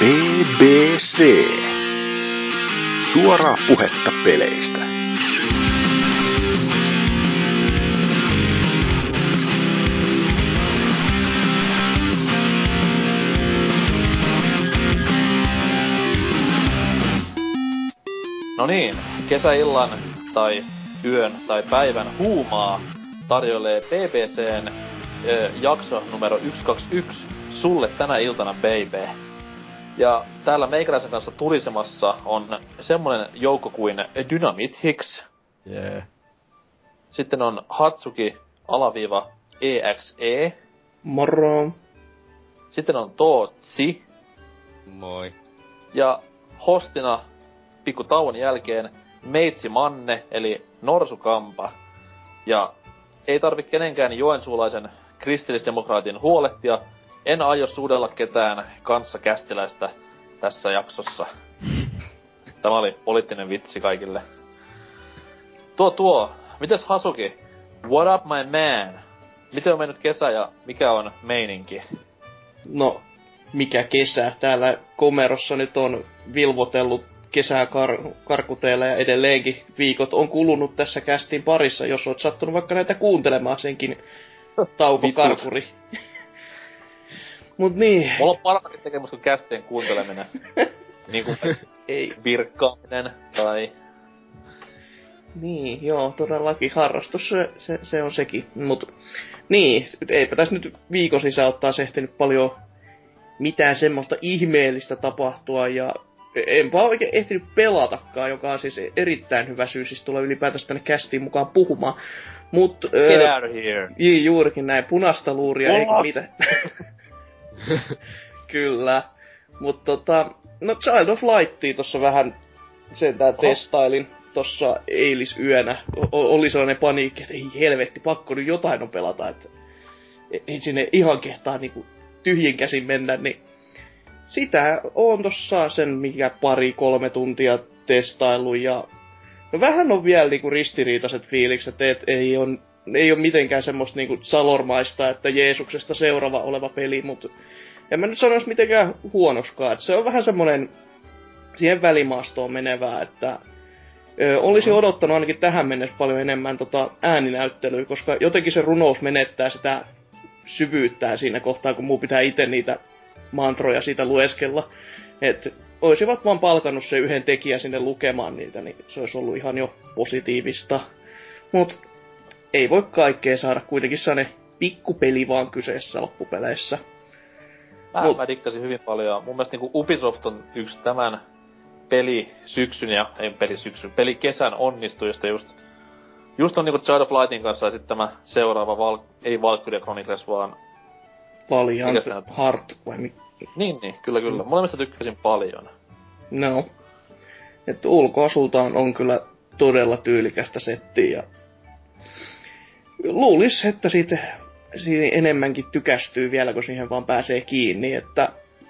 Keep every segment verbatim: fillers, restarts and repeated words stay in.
B B C. Suoraa puhetta peleistä. No niin, kesäillan tai yön tai päivän huumaa tarjoilee B B C:n ö, jakso numero sata kaksikymmentäyksi sulle tänä iltana, baby. Ja täällä meikäläisen kanssa tulisemassa on semmonen joukko kuin Dynamit Hicks. Yeah. Sitten on Hatsuki alaviiva E X E. Moro. Sitten on Tootsi. Moi. Ja hostina pikku tauon jälkeen Meitsi Manne, eli Norsukampa. Ja ei tarvi kenenkään joensuulaisen kristillisdemokraatin huolehtia. En aio suudella ketään kanssakästiläistä tässä jaksossa. Tämä oli poliittinen vitsi kaikille. Tuo tuo, mites Hasuki? What up my man? Miten on mennyt kesä ja mikä on meininki? No, mikä kesä? Täällä Komerossa nyt on vilvotellut kesää kar- karkuteella ja edelleenkin viikot on kulunut tässä kästin parissa, jos oot sattunut vaikka näitä kuuntelemaan senkin taukokarkuri. Mut niin. Mulla on paremmin tekemus kuin kästien kuunteleminen. Niinku ei virkkaaminen tai... Niin, joo, todellakin harrastus se, se, se on sekin. Mut niin, eipä tässä nyt viikon sisään ottaa sehtinyt paljon mitään semmoista ihmeellistä tapahtua ja enpä oikein ehtinyt pelatakaan, joka on siis erittäin hyvä syy siis tulla ylipäätänsä tänne kästiin mukaan puhumaan. Mut... Get öö, out of here! J- juurikin näin, punaista luuria, eikä mitä. Kyllä. Mut tota, no Child of Lightia tossa vähän sentään testailin tossa eilisyönä. O- oli sellainen paniikki, että ei helvetti, pakko nyt jotain on pelata, että ei sinne ihan kehtaa niinku tyhjin käsin mennä, niin sitä on tossa sen mikä pari, kolme tuntia testailu ja no vähän on vielä niinku ristiriitaiset fiilikset, että ei on, ei oo mitenkään semmoista niinku salormaista, että Jeesuksesta seuraava oleva peli, mut en mä nyt sanois mitenkään huonoskaan, että se on vähän semmonen siihen välimaastoon menevää, että ö, olisi odottanut ainakin tähän mennessä paljon enemmän tota ääninäyttelyä, koska jotenkin se runous menettää sitä syvyyttää siinä kohtaa, kun muu pitää ite niitä mantroja siitä lueskella. Että olisivat vaan palkannut se yhden tekijän sinne lukemaan niitä, niin se olisi ollut ihan jo positiivista. Mut ei voi kaikkea saada, kuitenkin sellainen pikkupeli vaan kyseessä loppupeleissä. Mä, Mut... mä dikkasin hyvin paljon. Mun mielestä niinku Ubisoft on yksi tämän pelisyksyn ja, ei pelisyksyn, pelikesän onnistujista just. Just on niinku Child of Lightin kanssa ja sit tämä seuraava, Val- ei Valkyria Chronicles, vaan... Valiant Heart vai mi... Niin, niin, kyllä, kyllä. Molemmista tykkäsin paljon. No. Että ulkoasultaan on kyllä todella tyylikästä settiä ja... Luulis, että siitä, siitä enemmänkin tykästyy vielä, kun siihen vaan pääsee kiinni, että...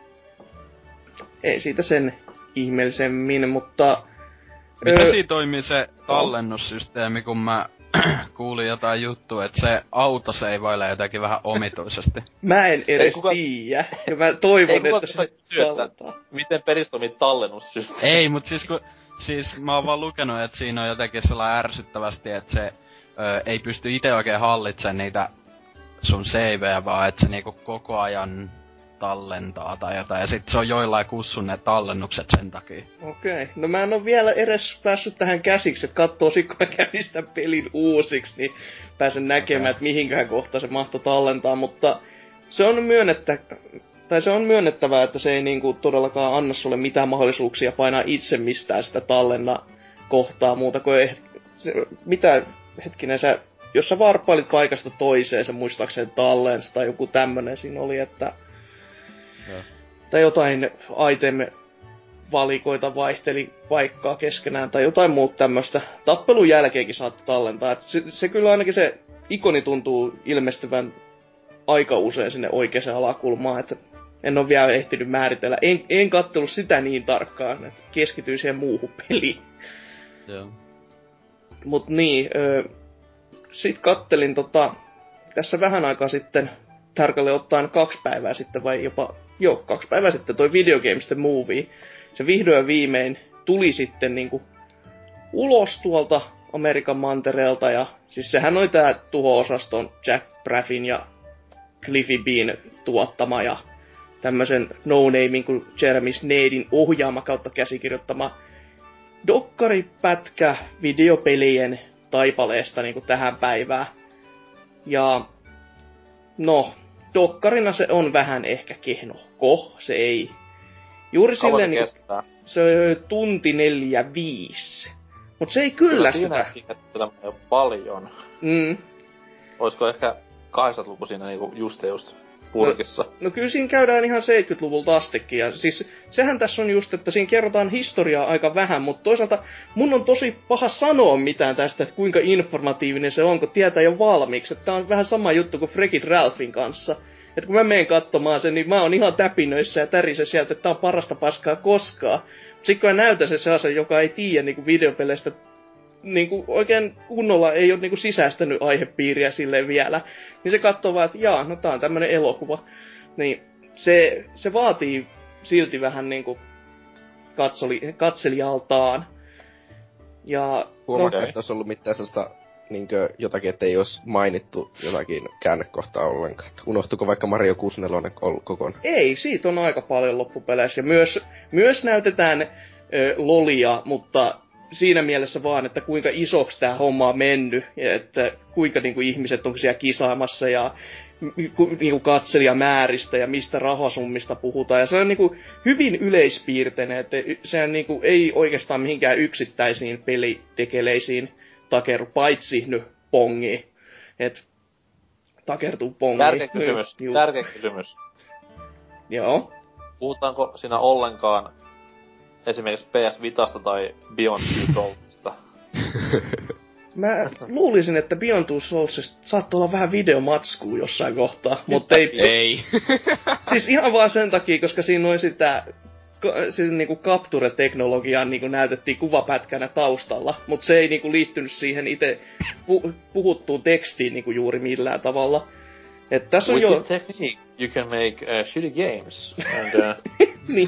Ei siitä sen ihmeellisemmin, mutta... Miten öö... siinä toimii se tallennussysteemi, kun mä kuulin jotain juttua, että se auto seivailee jotenkin vähän omituisesti. Mä en edes kuka... tiiä, ja mä toivon, ei, että se tallentaa. Miten pelis toimii tallennussysteemi? Ei, mut siis kun... Siis mä oon vaan lukenut, että siinä on jotenkin sellainen ärsyttävästi, että se ö, ei pysty ite oikein hallitsemaan niitä sun saveja, vaan että se niinku koko ajan tallentaa tai jotain, ja sit se on joillain kussun ne tallennukset sen takia. Okei, no mä en oo vielä edes päässyt tähän käsiksi, että kattoosin kun mä kävin sitä pelin uusiksi, niin pääsen näkemään, okay, että mihinkään kohtaan se mahtoi tallentaa, mutta se on myönnettä, tai se on myönnettävää, että se ei niinku todellakaan anna sulle mitään mahdollisuuksia painaa itse mistään sitä tallenna kohtaa muuta kuin ei, se, mitä hetkinen sä, jos sä varppailit paikasta toiseen, sä muistaakseni tallensi tai joku tämmönen siinä oli, että ja. Tai jotain item-valikoita vaihteli paikkaa keskenään tai jotain muuta tämmöstä. Tappelun jälkeenkin saattoi tallentaa. Et se, se kyllä ainakin se ikoni tuntuu ilmestyvän aika usein sinne oikeaan alakulmaan, että en ole vielä ehtinyt määritellä. En, en kattellut sitä niin tarkkaan, että keskityin siihen muuhun peliin. Joo. Mut niin, ö, sit kattelin tota, tässä vähän aikaa sitten tarkalleen ottaen kaksi päivää sitten, vai jopa, joo, kaksi päivää sitten toi Video Games The Movie. Se vihdoin ja viimein tuli sitten niinku ulos tuolta Amerikan mantereelta, ja siis sehän oli tää tuho-osaston Jack Braffin ja Cliffy Bean tuottama, ja tämmösen no-namein kuin Jeremy Snaden ohjaama kautta käsikirjoittama dokkaripätkä videopelien taipaleesta niinku tähän päivään. Ja no, dokkarina se on vähän ehkä kehnohko, se ei juuri silleen niinku, se on tunti neljä viisi. Mut se ei kyllästytä. Kyllä siinä jo paljon. Mm. Oisko ehkä kahdeksankymmentäluku siinä niinku just ja just purkissa? No, no kyllä siinä käydään ihan seitsemänkymmentäluvulta astikin. Ja siis sehän tässä on just, että siinä kerrotaan historiaa aika vähän, mutta toisaalta mun on tosi paha sanoa mitään tästä, että kuinka informatiivinen se on, kun tietää jo valmiiksi. Että tää on vähän sama juttu kuin Wreck-It Ralphin kanssa. Että kun mä menen katsomaan sen, niin mä oon ihan täpinöissä ja tärisä sieltä, että tää on parasta paskaa koskaan. Sitten kun mä näytän sen sellaisen, joka ei tiedä niinku videopeleistä niinku oikein kunnolla, ei ole niinku sisäistänyt aihepiiriä silleen vielä, niin se katsoo vaan, että jaa, no tää on tämmönen elokuva. Niin se, se vaatii silti vähän niinku katsoli, katselijaltaan. Ja huomaatko, no, että olisi ollut mitään sellaista niinkö jotakin, että ei olisi mainittu jotakin käännekohtaa ollenkaan. Unohtuiko vaikka Mario kuusikymmentäneljä kokonaan? Ei, siitä on aika paljon loppupeleissä. Ja myös, myös näytetään ö, lolia, mutta siinä mielessä vaan, että kuinka isoksi tää homma on mennyt. Ja että kuinka niinku ihmiset on siellä kisaamassa ja niinku katselijamääristä ja mistä rahasummista puhutaan. Ja se on niinku hyvin yleispiirteinen, että sehän niinku ei oikeastaan mihinkään yksittäisiin pelitekeleisiin takeru, paitsi nyt pongiin. Et takertuu pongiin. Tärkeä kysymys, Juu. tärkeä kysymys. Joo. Puhutaanko siinä ollenkaan esimerkiksi P S Vitasta tai Beyond Two Soulsista? Mä luulisin, että Beyond Two Soulsista saattoi olla vähän videomatskuu jossain kohtaa, mutta ei... Ei. Siis ihan vaan sen takia, koska siinä oli sitä... Siis niinku Capture-teknologiaa niinku näytettiin kuvapätkänä taustalla, mutta se ei niinku liittynyt siihen itse pu- puhuttuun tekstiin niinku juuri millään tavalla. Et tässä on With jo... this technique, you can make uh, shitty games. And, uh... niin.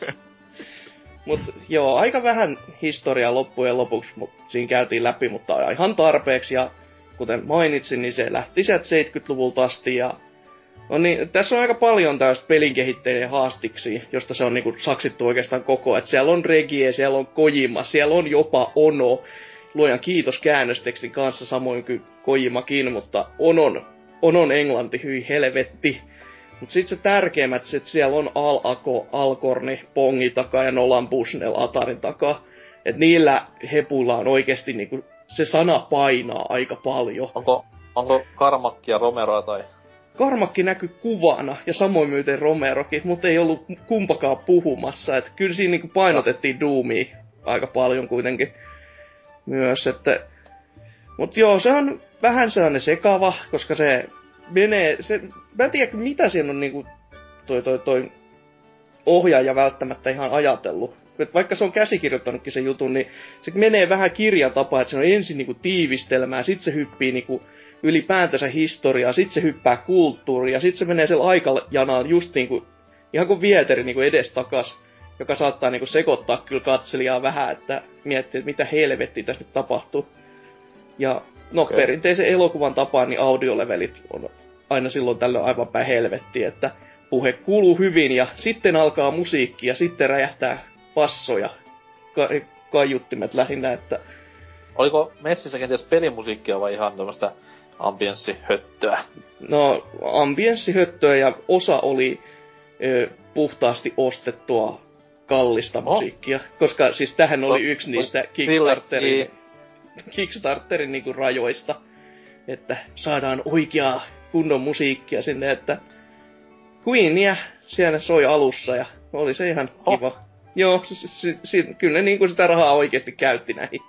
Mut joo, aika vähän historiaa loppujen lopuksi mut siinä käytiin läpi, mutta ihan tarpeeksi. Ja kuten mainitsin, niin se lähti sieltä seitsemänkymmentäluvulta asti ja no niin, tässä on aika paljon tästä pelinkehittäjien haastiksi, josta se on niinku saksittu oikeastaan koko. Et siellä on Regie, siellä on Kojima, siellä on jopa Ono. Luojan kiitos käännöstekstin kanssa, samoin kuin Kojimakin, mutta Onon, Onon englanti, hyi helvetti. Mut sit se tärkeimmät, että siellä on Al Ako, Alcorni, Pongi takaa ja Nolan Bushnell Atarin takaa. Et niillä hepuilla on oikeesti niinku, se sana painaa aika paljon. Onko, onko Karmakkia Romeroa tai... Karmakki näkyi kuvana, ja samoin myöten Romerokin, mutta ei ollut kumpakaan puhumassa. Et kyllä siinä niinku painotettiin Doomia aika paljon kuitenkin myös. Että... Mut joo, se on vähän sellainen sekava, koska se menee... Se... Mä en tiedä, mitä siinä on niinku toi, toi, toi ohjaaja välttämättä ihan ajatellut. Et vaikka se on käsikirjoittanutkin sen jutun, niin se menee vähän kirjan tapaan, että se on ensin niinku tiivistelmää, sit se hyppii niinku ylipäätänsä historiaa, sit se hyppää kulttuuria, ja sit se menee siellä aikajanaan just niinku, ihan kuin vieteri niinku edestakas, joka saattaa niinku sekoittaa kyllä katselijaa vähän, että miettii, että mitä helvettiä tässä nyt tapahtuu. Ja no okay. Perinteisen elokuvan tapaan, niin audiolevelit on aina silloin tällöin aivan päin helvettiä, että puhe kuuluu hyvin, ja sitten alkaa musiikki, ja sitten räjähtää passoja, ka- kaiuttimet lähinnä, että... Oliko messissä kenties pelimusiikkia vai ihan tämmöstä ambienssihöttöä? No, ambienssihöttöä ja osa oli ö, puhtaasti ostettua kallista oh. musiikkia. Koska siis tähän oli no, yksi niistä Kickstarterin, Kickstarterin niinku rajoista. Että saadaan oikeaa kunnon musiikkia sinne, että Queenia siellä soi alussa ja oli se ihan kiva. Oh. Joo, s- s- s- kyllä ne niinku sitä rahaa oikeesti käytti näihin.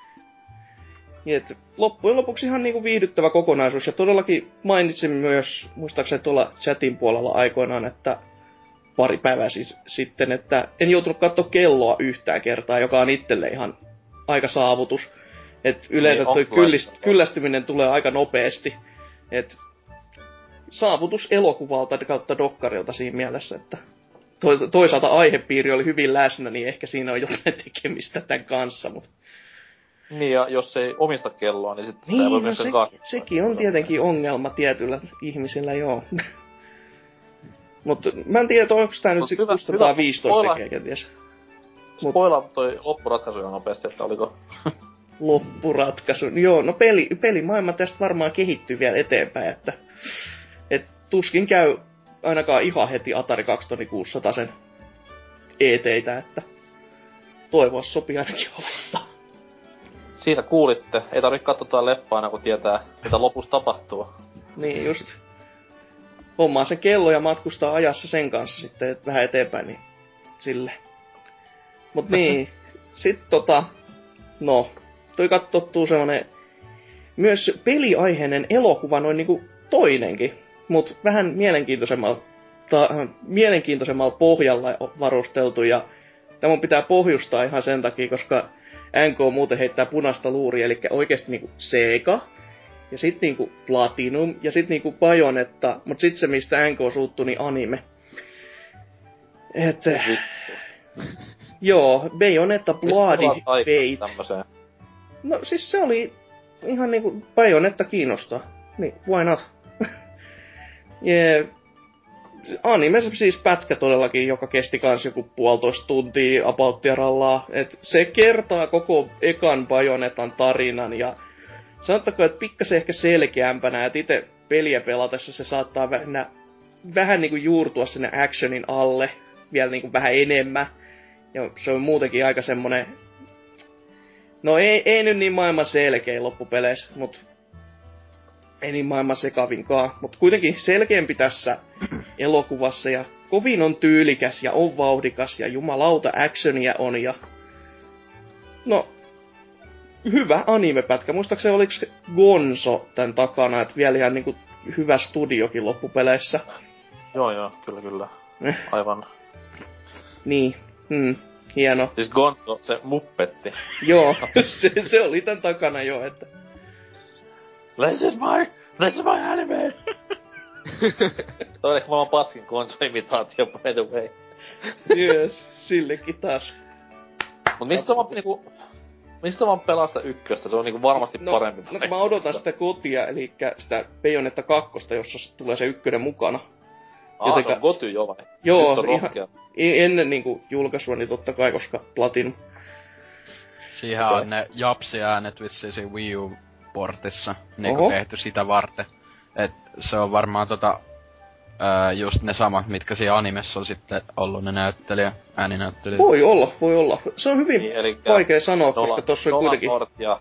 Niin, et loppujen lopuksi ihan niinku viihdyttävä kokonaisuus. Ja todellakin mainitsin myös, muistaakseni tuolla chatin puolella aikoinaan, että pari päivää siis sitten, että en joutunut katsoa kelloa yhtään kertaa, joka on itselle ihan aika saavutus. Et yleensä niin, toi kyllist, kyllästyminen tulee aika nopeasti. Et saavutus elokuvalta kautta dokkarilta siinä mielessä, että to- toisaalta aihepiiri oli hyvin läsnä, niin ehkä siinä on jotain tekemistä tämän kanssa, mutta... Niin, ja jos ei omista kelloa, niin sitten niin, sitä voi no myös se, kahdella. sekin on tietenkin ongelma tietyillä ihmisillä, joo. Mutta mä en tiedä, onko tää nyt sit kuusisataaviisitoista tekee kenties. Spoilaa toi loppuratkaisu ihan nopeasti, että oliko... loppuratkaisu. Joo, no peli, pelimaailma tästä varmaan kehittyy vielä eteenpäin, että... Et tuskin käy ainakaan ihan heti Atari kaksituhattakuusisataa sen E T:itä, että... Toivoa sopii ainakin olettaa. Siinä kuulitte. Ei tarvitse katsoa leppaa aina, kun tietää, mitä lopussa tapahtuu. Niin just. Hommaa se kello ja matkustaa ajassa sen kanssa sitten et vähän eteenpäin, niin sille. Mut niin, sit tota, no, toi katsottuu semmonen myös peliaiheinen elokuva noin niinku toinenkin, mut vähän mielenkiintoisemmalla, ta, mielenkiintoisemmalla pohjalla varusteltu, ja tämä pitää pohjustaa ihan sen takia, koska N K muuten heittää punaista luuria, eli oikeesti niinku Sega, ja sit niinku Platinum, ja sit niinku Bayonetta, mut sit se mistä N K suuttu, niin anime. Et... joo, Bayonetta Bloody Fate. No siis se oli ihan niinku Bayonetta kiinnostaa. Niin, why not? yeah. Anime siis pätkä todellakin, joka kesti kans joku puolitoista tuntia apauttia rallaa. Et se kertaa koko ekan Bayonetan tarinan ja sanottakoon, että pikkasen ehkä selkeämpänä, että itse peliä pelatessa se saattaa vähän, vähän niinku juurtua sinne actionin alle vielä niinku vähän enemmän. Ja se on muutenkin aika semmonen... No ei, ei nyt niin maailman selkeä loppupeleissä, mut... Ei niin maailman sekavinkaan, mut kuitenkin selkeämpi tässä elokuvassa ja kovin on tyylikäs ja on vauhdikas ja jumalauta actionia on ja... No... Hyvä animepätkä. Muistaakseni oliks Gonzo tän takana, et vielä ihan niinku hyvä studiokin loppupeleissä. Joo joo, kyllä kyllä. Aivan. Niin, hmm, hieno. Siis Gonzo, se muppetti. Joo, se, se oli tän takana jo, että... This is my, this is my anime! Toi on ehkä maailman paskin Gonzo-imitaatio, by the way. Yes, sillekin taas. Mut mistä mä niinku... Mistä vaan pelasta ykköstä? Se on niinku varmasti no, parempi. No mä odotan sitä kotia, eli sitä Bayonetta kakkosta, jossa tulee se ykkönen mukana. Aa, Jotenka... se on koty jo vai? Joo, ihan ennen niinku julkaisua, niin totta kai, koska Platinum. Siihen okay. On ne japsi-äänet vissiin siinä Wii U-portissa, niinku tehty sitä varten. Et se on varmaan tota... Öö, just ne samat, mitkä siinä animessa on sitten ollut ne näyttelijä, ääninäyttelijät. Voi olla, voi olla. Se on hyvin niin, vaikea sanoa, Nola, koska tossa on kuitenkin... Ja...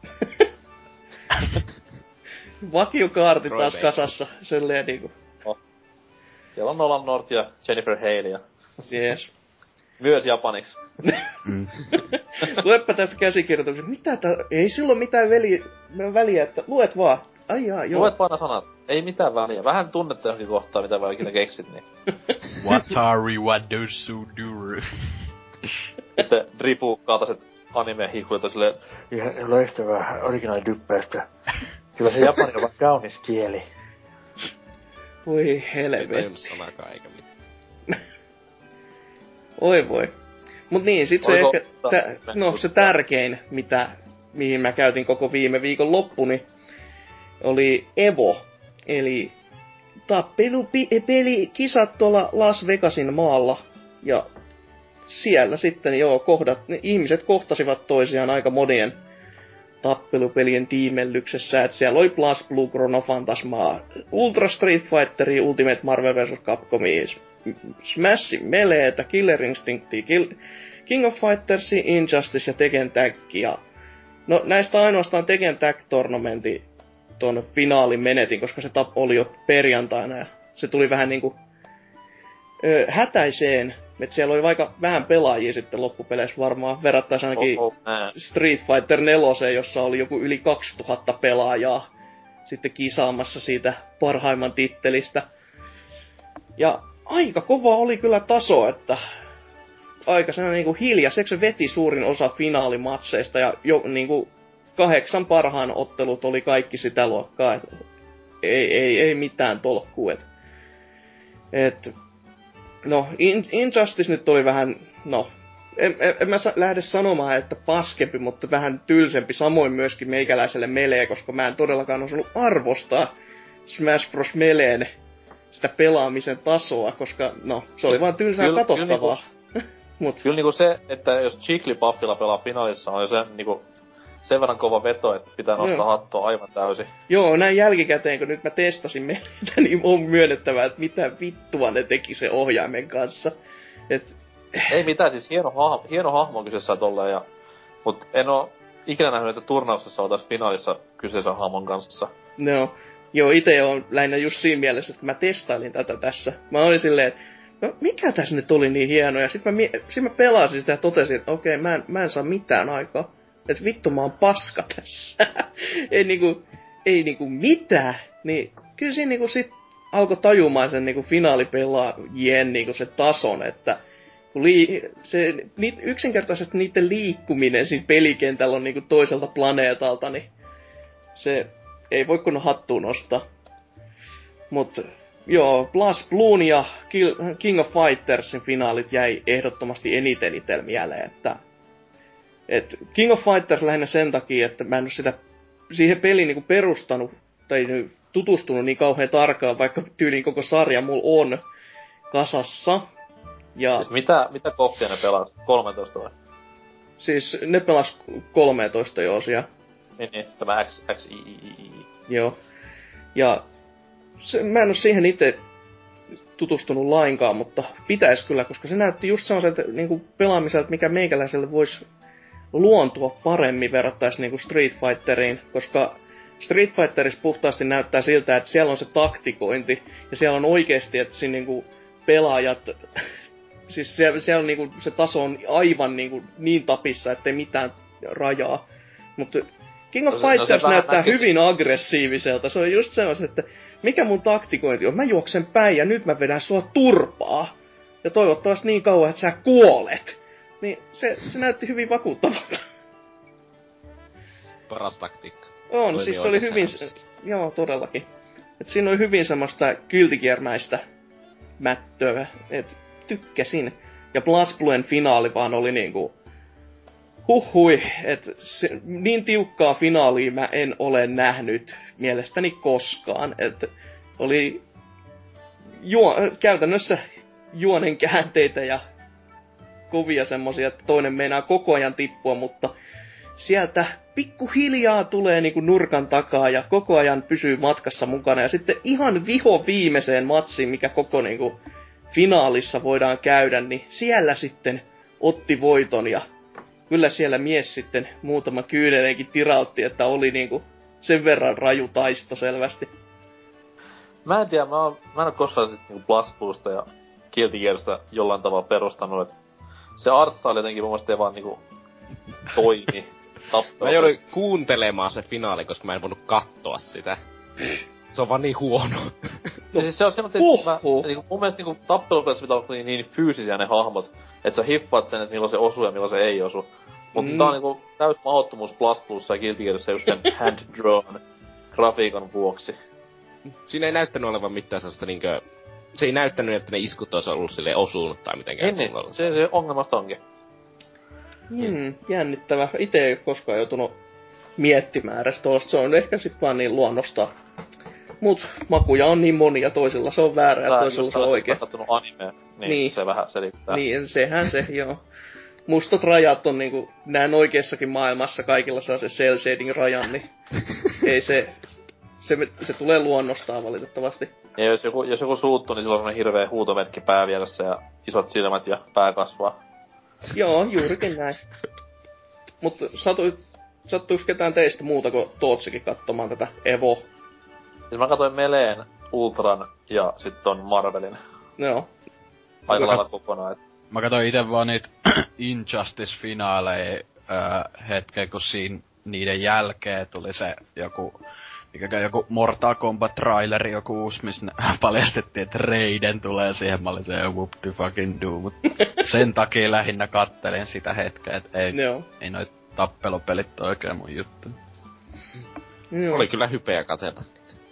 vakiokaarti taas kasassa, silleen niinku. Oh. Siellä on Nolan North ja Jennifer Hale ja... Jees. Myös japaniksi. mm. Lueppä tästä käsikirjoituksen. Mitä tää... Ei silloin mitään väliä, väliä että luet vaan. Ai jaa, joo. Luet vaan sanat. Ei mitään väliä. Vähän tunnetta johonkin kohtaa, mitä vaan ikinä keksit, niin... Watari wadosuduru. Sitten ripukaataiset anime-hikulit on silleen... Ihan loistavaa originaalidyppäistä. Kyllä se japani on vaan kaunis kieli. Voi helvetti. Ei tajunnut sanakaan eikä mitään. Oi voi. Mut niin, sit se Oliko ehkä... Tä, no, se tärkein, mitä... Mihin mä käytin koko viime viikon loppuni... Oli Evo. Eli tappelupeli kisat tuolla Las Vegasin maalla. Ja siellä sitten joo, kohdat, ihmiset kohtasivat toisiaan aika monien tappelupelien tiimellyksessä. Et siellä oli Plus Blue, Chrono Phantasmaa, Ultra Street Fighter, Ultimate Marvel versus. Capcom, Smash Meleetä, Killer Instinctia, Kill, King of Fighters, Injustice ja Tekken Tag. Ja no näistä ainoastaan Tekken Tag Tournamentin ton finaalin menetin, koska se tap oli jo perjantaina ja se tuli vähän niinku ö, hätäiseen, että siellä oli vaikka vähän pelaajia sitten loppupeleissä varmaan, verrattais ainakin oh, oh, Street Fighter neljä, jossa oli joku yli kaksituhatta pelaajaa sitten kisaamassa siitä parhaimman tittelistä. Ja aika kova oli kyllä taso, että aika sellainen niinku hiljaiseksi se veti suurin osa finaalimatseista ja jo niinku kahdeksan parhaan ottelut oli kaikki sitä luokkaa, et ei, ei, ei mitään tolkkuu, et Et, no, In- Injustice nyt oli vähän, no, en, en, en mä sa- lähde sanomaan, että paskempi, mutta vähän tylsempi. Samoin myöskin meikäläiselle Melee, koska mä en todellakaan osannut arvostaa Smash Bros. Meleen sitä pelaamisen tasoa, koska no, se oli vaan tylsää Kyllä- katsottavaa. Mut, Kyllä niinku se, että jos Jigglypuffilla pelaa finaalissa, on jo se niinku sen verran kova veto, että pitää nostaa Joo. hattua aivan täysin. joo, näin jälkikäteen, kun nyt mä testasin Meleitä, niin on myönnettävää, että mitä vittua ne teki se ohjaimen kanssa. Et, Ei mitään, siis hieno, hah- hieno hahmo kyseessä tolleen, ja, mut en oo ikinä nähnyt, että turnauksessa oltais finaalissa kyseisen hahmon kanssa. no, joo, ite on lähinnä just siinä mielessä, että mä testailin tätä tässä. Mä olin silleen, että no mikä tässä nyt oli niin hieno, ja sit mä, mie- sit mä pelasin sitä ja totesin, että okei, mä en, mä en saa mitään aikaa. Että vittu mä oon paska tässä. ei niinku, ei niinku mitään. Niin kyllä siinä niinku sit alkoi tajumaan sen niinku finaalipelaajien niinku se tason, että kun lii, se, ni, yksinkertaisesti niiden liikkuminen siinä pelikentällä on niinku toiselta planeetalta, niin se ei voi kun hattuun nostaa. Mut joo, Plus Bloon ja King of Fightersin finaalit jäi ehdottomasti eniten itsellä mieleen, että et King of Fighters lähinnä sen takia, että mä en oo sitä siihen peliin niinku perustanut tai tutustunut niin kauhean tarkkaan, vaikka tyyliin koko sarja mulla on kasassa. Ja Siis mitä, mitä kohtia ne pelaa? kolmetoista vai? siis ne pelas kolmetoista joo siellä. Niin, niin, tämä X, X, I, I, I, I. Joo. Ja se, mä en oo siihen itse tutustunut lainkaan, mutta pitäis kyllä, koska se näytti just sellaiselta niinku pelaamiselta, mikä meikäläiselle voisi luontua paremmin verrattaisi niinku Street Fighteriin, koska Street Fighterissa puhtaasti näyttää siltä, että siellä on se taktikointi, ja siellä on oikeesti, että siinä niinku pelaajat, siis siellä, siellä on niinku, se taso on aivan niinku niin tapissa, ettei mitään rajaa. Mutta King of No se- no Fighters se vähän näyttää näkyy- hyvin aggressiiviselta, se on just sellaiset, että mikä mun taktikointi on, mä juoksen päin ja nyt mä vedän sua turpaa. Ja toivottavasti niin kauan, että sä kuolet. Niin se, se näytti hyvin vakuuttavalta. Paras taktiikka. On, Toimii siis se oli oikeassa hyvin, elämässä. joo todellakin. Et siinä oli hyvin semmoista kyltikiermäistä mättöä, et tykkäsin. Ja Plus Bluen finaali vaan oli niinku, huhhui, et se, niin tiukkaa finaalia mä en ole nähnyt mielestäni koskaan. Et oli juo, käytännössä juonen käänteitä ja kovia semmosia, että toinen meinaa koko ajan tippua, mutta sieltä pikkuhiljaa tulee niinku nurkan takaa ja koko ajan pysyy matkassa mukana. Ja sitten ihan viho viimeiseen matsiin, mikä koko niinku finaalissa voidaan käydä, niin siellä sitten otti voiton. Ja kyllä siellä mies sitten muutama kyydeleenkin tirautti, että oli niinku sen verran raju taisto selvästi. Mä en tiedä, mä, oon, mä en oo koskaan sit niinku Plus Bluesta ja Guilty Gearsta jollain tavalla perustanut, et se artstyle jotenkin mun mielestä ei vaan niinku toimi. Mä jouduin kuuntelemaan se finaali, koska mä en voinut katsoa sitä. Se on vaan niin huono. Ja siis se on semmoinen, että mä, niinku, mun mielestä niinku tappelupelissä pitää olla niin, niin fyysisiä ne hahmot, että sä hippaat sen, että milloin se osuu ja milloin se ei osu. Mutta mm. tää on niinku täys mahdottomuus Plus Plussa ja Guilty Gearissa just sen hand-drawn grafiikan vuoksi. Siinä ei näyttänyt olevan mitään sellaista niinkö... Se ei näyttänyt, että ne iskut olisi ollut silleen osunut tai mitenkään. Niin, niin. Se, se ongelmasta onkin. Hmm, jännittävä. Itse ei ole koskaan joutunut miettimään edes tuollaista. Se on ehkä sit vaan niin luonnosta. Mut makuja on niin monia, toisilla se on väärä ja Tää, toisilla se on oikein. Jos oot animea, niin, Niin. se vähän selittää. Niin, sehän se, joo. Mustat rajat on niinku, näin oikeessakin maailmassa kaikilla saa se cel shading rajan, niin ei se, se, se tulee luonnostaan valitettavasti. Ja jos joku, jos joku suuttuu, niin sillä on semmonen hirveä huutomerkki pää vieressä ja isot silmät ja pää kasvaa. Joo, juurikin näin. Mut satui, sattuis ketään teistä muuta kuin Tootsikin katsomaan tätä Evo? Siis mä katsoin Meleen, Ultran ja sit ton Marvelin. Joo. Aika lailla kokonaan, et Mä katsoin ite vaan niitä Injustice-finaaleja äh, hetken, kun siinä niiden jälkeen tuli se joku, mikä joku Mortal Kombat traileri, joku uusi, missä paljastettiin, että Raiden tulee siihen. Mä olin se whoop the fucking do, mut sen takia lähinnä kattelin sitä hetkeä, et ei, Joo. ei noit tappelupelit oikein mun juttu. Joo. Oli kyllä hypeä katsella.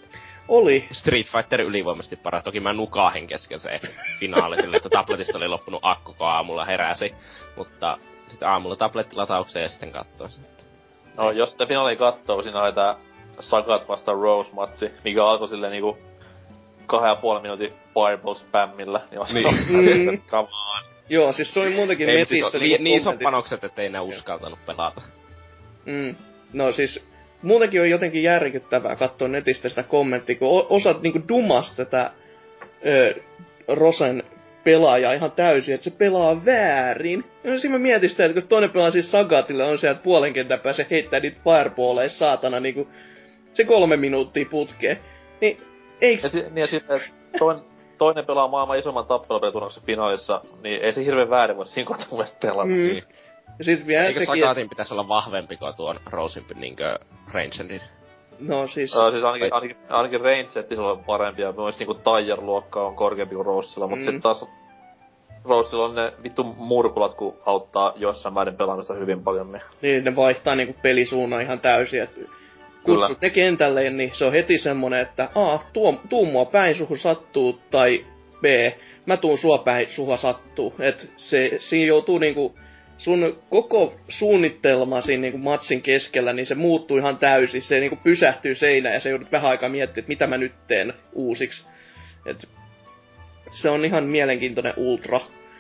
Oli. Street Fighter ylivoimaisesti paras. Toki mä nukahin kesken se finaali sille, että tabletista oli loppunut akku, kun aamulla heräsi. Mutta sitten aamulla tabletti lataukseen ja sitten kattoo sen. No, jos sitä finaali kattoo, siinä oli tää Sagat vastaan Rose-matsi, mikä alkoi silleen niinku kahden ja puolen minuutin fireball-spämmillä. Niin on Mm. se, come on. Joo, siis se oli muutenkin Ei, netissä siis on, niinku niin isot kommentit. panokset, ettei ne uskaltanut pelata. Mm. No siis, muutenkin on jotenkin järkyttävää katsoa netistä sitä kommenttia, kun o- osat niinku dumas tätä ö, Rosen pelaajaa ihan täysin, että se pelaa väärin. Ja siinä mä mietin sitä, että kun toinen pelaa siis Sagatille, on se, että puolen kentän pääse heittää niitä fireballeja saatana niinku se kolme minuuttia putkeen. Niin, eiks... Ja, si- niin ja sitten, että toinen, toinen pelaa maailman isomman tappelupeliturnauksen finaalissa, niin ei se hirveen väärin voi siinä kohtaa mun mielestä pelata. Mm. Niin. Ja sit vielä Eikö sekin, Sagatin pitäisi olla vahvempi kuin tuon Rosen niinkö Rangerin? no siis... Uh, siis ainakin, ainakin, ainakin range-setti sulla on parempi, ja myös niinku Tiger-luokka on korkeampi kuin Rosella, mut Mm. sit taas Rosella on ne vittu murkulat, kun auttaa jossain määrin pelaamista hyvin paljon, niin... Niin ne vaihtaa niinku pelisuunnan ihan täysin, että Kyllä. kutsut ne kentälle, niin se on heti semmonen, että A, tuo, tuu mua päin suhu sattuu, tai B, mä tuun sua päin suha sattuu. Et se, siinä joutuu niinku, sun koko suunnitelma siinä niinku matsin keskellä, niin se muuttuu ihan täysin. Se niinku pysähtyy seinään ja se joudut vähän aikaa miettimään, että mitä mä nyt teen uusiksi. Et se on ihan mielenkiintoinen ultra.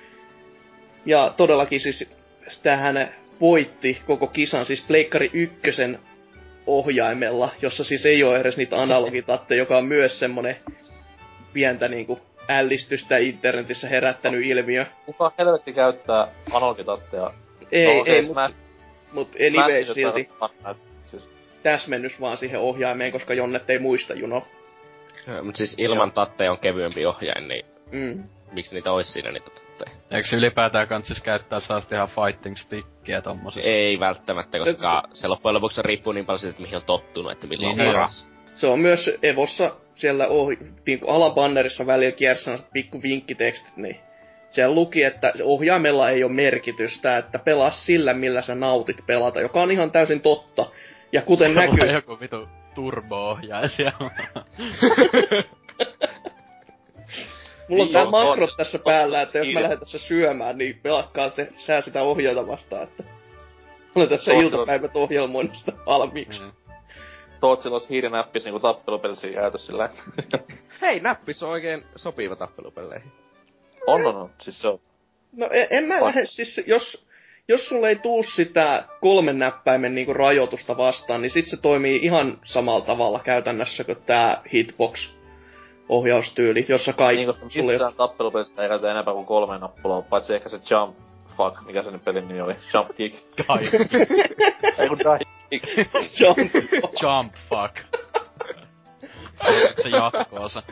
Ja todellakin siis tähän voitti koko kisan, siis Pleikkari ykkösen ohjaimella, jossa siis ei ole edes niitä analogitatteja, joka on myös semmonen pientä niinku ällistystä internetissä herättänyt ilmiö. Kuka helvetti käyttää analogitatteja? Ei, no, ei, siis mut, Smash- mut anyway Smashissa silti on- Siis, täsmennys vaan siihen ohjaimeen, koska Jonnet ei muista, you know. Mut siis ilman tatteja on kevyempi ohjain, niin Mm. miksi niitä ois siinä niitä tatteja? Eikö se ylipäätään kantsis käyttää sellaista ihan fighting stickiä tommosesta? Ei välttämättä, koska se loppujen lopuksi riippuu niin paljon siitä, että mihin on tottunut, että milloin Niin, on no paras. Se on myös Evossa siellä ohi, niinku alabannerissa välillä kiersi sellaiset pikku vinkkitekstit, niin siellä luki, että ohjaimella ei ole merkitystä, että pelaa sillä, millä sä nautit pelata, joka on ihan täysin totta. Ja kuten Mulla on näkyy... joku vitu turbo-ohjaaja siellä. Mulla on Niin, tää joo, makrot on- tässä on- päällä, että jos on- mä lähden tässä syömään, niin pelatkaa te, sää sitä ohjaita vastaan, että... Olen tässä On- iltapäivät ohjelmoinnista valmiiksi. Mm. Tootsilla olisi hiirinäppis niinku tappelupelissä käytössä sillä. Hei, näppis on oikein sopiva tappelupeleihin. on, on, on. Siis se on. No en, en mä Va- lähde, siis jos, jos sulle ei tuu sitä kolmen näppäimen niinku rajoitusta vastaan, niin sit se toimii ihan samalla tavalla käytännössä kuin tää Hitbox-ohjaustyyli, jossa kaikki Niin, koska sulle... missään tappelupelissä ei käytä enempää kuin kolme nappulaa, paitsi ehkä se Jump Fuck, mikä sen pelin nimi oli? Jump Kick. Kaikki. Ei kun Die Kick. Jump. Jump fuck. Se on nyt se jatkoosa.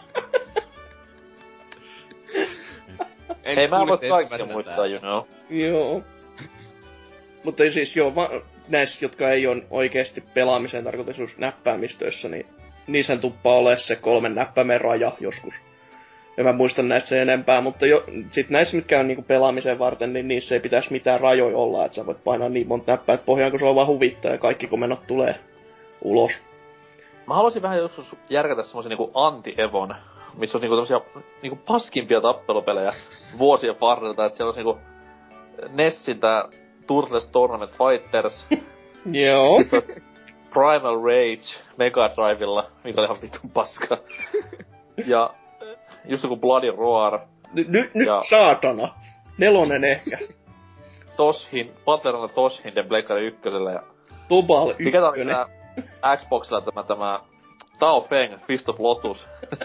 En Hei, mä en voi kuullut kaikkea ensimmäisenä muistaa, tää. you know. Joo. Mutta ei siis joo, va- näissä, jotka ei ole oikeesti pelaamiseen tarkoitus näppäämistöissä, niin niissä tuppaa ole se kolmen näppäimen raja joskus. En mä muista näistä sen enempää, mutta jo, sit näissä, mitkä on niinku pelaamiseen varten, niin niissä ei pitäisi mitään rajoja olla, että sä voit painaa niin monta näppää, että pohjaan kun se on vaan huvittaa ja kaikki komennot tulee ulos. Mä haluaisin vähän joskus järkätä semmosen niinku anti-Evon, missä on niinku tämmösiä niinku paskimpia tappelupelejä vuosien varrelta, että siellä on niinku Nessin tää Turtles Tournament Fighters, Joo. Primal Rage Mega Drivella, mikä oli ihan vitun paska. Ja just joku Bloody Roar, Nyt, nyt, nyt Ja- saatana. Nelonen ehkä. Toshin, Battle Toshin, den Pleikkari ykkösellä ja Tobal mikä tää oli ykkönen. tää Xboxilla tämä tämä Tao Feng, Fist of Lotus.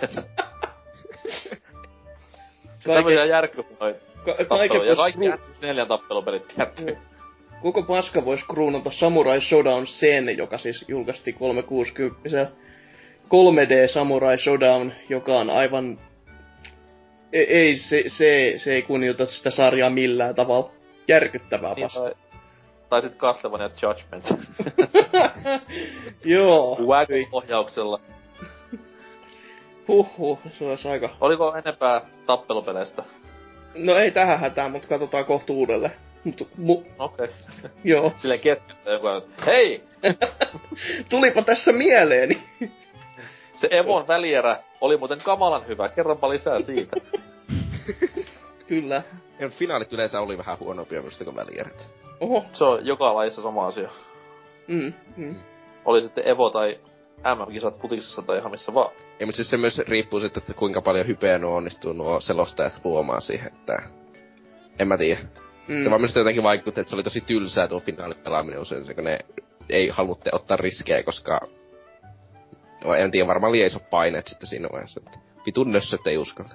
Tämmösiä järkyhumoja Ka- kaiken tappeluja. Ja vois kaikki kru- N neljä tappelupelit, tiedätte. Koko paska vois kruunata Samurai Showdown Sen, joka siis julkaistiin kolmesataakuusikymmentä. kolme D Samurai Showdown, joka on aivan... Ei, ei se, se, se ei kunnioita sitä sarjaa millään tavalla. Järkyttävää Niin, paskaa. tai, tai sit Castlevania Judgment. Joo. Wagon-ohjauksella. Huhhuh, se olisi aika... Oliko enempää tappelupeleistä? No ei tähän hätään, mutta katsotaan kohta uudelleen. Mut, mu, Okei. Okay. joo. Silleen keskeltä joku aina, hei! Tulipa tässä mieleeni. Se Evon välierä oli muuten kamalan hyvä. Kerronpa lisää siitä. Kyllä. Ja finaalit yleensä oli vähän huonompia myös kuin välierät. Oho. Se on joka lajissa sama asia. Mm, mm. Oli sitten Evo tai M M-kisat futiksessa tai ihan missä vaan. Ja mutta siis se myös riippuu sitten, että kuinka paljon hypeä nuo onnistuu nuo selostajat luomaan siihen, että... En mä tiedä. Mm. Se vaan minusta jotenkin vaikutti, että se oli tosi tylsää tuo finaalin pelaaminen usein, kun ne ei halutte ottaa riskejä, koska... No en tiedä, varmaan oli iso paineet sitten siinä vaiheessa, että vitun nössöt ei uskalta.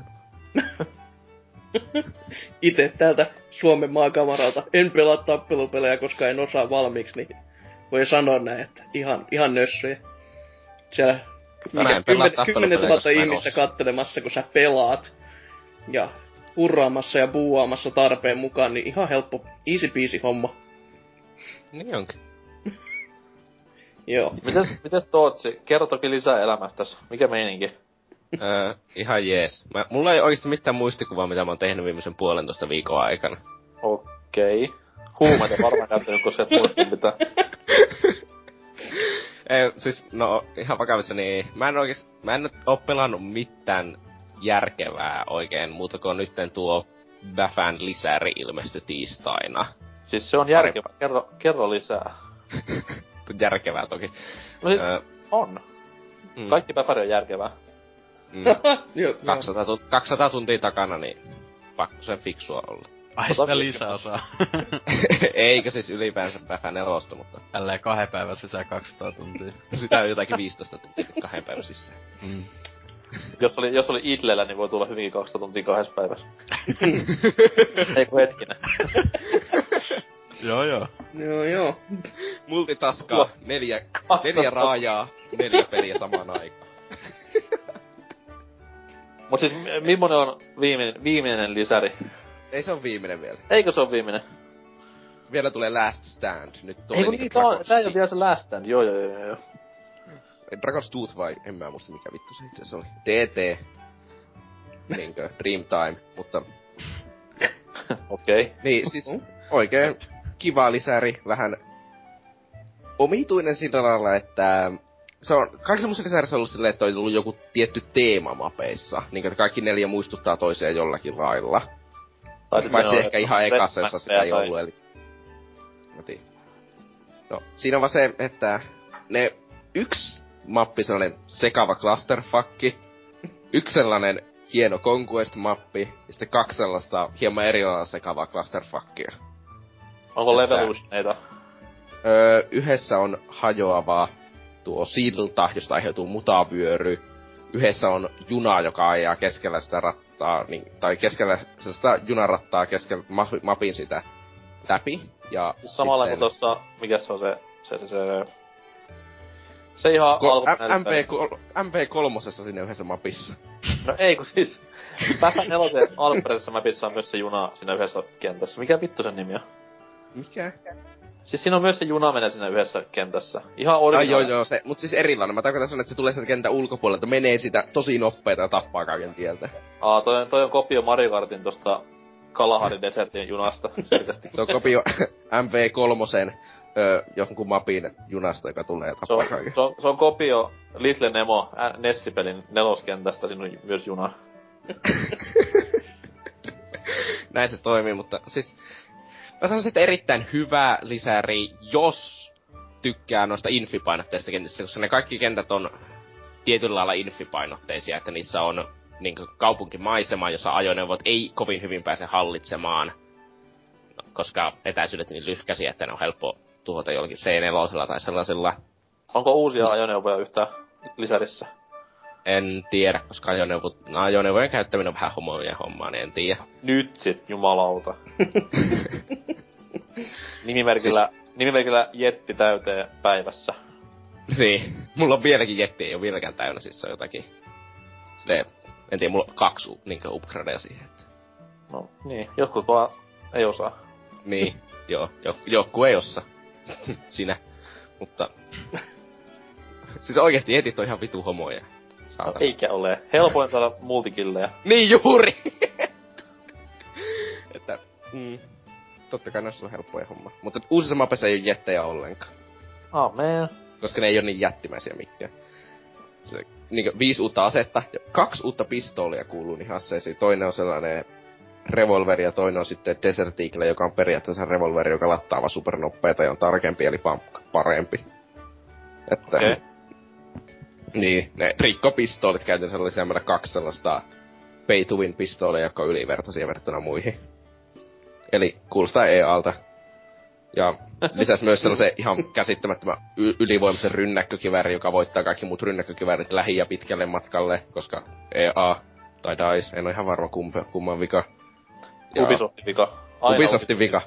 Itse täältä Suomen maakamaralta en pelaa tappelupelejä, koska en osaa valmiiksi, niin voi sanoa näin, että ihan, ihan nössöjä. Siellä kymmenen tuhatta ihmistä kattelemassa, kun sä pelaat. Ja hurraamassa ja buuaamassa tarpeen mukaan, niin ihan helppo, easy peasy homma. Niin onkin. Joo. Mites, mites Tootsi? Kerro toki lisää elämästäsi. Mikä meininki? öö, ihan jees. Mä, mulla ei oikeesti mitään muistikuvaa, mitä mä oon tehnyt viimeisen puolentoista viikon aikana. Okei. Okay. Huumeita varmaan käyttänyt, koska et muista mitään. Ei, siis, no, ihan vakavissa, niin mä en oikeesti, mä en oo pelannut mitään järkevää oikein, muuta kuin nytten tuo Bafan lisäri ilmestyi tiistaina. Siis se on järkevä. Kerro, kerro lisää. Järkevää toki. No siis, öö, on. Mm. Kaikki Bafari on järkevää. Mm. kaksisataa, tu- kaksisataa tuntia takana, niin pakko sen fiksua olla. Ai sitä lisäosaa. Eikä siis ylipäänsä Bafan nelosta, mutta... Tälleen kahden päivän sisään kaksisataa tuntia. Sitä on jotakin viisitoista tuntia kahden päivän sisään. Mm. Jos oli, jos oli Idlellä, niin voi tulla hyvinkin kaksisataa tuntia kahdessa päivässä. Ei kun hetkinen. Joo joo. Joo joo. Multitaskaa, neljä, neljä raajaa, neljä peliä samaan aikaan. Mut siis millainen on viimeinen, viimeinen lisäri? Ei se on viimeinen vielä. Eikö se on viimeinen? Vielä tulee Last Stand. Nyt Ei kun niinku niitä on, tää ei oo vielä se Last Stand. Joo joo joo joo. Dragon's Tooth vai en mä muista mikä vittu se itse asiassa oli. D T. Niinkö, Dreamtime, mutta... Okei. Okay. Niin, siis oikein kiva lisäri, vähän omituinen sillä lailla, että se on, kaikissa muissa lisärissä on ollut silleen, että on ollut joku tietty teema mapeissa, niin että kaikki neljä muistuttaa toisiaan jollakin lailla. Paitsi ehkä ihan ekassa, jossa sitä ei ollut, eli... No, siinä on vaan se, että ne yksi mappi sellainen sekava clusterfuckki, yksi sellainen hieno Conquest-mappi, ja sitten kaksi sellaista hieman eri lailla sekavaa clusterfuckia. Onko leveluusneita? Öö, yhdessä on hajoava tuo silta, josta aiheutuu mutavyöry. Yhdessä on juna, joka ajaa keskellä sitä rattaa, niin, tai keskellä sitä junarattaa keskellä mapin sitä läpi. Ja samalla sitten... kuin tossa, mikä se on se, se, se, se, se ihan Ko- M P kolmosessa sinne yhdessä mapissa. No ei kun siis, Bafan nelosen alkuperäisessä mapissa on myös se juna siinä yhdessä kentässä. Mikä vittu sen nimi on? Mikä? Siis siinä on myös se juna menee siinä yhdessä kentässä. Ihan originaali. Ai joo joo, se, mut siis erilainen. Mä tarkoitan sanoa, että se tulee sieltä kentän ulkopuolelta, menee sitä tosi nopeeta ja tappaa kaiken tieltä. Aa, toi, toi on kopio Mario Kartin tosta Kalahari Desertin junasta, selkeästi. Se on kopio M V kolme öö, jonkun mapin junasta, joka tulee ja tappaa se on, kaiken. Se on, se on kopio Little Nemo ä, Nessipelin neloskentästä, siinä on myös juna. Näin se toimii, mutta siis... Mä sanoisin, että erittäin hyvä lisäri, jos tykkää noista infipainotteista kentistä, koska ne kaikki kentät on tietyllä lailla infipainotteisia, että niissä on niin kaupunkimaisema, jossa ajoneuvot ei kovin hyvin pääse hallitsemaan, koska etäisyydet niin lyhkäisiä, että ne on helppo tuhota jollakin C neljä tai sellaisella. Onko uusia Mis... ajoneuvoja yhtään lisärissä? En tiedä, koska ajoneuvot, no, ajoneuvojen käyttäminen on vähän homojen hommaa, niin en tiedä. Nyt sit, jumalauta. Nimimerkillä, siis... nimimerkillä jetti täyteen päivässä. Niin, mulla on vieläkin jetti, ei oo vieläkään täynnä, siis se on jotakin... Silleen, en tiedä, mulla on kaksi niinkö upgradeja siihen, että... No niin, jotkut vaan ei osaa. Niin, joo, jo, joku ei osaa. Sinä, mutta... Siis oikeesti jetit on ihan vitu homoja. No, eikä ole. Helpoin saada multikillejä. Niin juuri! Että, mm, totta kai näissä on helppoja homma. Mutta uusissa mapissa ei oo jettejä ollenkaan. Amen. Koska ne ei oo niin jättimäisiä mikään. Se niinku viisi uutta asetta, ja kaksi uutta pistoolia kuuluu niihin aseisiin. Toinen on sellainen revolveri ja toinen on sitten Desert Eagle, joka on periaatteessa revolveri, joka lattaa vaan supernopeeta ja on tarkempi, eli pam- parempi. Että... Okay. Niin, ne rikkopistoolit käytännössä oli semmoinen kaksi sellaista pay to win pistooleja, jotka on ylivertaisia verrattuna muihin. Eli kuulostaa E A:lta. Ja lisäsi myös sellaisen ihan käsittämättömän y- ylivoimaisen rynnäkkökivääri, joka voittaa kaikki muut rynnäkkökiväärit lähi- ja pitkälle matkalle, koska E A tai DICE, en ole ihan varma kumpa, kumman vika. Ja... Ubisoftin vika. Aina Ubisoftin vika.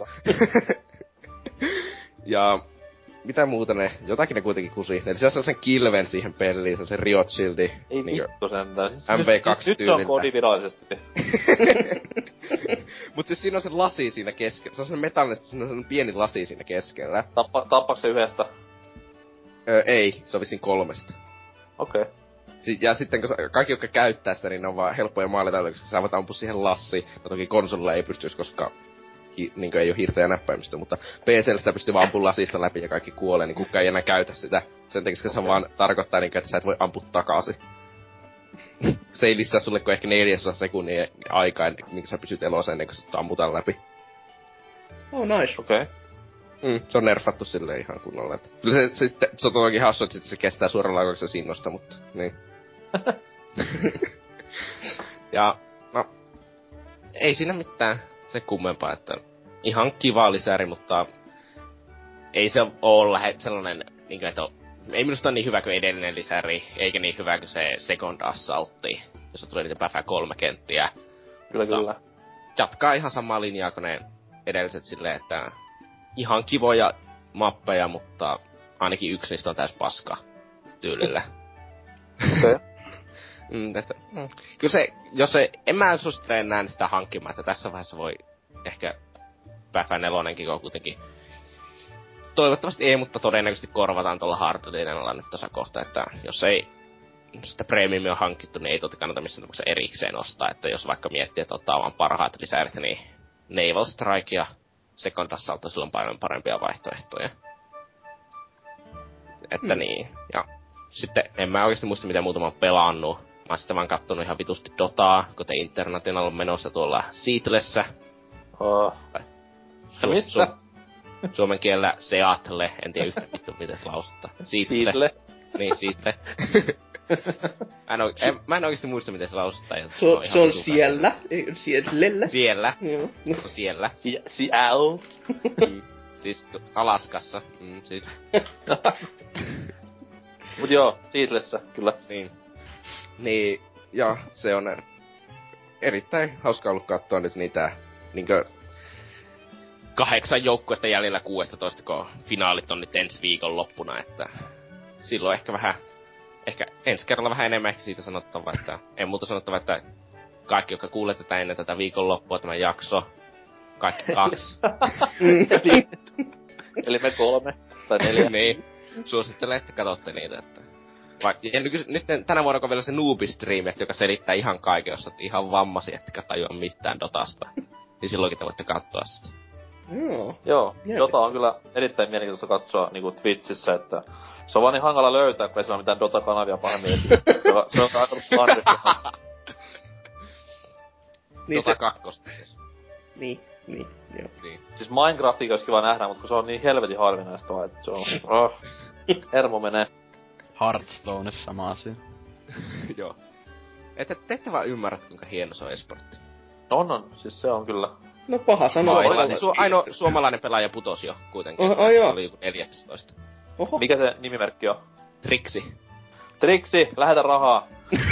Ja mitä muuta ne, jotakin ne kuitenkin kusi. Ne lisäsi sen kilven siihen peliin, sen Riot Shieldi. Ei niin vittu sentään. M V kaksi nyt, nyt se on kodi virallisesti. Mut siis siinä on se lasi siinä keskellä. Se on semmonen metallista, siinä on semmonen pieni lasi siinä keskellä. Tappa, tappaks se yhdestä? Öö, ei, se on vissiin kolmesta. Okei. Okay. Si- ja sitten kun sa- kaikki, jotka käyttää sitä, niin ne on vaan helppoja maalita, koska sä voit ampua siihen lassiin. No toki konsolilla ei pystyis, koska hi- niin ei oo hiirtä ja näppäimistä, mutta P C:llä sitä pystyy vaan ampumaan lasista läpi ja kaikki kuolee, niin kukaan ei enää käytä sitä. Sen takia, koska okay. Se vaan tarkoittaa, niin, että sä et voi ampua takaisin. Se ei lisää sulle kuin ehkä neljäsosa sekunnin aikaa, minkä sä pysyt elossa ennen kuin sä ammutaan läpi. Oh, nice. Okei. Okay. Mm, se on nerfattu silleen ihan kunnolla. Että... Kyllä se, se, se, se on toki hassu, että se kestää suoraan laukauksen innosta, mutta niin. Ja, no, ei siinä mitään se kummempaa, että ihan kiva lisäri, mutta ei se oo lähet sellainen, niin kuin, että on, ei minusta ole niin hyvä kuin edellinen lisäri, eikä niin hyvä kuin se Second Assaultti, jossa tulee niitä Päfä kolme kenttiä. Kyllä, mutta kyllä. Jatkaa ihan samaa linjaa kuin ne edelliset silleen, että ihan kivoja mappeja, mutta ainakin yksi niistä on täys paska tyylillä. Okei. Okay. mm, että, mm. Kyllä se, jos se, en mä suosittele enää sitä hankkimaan, että tässä vaiheessa voi ehkä Päfä nelonenkin on kuitenkin toivottavasti ei, mutta todennäköisesti korvataan tuolla hardlinella nyt tässä kohtaa, että jos ei sitä premiumia on hankittu, niin ei totta kannata missään tapauksessa erikseen ostaa, että jos vaikka miettii, että ottaa vaan parhaat lisärit, niin Naval Strike ja Second Assault on silloin paljon parempia vaihtoehtoja. Että hmm. niin, ja sitten en mä oikeesti muista mitä muuta mä oon pelannut. Mä oon sitten vaan kattonut ihan vitusti Dotaa, kun te International on menossa tuolla Seatlessä. Oh. Su- missä? Su- suomen kielellä Seattle, en tiedä yhtä vittu miten se lausuttaa. Seatle. Seatle. Niin, Seatle. mä, en o- en, mä en oikeesti muista miten se lausuttaa. Se on, se on siellä, Seattlellä. Siellä. Joo. Se on siellä. Seattle. Mm. Siis t- Alaskassa. Mm, siis. Mut joo, Seatlessä, kyllä. Niin. Niin, ja se on erittäin hauska ollut katsoa nyt niitä niinkö kahdeksan joukkuetta jäljellä kuusitoista, kun finaalit on nyt ensi viikon loppuna, että silloin ehkä vähän, ehkä ensi kerralla vähän enemmän ehkä siitä sanottavaa, että en muuta sanottavaa, että kaikki, jotka kuulee tätä ennen tätä viikon loppua, tämä jakso, kaikki kaksi. eli, eli me kolme, tai neljä. Niin, suosittelen, että katsotte niitä, että Vai, ja nyky, nyt tänä vuonna on vielä se Noobi-stream, joka selittää ihan kaiken, jos olet ihan vammasi, etkä tajua mitään Dotasta. Niin silloinkin te voitte katsoa sitä. Joo. Joo, Dota on kyllä erittäin mielenkiintoista katsoa niinku Twitchissä, että se on vaan niin hankala löytää, kun ei sillä ole mitään Dota-kanavia pahemmin. Se on aika larvista. Niin Dota se... kakkosta siis. Niin, niin, joo. Niin. Siis Minecraftikin olisi kiva nähdä, mutta kun se on niin helvetin harvinaista vaan, että se on... Oh, hermo menee. Hearthstoneissa sama asia. Joo. Että te ette vaan ymmärrät, kuinka hieno se on esportti. On, on. Siis se on kyllä. No paha sanoa. Ainoa, su- ainoa suomalainen pelaaja putosi jo kuitenkin. Oh, oh, joo. Se oli joku neljätoista. Oho. Mikä se nimimerkki on? Triksi. Triksi, lähetä rahaa.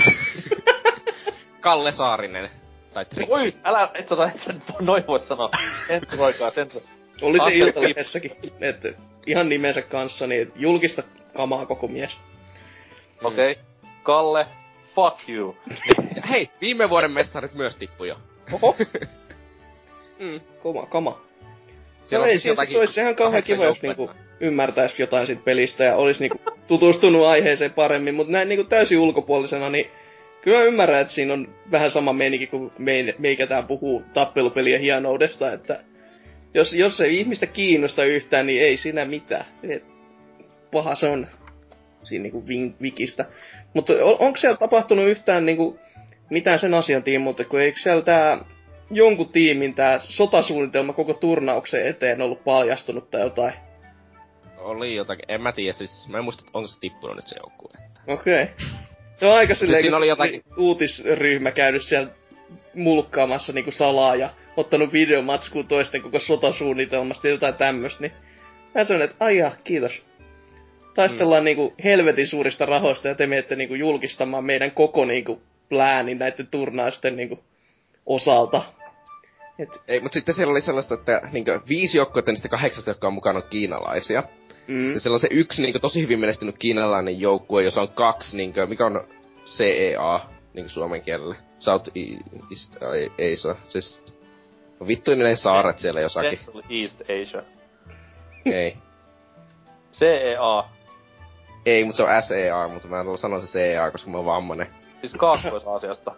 Kalle Saarinen. Tai Triksi. Oi, älä, et sä, et sä noin voi sanoa. Sensuroikaa, sensuro. Oli se Iltalehdessäkin, että ihan nimensä kanssa, niin julkista kamaa koko mies. Okei. Okay. Kalle, fuck you. Hei, viime vuoden mestarit myös tippu jo. Oho. mm, koma, kama. Se no ei, siis, siis olisi ihan kauhean kiva, jos niinku ymmärtäis jotain siitä pelistä ja olisi niinku tutustunut aiheeseen paremmin, mutta näin niinku täysin ulkopuolisena, niin kyllä mä ymmärrän, että siinä on vähän sama meininki, kun me, meikä tää puhuu tappelupelien hienoudesta, että jos, jos ei ihmistä kiinnosta yhtään, niin ei siinä mitään. Et, paha se on. siinä niinku vin, vikistä. Mutta on, onko siellä tapahtunut yhtään niinku mitään sen asian tiimoilta, kun eikö siellä tää jonkun tiimin tää sotasuunnitelma koko turnauksen eteen ollut paljastunut tai jotain? Oli jotakin, en mä tiedä, siis mä en muista, onko se tippunut nyt se joukkue. Okei. Okay. Se on aika silleen, siis oli jotakin uutisryhmä käynyt siellä mulkkaamassa niinku salaa ja ottanut videomatskuun toisten koko sotasuunnitelmasta ja jotain tämmöstä, niin mä sanon, että aijaa, kiitos. Taistellaan mm. niinku helvetin suurista rahoista ja te menette niinku julkistamaan meidän koko niinku pläänin näiden turnausten niinku osalta. Et... Ei, mut sitten siellä oli sellaista, että niinku viisi joukkuetta niistä kahdeksasta, jotka on mukana on kiinalaisia. Mm. Sitten siellä on se yksi niinku tosi hyvin menestynyt kiinalainen joukkue, jossa on kaksi niinku, mikä on C E A niinku suomen kielellä. South East, ei, ei saa, siis vittu ne saaret siellä jossakin. Central East Asia. Ei. C E A. Ei, mutta se on S E A, mutta mä en sano se C E A, koska mä oon vammanen. Siis Kaakkois-Aasiasta.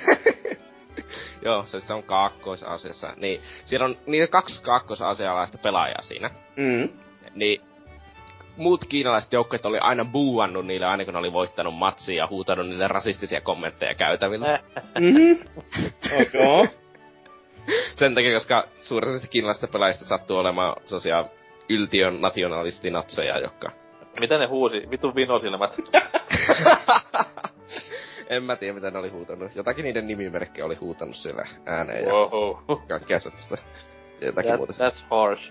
Joo, se, se on Kaakkois-Aasiassa. Niin, siellä on niitä kaksi kaakkois-aasialaista pelaajaa siinä. Mm. Niin, muut kiinalaiset joukkueet oli aina buuannut niille aina kun ne oli voittanut matsia ja huutanut niille rasistisia kommentteja käytävillä. Mhm. Okei. Sen takia, koska suurin osa kiinalaisista pelaajista sattuu olemaan sellaisia yltiön nationalistinatseja, jotka... Mitä ne huusi? Vitun vinosilmät. En mä tiedä, mitä ne oli huutanut. Jotakin niiden nimimerkkejä oli huutanut siellä ääneen ja... Wow. Kaikkea sellaista. Jotakin That, muuta. That's harsh.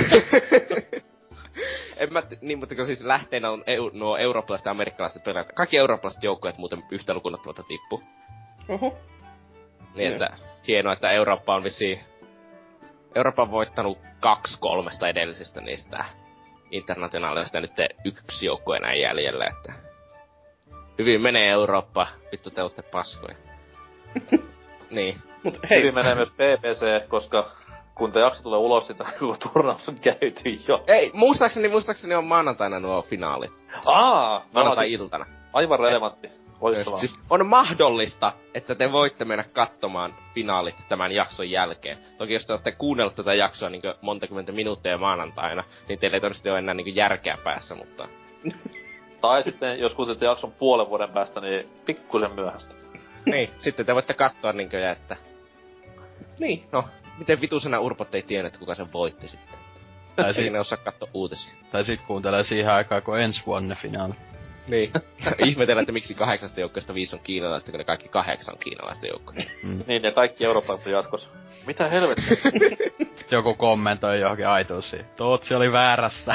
En mä, t- niin, mutta kun siis lähteenä on eu, nuo eurooppalaiset ja amerikkalaiset pelaajat. Kaikki eurooppalaiset joukkueet muuten yhtä lukunottamatta tippu. Oho. Niin, että hienoa, että Eurooppa on vissiin... Eurooppa on voittanut kaksi kolmesta edellisestä niistä internationaalisista ja nyt yksi joukkue enää jäljellä, että... Hyvin menee Eurooppa, vittu te ootte paskoja. Niin. Mut hei. Hyvin menee myös P P C, koska kun te jakso tulee ulos, sitä koko turnaus on käyty jo. Ei, muistaakseni, muistaakseni on maanantaina nuo finaalit. Aa! Maanantai-iltana. Aivan relevantti. Loistavaa. Siis on mahdollista, että te voitte mennä katsomaan finaalit tämän jakson jälkeen. Toki jos te olette kuunnellut tätä jaksoa niin montakymmentä minuuttia maanantaina, niin teillä ei todennäköisesti ole enää niin järkeä päässä, mutta... Tai sitten, jos kuuntelette jakson puolen vuoden päästä, niin pikkusen myöhäistä. Niin, sitten te voitte katsoa niinkö, että... Niin. No, miten vitusena urpot ei tiennyt, kuka sen voitti sitten. Tai sit... ne osaa katsoa uutisia. Tai sit kuuntelee siihen aikaan, kun ensi vuonna finaali. Niin. Ihmetellä, että miksi kahdeksasta joukkoista viisi on kiinalaista, kun ne kaikki kahdeksan on kiinalaista joukkoja. Mm. Niin, ja kaikki Euroopan jatkossa. Mitä helvettiä? Joku kommentoi johonkin aituusiin. Tootsi oli väärässä.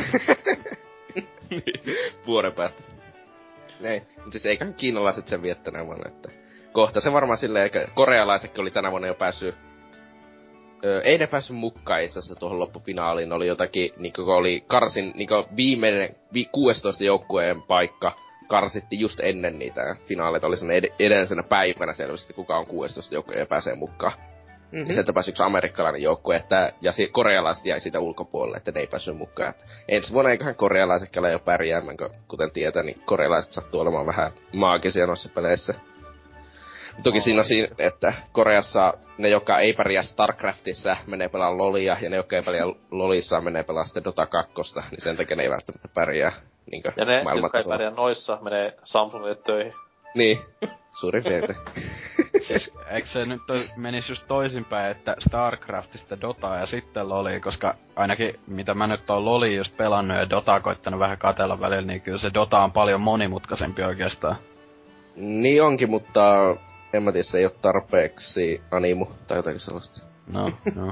Vuoden päästä. Ei, mutta siis eiköhän kiinalaiset sen vie tänä vuonna, että... Kohta se varmaan silleen, eikä korealaisetkin oli tänä vuonna jo päässyt... Öö, ei ne päässyt mukaan itse asiassa tuohon loppufinaaliin, oli jotakin, niinku kun oli karsin, niinku viimeinen, vi, kuusitoista joukkueen paikka, karsitti just ennen niitä finaaleita, oli sellainen ed- edellisenä päivänä selvästi, kuka on kuusitoista joukkueen ja pääsee mukaan. Mm-hmm. Ja sieltä pääsi yksi amerikkalainen joukkue, että, ja si- korealaiset jäi siitä ulkopuolelle, että ne ei päässyt mukaan. Että ensi vuonna eiköhän korealaisetkin ole jo pärjäämään, kuten tietää, niin korealaiset sattuu olemaan vähän maagisia noissa peleissä. Toki oh, siinä on siinä, että Koreassa ne, jotka ei pärjää StarCraftissa, menee pelaa LoLia, ja ne, jotka ei pärjää LoLissa, menee pelaa sitten Dota kaksi, niin sen takia ne ei välttämättä pärjää niinkö ja ne, jotka ei pärjää noissa, menee Samsungille töihin. Niin, suurin piirtein. Siis, eikö se nyt menis just toisinpäin, että StarCraftista Dotaa ja sitten LoLi, koska ainakin mitä mä nyt oon LoLi just pelannut ja Dotaa koittanut vähän katella välillä, niin kyllä se Dota on paljon monimutkaisempi oikeastaan. Niin onkin, mutta en mä tiedä, se ei oo tarpeeksi animu tai jotakin sellaista. No, no.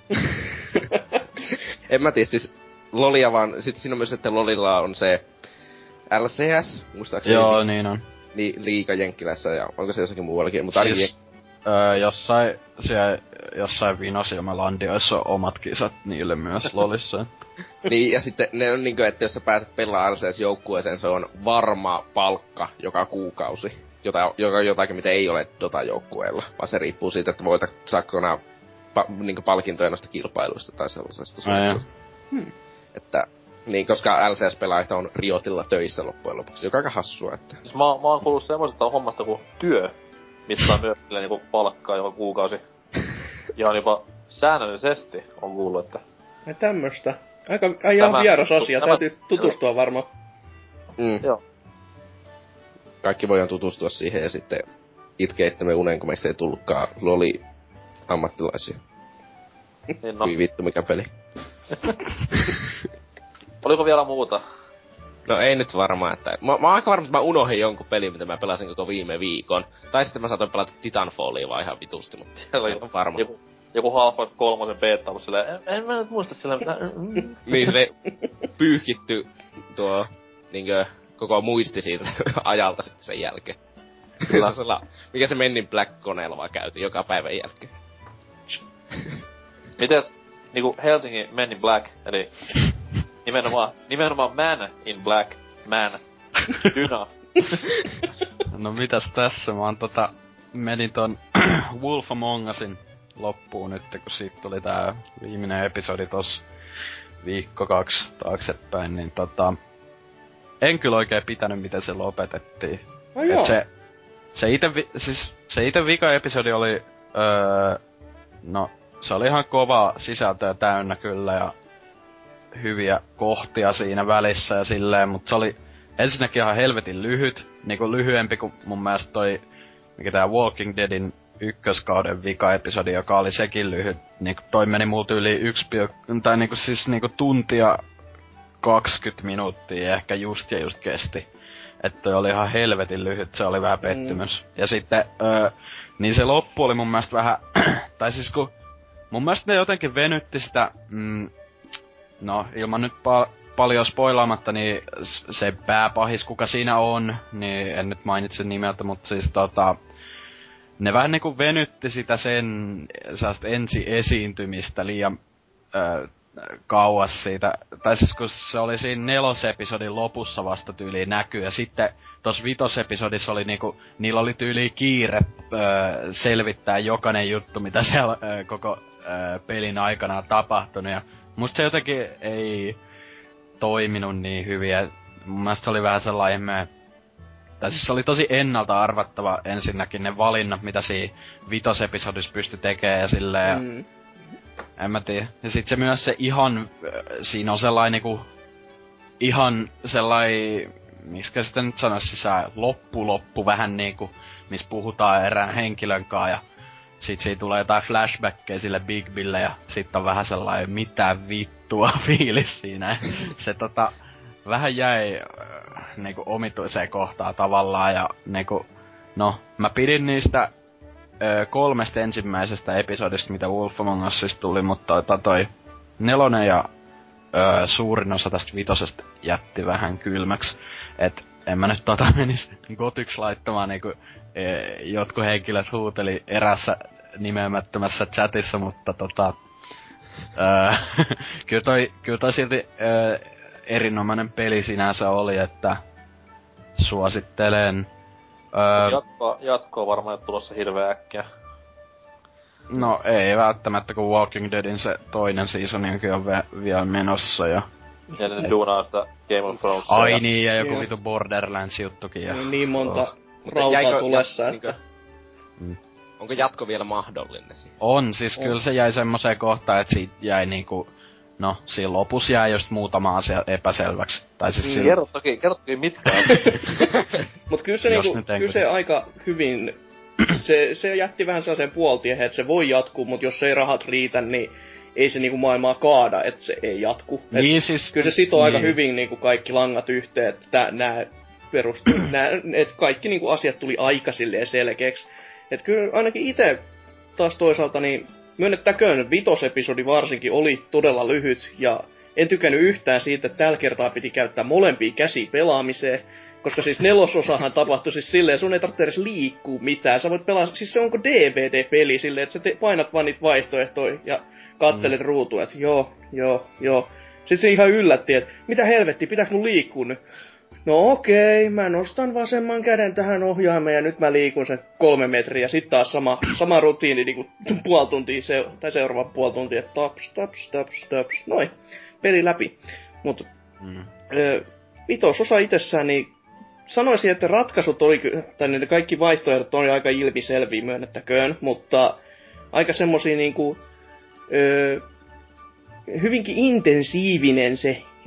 En mä tiedä, siis LoLia vaan, sit siinä on myös, että LoLilla on se L C S, muistaakseni. Joo, niin on. Li- liiga Jenkkilässä ja onko se jossakin muuallakin, mutta siis, ainakin... Öö, jossain, siellä, jossain Vinosilmalandioissa on omat kisat niille myös LoLissa. Niin, ja sitten ne on niinkö, että jos sä pääset pelaamaan L C S-joukkueeseen, se on varma palkka joka kuukausi. Jota, joka jotakin, mitä ei ole Dota-joukkueella, vaan se riippuu siitä, että voitat saako nää pa, niinkö palkintoja noista kilpailuista tai sellaisesta suunnitelmasta. Hmm. Että, niin, koska L C S-pelaajat on Riotilla töissä loppujen lopuksi, joka on aika hassua, että... Siis mä, mä oon kuullut semmoisesta hommasta kuin työ, missä on myös niinku palkkaa joka kuukausi. Ihan jopa säännöllisesti on kuullut, että... Ja tämmöstä. Aika ihan vieras asia, tämä, täytyy tutustua varmaan. Mm. Joo. Kaikki voidaan tutustua siihen ja sitten itkeittämme unen, kun meistä ei tullutkaan loli ammattilaisia. Niin no. Kui vittu, mikä peli. Oliko vielä muuta? No ei nyt varmaan, että... Mä, mä oon aika varma, että mä unohdin jonkun pelin, mitä mä pelasin koko viime viikon. Tai sitten mä saatoin pelata Titanfallia vaan ihan vitusti, mutta Siellä en ole varma. Joku, joku Half-Life kolmosen beta ollut silleen, en, en mä nyt muista sillä mitä... Niin se pyyhkitty tuo niinkö koko muisti siitä ajalta sitten sen jälkeen. Kyllä. Se mikä se Men in Black-koneella vaan käytiin joka päivän jälkeen. Mites niinku Helsingin Men in Black, eli nimenomaan, nimenomaan Man in Black, Man, Dyna. No mitäs tässä, mä oon tota, menin ton Wolf Among Usin loppuun nyt, kun siitä tuli tää viimeinen episodi tossa viikko kaksi taaksepäin, niin tota... En kyllä oikein pitänyt, miten se lopetettiin. No joo. Et se, se ite, vi, siis se ite vika episodi oli, öö, no se oli ihan kova sisältöä täynnä kyllä ja hyviä kohtia siinä välissä ja silleen, mutta se oli ensinnäkin ihan helvetin lyhyt, niinku lyhyempi kuin mun mielestä toi, mikä tää Walking Deadin ykköskauden vika-episodi, joka oli sekin lyhyt. Niinku toi meni multa yli yksi, tai niinku siis niinku tuntia kaksikymmentä minuuttia ehkä just ja just kesti. Että toi oli ihan helvetin lyhyt, se oli vähän pettymys. Mm. Ja sitten, öö, niin se loppu oli mun mielestä vähän, tai siis kun, mun mielestä ne jotenkin venytti sitä, mm, no ilman nyt pa- paljon spoilaamatta, niin se pääpahis kuka siinä on, niin en nyt mainitse nimeltä, mutta siis tota, ne vähän niinku venytti sitä sen, sellaista ensi-esiintymistä liian, öö, kauas siitä, tai siis kun se oli siinä nelosepisodin lopussa vasta tyyliin näkyy, ja sitten tossa vitosepisodissa oli niinku, niillä oli tyyliin kiire öö, selvittää jokainen juttu, mitä siellä öö, koko öö, pelin aikana on tapahtunut, ja musta se jotenkin ei toiminut niin hyvin, ja mun mielestä se oli vähän sellainen me, tai siis se oli tosi ennalta arvattava ensinnäkin ne valinnat, mitä siinä vitosepisodissa pystyi tekemään ja silleen, ja mm. En mä tiedä. Ja sit se myös se ihan, siinä on sellainen niinku, ihan sellainen, miskä sitä nyt sanois sisään, loppu loppu vähän niinku, missä puhutaan erään henkilön kanssa ja sit siitä tulee jotain flashbackkejä sille Big Bille ja sit on vähän sellainen mitä vittua fiilis siinä. Se tota, vähän jäi niinku omituiseen kohtaan tavallaan ja niinku, no, mä pidin niistä kolmesta ensimmäisestä episodista, mitä Wolf Among Usista tuli, mutta toi, toi nelonen ja ö, suurin osa tästä vitosesta jätti vähän kylmäksi. Et en mä nyt tota menis gotyks laittamaan niinku e, jotkut henkilöt huuteli erässä nimeämättömässä chatissa, mutta tota... Ö, kyllä toi, kyllä toi silti ö, erinomainen peli sinänsä oli, että suosittelen. Öö, jatkoa, jatkoa varmaan ei tulossa hirveä äkkiä. No ei välttämättä, kun Walking Deadin se toinen seasoniakin on ve- vielä menossa ja... Ja ne et... duunaa sitä Game of Thrones. Ai ja... niin, ja joku yeah. vitu Borderlands-juttukin ja... Niin, niin monta oh. rautaa tulessa, jat, että... Niin onko jatko vielä mahdollinen siinä? On, siis on. Kyllä se jäi semmoseen kohtaan, että siitä jäi niinku... No, siinä lopussa jäi just muutama asia epäselväksi. Tai siis mm. siinä... Kerro toki, kerro toki mitkä Mut kyllä se, niinku, kyllä se aika hyvin... Se, se jätti vähän sellaisen puoltiehen, että se voi jatkuu, mut jos ei rahat riitä, niin ei se niinku maailmaa kaada, että se ei jatku. Niin et siis... Kyllä se sitoo niin. aika hyvin niinku kaikki langat yhteen, että nää perustuu, nää, et kaikki niinku asiat tuli aika silleen selkeäksi. Et kyllä ainakin ite taas toisaalta niin... Myönnettäköön, vitosepisodi varsinkin oli todella lyhyt, ja en tykännyt yhtään siitä, että tällä kertaa piti käyttää molempia käsiä pelaamiseen, koska siis nelososahan tapahtui siis silleen, sun ei tarvitse edes liikkua mitään, sä voit pelaa, siis se onko D V D-peli silleen, että sä te, painat vaan niitä vaihtoehtoja ja kattelet mm. ruutua, että joo, joo, joo. Sitten se ihan yllätti, että mitä helvetti, pitääkö mun liikkua nyt? No okei, okay, mä nostan vasemman käden tähän ohjaimeen ja nyt mä liikun sen kolme metriä. Sitten taas sama, sama rutiini niinku puoli tuntia, se, tai seuraava puoli tuntia, että taps, taps, taps, taps, noin, peli läpi. Mut mm. ö, vitososa itsessään, niin sanoisin, että ratkaisut oli, tai ne kaikki vaihtoehdot oli aika ilmiselviä, myönnettäköön, mutta aika semmosia niinku, ö, hyvinkin intensiivinen se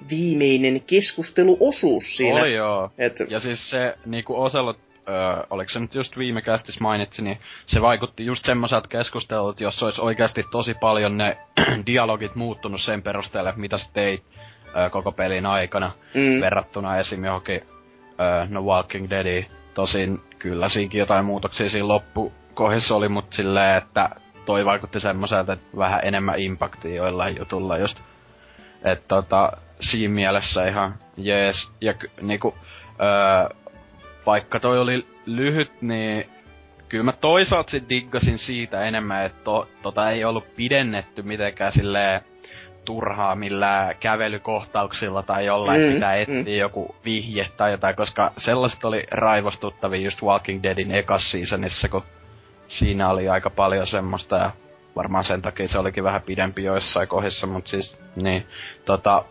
viimeinen keskusteluosuus siinä. Oli joo. Et... Ja siis se niinku Oselot, öö, oliko se nyt just viime kästis mainitsi, niin se vaikutti just semmoiselta keskustelut, jos olisi oikeasti tosi paljon ne dialogit muuttunut sen perusteella, mitä sä teit öö, koko pelin aikana, mm. verrattuna esim. Johonkin öö, No Walking Deadiin. Tosin kyllä siinkin jotain muutoksia siinä loppukohdissa oli, mut silleen, että toi vaikutti semmoiselta, että vähän enemmän impaktia joillain jutulla just. Et tota, siinä mielessä ihan jees. Ja k- niinku, öö, vaikka toi oli lyhyt, niin kyllä mä toisaalta sit diggasin siitä enemmän, että to, tota ei ollut pidennetty mitenkään silleen turhaa millään kävelykohtauksilla tai jollain mm, pitää etsiä mm. joku vihje tai jotain, koska sellaiset oli raivostuttavia just Walking Deadin ekas seasonissa, kun siinä oli aika paljon semmoista ja varmaan sen takia se olikin vähän pidempi joissain kohdissa, mut siis niin, tota,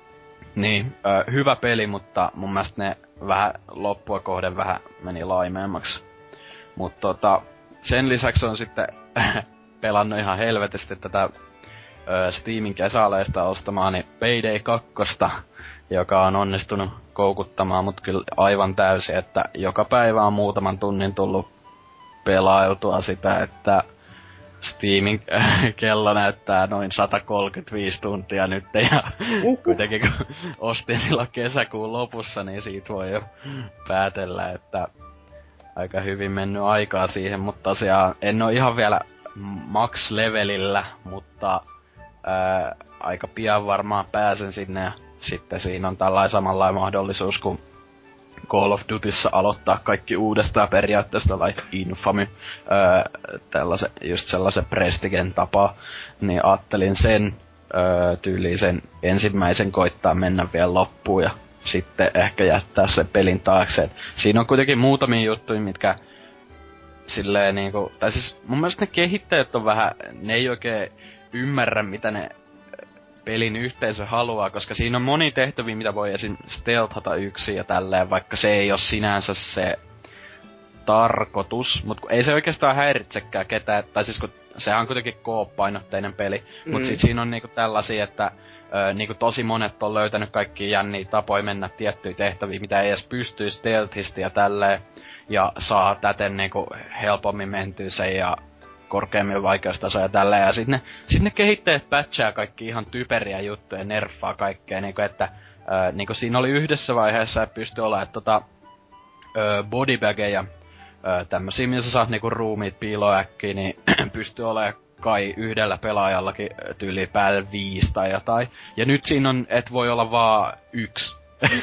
niin, ö, hyvä peli, mutta mun mielestä ne vähän loppua kohden vähän meni laimeemmaksi. Mut tota, sen lisäksi on sitten pelannut ihan helvetisti tätä ö, Steamin kesäaleista ostamaani Payday kaksi, joka on onnistunut koukuttamaan mut kyllä aivan täysin, että joka päivä on muutaman tunnin tullut pelailtua sitä, että Steamin kello näyttää noin sata kolmekymmentäviisi tuntia nyt, ja uh-huh. kuitenkin kun ostin silloin kesäkuun lopussa, niin siitä voi jo päätellä, että aika hyvin mennyt aikaa siihen, mutta tosiaan en oo ihan vielä max-levelillä, mutta ää, aika pian varmaan pääsen sinne, ja sitten siinä on tällainen samanlainen mahdollisuus kuin Call of Dutyssa aloittaa kaikki uudestaan periaatteessa, like Infamy, öö, tällaisen, just sellaisen Prestigen tapaa, niin ajattelin sen öö, tyyliin sen ensimmäisen koittaa mennä vielä loppuun ja sitten ehkä jättää sen pelin taakse. Et siinä on kuitenkin muutamia juttuja, mitkä silleen niinku, tai siis mun mielestä ne kehittäjät on vähän, ne ei oikein ymmärrä mitä ne pelin yhteisö haluaa, koska siinä on moni tehtäviä, mitä voi esim. Stealthata yksin ja tälleen, vaikka se ei oo sinänsä se tarkoitus, mut ei se oikeastaan häiritsekään ketään, tai siis kun sehän on kuitenkin koop-painotteinen peli, mm. mut sit siinä on niinku tällaisia, että ö, niinku tosi monet on löytänyt kaikkia jänniä tapoja mennä tiettyjä tehtäviä, mitä ei edes pystyy stealthisti ja tälleen, ja saa täten niinku helpommin mentyä sen ja korkeammin vaikeustasoja ja tälleen, ja sit ne, sit ne kehittäjät patchaa kaikki ihan typeriä juttuja, nerfaa kaikkea, niinku että ää, niinku siinä oli yhdessä vaiheessa, että pystyi olemaan tota ää, bodybageja, ää, tämmösiä, missä saat niinku ruumiit piiloäkkiä, niin pystyy olemaan kai yhdellä pelaajallakin tyyliin päälle viisi tai jotain, ja nyt siinä on, et voi olla vaan yksi.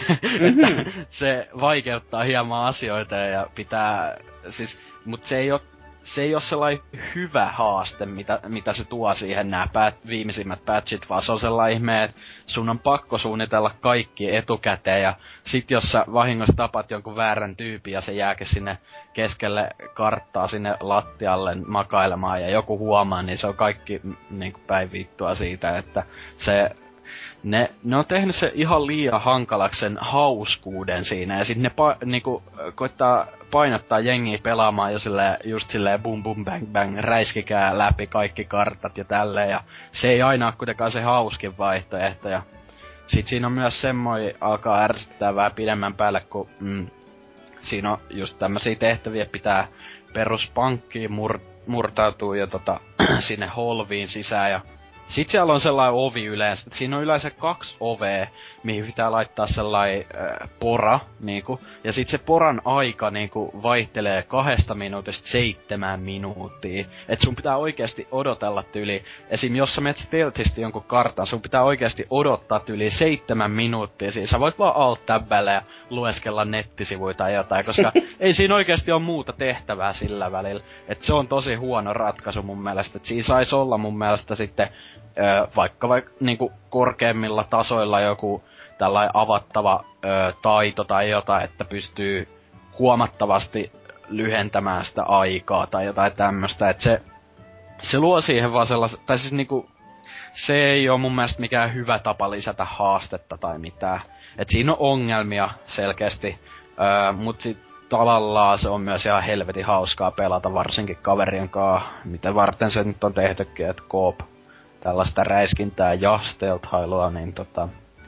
Että se vaikeuttaa hieman asioita ja pitää, siis, mut se ei oo Se ei oo sellainen hyvä haaste, mitä, mitä se tuo siihen nää päät, viimeisimmät patchit, vaan se on sellainen ihme, että sun on pakko suunnitella kaikki etukäteen, ja sit jos sä vahingossa tapat jonkun väärän tyypin ja se jääkin sinne keskelle karttaa sinne lattialle makailemaan ja joku huomaa, niin se on kaikki niinku päin vittua siitä, että se Ne, ne on tehnyt se ihan liian hankalaksi sen hauskuuden siinä, ja sit ne pa, niinku, koittaa painottaa jengiä pelaamaan jo silleen, just silleen bum bum bang bang, räiskikää läpi kaikki kartat ja tälleen, ja se ei aina oo kuitenkaan se hauskin vaihtoehto, ja sit siinä on myös semmoinen, alkaa ärsyttää vähän pidemmän päälle, kun mm, siinä on just tämmösiä tehtäviä, pitää peruspankkiin mur, murtautua ja tota, sinne holviin sisään, ja sit siellä on sellainen ovi yleensä, siinä on yleensä kaksi ovea, mihin pitää laittaa sellainen äh, pora, niinku, ja sit se poran aika niinku vaihtelee kahdesta minuutista seitsemään minuuttia. Et sun pitää oikeesti odotella tyyli, esim. Jos sä menet stealthisti jonkun kartan, sun pitää oikeesti odottaa tyyli seitsemän minuuttia, siis sä voit vaan alt-täbällä ja lueskella nettisivuja tai jotain, koska ei siinä oikeesti oo muuta tehtävää sillä välillä. Et se on tosi huono ratkaisu mun mielestä, et siinä sais olla mun mielestä sitten Öö, vaikka vaikka niinku korkeammilla tasoilla joku tällainen avattava öö, taito tai jotain, että pystyy huomattavasti lyhentämään sitä aikaa tai jotain tämmöstä, että se, se luo siihen vaan sellais, tai siis niinku, se ei oo mun mielestä mikään hyvä tapa lisätä haastetta tai mitään. Et siinä on ongelmia selkeästi, öö, mut sit tavallaan se on myös ihan helvetin hauskaa pelata, varsinkin kaverien kanssa, mitä varten se nyt on tehtykin, että koop tällaista räiskintää ja stealth-hailua, niin tota,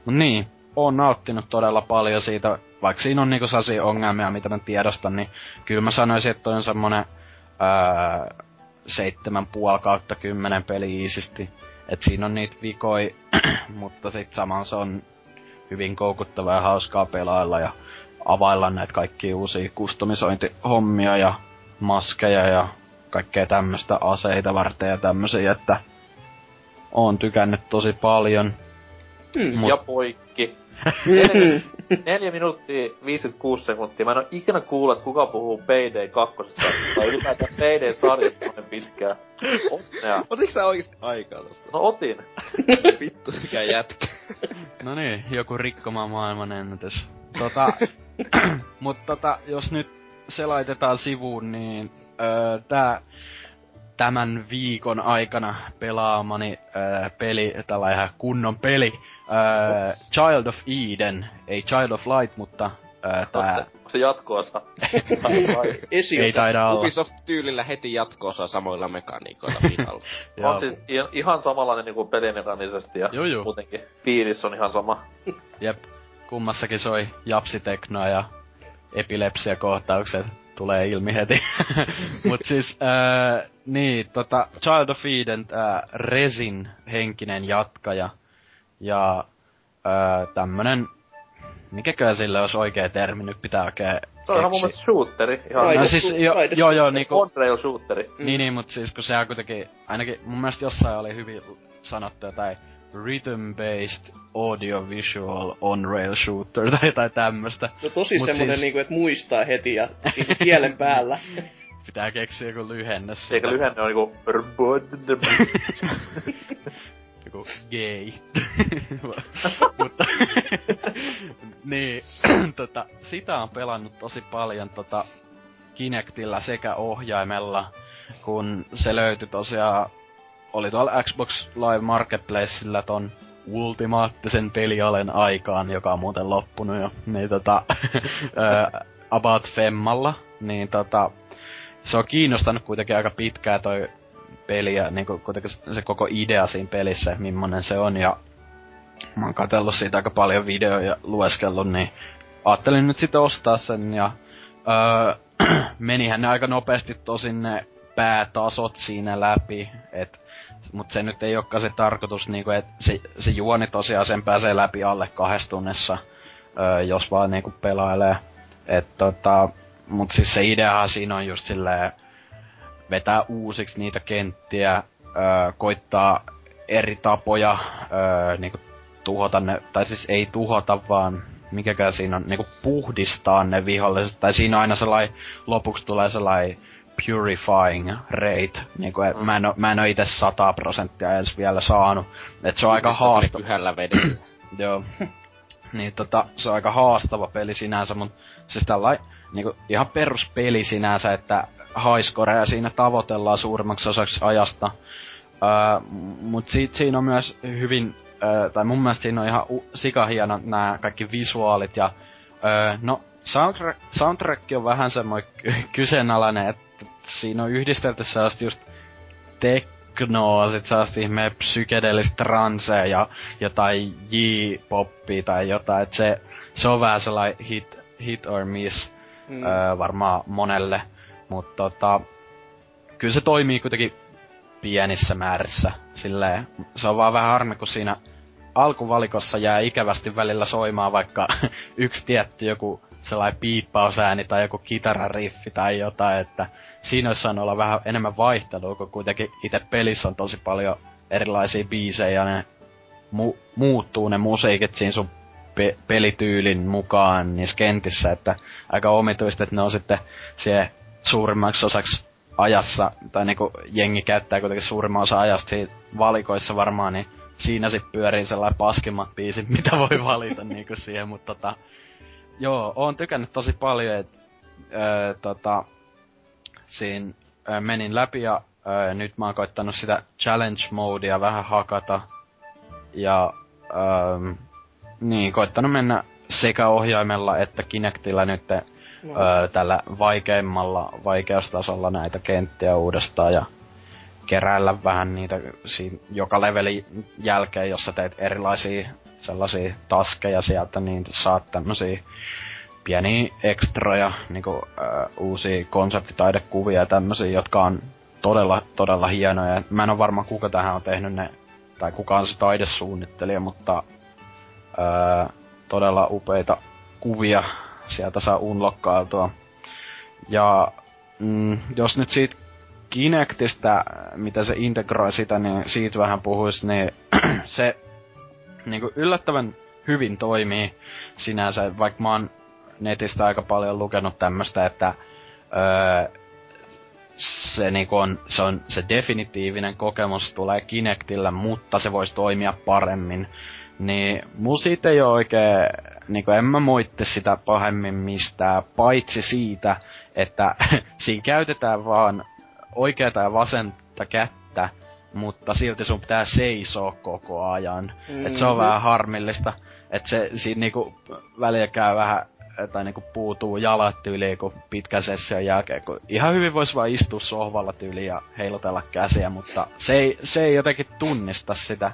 Mut niin, oon nauttinut todella paljon siitä, vaikka siinä on niinku sellaisia ongelmia, mitä mä tiedostan, niin kyllä mä sanoisin, että toi on semmonen öö, seitsemän puoli kautta kymmenen peli iisisti. Et siinä on niitä vikoi, mutta sit samaan se on hyvin koukuttavaa ja hauskaa pelailla ja availla näitä kaikkia uusia kustomisointihommia ja maskeja ja kaikkea tämmöstä aseita varten ja tämmösiä, että oon tykännyt tosi paljon. Mm. Mut... Ja poikki. Neljä, neljä minuuttia viisikymmentäkuusi sekuntia. Mä en oo ikinä kuullut, että kuka puhuu Payday kakkosesta. Tai ylipäätään Payday-sarjasta noin pitkään. Onnea. Otitko sä oikeesti aikaa tosta? No otin. Vittu, mikä jätkä. No niin, joku rikkomaan maailman ennätys. Tota, mut tota, jos nyt se laitetaan sivuun, niin öö, tää tämän viikon aikana pelaamani öö, peli, tällä ihan kunnon peli, öö, Child of Eden, ei Child of Light, mutta öö, tää... Onko se jatko-osa? Ei taida olla. Ubisoft-tyylillä heti jatko-osa samoilla mekaniikoilla pihalla. On siis ihan samanlainen niinku pelimekaanisesti ja Juju. muutenkin fiilis on ihan sama. Jep, kummassakin soi japsiteknoa ja epilepsiakohtaukset tulee ilmi heti. Mut siis, ää, niin, tota, Child of Eden, tää Resin henkinen jatkaja. Ja ää, tämmönen, mikäköhän sille olisi oikea termi, nyt pitää oikein se on ihan mun mielestä shooteri. Ihan no, no siis, jo, joo joo niinku... On-rail shooteri. Mm. Niin niin, mut siis kun se on kuitenkin, ainakin mun mielestä jossain oli hyvin sanottu jotain rhythm-based audiovisual on-rail shooter tai jotain tämmöstä. No tosi mut semmonen siis... niinku, et muistaa heti ja niinku kielen päällä. Pitää keksiä joku lyhenne siitä. Eikä lyhenne on niinku... joku gay. Mutta... niin, tota, sitä on pelannut tosi paljon tota Kinectillä sekä ohjaimella, kun se löytyi tosiaan, oli tuolla Xbox Live Marketplacella ton ultimaattisen pelialen aikaan, joka on muuten loppunut jo, niin tota, About Femmalla, niin tota, se on kiinnostanut kuitenkin aika pitkään toi peli ja niinku kuitenkin se koko idea siinä pelissä, millainen se on, ja mä oon katsellut siitä aika paljon videoja ja lueskellut, niin ajattelin nyt sitten ostaa sen, ja öö, menihän ne aika nopeasti tosin ne päätasot siinä läpi, et, mut se nyt ei olekaan se tarkoitus, niinku, että se, se juoni tosiaan sen pääsee läpi alle kahdessa tunnissa, öö, jos vaan niinku pelailee. Et, tota, mut siis se ideahan siinä on just silleen, vetää uusiksi niitä kenttiä, öö, koittaa eri tapoja öö, niinku tuhota ne, tai siis ei tuhota vaan, mikäkään siinä on, niinku puhdistaa ne viholliset, tai siinä aina sellainen, lopuksi tulee sellainen purifying rate, niinku et mm. mä en oo, mä en oo ite sata prosenttia edes vielä saanut, et se on aika haastava. Pyhällä vedellä. Joo. Niin tota, se on aika haastava peli sinänsä, mut siis tällainen, niinku ihan peruspeli sinänsä, että highscorea siinä tavoitellaan suurimmaksi osaksi ajasta. Öö, mut siitä siinä on myös hyvin, öö, tai mun mielestä siinä on ihan u- sikahieno nää kaikki visuaalit ja öö, no soundtrack, soundtrack on vähän semmoinen kyseenalainen, että siinä on yhdistelty sellaista just teknoa, sit sellaista ihmeen psykedeellistä transea ja jotain J-poppia tai jotain, et se, se on vähän sellainen hit, hit or miss mm. öö, varmaan monelle. Mut tota, kyllä se toimii kuitenkin pienissä määrissä, silleen, se on vaan vähän harmi, kun siinä alkuvalikossa jää ikävästi välillä soimaan vaikka yksi tietty joku sellainen piippausääni tai joku kitarariffi tai jotain, että siinä olisi saanut olla vähän enemmän vaihtelua, kun kuitenkin itse pelissä on tosi paljon erilaisia biisejä ja ne mu- muuttuu ne musiikit siinä sun pe- pelityylin mukaan niissä kentissä, että aika omituista, että ne on sitten siellä suurimmaksi osaksi ajassa, tai niinku jengi käyttää kuitenkin suurimman osa ajasta siinä valikoissa varmaan, niin siinä sit pyörii sellainen paskimmat biisit, mitä voi valita niinku siihen, mutta tota, joo, oon tykännyt tosi paljon, että öö, tota, siinä öö, menin läpi ja öö, nyt mä oon koittanut sitä challenge-modea vähän hakata, ja öö, niin, koittanut mennä sekä ohjaimella että Kinectillä nyt no. öö, tällä vaikeimmalla vaikeustasolla näitä kenttiä uudestaan, ja keräillä vähän niitä siinä joka levelin jälkeen, jossa teet erilaisia sellaisia taskeja sieltä, niin saat tämmösiä pieniä ekstroja, niinku äh, uusia konseptitaidekuvia ja tämmösiä, jotka on todella, todella hienoja. Mä en oo varma kuka tähän on tehnyt ne, tai kuka on se taidesuunnittelija, mutta äh, todella upeita kuvia sieltä saa unlockkailtua. Ja mm, jos nyt siitä Kinectistä, mitä se integroi sitä, niin siitä vähän puhuis, niin se niinku yllättävän hyvin toimii sinänsä, vaikka mä oon netistä aika paljon lukenut tämmöstä, että öö, se niinku on, se on se definitiivinen kokemus tulee Kinectillä, mutta se voisi toimia paremmin. Niin mulla siitä ei oo oikein, niinku en mä moitti sitä pahemmin mistään, paitsi siitä, että siinä käytetään vaan oikeata ja vasenta kättä, mutta silti sun pitää seisoo koko ajan. Mm-hmm. Et se on vähän harmillista, että se siinä niinku välillä käy vähän, tai niinku puutuu jalat tyyliin kun pitkän session jälkeen, kun ihan hyvin vois vaan istua sohvalla tyyliin ja heilutella käsiä, mutta se ei, se ei jotenkin tunnista sitä.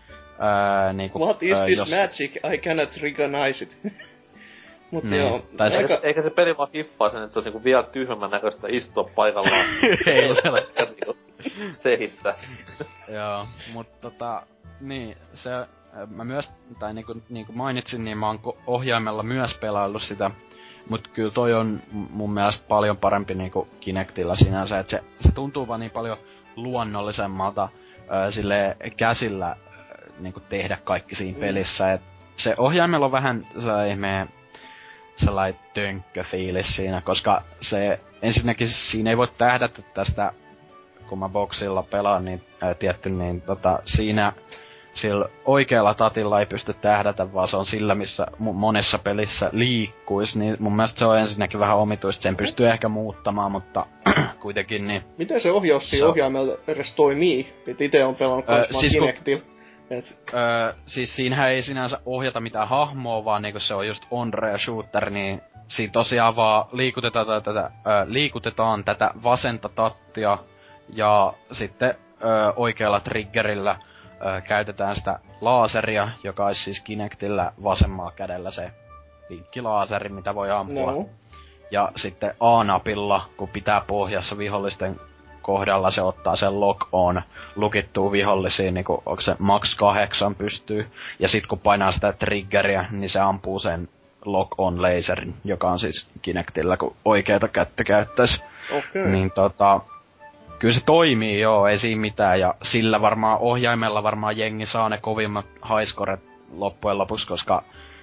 Öö, niinku, What is öö, this jos... magic? I cannot recognize it. Mut niin. joo. Tai se, aika... eikä se peli vaan hiffaa sen, että se on niinku vielä tyhmän näköistä istua paikallaan. Heilutella käsiä sehistä. Joo, mut tota, niin, se, mä myös, tai niinku, niinku mainitsin, niin mä oon ohjaimella myös pelaillut sitä, mut kyllä toi on mun mielestä paljon parempi niinku Kinectillä sinänsä, että se, se tuntuu vaan niin paljon luonnollisemmalta äh, silleen käsillä äh, niinku tehdä kaikki siinä mm. pelissä, et se ohjaimella on vähän sellainen ihmeen sellainen tönkköfiilis siinä, koska se ensinnäkin siinä ei voi tähdätä tästä, kun mä boksilla pelaan, niin ää, tietty, niin tota, siinä sillä oikealla tatilla ei pysty tähdätä, vaan se on sillä, missä monessa pelissä liikkuis, niin mun mielestä se on ensinnäkin vähän omituista, sen pystyy ehkä muuttamaan, mutta kuitenkin niin. Miten se ohjaus siinä ohjaimella edes toimii? Et ite on pelannut kans öö, siis Kinectilla. Et... Öö, siis siinähän ei sinänsä ohjata mitään hahmoa, vaan niinku se on just on-rail shooter, niin siinä tosiaan vaan liikutetaan tätä, öö, liikutetaan tätä vasenta tattia, ja sitten öö, oikealla triggerillä öö, käytetään sitä laaseria, joka olisi siis Kinectillä vasemmalla kädellä se pinkkilaaseri, mitä voi ampua. No. Ja sitten A-napilla, kun pitää pohjassa vihollisten kohdalla, se ottaa sen lock-on lukittuu vihollisiin, niinku onko se max kahdeksan pystyy. Ja sit kun painaa sitä triggeriä, niin se ampuu sen lock-on laserin, joka on siis Kinectillä, kun oikeeta kättä käyttäis. Okay. Niin tota, kyllä se toimii joo, ei siinä mitään. Ja sillä varmaan ohjaimella varmaan jengi saa ne kovimmat highscoret loppujen lopuksi, koska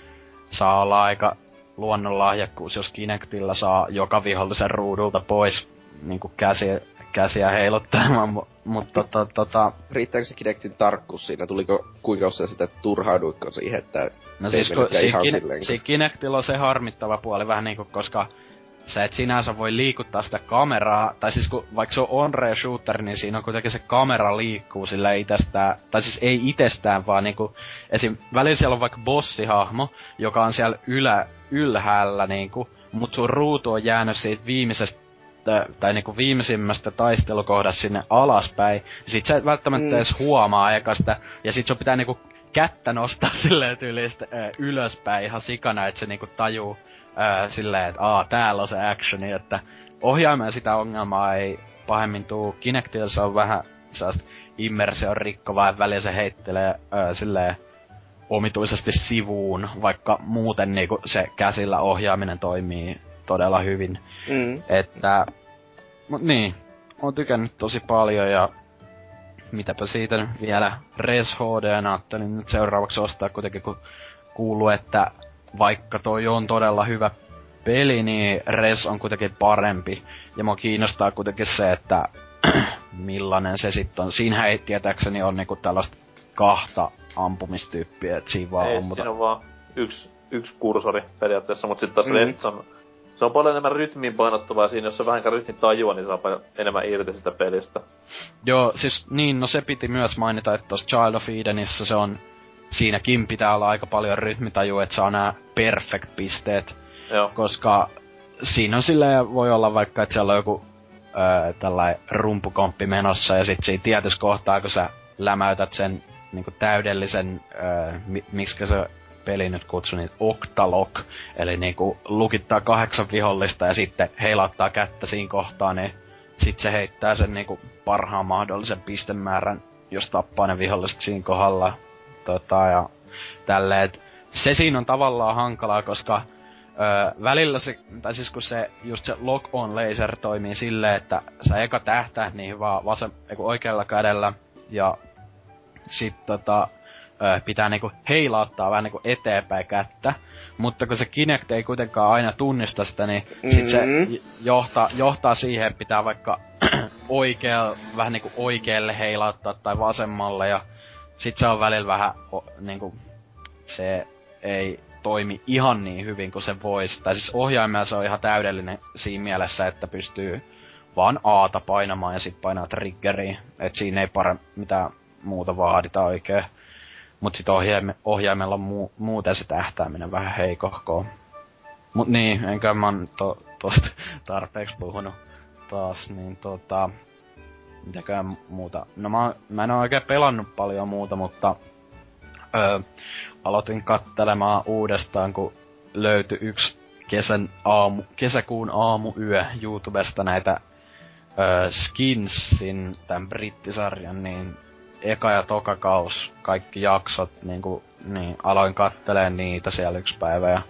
saa olla aika luonnonlahjakkuus, jos Kinectillä saa joka vihollisen ruudulta pois niinku käsiä, käsiä heiluttamaan, mutta tota, tota... Riittääkö se Kinectin tarkkuus siinä? Tuliko kuinka usein sitä turhauduikko siihen, että no se siis ei kun mennytkään ihan kine- silleen? siinä Kinectillä on se harmittava puoli vähän niinku, koska sä et sinänsä voi liikuttaa sitä kameraa, tai siis kun vaikka se on on-rail shooter, niin siinä on kuitenkin se kamera liikkuu sillä itsestään, tai siis ei itsestään, vaan niinku, esim. Välillä siellä on vaikka bossihahmo, joka on siellä ylä, ylhäällä niinku, mut sun ruutu on jäänyt siitä viimeisestä, tai niinku viimeisimmästä taistelukohdasta sinne alaspäin, ja sit sä et välttämättä mm. edes huomaa eka sitä, ja sit sun pitää niinku kättä nostaa silleen tyylistä ylöspäin ihan sikana, että se niinku tajuu, Öö, silleen, että aa, täällä on se actioni, että ohjaimen sitä ongelmaa ei pahemmin tuu. Kinectillä se on vähän sellaista immersion rikkovaa, että välillä se heittelee öö, silleen omituisesti sivuun, vaikka muuten niinku se käsillä ohjaaminen toimii todella hyvin. Mm. Että, mut niin, oon tykännyt tosi paljon ja mitäpä siitä nyt vielä Res H D ajattelin nyt seuraavaksi ostaa kuitenkin, kun kuuluu, että vaikka toi on todella hyvä peli, niin Res on kuitenkin parempi. Ja mua kiinnostaa kuitenkin se, että millainen se sitten on. Siinähän ei tietääkseni ole niinku tällaista kahta ampumistyyppiä, et siinä vaan ei, on, mutta... siinä on vaan yksi, yksi kursori periaatteessa, mutta sitten taas Mm. Res on... Se on paljon enemmän rytmiin painottuvaa, ja siinä jos se vähänkään rytmin tajua, niin saa paljon enemmän irti sitä pelistä. Joo, siis niin, no se piti myös mainita, että tossa Child of Edenissa se on... Siinäkin pitää olla aika paljon rytmitajua, että saa nää perfect-pisteet. Joo. Koska siinä on silleen, voi olla vaikka, että siellä on joku öö, tällainen rumpukomppi menossa ja sit siinä tietyssä kohtaa, kun sä lämäytät sen niinku täydellisen, öö, mi- miksikä se peli nyt kutsui, niin Octalog, eli niinku lukittaa kahdeksan vihollista ja sitten heilauttaa kättä siinä kohtaa, niin sit se heittää sen niinku parhaan mahdollisen pistemäärän, jos tappaa ne viholliset siinä kohdalla. Tota, ja tälleen, et se siinä on tavallaan hankalaa, koska öö, välillä se, tai siis kun se, just se lock-on laser toimii silleen, että sä eka tähtäät niihin vaan vasem, eiku oikealla kädellä, ja sit tota, öö, pitää niinku heilauttaa vähän niinku eteenpäin kättä. Mutta kun se Kinect ei kuitenkaan aina tunnista sitä, niin sit se johtaa, johtaa siihen, että pitää vaikka oikea, vähän niinku oikealle heilauttaa tai vasemmalle, ja sit se on välillä vähän niinku, se ei toimi ihan niin hyvin kuin se voisi. Tai siis ohjaimella se on ihan täydellinen siinä mielessä, että pystyy vaan Aata painamaan ja sit painaa triggeriin. Et siinä ei pare mitään muuta vaadita oikein. Mut sit ohjaime, ohjaimella on muu, muuten se tähtääminen vähän heikohkoo. Mut niin, enkä mä oon to, tosta tarpeeksi puhunut taas, niin tota... Mitäkään muuta. No mä, mä en oo oikein pelannut paljon muuta, mutta... Öö, aloitin kattelemaan uudestaan, kun löytyi yksi kesän aamu, kesäkuun aamuyö YouTubesta näitä öö, Skinsin, tän brittisarjan, niin eka ja toka kaus, kaikki jaksot, niinku, niin aloin katteleen niitä siellä yksi päivä ja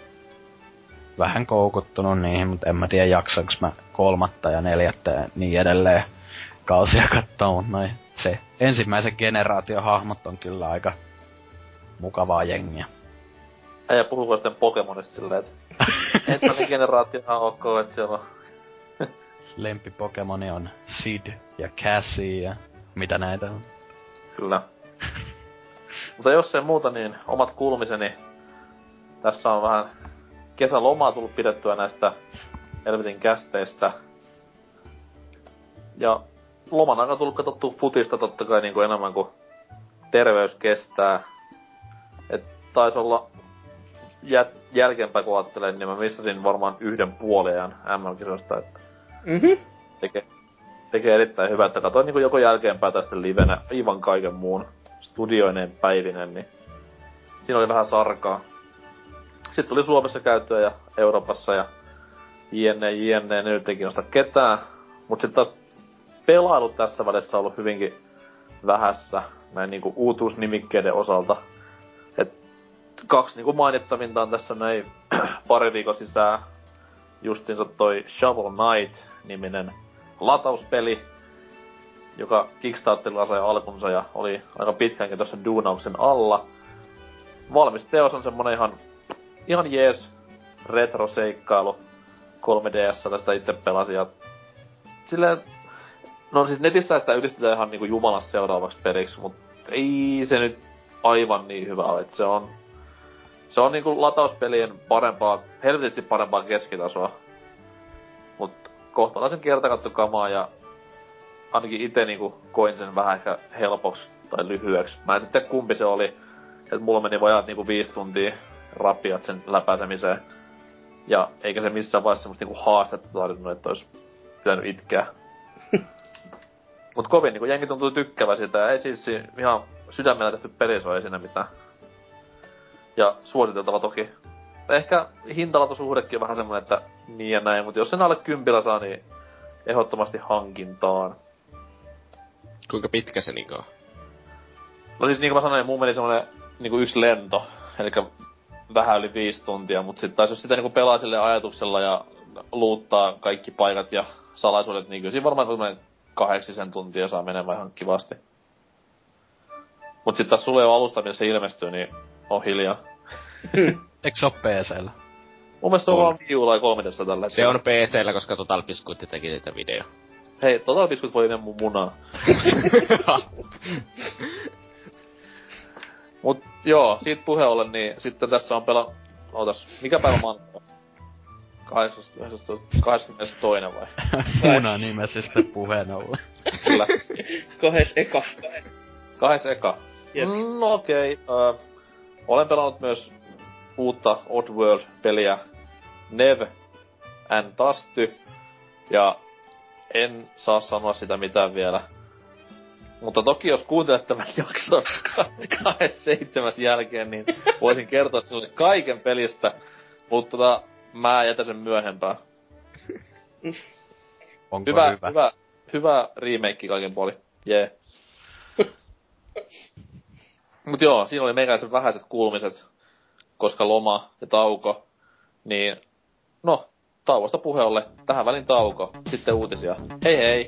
vähän koukuttunut niihin, mutta en mä tiedä jaksanko mä kolmatta ja neljättä ja niin edelleen kausia kattoo, mutta noin se ensimmäisen generaation hahmot on kyllä aika mukavaa jengiä. Äijä puhuuko sitten Pokemonista silleen, että ensimmäinen generaatio on ok, että siellä on... Lempipokemoni on Sid ja Cassie ja mitä näitä on. Kyllä. Mutta jos ei muuta, niin omat kuulumiseni. Tässä on vähän kesälomaa tullut pidettyä näistä Helvetin kästeistä. Ja loman aikana tullut katsottua futista totta kai niin kuin enemmän kuin terveys kestää. Et taisi olla jät- jälkeenpäin kun ajattelen, niin mä missasin varmaan yhden puoliajan M M-kisoista, että Mhm. tekee, tekee erittäin hyvää, että katsoin niin joko jälkeenpäin tai sitten livenä aivan kaiken muun studioineen päivinen, niin siinä oli vähän sarkaa. Sitten tuli Suomessa käyttöä ja Euroopassa ja jne jne, nyt ei kiinnosta ketään. Mut sitten pelailut tässä välissä on ollut hyvinkin vähässä näin niinku uutuusnimikkeiden osalta. Et kaksi niinku mainittavinta on tässä näin pari viikon sisään justiinsa toi Shovel Knight-niminen latauspeli, joka Kickstarterilla sai alkunsa ja oli aika pitkäänkin tuossa duunauksen alla. Valmis teos on semmonen ihan, ihan jees retro-seikkailu kolme D S, tästä itse pelasin ja silleen, no siis netissä sitä ylistetään ihan niinku jumalas seuraavaksi peliksi, mut ei se nyt aivan niin hyvä ole, et se on se on niinku latauspelien parempaa, helvetisti parempaa keskitasoa. Mut kohtalaisen kertakattu kamaa ja ainakin ite niinku koin sen vähän ehkä helpoksi tai lyhyeksi. Mä en sitten kumpi se oli, et mulla meni vajaat niinku viisi tuntia rapiat sen läpäisemiseen. Ja eikä se missään vaiheessa semmoista niinku haastetta tarvinnut, että ois pitänyt itkeä. Mut kovin niinku jengi tuntuu tykkäävä sitä ja ei siis ihan sydämellä tehty peli, se on ei siinä mitään. Ja suositeltava toki. Ehkä hintalatusuhdekin on vähän semmonen, että niin ja näin, mut jos sen alle kympillä saa, niin ehdottomasti hankintaan. Kuinka pitkä se niinku on? No siis niinku mä sanoin, mun meni semmonen niinku yksi lento, elikkä vähän yli viisi tuntia, mut sit taas jos sitä niinku pelaa sille ajatuksella ja luuttaa kaikki paikat ja salaisuudet, niin kyllä siinä varmaan semmonen kahdeksisen tuntia saa menemään ihan kivasti. Mut sit taas sulle jo alusta, missä se ilmestyy, niin on hiljaa. Eikö se oo P C:llä? Mun mielestä se on, On. vaan Wii Ulla ja kolme D S tällä Se on P C:llä, koska Total Biscuit teki sitä video. Hei, Total Biscuit voi mennä mun munaa. Mut joo, siitä puheen ollen, niin sitten tässä on pela... Ootas, mikä päivä maanantai? kahdeskymmenestoinen vai? Muna nimesistä puheen ollen. Kyllä. Kahes eka. Kahes eka. Jep. Mm, no okei. Okay. Uh, olen pelannut myös uutta Oddworld-peliä Nev and Tasty. Ja en saa sanoa sitä mitään vielä. Mutta toki jos kuuntelet tämän jakson kaksikymmentäseitsemän jälkeen, niin voisin kertoa sinulle kaiken pelistä. Mutta tota, mä jätän sen myöhempään. Onko hyvä, hyvä? Hyvä, hyvä remake kaiken puolin. Jee. Yeah. Mut joo, siinä oli meikäläisen vähäiset kuulumiset, koska loma ja tauko. Niin, no, tauosta puheolle. Tähän välin tauko. Sitten uutisia. Hei hei!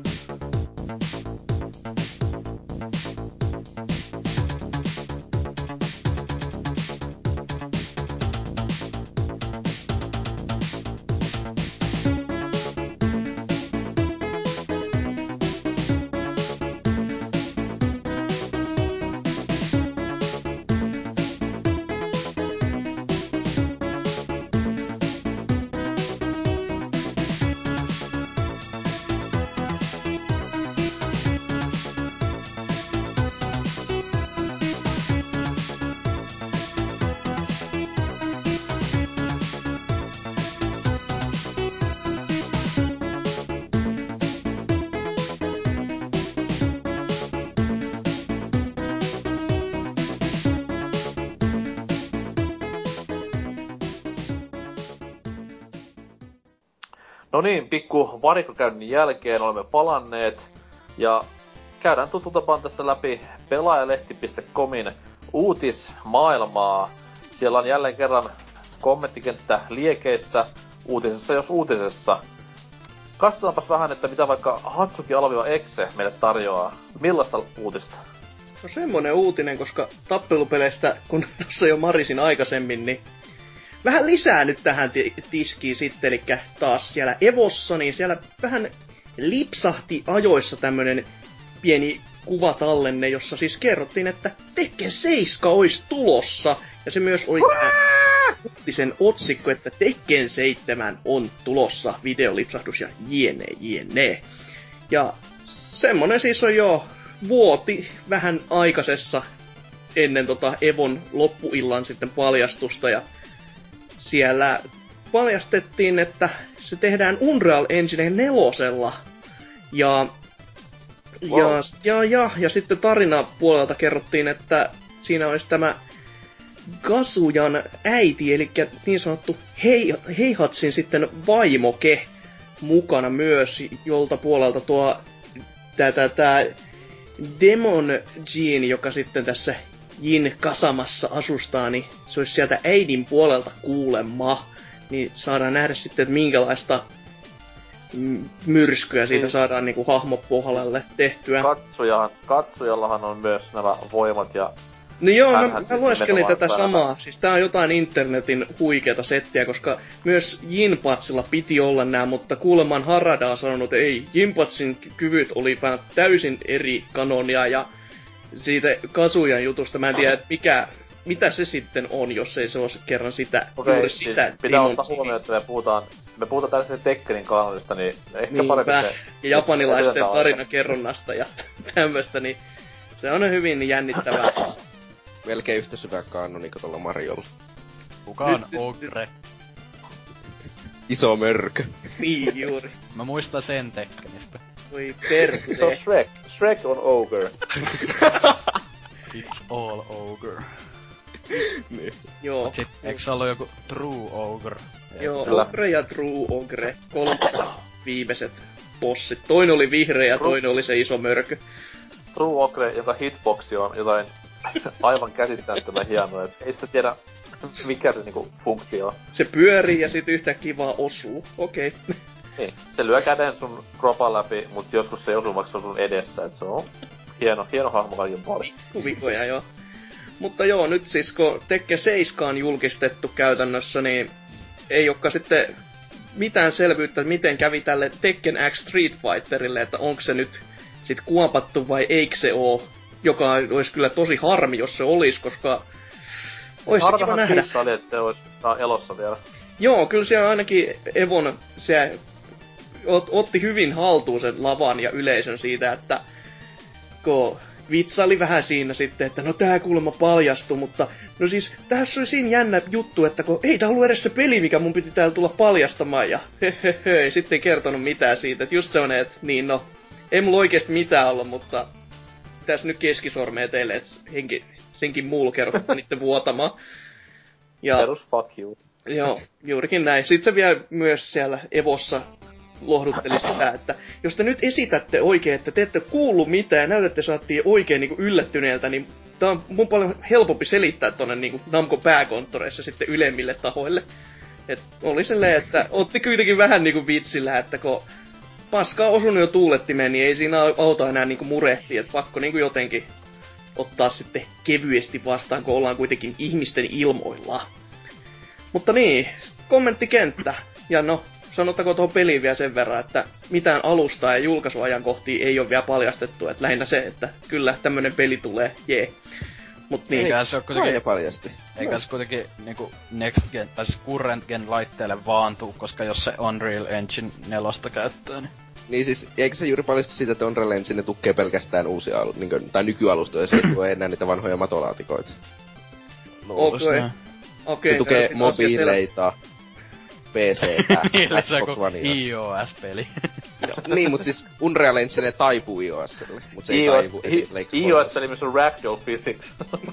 No niin, pikku varikkokäynnin jälkeen olemme palanneet ja käydään tuttu tapaan tässä läpi pelaajalehti piste comin uutismaailmaa. Siellä on jälleen kerran kommenttikenttä liekeissä, uutisessa jos uutisessa. Katsotaanpas vähän, että mitä vaikka Hatsuki-Exe meille tarjoaa. Millaista uutista? No semmonen uutinen, koska tappelupeleistä, kun tuossa jo marisin aikaisemmin, niin vähän lisää nyt tähän t- tiskiin sitten, eli taas siellä Evossa, niin siellä vähän lipsahti ajoissa tämmönen pieni kuvatallenne, jossa siis kerrottiin, että Tekken seitsemän olisi tulossa, ja se myös oli uutisen otsikko, että Tekken seitsemän on tulossa, videolipsahdus ja jne jne. Ja semmonen siis on jo vuoti vähän aikaisessa ennen tota Evon loppuillan sitten paljastusta, ja siellä paljastettiin, että se tehdään Unreal Engine nelosella. Ja, wow. ja, ja, ja, ja sitten tarina puolelta kerrottiin, että siinä olisi tämä Kazuyan äiti, eli niin sanottu Hei, Heihatsin sitten vaimoke mukana myös, jolta puolelta tuo tää, tää, tää Demon Gene, joka sitten tässä Jin Kasamassa asustaa, niin se olisi sieltä äidin puolelta kuulemma. Niin saadaan nähdä sitten, että minkälaista myrskyä siitä niin saadaan niinku hahmopohjalle tehtyä. Katsojahan, katsojallahan on myös nämä voimat ja... No joo, mä, mä lueskelin tätä samaa. Siis tää on jotain internetin huikeeta settiä, koska myös Jinpatsilla piti olla nää, mutta kuulemaan Harada on sanonut, että ei, Jinpatsin kyvyt oli vähän täysin eri kanonia, ja siitä Kazuyan jutusta mä en tiedä, että mikä, mitä se sitten on, jos ei se ole kerran sitä, okay, juuri siis sitä. Pitää ottaa huomioon, että me puhutaan, me puhutaan tästä Tekkenin kanonista, niin ehkä niin, parempi se... Ja japanilaisten tarinakerronnasta ja tämmöstä, niin se on hyvin jännittävää. Melkein yhtä syvä kanoni kuin tuolla Mariolla. Kuka on Ogre? Iso mörkö. Niin juuri. Mä muistan sen Tekkenistä. Voi perkele. Se on Shrek. Shrek on Ogre. It's all Ogre. Niin. Joo. Mut sit, eiks se ollu joku True Ogre? Joo, Kyllä. Ogre ja True Ogre. Kolme viimeiset bossit. Toinen oli vihreä ja toinen oli se iso mörkö. True Ogre, joka hitboxi on jotain aivan käsittämättömän hienoa, et ei sitä tiedä mikä se niinku funktio on. Se pyörii ja sit yhtäkkiä vaan osuu. Okei. Okay. Niin, se lyö käden sun kropan läpi, mut joskus se ei osu, vaikka se on sun edessä, et se on hieno, hieno hahmo kaiken puolin. Kuvikoja joo. Mutta joo, nyt siis kun Tekken seitsemän on julkistettu käytännössä, niin ei olekaan sitten mitään selvyyttä, miten kävi tälle Tekken X Street Fighterille, että onko se nyt sit kuopattu vai eikö se oo, joka olisi kyllä tosi harmi, jos se olisi, koska ois se kiva nähdä. Harvahan oli, että se olisi elossa vielä. Joo, kyllä siellä ainakin Evon se ot, otti hyvin haltuun sen lavan ja yleisön siitä, että kun vitsaili vähän siinä sitten, että no tää kuulemma paljastui, mutta no siis tässä oli siinä jännä juttu, että kun ei tää ollut edes se peli, mikä mun piti täällä tulla paljastamaan, ja hehehe, ei sitten kertonut mitään siitä, että just semmonen, että niin no, ei mulla oikeesti mitään ollut, mutta tässä nyt keskisormea teille, että henki, senkin muulla kerrotte niitten vuotamaan. Ja, perus fuck you. Joo, juurikin näin. Sitten se vielä myös siellä Evossa lohdutteli sitä, että jos te nyt esitätte oikein, että te ette kuullut mitään ja näytätte saattiin oikein niin kuin yllättyneeltä, niin tää on mun paljon helpompi selittää tonne niin kuin Namco pääkonttoreissa sitten ylemmille tahoille. Et oli silleen, että otti kuitenkin vähän niinku vitsillä, että kun paska on osunut jo tuulettimeen, niin ei siinä auta enää niinku murehti, että pakko niinku jotenkin ottaa sitten kevyesti vastaan, kun ollaan kuitenkin ihmisten ilmoilla. Mutta niin, kommenttikenttä. Ja no, sanottakoon tuohon peliin vielä sen verran, että mitään alustaa ja julkaisuajankohtia ei ole vielä paljastettu. Että lähinnä se, että kyllä tämmönen peli tulee, jee. Yeah. Mut niin. Eikä se oo kuitenkin... paljasti. Eikä no. se kuitenkin niinku next gen, tai siis current gen laitteelle vaan tuu, koska jos se Unreal Engine nelosta käyttää, niin... Niin siis, eikö se juuri paljastu siitä, että Unreal Engine tukkee pelkästään uusia alu, niin kuin, tai nykyalustoja, se ei tule enää niitä vanhoja matolaatikoita. Okei. Okay. Okay, se tukee mobiileita, P C:tä, Xbox Onea. iOS-peli. Niin, mut siis Unreal Engine taipuu iOSille, mut se ei iOS, taivu esimerkiksi iOS eli missä on Ragdoll Physics.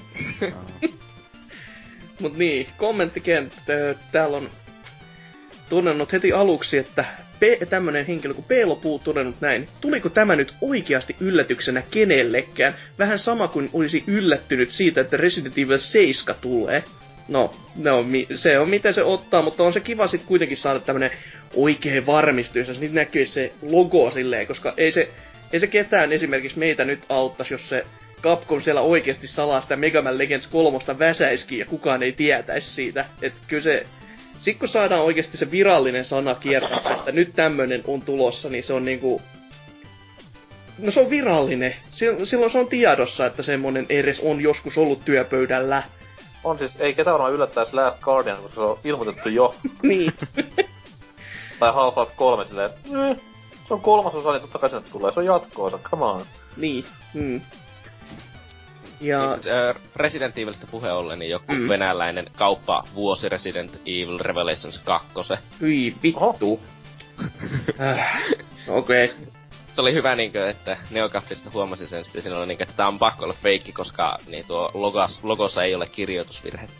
Mut niin, kommenttikenttä. Täällä on todennut heti aluksi, että P- tämmönen henkilö kuin P-Lopu todennut näin. Tuliko tämä nyt oikeasti yllätyksenä kenellekään? Vähän sama kuin olisi yllättynyt siitä, että Resident Evil seitsemän tulee. No, no se on miten se ottaa, mutta on se kiva sit kuitenkin saada tämmönen oikee varmistus, jos nyt näkyy se logo silleen, koska ei se, ei se ketään esimerkiksi meitä nyt auttais, jos se Capcom siellä oikeesti salaa sitä Mega Man Legends kolmosta väsäiskiin ja kukaan ei tietäisi siitä. Et kyllä se, sit kun saadaan oikeesti se virallinen sana kiertää, että nyt tämmönen on tulossa, niin se on niinku... No se on virallinen. Silloin se on tiedossa, että semmonen edes on joskus ollut työpöydällä. On siis, ei ketään varmaan yllättäis Last Guardian, koska se on ilmoitettu jo. Niin. Tai Half-Life kolme silleen, että se on kolmas osa, niin totta kai sinne tulee, se on jatko-osa, come on. Niin, mm. Ja... Niin, äh, Resident Evilistä puheen ollen, niin joku mm. venäläinen kauppa vuosi Resident Evil Revelations kaksi. Hyi vittu. äh, Okei. Okay. Se oli hyvä niinkö, että Neogaffista huomasi sen, sitten siinä oli niinkö, että tää on pakko olla feikki, koska niin tuo logos, logossa ei ole kirjoitusvirhettä.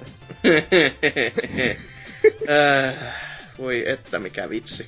äh, voi että mikä vitsi.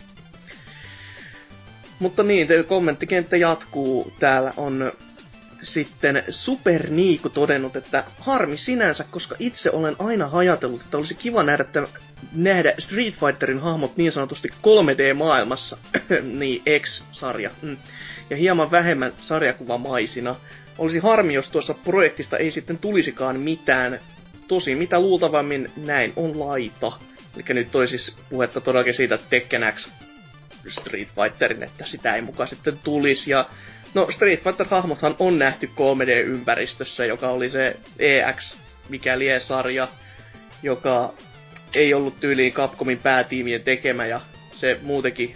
Mutta niin, kommenttikenttä jatkuu. Täällä on sitten Super Niiku todennut, että harmi sinänsä, koska itse olen aina ajatellut, että olisi kiva nähdä, nähdä Street Fighterin hahmot niin sanotusti kolme D-maailmassa, niin X-sarja, mm. ja hieman vähemmän sarjakuvamaisina. Olisi harmi, jos tuossa projektista ei sitten tulisikaan mitään. Tosin mitä luultavammin näin on laita. Eli nyt toi siis puhetta todellakin siitä Tekken X Street Fighterin, että sitä ei mukaan sitten tulisi. Ja no Street Fighter-hahmothan on nähty kolme D-ympäristössä, joka oli se E X, mikä lie sarja, joka ei ollut tyyliin Capcomin päätiimien tekemä, ja se muutenkin,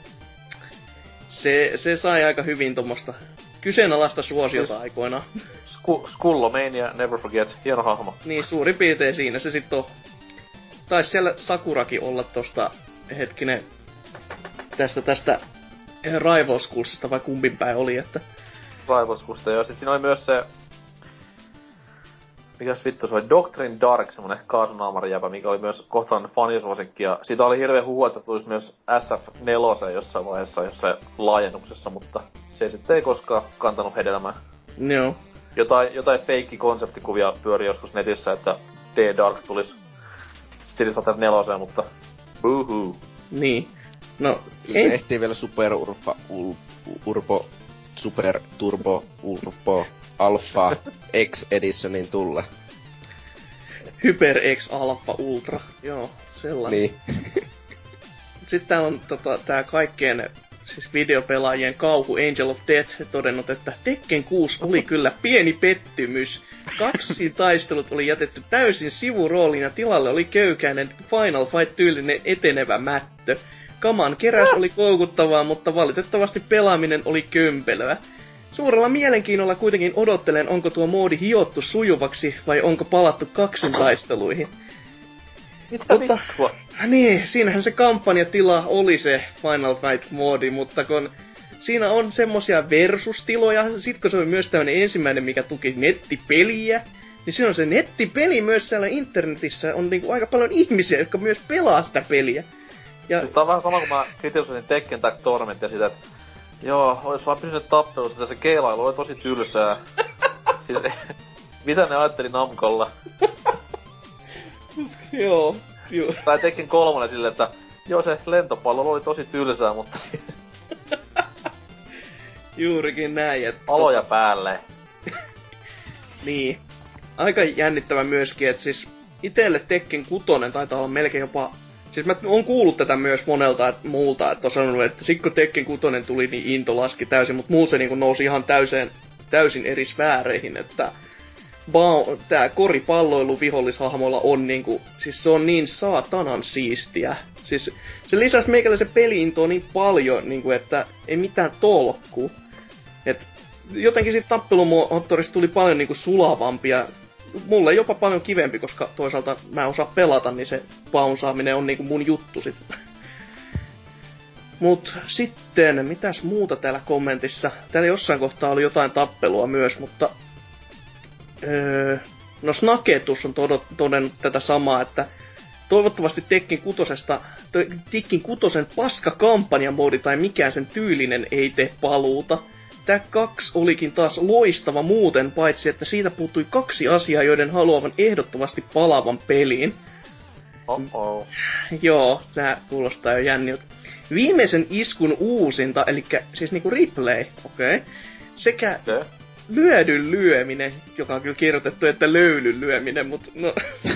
se, se sai aika hyvin tommoista kyseenalaista suosiota aikoinaan. Sku- Skullomania, Never Forget, hieno hahmo. Niin, suurin piirtein siinä se sit on. Taisi siellä Sakurakin olla tosta, hetkinen, tästä tästä Rivals-kurssista vai kumpin päin oli, että... Rivals-kurssista, joo. Sit siinä oli myös se... Mikäs vittu se oli? Doctrine Dark, semmonen kaasunaamarijäpä, mikä oli myös kohtaan fanisuosikki. Ja siitä oli hirveä huhu, että tulisi myös S F neljä jossain vaiheessa, jossain laajennuksessa, mutta se ei sitten ei koskaan kantanut hedelmää. Joo. Jotain, jotain feikki-konseptikuvia pyöri joskus netissä, että D-Dark tulisi Street Fighter neljä, mutta buhuu. Niin. No, ei. Se ehtii vielä Super Urfa, ul, Urbo, Super Turbo, Urbo, Alpha, X Editionin tulla. Hyper X Alpha Ultra, joo, sellainen. Niin. Sitten täällä on tota, tää kaikkien siis videopelaajien kauhu Angel of Death todennut, että Tekken kuusi oli kyllä pieni pettymys. Kaksi taistelut oli jätetty täysin sivurooliin ja tilalle oli köykäinen Final Fight-tyylinen etenevä mättö. Kaman keräys oli koukuttavaa, mutta valitettavasti pelaaminen oli kömpelöä. Suurella mielenkiinnolla kuitenkin odottelen, onko tuo moodi hiottu sujuvaksi vai onko palattu kaksintaisteluihin. Mitä mutta, vittua? Niin, siinähän se kampanjatila oli se Final Fight-moodi, mutta kun siinä on semmosia versustiloja, sit kun se oli myös tämmönen ensimmäinen, mikä tuki nettipeliä, niin siinä on se nettipeli myös siellä internetissä, on niinku aika paljon ihmisiä, jotka myös pelaa sitä peliä. Ja... Siis tää on vähän sama, kun mä kritisoin Tekken Tag Tournamentia sitä, että joo, ois vaan pysynyt tappelussa, että se keilailu oli tosi tylsää. Siis, mitä ne ajatteli Namcolla? Joo, joo. Tai Tekken kolmonen silleen, että joo, se lentopallo oli tosi tylsää, mutta... Juurikin näin, että... Aloja päälle. Niin. Aika jännittävä myöskin, että siis itelle Tekken kutonen taitaa olla melkein jopa... Siis mä oon kuullut tätä myös monelta et, muulta, että on sanonut, että sit kun Tekken kutonen tuli, niin into laski täysin, mutta muut se niinku nousi ihan täyseen, täysin eri sfääreihin, että... Ba- tää koripalloilu vihollishahmoilla on niinku... Siis se on niin saatanan siistiä. Siis se lisäs meikäläisen peli-intoa niin paljon, niinku, että ei mitään tolkku. Et jotenkin siitä tappelumoottorista tuli paljon niinku sulavampia. Mulle jopa paljon kivempi, koska toisaalta mä en osaa pelata, niin se bounsaaminen on niinku mun juttu sit. Mut sitten, mitäs muuta täällä kommentissa? Täällä jossain kohtaa oli jotain tappelua myös, mutta... Öö, no Snaketus on todennut tätä samaa, että toivottavasti Tekken kutosesta, Tekken kutosen paska-kampanjamoodi tai mikään sen tyylinen ei tee paluuta. Tää kaksi olikin taas loistava muuten, paitsi että siitä puuttui kaksi asiaa, joiden haluavan ehdottomasti palaavan peliin. Oh-oh. Joo, nää kuulostaa jo jänniltä. Viimeisen iskun uusinta, eli siis niinku replay, okei, okay, sekä okay. lyödyn lyöminen, joka on kyllä kirjoitettu, että löylyn lyöminen, mut no...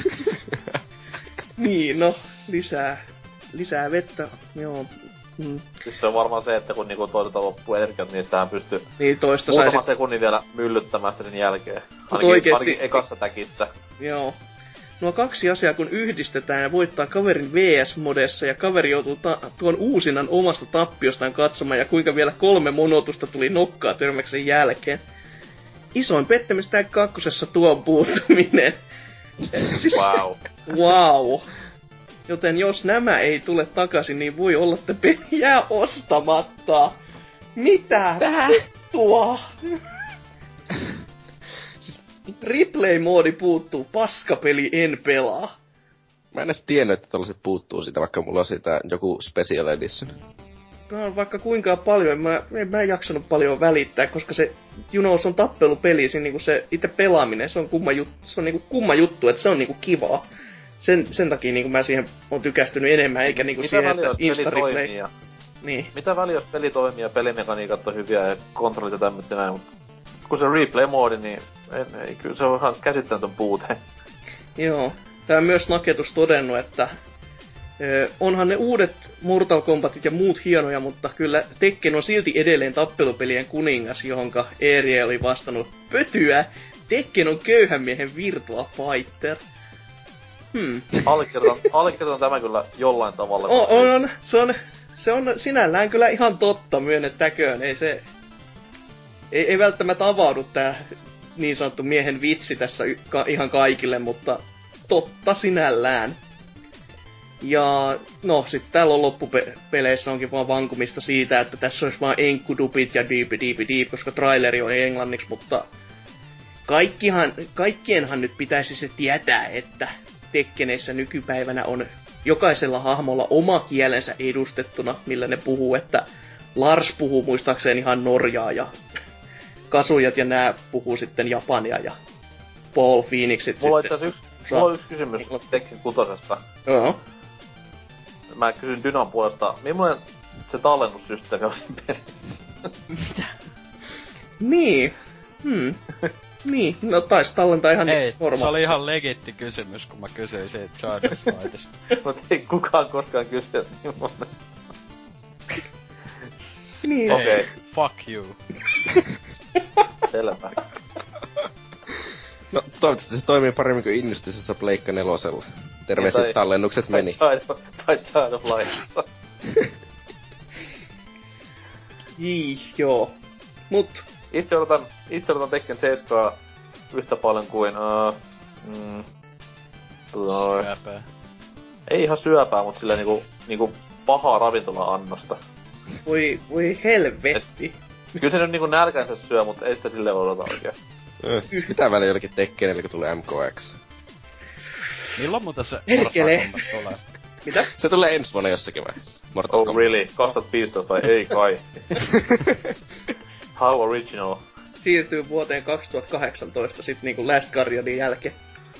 niin, no, lisää, lisää vettä, joo. Mm. Siis se on varmaan se, että kun niinku toiselta loppuu energiat, niin sitähän pystyy niin, toista muutaman saisit... sekunnin vielä myllyttämään sen jälkeen. Ainakin, oikeesti... ainakin ekassa täkissä. Joo. Nuo kaksi asiaa kun yhdistetään ja voittaa kaverin V S-modessa ja kaveri joutuu ta- tuon uusinnan omasta tappiostaan katsomaan ja kuinka vielä kolme monotusta tuli nokkaa törmäksen jälkeen. Isoin pettymys tää kakkosessa tuon puuttuminen. Siis... Wow. Wow. Joten jos nämä ei tule takaisin, niin voi olla, että peli jää ostamatta. Mitä vittua? Replay-moodi puuttuu, paskapeli en pelaa. Mä en edes tiennyt, että tollaset puuttuu siitä, vaikka mulla on siitä joku special edition. No vaikka kuinka paljon, mä, en mä jaksanut paljon välittää, koska se, you know, se on tappelupeli, se, niinku se itse pelaaminen, se on kumma juttu, se on niinku kumma juttu, että se on niinku kivaa. Sen, sen takia niinku mä siihen on tykästynyt enemmän, eikä niinku mitä siihen, väliä, että insta-replay. Ja... Niin. Mitä väliä, jos peli toimii ja pelimekaniikat on hyviä ja kontrollit ja tämmöt näin, mutta kun se replay-moodi, niin ei, ei, kyllä se on ihan käsittämätön puute. Joo. Tää on myös Naketus todennut, että ö, onhan ne uudet Mortal Kombatit ja muut hienoja, mutta kyllä Tekken on silti edelleen tappelupelien kuningas, johonka Eerie oli vastannut pötyä. Tekken on köyhän miehen Virtua Fighter. Hmm. Allekirjoitan, allekirjoitan tämä kyllä jollain tavalla. On, on, se on, se on sinällään kyllä ihan totta, myönnettäköön. Ei se... Ei, ei välttämättä avaudu tää niin sanottu miehen vitsi tässä y- ka- ihan kaikille, mutta totta sinällään. Ja no, sit täällä on loppupeleissä onkin vaan vankumista siitä, että tässä olisi vaan enkkudupit ja deep deep deep, koska traileri on englanniksi, mutta kaikkihan, kaikkienhan nyt pitäisi se tietää, että Tekkeneissä nykypäivänä on jokaisella hahmolla oma kielensä edustettuna, millä ne puhuu, että Lars puhuu muistaakseni ihan norjaa ja Kasujat ja nää puhuu sitten japania ja Paul Phoenixit mulla sitten... Mulla yksi, mulla on yksi kysymys Tekken kutosesta. Joo. Mä kysyn Dynan puolesta, millainen se tallennussysteemi on siinä pelissä? Mitä? Niin. Hmm. Niin, no tais tallentaa ihan Ei, normaali. se oli ihan legitti kysymys, kun mä kysyin siitä Child of Fightista. Mut ei kukaan koskaan kysynyt millainen. Niin. Okei. Okay. Fuck you. Selvä. No, toivottavasti se toimii paremmin kuin Injusticeissa Pleikka nelosella. Terveiset tai, tallennukset tai meni. Child, tai Child of Lightissa. Jii, joo. Mut itse odotan, itse odotan Tekken seitsemän yhtä paljon kuin... Uh, mm, toi... Syöpää. Ei ihan syöpää, mut silleen niinku, niinku pahaa ravintola-annosta. Voi, voi helvetti. Et, kyllä se nyt niinku nälkänsä syö, mut ei sitä silleen odota oikein. Siis mitä väliä jollekin Tekkenille, kun tulee M K X? Milloin muuten se Perkele. Mortal Kombat tulee? Mitä? Se tulee ensi vuonna jossakin vaiheessa. Mortal Oh Kombat. really? kaksituhattaviisitoista vai ei kai? How original. Siirtyy vuoteen kaksituhattakahdeksantoista sit niinku Last Guardianin jälkeen.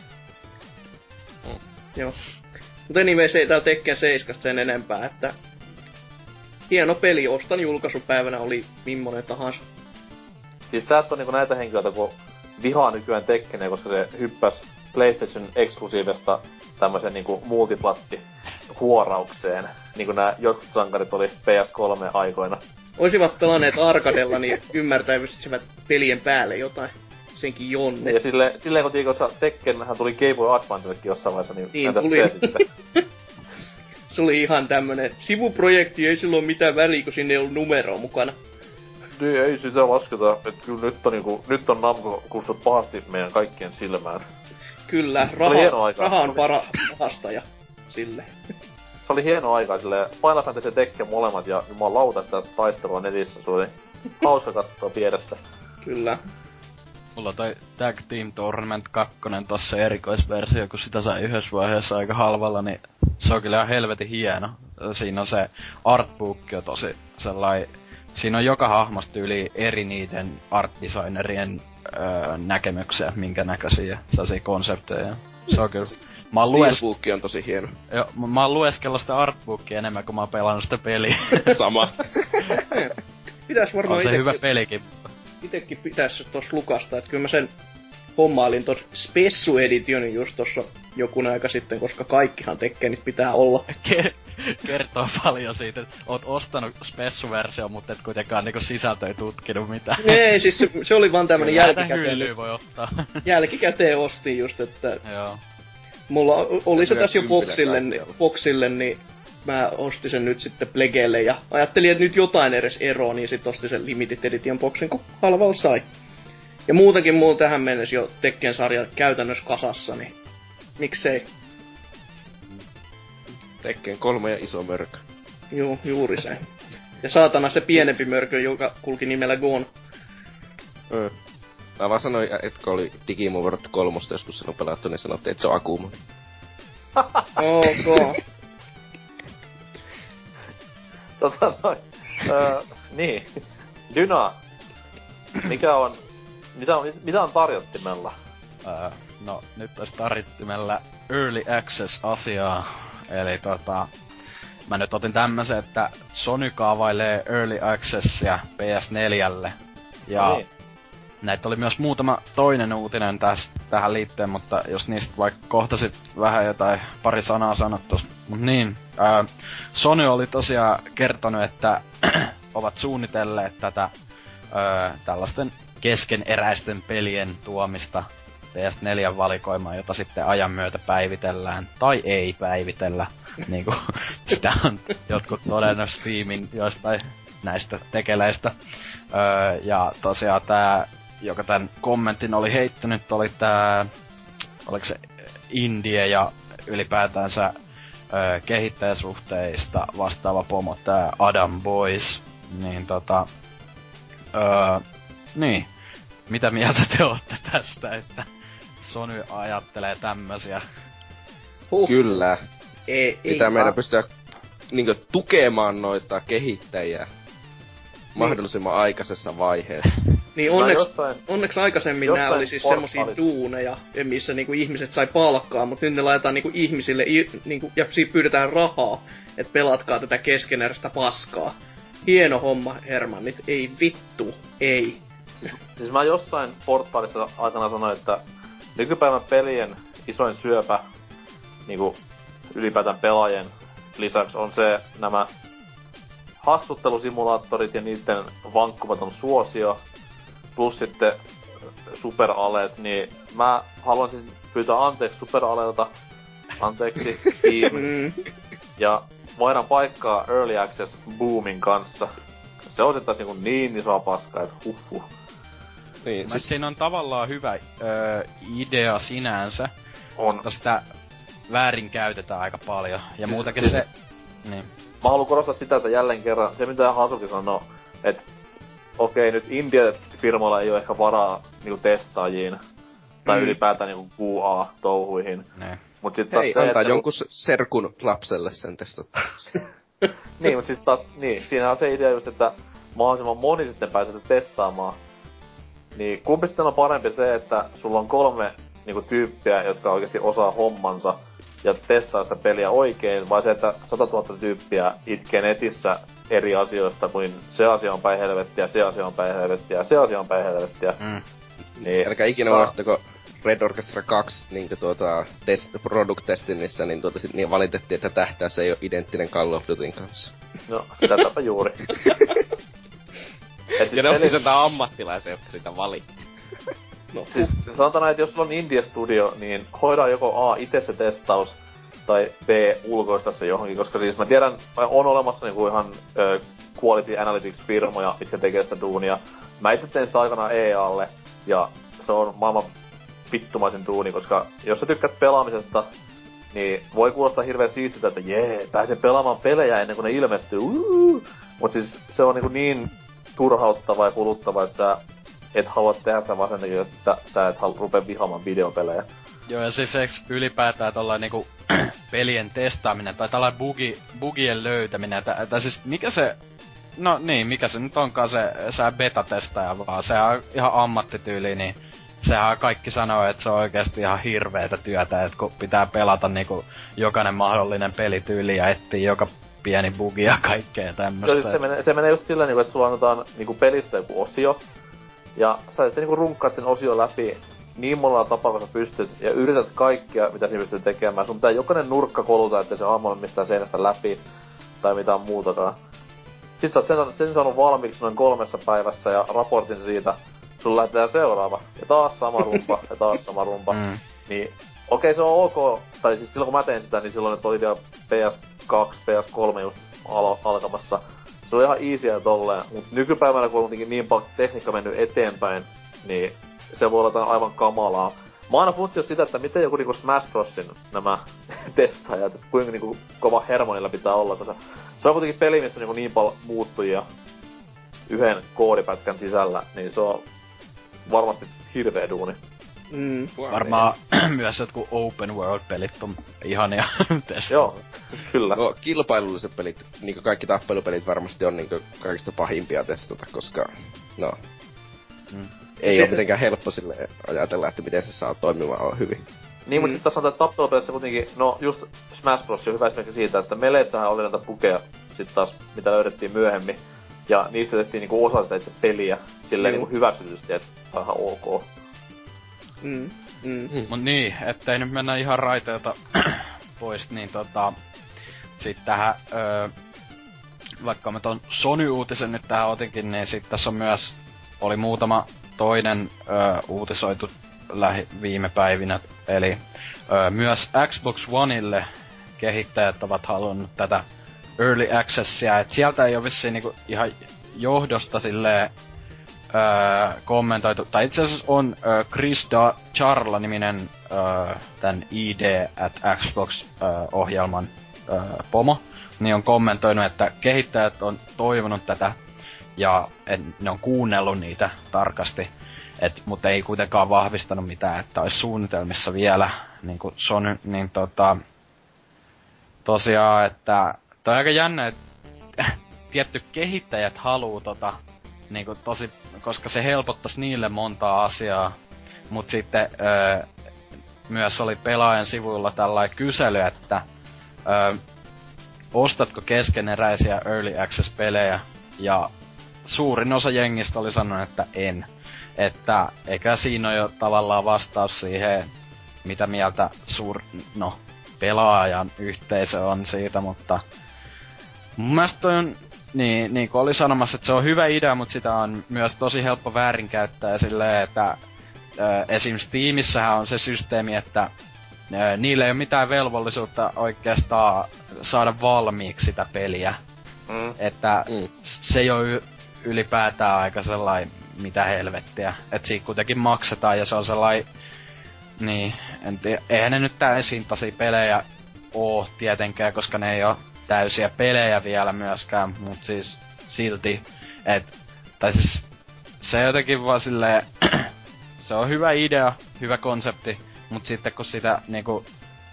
Mm. Joo. Mut anyways ei tää Tekken seitsemän sen enempää, että... Hieno peli, ostan julkaisupäivänä, oli mimmonen tahansa. Siis sä et oo niinku näitä henkilöitä, kun vihaa nykyään Tekkeneen, koska se hyppäs PlayStation eksklusiivista tämmösen niinku multiplatti huoraukseen. Niinku nää jotkut sankarit oli P S kolme aikoina. Oisivat pelanneet Arkadella, niin ymmärtäisivät pelien päälle jotain. Senkin jonne. Ja sille, silleen kun tiikossa Tekkenhän tuli Game Boy Advancellekin jossain vaiheessa, niin, Niin, entäs tuli. se sitten? Se oli ihan tämmönen sivuprojekti, ei sillä oo mitään väliä, kun sinne ei ollut numeroa mukana. Niin, ei sitä lasketa, että kyllä nyt on niinku, nyt on Namco kussut pahasti meidän kaikkien silmään. Kyllä, Se oli hieno raha, aika. raha on para, rahasta ja sille. Se oli hieno aika silleen, Final Fantasy ja Tekken molemmat ja jumalauta sitä taistelua netissä, se oli hauska katsoa pienestä. Kyllä. Mulla on toi Tag Team Tournament kaksi tossa erikoisversio, kun sitä sai yhdessä vaiheessa aika halvalla, niin se on kyllä ihan helvetin hieno. Siinä on se artbook on tosi sellainen, siinä on joka hahmosta yli eri niiden art designerien öö, näkemyksiä, minkä näköisiä, sellaisia konsepteja. Se on kyllä... Mä oon, lues... Steelbook on tosi hieno. jo, mä oon lueskellut sitä artbookia enemmän kuin mä oon pelannut sitä peliä. Sama. Pitäis varmaan On se itekin, hyvä pelikin. itekin pitäis tossa lukasta, että kyllä mä sen hommailin tos Spessu Editionin just tossa jokun aika sitten, koska kaikkihan Tekkenit pitää olla. Kertoo paljon siitä, että oot ostanut spessuversio, mutta et kuitenkaan niinku sisältö ei tutkinut mitään. Ei, siis se, se oli vaan tämmönen Näitä jälkikäteen. hyllyä voi ottaa. Jälkikäteen ostin just, että Joo. mulla oli se Kyllä tässä jo kympillä Boxille, niin, kaikkialla. Boxille, niin mä ostin sen nyt sitten Plegelle ja ajattelin, että nyt jotain edes eroa, niin sit ostin sen Limited Edition Boxin, kun halvalla sai. Ja muutenkin mulla tähän mennessä jo Tekken-sarja käytännössä kasassa, niin miksei? Tekken kolme ja iso mörkö. Juu, juuri se. Ja saatana se pienempi mörkö, joka kulki nimellä Gon. Mm. Mä vaan sanoin, että kun oli Digimon World kolme joskus silloin pelattu, niin sanottiin, että se on Akuma. Ok. Tota noin. Öö, niin. Dyna. Mikä on... Mitä on, mitä on tarjottimella? Öö, no, nyt olisi tarjottimella Early Access-asiaa. Eli tota... Mä nyt otin tämmösen, että Sony kaavailee Early Accessia P S neljälle. Ja No niin. näitä oli myös muutama toinen uutinen tästä, tähän liittyen, mutta jos niistä vaikka kohtasit vähän jotain pari sanaa sanot tosta. Mut niin, ää, Sony oli tosiaan kertonut, että ovat suunnitelleet tätä ää, tällaisten keskeneräisten pelien tuomista P S neljän valikoimaan, jota sitten ajan myötä päivitellään, tai ei päivitellä, niinku sitä on jotkut todennut Steamin joistain näistä tekeleistä. Öö, ja tosiaan tää, joka tän kommentin oli heittänyt, oli tää, oliko se Indie ja ylipäätänsä öö, kehittäjäsuhteista vastaava pomo, tää Adam Boys. Niin tota, öö, niin, mitä mieltä te ootte tästä, että Sony ajattelee tämmösiä? Huh. Kyllä. Ei, ei. Pitää meidän pystyä niinkö tukemaan noita kehittäjiä mahdollisimman aikaisessa vaiheessa. Niin Mä onneksi, jossain- onneksi aikaisemmin jossain nää oli siis semmosia portaalissa. duuneja, missä niinku ihmiset sai palkkaa, mutta nyt ne laitetaan niinku ihmisille i, niinku, ja siitä pyydetään rahaa, että pelatkaa tätä keskeneräistä paskaa. Hieno homma, Hermannit. Ei vittu, ei. Siis mä jossain portaalissa aikana sanoin, että nykypäivän pelien isoin syöpä niinku ylipäätään pelaajien lisäksi on se nämä hassuttelusimulaattorit ja niiden vankkumaton suosio, plus sitten superaleet, niin mä haluan siis pyytää anteeksi superaleelta, anteeksi Steam, Mm. ja vaihdan paikkaa Early Access Boomin kanssa. Se on taas niinku niin isoa paskaa, että huh huh. Niin, siis... siinä on tavallaan hyvä öö, idea sinänsä, On. mutta sitä väärin käytetään aika paljon. Ja siis, muutenkin siis, se... Niin. Mä haluan korostaa sitä, että jälleen kerran, se mitä Hasuki sanoo, että okei, nyt India-firmoilla ei ole ehkä varaa niinku testaajiin, tai Mm. ylipäätään niinku Q A-touhuihin. Ne. Mut sit taas Hei, se, antaa että jonkun niinku... serkun lapselle sen testata. niin, mut sit taas, niin, siinä on se idea just, että mahdollisimman moni sitten pääsee testaamaan. Niin kumpi sitten on parempi se, että sulla on kolme niinku tyyppiä, jotka oikeesti osaa hommansa, ja testaa sitä peliä oikein, vai se, että satatuhatta tyyppiä itkee netissä eri asioista, kuin se asia on päin helvettiä, se asia on päin helvettiä, se asia on päin helvettiä. Mm. Niin, Älkää ikinä ta- unohtako Red Orchestra kaksi niinku tuota test, product testinissä, niin tuota sit niin valitettiin, että tähtäys ei oo identtinen Call of Dutyn kanssa. No, tätäpä juuri. Et siis Ja ne oli peli- sen ammattilaisia, jotka sitä valitti. No, Siis sanotaan, että jos sulla on Indie Studio, niin hoidaan joko A, itse se testaus, tai B, ulkoista se johonkin, koska siis mä tiedän, on olemassa niinku ihan ö, Quality Analytics-firmoja, mitkä tekee sitä duunia. Mä itse tein sitä aikanaan E A:lle, ja se on maailman vittumaisen duuni, koska jos sä tykkäät pelaamisesta, niin voi kuulostaa hirveän siistiltä, että jee, pääsen pelaamaan pelejä ennen kuin ne ilmestyy, uhuhu. Mut siis se on niinku niin turhauttava ja kuluttava, että sä et halua tehdä sitä vaan sen takia, että sä et halua rupea vihaamaan videopelejä. Joo, ja siis eiks ylipäätään tollain niinku pelien testaaminen tai tällainen bugi, bugien löytäminen, tai, tai siis mikä se... No niin, mikä se nyt onkaan se, se beta-testaaja vaan, se on ihan ammattityyli, niin sehän kaikki sanoo, että se on oikeesti ihan hirveetä työtä, että kun pitää pelata niinku jokainen mahdollinen pelityyli ja etsiä joka pieni bugi ja kaikkea tämmöstä. Joo, siis se menee, se menee just sillä niinku, että sulla annetaan niinku pelistä joku osio, ja sä sitten niinku runkkaat sen osion läpi niin monella tapaa, kun sä pystyt, ja yrität kaikkia, mitä siinä pystyt tekemään. Sun pitää jokainen nurkka koluta, ettei se hahmo mistään seinästä läpi, tai mitään muutakaan. Sitten sä oot sen, sen saanut valmiiksi noin kolmessa päivässä, ja raportin siitä, sulla lähtee seuraava. Ja taas sama rumpa, ja taas sama rumpa. Mm. Niin, okei okay, se on ok, tai siis silloin kun mä tein sitä, niin silloin että oli vielä P S kaksi, P S kolme just al- alkamassa. Se oli ihan easyä tolleen, mut nykypäivänä kun on kuitenkin niin paljon tekniikka mennyt eteenpäin, niin se voi olla jotain aivan kamalaa. Mä aina funtsin sitä, että miten joku niinku Smash Brosin nämä testaajat, että kuinka niinku kova hermo niillä pitää olla, koska se on kuitenkin peli, missä on niinku niin paljon muuttujia yhden koodipätkän sisällä, niin se on varmasti hirveä duuni. Mm. Varmaan myös jotkut open world-pelit on ihania testata. Joo, kyllä. No, kilpailulliset pelit, niinku kaikki tappelupelit varmasti on niinku kaikista pahimpia testata, koska no... Mm. Ei Se- oo mitenkään helppo sille ajatella, että miten se saa toimimaan hyvin. Niin, mut Mm. sit tässä on tää tappelupelissä kuitenkin, no just Smash Bros. On hyvä esimerkki siitä, että meleissähän oli näitä bugeja sit taas, mitä löydettiin myöhemmin. Ja niistä tehtiin niinku osa sitä itse peliä silleen Joo. niinku hyväksytysti, että ihan ok. Mm. Mm. Mut niin, ettei nyt mennä ihan raiteilta pois, niin tota... Sit tähän, öö, vaikka mä ton Sony-uutisen nyt tähän otinkin, niin sit tässä on myös, oli muutama toinen öö, uutisoitu lähi, viime päivinä, eli öö, myös Xbox Oneille kehittäjät ovat halunnut tätä Early Accessia, et sieltä ei oo vissiin niinku ihan johdosta silleen öö, kommentoitu, tai itse asiassa on öö, Chris da Charla-niminen öö, tän I D at Xbox-ohjelman öö, pomo, niin on kommentoinut, että kehittäjät on toivonut tätä, ja et, ne on kuunnellut niitä tarkasti, et, mutta ei kuitenkaan vahvistanut mitään, että olisi suunnitelmissa vielä, niin kuin Sony, niin tota, tosiaan, että toi on aika jännä, että tietty kehittäjät haluu tota, niinku tosi, koska se helpottas niille montaa asiaa, mut sitten öö, myös oli pelaajan sivuilla tällainen kysely, että öö, ostatko keskeneräisiä Early Access-pelejä, ja suurin osa jengistä oli sanonut, että en. Että eikä siinä ole jo tavallaan vastaus siihen, mitä mieltä suur, no, pelaajan yhteisö on siitä, mutta mun mielestä toi on, niin, niin kuin oli sanomassa, että se on hyvä idea, mutta sitä on myös tosi helppo väärinkäyttää silleen, että äh, esim. Steamissähän on se systeemi, että äh, niillä ei ole mitään velvollisuutta oikeastaan saada valmiiksi sitä peliä. Mm. Että Mm. se ei ole y- ylipäätään aika sellainen mitä helvettiä. Et siitä kuitenkin maksetaan ja se on sellai... Niin, en tiedä. Eihän ne nyt täysin tosi pelejä oo tietenkään, koska ne ei oo täysiä pelejä vielä myöskään, mut siis silti, et... Tai siis... Se jotenkin vaan silleen... se on hyvä idea, hyvä konsepti, mut sitten kun sitä niinku...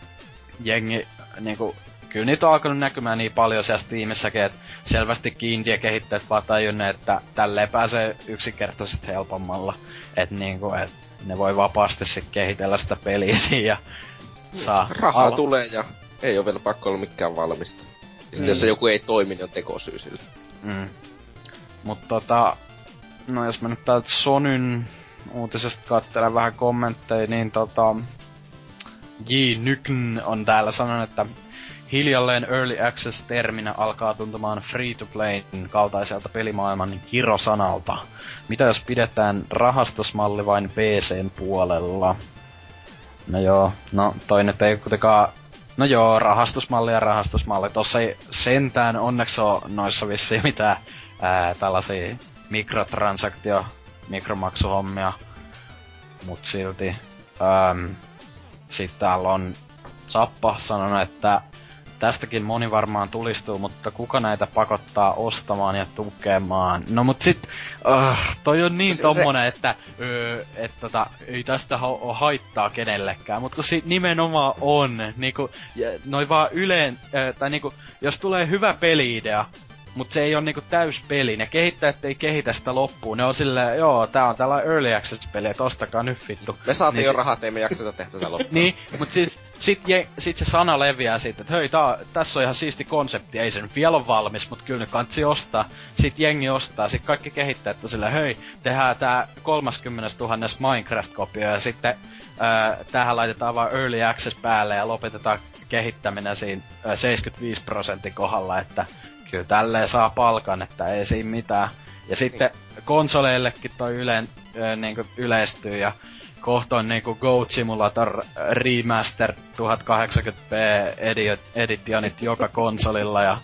Jengi niinku... Kyllä niitä on alkanut näkymään niin paljon siellä Steamissäkin, että selvästikin indie-kehittäjät vaan tajunneet, että tälleen pääsee yksinkertaisesti helpommalla. Et niinku, et ne voi vapaasti sit kehitellä sitä peliä ja saa... Rahaa al- tulee ja ei oo vielä pakko olla mikään valmista. Ja sitten Mm. jos se joku ei toimi, niin on tekosyy sille. Mm. Mut tota... No jos mä nyt täältä Sonyn uutisesta katselen vähän kommentteja, niin tota... J. Nykn on täällä sanonut, että hiljalleen Early Access-terminä alkaa tuntumaan free-to-playn kaltaiselta pelimaailman kirosanalta. Mitä jos pidetään rahastusmalli vain P C:n puolella? No joo, no toi nyt ei kuitenkaan... No joo, rahastusmalli ja rahastusmalli. Tossa ei sentään onneksi oo noissa vissiin mitään ää, tällaisia mikrotransaktio, mikromaksuhommia. Mut silti... Ähm, sit täällä on Zappa sanonut, että tästäkin moni varmaan tulistuu, mutta kuka näitä pakottaa ostamaan ja tukemaan? No mut sit, uh, toi on niin se, tommonen, se... että öö, et tota, ei tästä ha- oo haittaa kenellekään, mut kun sit nimenomaan on, niinku, noin vaan yleen, äh, tai niinku, jos tulee hyvä peli-idea, mut se ei oo niinku täys peli, ne kehittäjät ei kehitä sitä loppuun, ne on silleen, joo, tää on tällainen early access-peli, et ostakaa nyt vittu. Me saatiin niin jo si- rahat, ei me jakseta tehdä tätä loppuun. Niin, mut siis sit, je, sit se sana leviää siitä, että hei, tää, tässä on ihan siisti konsepti, ei se nyt vielä ole valmis, mut kyllä nyt kantsi ostaa. Sit jengi ostaa, sit kaikki kehittäjät on silleen, hei, tehdään tää kolmekymmentätuhatta Minecraft-kopio ja sitten ää, tähän laitetaan vaan early access päälle ja lopetetaan kehittäminen siinä ää, seitsemänkymmentäviisi prosentin kohdalla, että kyllä tälleen saa palkan, että ei siinä mitään. Ja sitten konsoleillekin toi yleen, ää, niinku yleistyy ja kohta on niinku Goat Simulator Remaster tuhatkahdeksankymmentä p edit- editionit joka konsolilla ja...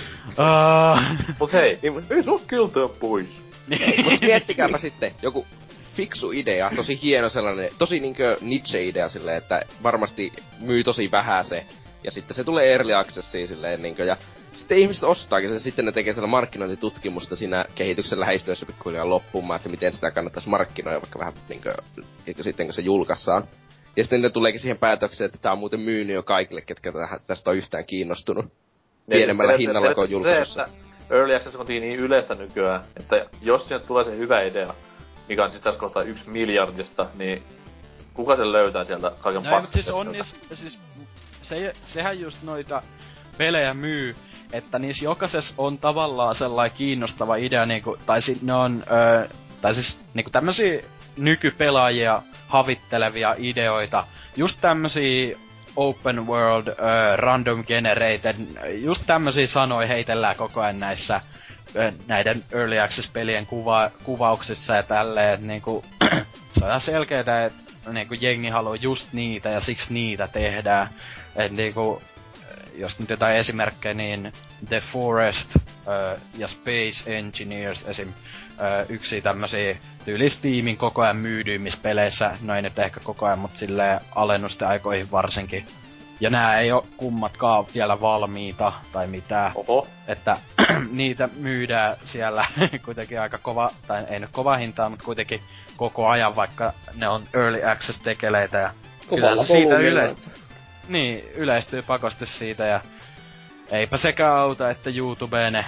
Uh... Mut hei, Niin, mut- ei se oo kiltoja pois. Mut miettikääpä sitten, joku fiksu idea, tosi hieno sellainen, tosi niinkö niche-idea silleen, että varmasti myy tosi vähän se. Ja sitten se tulee early accessiin silleen niinkö, ja sitten ihmiset ostaakin sen, sitten ne tekee siellä markkinointitutkimusta siinä kehityksen lähestyessä pikkuhiljaa loppumaan, että miten sitä kannattaisi markkinoida vaikka vähän niinkö, sitten kun se julkaissaan. Ja sitten ne tuleekin siihen päätökseen, että tää on muuten myynyt jo kaikille, ketkä tästä on yhtään kiinnostunut. Pienemmällä se- hinnalla kuin on se- julkaisussa. Se, että Early Access on niin yleistä nykyään, että jos sinne tulee se hyvä idea, mikä on siis tässä kohtaa yksi miljardista, niin kuka sen löytää sieltä kaiken No ei, mut paskan siis on keskeltä? niis, siis se, sehän just noita pelejä myy, että niissä jokaisessa on tavallaan sellainen kiinnostava idea, niinku, tai sit ne on, öö, tai siis niinku tämmösiä nykypelaajia havittelevia ideoita, just tämmösiä open world, öö, random generated, just tämmösiä sanoja heitellään koko ajan näissä öö, näiden early access-pelien kuva, kuvauksissa ja tälleen, et niinku, se on ihan selkeetä, että niinku jengi haluaa just niitä ja siksi niitä tehdään, et niinku, jos nyt jotain esimerkkejä, niin The Forest äh, ja Space Engineers esim. Äh, yksi tämmösiä tyyli Steamin koko ajan myydyimmistä peleissä, no ei nyt ehkä koko ajan, mut silleen alennusten aikoihin varsinkin. Ja nää ei oo kummatkaan vielä valmiita tai mitään. Oho. Että niitä myydään siellä kuitenkin aika kova, tai ei nyt kova hintaa, mut kuitenkin koko ajan, vaikka ne on early access tekeleitä ja Kovalla kyllä se siitä volyymilla. yleistä. Niin, yleistyy pakosti siitä ja eipä sekään auta, että YouTubeen ne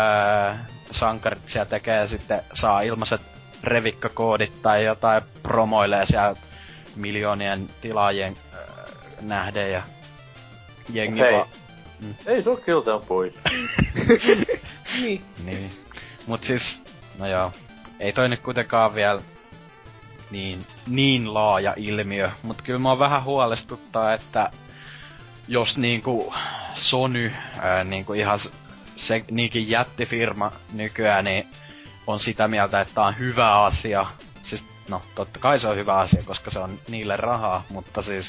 ää, sankarit siellä tekee ja sitten saa ilmaiset revikkakoodit tai jotain promoilee siellä miljoonien tilaajien ää, nähden ja jengi Hei. vaan... Mm. Ei se oo kiltoja pois. Niin. Niin. Mut siis, no joo, ei toi nyt kuitenkaan vielä niin, niin laaja ilmiö, mut kyllä mua vähän huolestuttaa, että jos niinku Sony, ää, niinku ihan s- se niinkin jättifirma nykyään, niin on sitä mieltä, että tää on hyvä asia. Siis, no, totta kai se on hyvä asia, koska se on niille rahaa, mutta siis...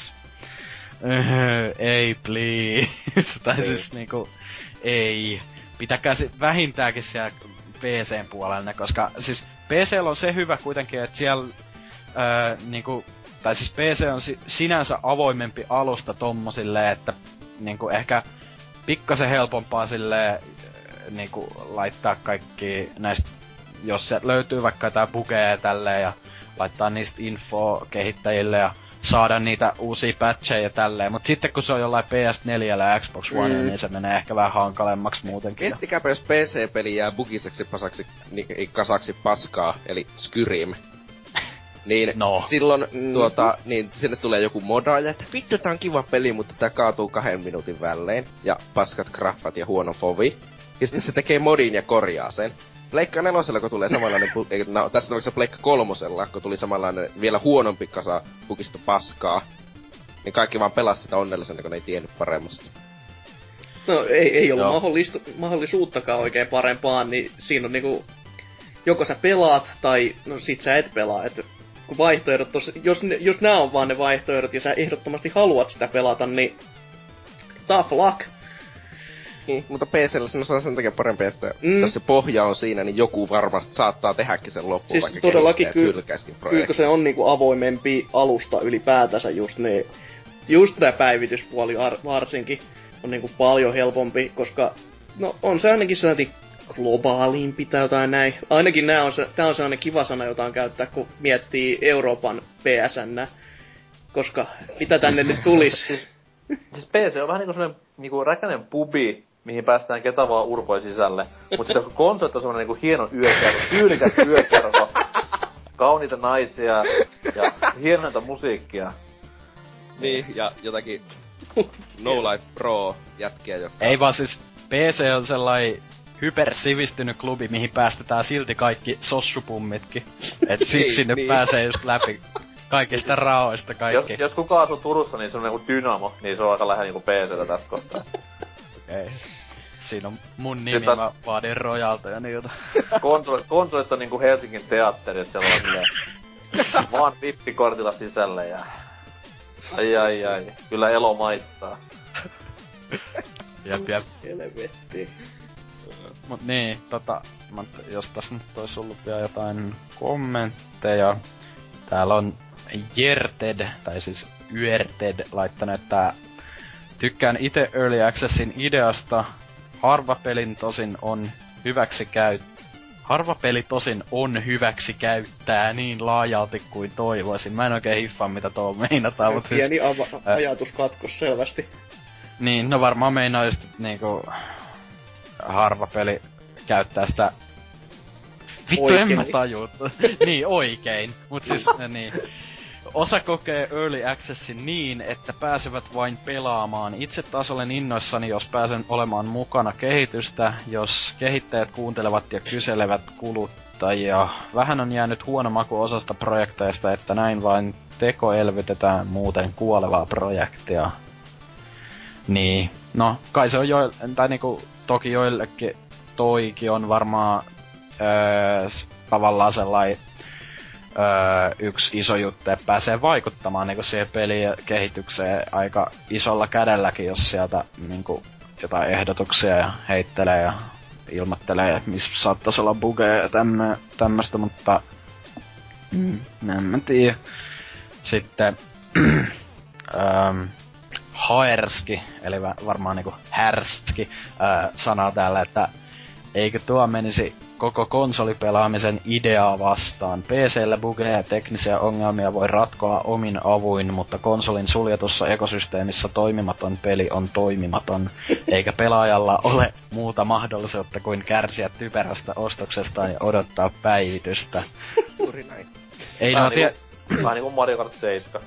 Öö, ei please. tai Ei. siis niinku, ei. Pitäkää sit vähintäänkin siellä P C:n puolella, koska siis P P C:llä on se hyvä kuitenkin, että siellä öö, niinku, tai siis P C on si- sinänsä avoimempi alusta tommosille, että niinku ehkä pikkasen helpompaa silleen niinku laittaa kaikki näistä, jos se löytyy vaikka jotain bugeja ja tälleen ja laittaa niistä info kehittäjille ja saada niitä uusia patcheja ja tälleen. Mut sitten kun se on jollain P S neljä ja Xbox One, mm. niin se menee ehkä vähän hankalemmaksi muutenkin. Miettikääpä, jos P C-peli jää bugiseksi pasaksi, niin kasaksi paskaa, eli Skyrim. Niin no. silloin tuota, niin sinne tulee joku modaaja, että vittu tää on kiva peli, mutta tää kaatuu kahden minuutin välein. Ja paskat graffat ja huono fovi. Ja sitten se tekee modin ja korjaa sen. Pleikka nelosella, kun tulee samanlainen, bu- no, tässä on se Pleikka kolmosella, kun tuli samanlainen vielä huonompi kasa bugista paskaa. Niin kaikki vaan pelas sitä onnellisena, kun ne ei tiennyt paremmasta. No ei, ei ollut mahdollis- mahdollisuuttakaan oikein parempaan, niin siinä on niinku... Joko sä pelaat, tai no sit sä et pelaa, että kun vaihtoehdot tos, jos, ne, jos nää on vaan ne vaihtoehdot ja sä ehdottomasti haluat sitä pelata, niin tough luck. Niin, mutta P C:llä se on sen takia parempi, että mm. jos se pohja on siinä, niin joku varmasti saattaa tehdäkin sen loppuun, siis vaikka todellakin ky- hylkäiskin kyllä kun se on niinku avoimempi alusta ylipäätänsä just ne, just tää päivityspuoli ar- varsinkin on niinku paljon helpompi, koska no on se ainakin sellainen globaalimpi tai jotain näin. Ainakin nää on se, tää on sellainen kiva sana, jota on käyttää, kun miettii Euroopan P S N, koska mitä tänne nyt tulis? Siis P C on vähän niinku semmonen niinku räkänen pubi, mihin päästään ketä vaan urpoi sisälle. Mut sitten kun konsolit on semmonen niinku hieno yökerho, tyylikäs yökerho, kauniita naisia ja hienointa musiikkia. Niin, ja jotakin No Life Pro jätkiä, jotka... Ei vaan siis P C on sellainen hypersivistynyt klubi, mihin päästetään silti kaikki sossupummitkin. Et siksi niin, nyt niin. Pääsee just läpi kaikista raoista kaikki. Jos, jos kukaan asuu Turussa, niin se on niinku Dynamo, niin se on aika lähellä niinku P C:tä tässä kohtaa. Okei. Okay. Siinä on mun nimi, taas... mä vaadin rojalta ja niiltä. Konsolit, konsolit on niinku Helsingin teatteri, et siellä on silleen vaan vippikortilla sisälle ja... Ai ai ai, kyllä elo maittaa. Jep jep. Helvetti. Mut niin, tota, mä, jos tässä nyt ois ollut vielä jotain kommentteja. Täällä on Jerted, tai siis Yerted, laittanut, että tykkään ite Early Accessin ideasta. Harva pelin tosin on hyväksi käy... Harva peli tosin on hyväksi käyttää niin laajalti kuin toivoisin. Mä en oikein hiffaa mitä tuo meinataan, mut pieni siis... Pieni ava- ajatuskatkos selvästi. Niin, no varmaan meinaa just, että niinku... Harva peli käyttää sitä... Vittu en mä tajuu. Niin, oikein. Mut siis, niin... Osa kokee Early Accessin niin, että pääsevät vain pelaamaan. Itse taas olen innoissani, jos pääsen olemaan mukana kehitystä, jos kehittäjät kuuntelevat ja kyselevät kuluttajia. Vähän on jäänyt huono maku osasta projekteista, että näin vain tekoelvytetään muuten kuolevaa projektia. Niin, no kai se on jo, tai niinku toki joillekin toikin on varmaan öö, tavallaan sellainen öö, yksi iso juttu, että pääsee vaikuttamaan niinku siihen pelin kehitykseen aika isolla kädelläkin, jos sieltä niinku jotain ehdotuksia ja heittelee ja ilmoittelee, missä saattaisi olla bugeja ja tämmö, tämmöstä, mutta mm, en mä tiedä. Sitten öö, Haerski, eli varmaan niinku härski, öö, sanoo täällä, että eikö tuo menisi koko konsolipelaamisen ideaa vastaan. P C:llä bugeja ja teknisiä ongelmia voi ratkoa omin avuin, mutta konsolin suljetussa ekosysteemissä toimimaton peli on toimimaton, eikä pelaajalla ole muuta mahdollisuutta kuin kärsiä typerästä ostoksestaan ja odottaa päivitystä. Juuri näin. Ei nuo tie... Vähän niinku Mario Kart seitsemän.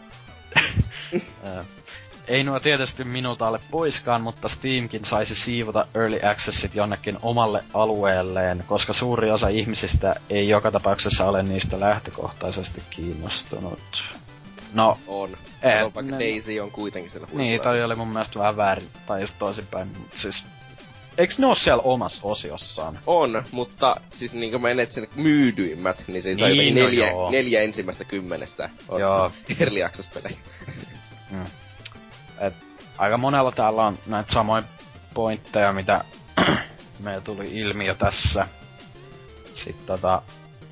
Ei nuo tietysti minulta ole poiskaan, mutta Steamkin saisi siivota Early Accessit jonnekin omalle alueelleen, koska suuri osa ihmisistä ei joka tapauksessa ole niistä lähtökohtaisesti kiinnostunut. No, on. Eh, vaikka ne... Daisy on kuitenkin siellä huipulla. Niin, toi oli mun mielestä vähän väärin, tai just toisinpäin, mutta siis... Eiks ne oo siellä omassa osiossaan? On, mutta siis niinkö menet sen myydyimmät, niin siitä niin, on no neljä, joo. neljä ensimmäistä kymmenestä on joo. Early Access-pelejä. Mm. Et aika monella täällä on näitä samoja pointteja, mitä meillä tuli ilmi jo tässä. Sitten tota...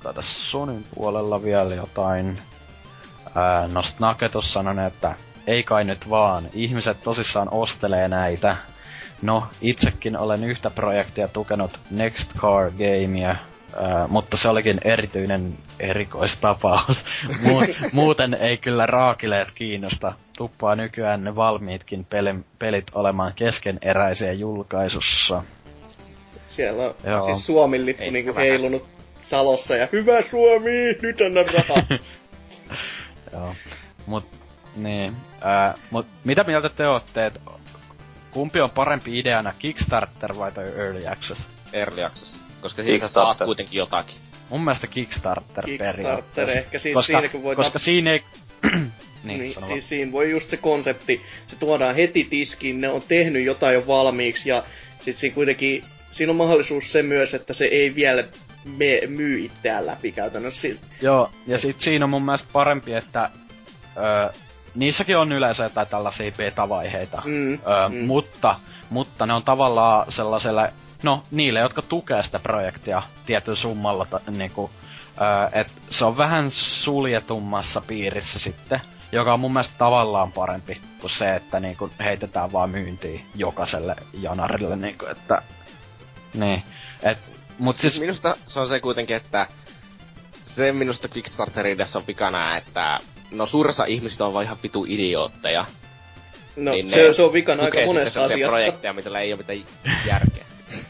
tässä Sonyn puolella vielä jotain. Ää, no Snake tossa sanoi, että ei kai nyt vaan, ihmiset tosissaan ostelee näitä. No, itsekin olen yhtä projektia tukenut Next Car Gamea, ää, mutta se olikin erityinen erikoistapaus. Mu- muuten ei kyllä raakileet kiinnosta. Tuppaa nykyään ne valmiitkin peli- pelit olemaan keskeneräisiä julkaisussa. Siellä on Joo. siis Suomen lippu Ei, niinku vähän. heilunut Salossa ja hyvä Suomi, nyt anna rahaa. Joo. Mut, niin. Ää, mut mitä mieltä te ootte, et kumpi on parempi ideana, Kickstarter vai toi Early Access? Early access. Koska siinä sä saat Kickstarter. kuitenkin jotakin. Mun mielestä Kickstarter, Kickstarter periaatteessa. ehkä siis koska, siinä kun voit... koska siinä ei... niin, Niin, sano siis siinä voi just se konsepti, se tuodaan heti tiskiin, ne on tehnyt jotain jo valmiiksi ja sit siinä kuitenkin, siinä on mahdollisuus se myös, että se ei vielä me, myy itseään läpi käytännössä. Joo, ja sit siinä on mun mielestä parempi, että öö, niissäkin on yleensä jotain tällaisia beta-vaiheita, Mm, öö, mm. mutta, mutta ne on tavallaan sellaiselle, no niille, jotka tukee sitä projektia tietyllä summalla, ta, niinku, öö, et se on vähän suljetummassa piirissä sitten, joka on mun mielestä tavallaan parempi kuin se, että niinku heitetään vaan myyntiin jokaiselle janarille, niinku, että niin, et, mut Siis siis, minusta se on se kuitenkin, että se minusta Kickstarter-ideassa on vikana, että no suurin osa ihmisistä on vaan ihan vitu idiootteja. No niin se, ne se on vikana aika tukee sitten monessa sellaisia asiassa. projekteja, mitä ei oo mitään järkeä.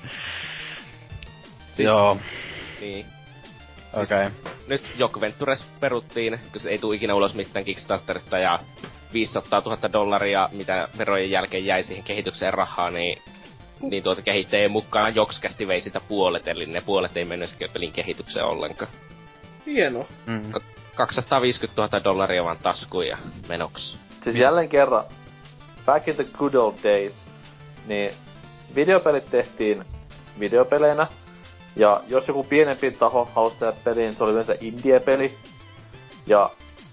Siis, joo, Niin. okei. Okay. Nyt Joke Ventures peruttiin, kun se ei tuu ikinä ulos mitään Kickstarterista ja viisisataatuhatta dollaria, mitä verojen jälkeen jäi siihen kehitykseen rahaa, niin, niin tuota kehittäjien mukaan Jokskästi vei sitä puolet, eli ne puolet ei mennyt pelin kehitykseen ollenkaan. Hieno. Mm. kaksisataaviisikymmentätuhatta dollaria vaan taskuun ja menoksi. Siis jälleen kerran, back in the good old days, niin videopelit tehtiin videopeleinä, ja jos joku pienempi taho halusi tehdä peliin, se oli yleensä indie-peli, ja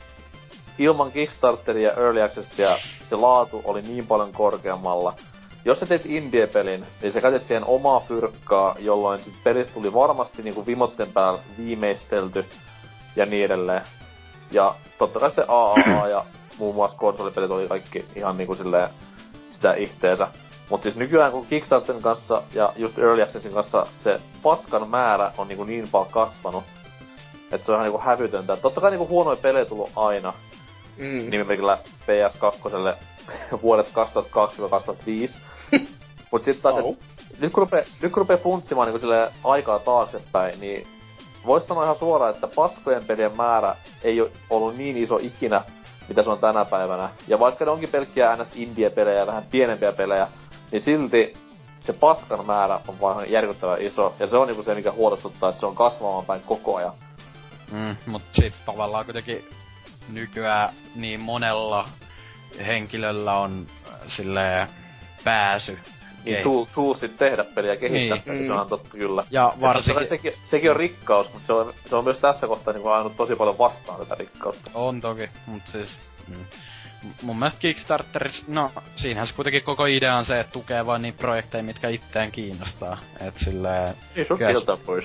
ilman Kickstarteria ja Early Accessia se laatu oli niin paljon korkeammalla. Jos sä teet indie-pelin, niin sä käytät siihen omaa fyrkkaa, jolloin sit pelistä tuli varmasti niinku vimotten päällä viimeistelty ja niin edelleen. Ja totta kai sitten A A A ja muun muassa konsolipelit oli kaikki ihan niinku silleen sitä ihteensä. Mut siis nykyään kun Kickstarterin kanssa ja just Early Accessin kanssa se paskan määrä on niinku niin paljon kasvanut, että se on ihan niinku hävytöntä. Totta kai niinku huonoja pelejä tullut aina. Mm. Nimimerkillä P S kaksi vuodet kaksituhattakaksi kaksituhattaviisi. Mut sit taas, Au. et, nyt kun rupee, nyt kun rupee funtsimaan niinku silleen aikaa taaksepäin, niin vois sanoa ihan suoraan, että paskojen pelien määrä ei oo ollut niin iso ikinä, mitä se on tänä päivänä. Ja vaikka ne onkin pelkkiä ns indie-pelejä ja vähän pienempiä pelejä, niin silti se paskan määrä on vaan järkyttävän iso. Ja se on niinku se, mikä huolestuttaa, että se on kasvamaan päin koko ajan. Mm, mut sit tavallaan kuitenkin nykyään niin monella henkilöllä on äh, silleen pääsy. Niin kei- tuu, tuu sit tehdä peliä ja kehittää Niin. peliä, se on totta kyllä. Ja Varsinkin... varsinkin Sekin, sekin on rikkaus, mutta se on, se on myös tässä kohtaa niin ainut tosi paljon vastaan tätä rikkautta. on toki, mut siis mm, m- mun mielestä Kickstarteris, no siinähän se kuitenkin koko idea on se, että tukee vain niitä projekteja, mitkä itseään kiinnostaa. Et silleen... Niin sun Kyllä. kiltaa pois.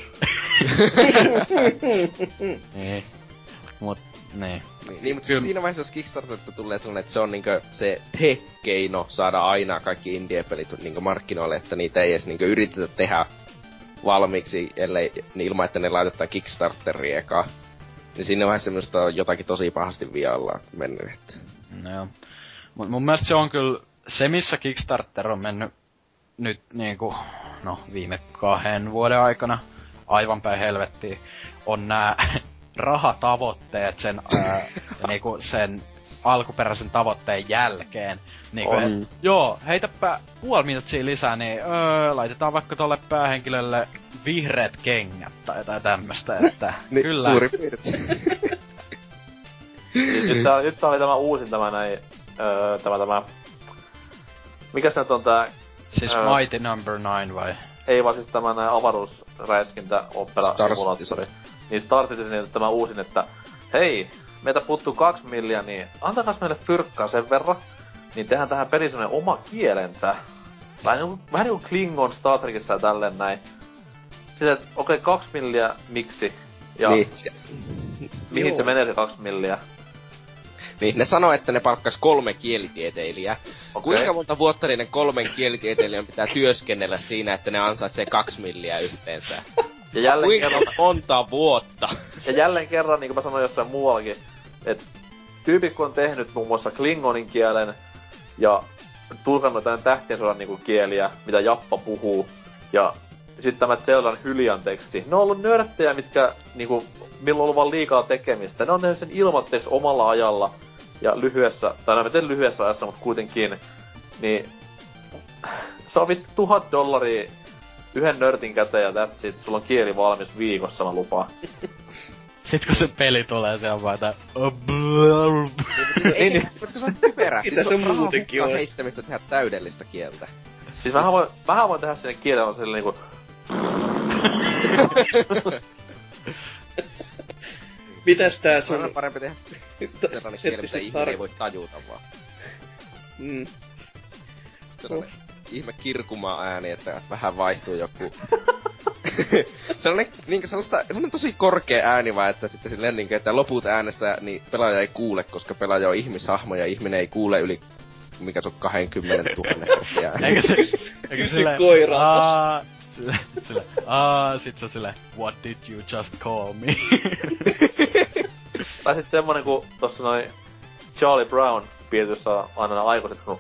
niin. Mut, niin. Niin, niin mutta Kyllä. siinä vaiheessa, jos Kickstarterista tulee sellainen, että se on niinkö se te-keino saada aina kaikki indie-pelit niinkö markkinoille, että niitä ei edes niinkö yritetä tehdä valmiiksi, ellei niin ilman, että ne laitetaan Kickstarteriin eka. Niin siinä vaiheessa minusta on jotakin tosi pahasti vialla mennyt. Että... No joo. Mut mun mielestä se on kyllä, se missä Kickstarter on mennyt nyt niinku, no viime kahden vuoden aikana aivan päin helvettiin, on nää rahatavoitteet sen, ää, niinku sen alkuperäisen tavoitteen jälkeen. Niinku, On. et, joo, heitäpä puoli minuuttia lisää, niin öö, laitetaan vaikka tolle päähenkilölle vihreät kengät tai jotain tämmöstä, että kyllä. Suuri piirtein. Nyt, nyt, tää, nyt tää oli tämä uusin tämä näin, öö, tämä tämä... Mikäs nyt on tää... Siis Öö. Mighty Number Nine vai? Ei vaan siis tämä näin avaruusräiskintä opera Star simulaattori. Niin Star Citizen tämä uusin, että hei, meitä puuttuu kaksi milliä, niin antakas meille fyrkkaa sen verran, niin tehdään tähän peliin sellainen oma kielensä. Vähän niinku, vähän niinku Klingon Star Trekissa ja tälleen näin. Sitten, että okei, okay, kaksi milliä, miksi? Ja Niin. mihin Joo. se menee se kaksi milliä? Niin, ne sanoo, että ne palkkas kolme kielitieteilijää. Okei. Kuinka monta vuotta niiden kolmen kielitieteilijän pitää työskennellä siinä, että ne ansaitsee kaksi milliä yhteensä? Ja jälleen Kuinka kerran, monta vuotta? ja jälleen kerran, niin kuin mä sanoin jossain muuallakin, että tyypit kun on tehnyt muun muassa klingonin kielen ja tulkannut jotain tähtien sodan niinku kieliä, mitä Jappa puhuu, ja sitten tämä Zeldan Hylian teksti. Ne on ollut nörttejä, mitkä niinku, milloin on ollut vaan liikaa tekemistä. Ne on tehnyt sen ilmatteeksi omalla ajalla ja lyhyessä, tai no miten lyhyessä ajassa, mutta kuitenkin, niin se on vittu tuhat dollaria yhden nörtin käteen ja that's it. Sulla on kieli valmis viikossa, mä lupaan. Sit kun se peli tulee, se on vaan tää... Ei, niin, voitko sä oot typerä? Mitä Siis se on rahaa muutenkin hukkaan on? heittämistä tehdä täydellistä kieltä. Siis mähän voin, mähän voin tehdä sinne kielellä silleen niinku... Mitäs tää Se on sun... parempi tehdä Sta- sellainen se- kieli, mitä se ihminen ei tar- voi tajuta vaan. Mm. Sellainen ihme kirkumaa ääni, että vähän vaihtuu joku... sellainen, niinkö sellaista, sellainen tosi korkea ääni vaan, että sitten silleen niinkö, että loput äänestä, niin pelaaja ei kuule, koska pelaaja on ihmishahmo ja ihminen ei kuule yli, mikä se on kaksikymmentätuhatta hertsiä. Eikö se... Eikö Kysy sille... koiralta. Aa... Sille... Sille... Aa... Sit se on sille... What did you just call me? Tai sit semmonen ku tossa noin Charlie Brown piirtyssä on aina ne aikuiset kun...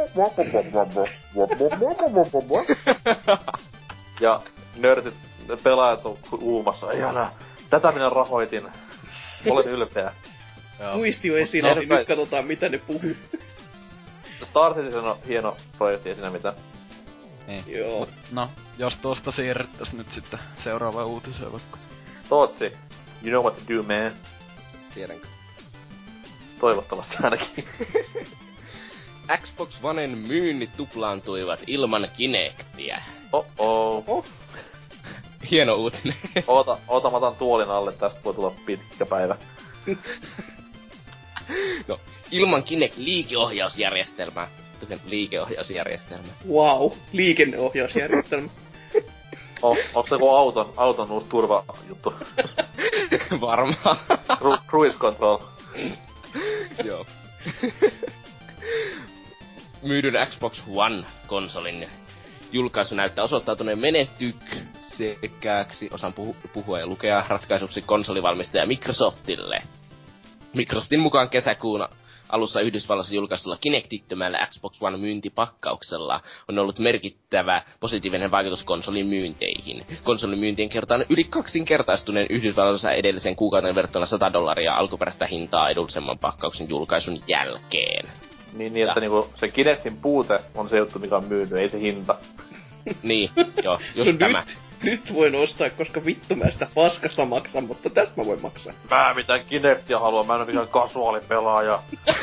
Ja nörtit, pelaajat on uumassa. Ei älä, tätä minä rahoitin. Olen ylpeä. Joo. Muistio esillä, niin Nörpäi- nyt katsotaan mitä ne puhuu. Star Citizen on hieno projekti, ei siinä mitään. Niin. Joo. No, jos tuosta siirryttäis nyt sitten seuraavaan uutiseen vaikka. Tootsi, you know what to do, man. Tiedänkö? Toivottavasti ainakin. Xbox Oneen myynnit tuplaantuivat ilman Kinectiä. Oh-oh. Oh. Hieno uutinen. Oota, oota, mä otan tuolin alle, tästä voi tulla pitkä päivä. No, ilman Kinect liikeohjausjärjestelmää. Tuken liikeohjausjärjestelmä. Wow, liikenneohjausjärjestelmä. Oh, onks se joku auton, auton uusi turvajuttu? Varmaan. Cru- cruise control. Joo. Myydyn Xbox One-konsolin julkaisu näyttää osoittautuneen menestyksekkääksi, osaan puhu- puhua ja lukea, ratkaisuksi konsolivalmistaja Microsoftille. Microsoftin mukaan kesäkuun alussa Yhdysvalloissa julkaistulla Kinectittömällä Xbox One myyntipakkauksella on ollut merkittävä positiivinen vaikutus konsolin myynteihin. Konsolin myyntien kerta on yli kaksinkertaistuneen Yhdysvalloissa edellisen kuukauden verrattuna sata dollaria alkuperäistä hintaa edullisemman pakkauksen julkaisun jälkeen. Niin, niin että niinku se Kinectin puute on se juttu, mikä on myynyt, ei se hinta. Niin, joo, just No tämä. nyt, nyt voin ostaa, koska vittu mä sitä paskasta maksan, mutta tästä mä voin maksaa. Mä mitään Kinectia haluan, mä en oo mikään kasuaalipelaaja.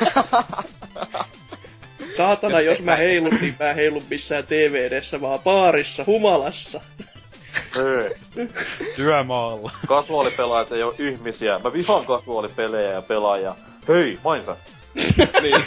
Saatana, jos mä heilun, niin mä heilun missään T V edessä, vaan baarissa, humalassa. Ei. Työmaalla. Kasuaalipelaajat ei oo ihmisiä. Mä vihaan kasuaalipelejä ja pelaajia. Hei, Minecraft. Niin.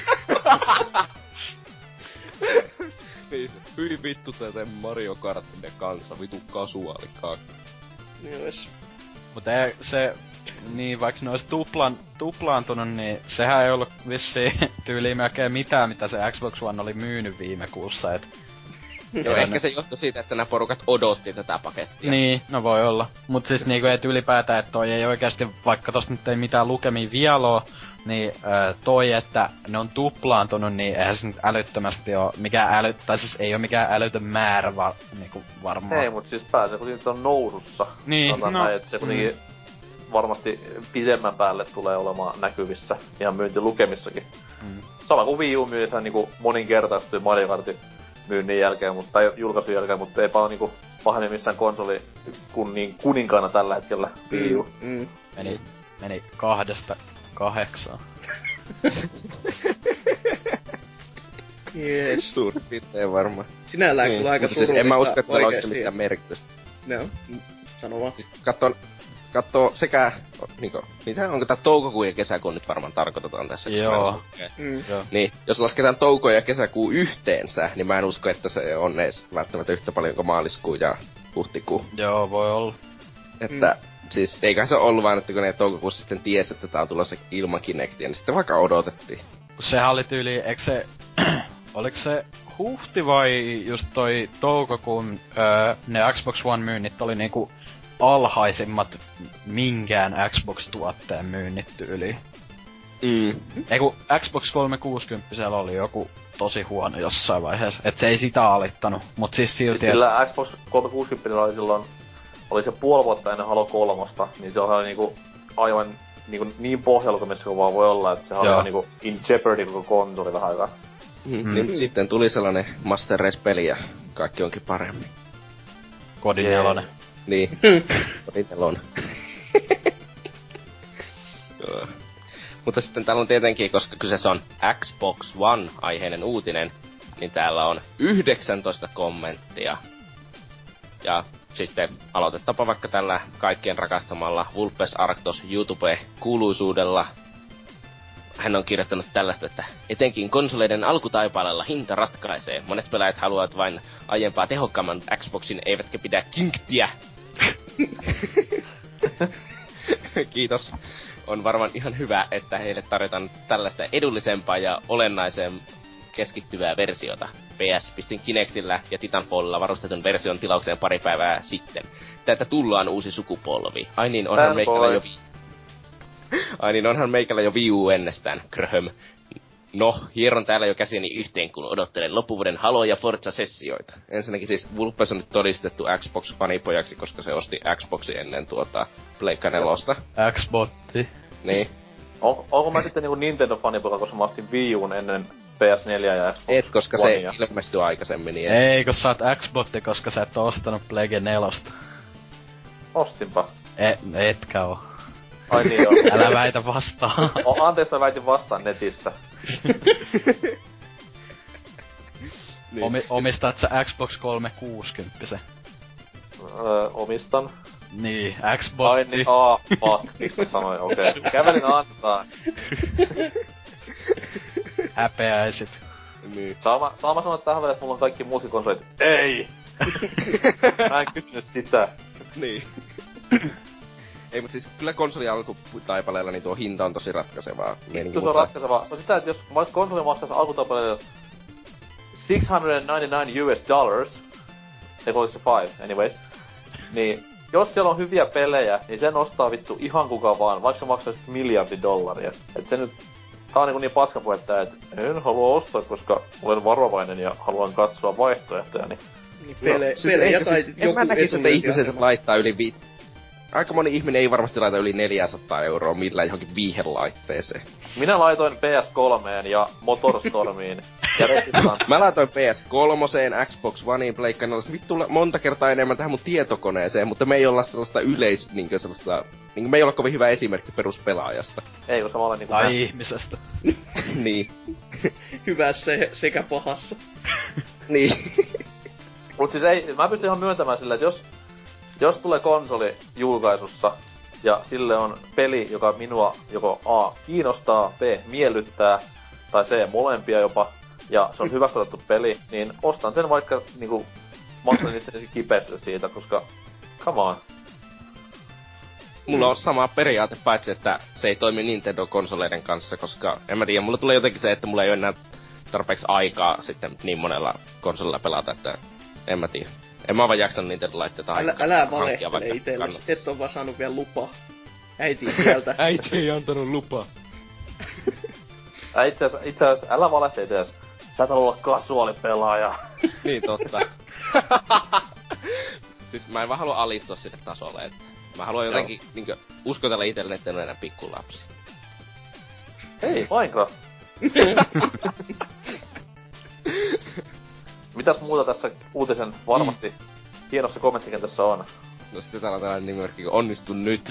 Niin, hyi vittu tätä Mario Kartinen kanssa, vitu kasuaalikaan. Jos. Mutta ei se... Niin, vaikka ne ois tuplan, tuplaantunut, niin sehän ei ollut vissiin tyyliin melkein mitään, mitä se Xbox One oli myynyt viime kuussa, et... Joo, ehkä se johtui siitä, että nämä porukat odotti tätä pakettia. Niin, no voi olla. Mut siis niinku, et ylipäätään, että toi ei oikeasti, vaikka tosta nyt ei mitään lukemia vielä oo, niin ö, toi, että ne on tuplaantunut, niin eihän se nyt älyttömästi oo mikään äly... Tai siis ei oo mikään älytön määrä va, niinku varmaan. Ei, mut siis pääsee kuitenkin se on nousussa. Niin, Sanotaan no, näin, että se kuitenkin varmasti pidemmän päälle tulee olemaan näkyvissä ihan myyntilukemissakin. Mm. Sama kuin Wii U myynnissä niinku moninkertaistui Mario Kartin myynnin jälkeen, mutta, tai julkaisun jälkeen, mutta eipä ole niinku pahemmin missään konsoli kun niin kuninkaana tällä hetkellä Wii U. Mm. Meni, meni kahdesta kahdeksaan. Jees. Suurin piirtein varmaan. Sinällään Niin, kyllä aika mutta siis surullista en mä usko, että meillä olisi oikeesti. mitään merkitystä. No, mm, sano vaan. Katson, katsoo sekä, niinku, mitä, onko tää toukokuun ja kesäkuun nyt varmaan tarkoitetaan tässä? koska Joo. mä en usko, että- Mm. Joo. Niin, jos lasketaan touko ja kesäkuu yhteensä, niin mä en usko, että se on edes välttämättä yhtä paljon kuin maaliskuu ja huhtikuu. Joo, voi olla. Että siis eiköhän se ollut vaan, että kun ne toukokuussa sitten tiesi, että tää on tulossa ilman Kinectia, niin sitten vaikka odotettiin. Sehän oli tyyli, eikö se, oliko se huhti vai just toi toukokuun öö, ne Xbox One-myynnit oli niinku alhaisimmat minkään Xbox-tuotteen myynnit tyyli. Mm. Eiku Xbox kolmesataakuusikymmentä oli joku tosi huono jossain vaiheessa, et se ei sitä alittanut, mut siis silti... Siis sillä et... Xbox kolmesataakuusikymmentä oli silloin, oli se puoli vuotta ennen Halo kolmosta, niin se oli niinku aivan niinku niin pohjalla kuin missä vaan voi olla, että se oli niinku in jeopardy koko konsoli vähän aikaa. Mm. Mm. Niin sitten tuli sellainen Master Race-peli ja kaikki onkin paremmin. Kodin yeah. nelonen. Niin, Kodin nelonen. Mutta sitten täällä on tietenkin, koska kyseessä on Xbox One-aiheinen uutinen, niin täällä on yhdeksäntoista kommenttia. Ja sitten aloitetaanpa vaikka tällä kaikkien rakastamalla Vulpes Arctos YouTube-kuuluisuudella. Hän on kirjoittanut tällaista, että etenkin konsoleiden alkutaipaleella hinta ratkaisee. Monet pelaajat haluavat vain aiempaa tehokkaamman Xboxin, eivätkä pidä Kinectia. Kiitos. On varmaan ihan hyvä, että heille tarjotaan tällaista edullisempaa ja olennaiseen keskittyvää versiota. P S pistin Kinectillä ja Titanfallilla varustetun version tilaukseen pari päivää sitten. Tätä tullaan uusi sukupolvi. Ai niin, onhan meikällä jo vi... Ai niin, onhan meikällä jo Wii U ennestään, kröhöm. No, hieron täällä jo käsieni yhteen, kun odottelen loppuvuoden Halo- ja Forza-sessioita. Ensinnäkin siis Vulpes on nyt todistettu Xbox-fanipojaksi, koska se osti Xboxi ennen tuota Pleikka nelosta. Xboxi. Niin. On, onko mä sitten niinku Nintendo-fanipoika, koska mä ostin Wii Uun ennen P S neljä ja Xbox Et, koska Onea. se ilmestyi aikaisemmin, niin et. Ei, kun sä oot Xboxi, koska sä et oo ostanut Pleikka nelosta. Ostinpa. Et, etkä oo. Ai niin joo. Älä väitä vastaan. O, anteeksi, mä väitin vastaan netissä. niin. Omi, omistat sä Xbox kolmesataakuusikymmentä? Öö, omistan. Niin, Xbox. Ai niin, aah, fuck, miksi mä sanoin, okei. Okay. Kävelin ansaan. Häpeäisit. Niin. Saa mä, saa mä sanoa tähän vielä, että mulla on kaikki muutkin konsolit. Ei! Mä en kysynyt sitä. Niin. Ei, mut siis kyllä konsoli alkutaipaleella niin tuo hinta on tosi ratkaisevaa. Hittu se on ratkaisevaa. Se on sitä, että jos vaikka konsoli maksaisi alkutaipaleella six hundred ninety-nine U S dollars, ei oliko se five, anyways, niin jos siellä on hyviä pelejä, niin sen ostaa vittu ihan kuka vaan, vaikka se maksaisi miljardi dollaria. Et se nyt, tää on niin, niin paskapuhetta, että en halua ostaa, koska olen varovainen ja haluan katsoa vaihtoehtoja, niin... Pele, no, siis pelejä tai siis, joku en mä näkisi, että ihmiset laittaa yli vi... Aika moni ihminen ei varmasti laita yli neljäsataa euroa millään johonkin viihelaitteeseen. Minä laitoin P S kolmeen ja Motorstormiin ja Resistance. Mä laitoin P S kolmoseen, Xbox Oneen, Pleikka nelosen, vittu monta kertaa enemmän tähän mun tietokoneeseen, mutta me ei olla sellaista yleis... niinkö sellaista... Niinkö me ei olla kovin hyvä esimerkki peruspelaajasta. Ei, koska mä olen niinku... Tai ihmisestä. Niin. Hyvässä sekä pahassa. Niin. Mut siis ei, mä pystyn ihan myöntämään silleen, että jos... Jos tulee konsoli julkaisussa, ja sille on peli, joka minua joko A. kiinnostaa, B. miellyttää, tai C. molempia jopa, ja se on hyvä katsottu peli, niin ostan sen vaikka niinku maksan itse kipeästi siitä, koska come on. Mulla on sama periaate, paitsi että se ei toimi Nintendo-konsoleiden kanssa, koska en mä tiedä, mulla tulee jotenkin se, että mulla ei ole enää tarpeeksi aikaa sitten niin monella konsolilla pelata, että en mä tiedä. En mä vaan jaksanut Nintendo-laitteita Älä, älä valehtele itelle, et on vaan saanut vielä lupaa. Äiti sieltä. Äiti ei antanut lupaa. Itse asiassa, itse asiassa älä valehtele itse sä et halua olla kasuaalipelaaja. Niin totta. Siis mä en vaan halua alistua sille tasolle, että mä haluan jotenkin niinkö uskotella itelle, että en ole enää pikkulapsi. Hei, Minecraft! Mitäs muuta tässä uutisen varmasti mm. hienossa kommenttikentässä on? No sitten täällä on tällainen nimimerkki kuin onnistu nyt.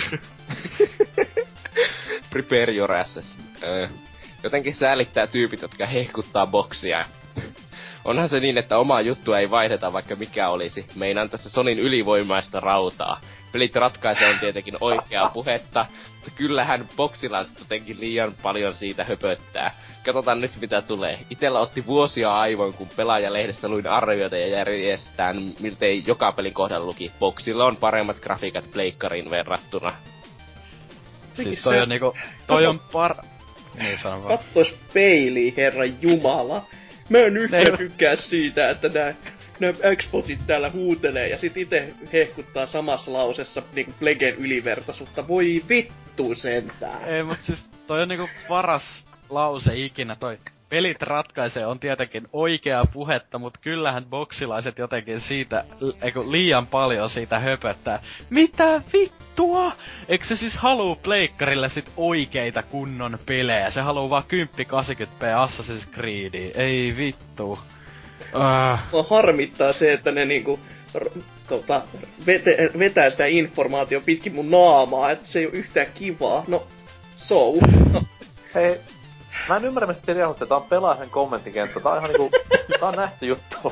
Prepare your asses. Öö, jotenkin säälittää tyypit, jotka hehkuttaa boksia. Onhan se niin, että omaa juttua ei vaihdeta vaikka mikä olisi. Meinaan tässä Sonin ylivoimaista rautaa. pelit ratkaisee on tietenkin oikeaa puhetta, mutta kyllähän boksilaiset jotenkin liian paljon siitä höpöttää. Katsotaan nyt mitä tulee. Itellä otti vuosia aivoin, kun pelaajalehdestä luin arvioita ja järjestään miltei joka pelin kohdalla luki. Boksilla on paremmat grafiikat pleikkariin verrattuna. Siis toi on niinku, toi on par... Niin sanon vaan. Kattois peiliin, herran jumala. Mä en yhtään Ne- tykkää siitä, että nää, nää Xboxit täällä huutelee ja sit ite hehkuttaa samassa lausessa niinku Plegen ylivertaisuutta. Voi vittu sentään. Ei, mut siis toi on niinku paras lause ikinä. Toi pelit ratkaisee on tietenkin oikeaa puhetta, mut kyllähän boksilaiset jotenkin siitä, eiku liian paljon siitä höpöttää. Mitä vittua? Eikö se siis haluu pleikkarille sit oikeita kunnon pelejä? Se haluu vaan kymmenen kahdeksankymmentä p Assassin's Creedia. Ei vittu. Ah. Mua harmittaa se, että ne niinku r- tota, vete, vetää sitä informaatio pitkin mun naamaa, että se ei oo yhtään kivaa. No, so. No, Hei, mä en ymmärrä, mistä te riahutte. Tää on pelaajan kommenttikenttä. Tää on ihan niinku... Tää on nähty juttu.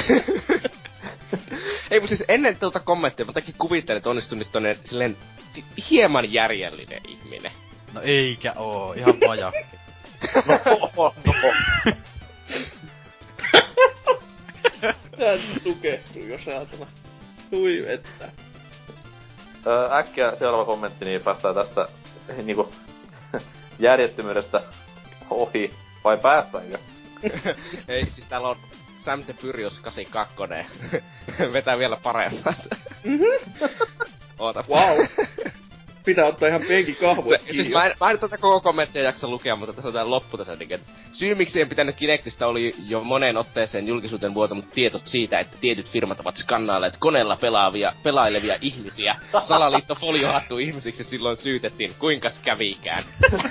Ei mut siis ennen tuota kommenttia mä takin kuvittelin, että onnistui nyt tonne silleen ti- hieman järjellinen ihminen. No eikä oo, ihan vajakki. No, no. tää tukehtuu, jos ajatellaan. Ui vettä. Öö, äkkiä seuraava kommentti, niin päästään tästä niinku järjettömyydestä ohi. Vai päästäänkö? Ei, siis täällä on Sam the Furious kahdeksankymmentäkaksi. Vetää vielä paremmat. Oota. Wow. Pitää ottaa ihan penki kahvoja Se, siis mä en, mä en tätä koko kommenttia jaksa lukea, mutta tässä on tää loppu tässä. Niin, syy miksi en pitänyt Kinectistä oli jo moneen otteeseen julkisuuteen vuotanut tietot siitä, että tietyt firmat ovat skannailleet koneella pelaavia, pelailevia ihmisiä. Salaliitto foliohattu ihmisiksi silloin syytettiin, kuinkas kävikään.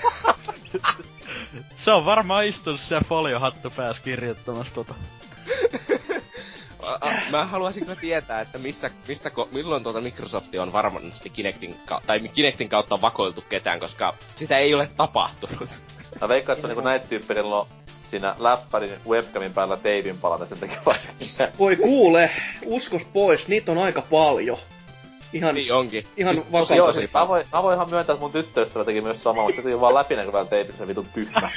Se on varmaan istunut siellä foliohattu pääs kirjoittamassa tota. A- a- Mä haluaisin kyllä tietää, että missä, mistä, ko- milloin tuota Microsoft on varmasti Kinectin, ka- tai Kinectin kautta vakoiltu ketään, koska sitä ei ole tapahtunut. Mä veikkaan, että se on niinku näitä tyyppejä, on siinä läppärin webcamin päällä teipin palata sen takia vaikka. Voi kuule, uskos pois, niitä on aika paljon. Ihan, Niin onkin. ihan Siis vakavasti. Joo, siis mä voin, mä voin ihan myöntää, että mun tyttöystävä teki myös samaa, mutta se teki vaan läpinäkyvällä teipillä se vitun tyhmä.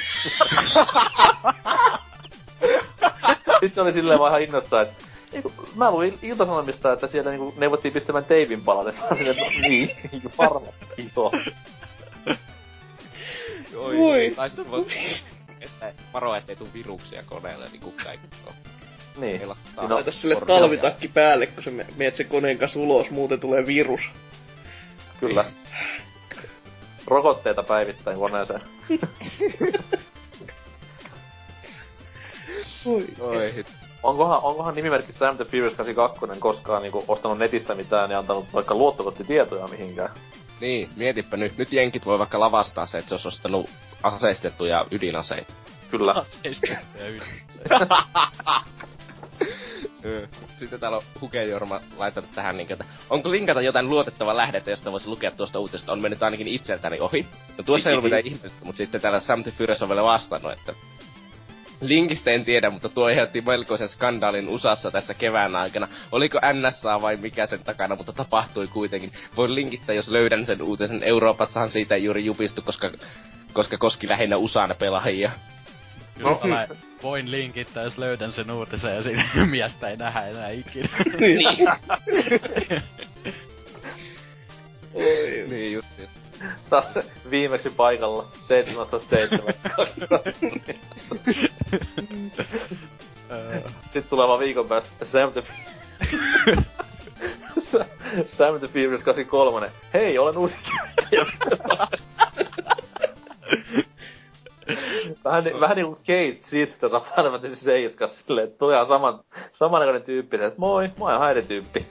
Sitten se oli silleen vaan ihan innossaan, että niinku, mä luin Ilta-Sanomista, että siellä niinku neuvottiin pistämään teipin palatet. Mä silleen, no niin, varmasti joo. Oi, Voi. tai sitten voi, että varo, ettei tuu viruksia koneelle, niin kukaan ei oo. Niin. Heilottaa. No, Laita sille sormia. talvitakki päälle, kun sä me- meet sen koneen kanssa ulos, muuten tulee virus. Kyllä. Rokotteita päivittäin koneeseen. Oi. Oi, hit. Onkohan, onkohan nimimerkki Sam the Furious kahdeksankymmentäkaksi koskaan niinku ostanut netistä mitään ja antanut vaikka luottokorttitietoja mihinkään? Niin, mietipä nyt. Nyt jenkit voi vaikka lavastaa se, että se olisi ostanut aseistettuja ydinaseita. Kyllä. Aseistettuja ydin. Ö. Sitten täällä on Hukejorma laittanut tähän niin, että onko linkata jotain luotettavaa lähdettä, josta voisi lukea tuosta uutisesta, on mennyt ainakin itseltäni ohi. No tuossa ei ollut mitään ihmeellistä, mutta sitten täällä Sam the Furious on vielä vastannut, että linkistä en tiedä, mutta tuo aiheutti melkoisen skandaalin U S A:ssa tässä kevään aikana. Oliko N S A vai mikä sen takana, mutta tapahtui kuitenkin. Voin linkittää, jos löydän sen uutisen. Euroopassahan siitä ei juuri jupistu, koska, koska koski lähinnä U S A:n pelaajia. Kyllä mä voin linkittää, jos löydän sen uutisen ja siinä miestä ei nähdä enää ikinä. Niin. Oi. Niin justiin. Taas viimeksi paikalla. seitsemästoista seitsemättä Sitten tulee vaan viikon päästä Sam the Sam the Furious kahdeksankymmentäkolme. Hei, olen uusi kirja. Vähän, ni, vähän niinku Kate siitä tässä Final Fantasy seitsemän silleen, että tulee saman, samannäköinen tyyppi, että moi, mä oon ihan häirityyppi.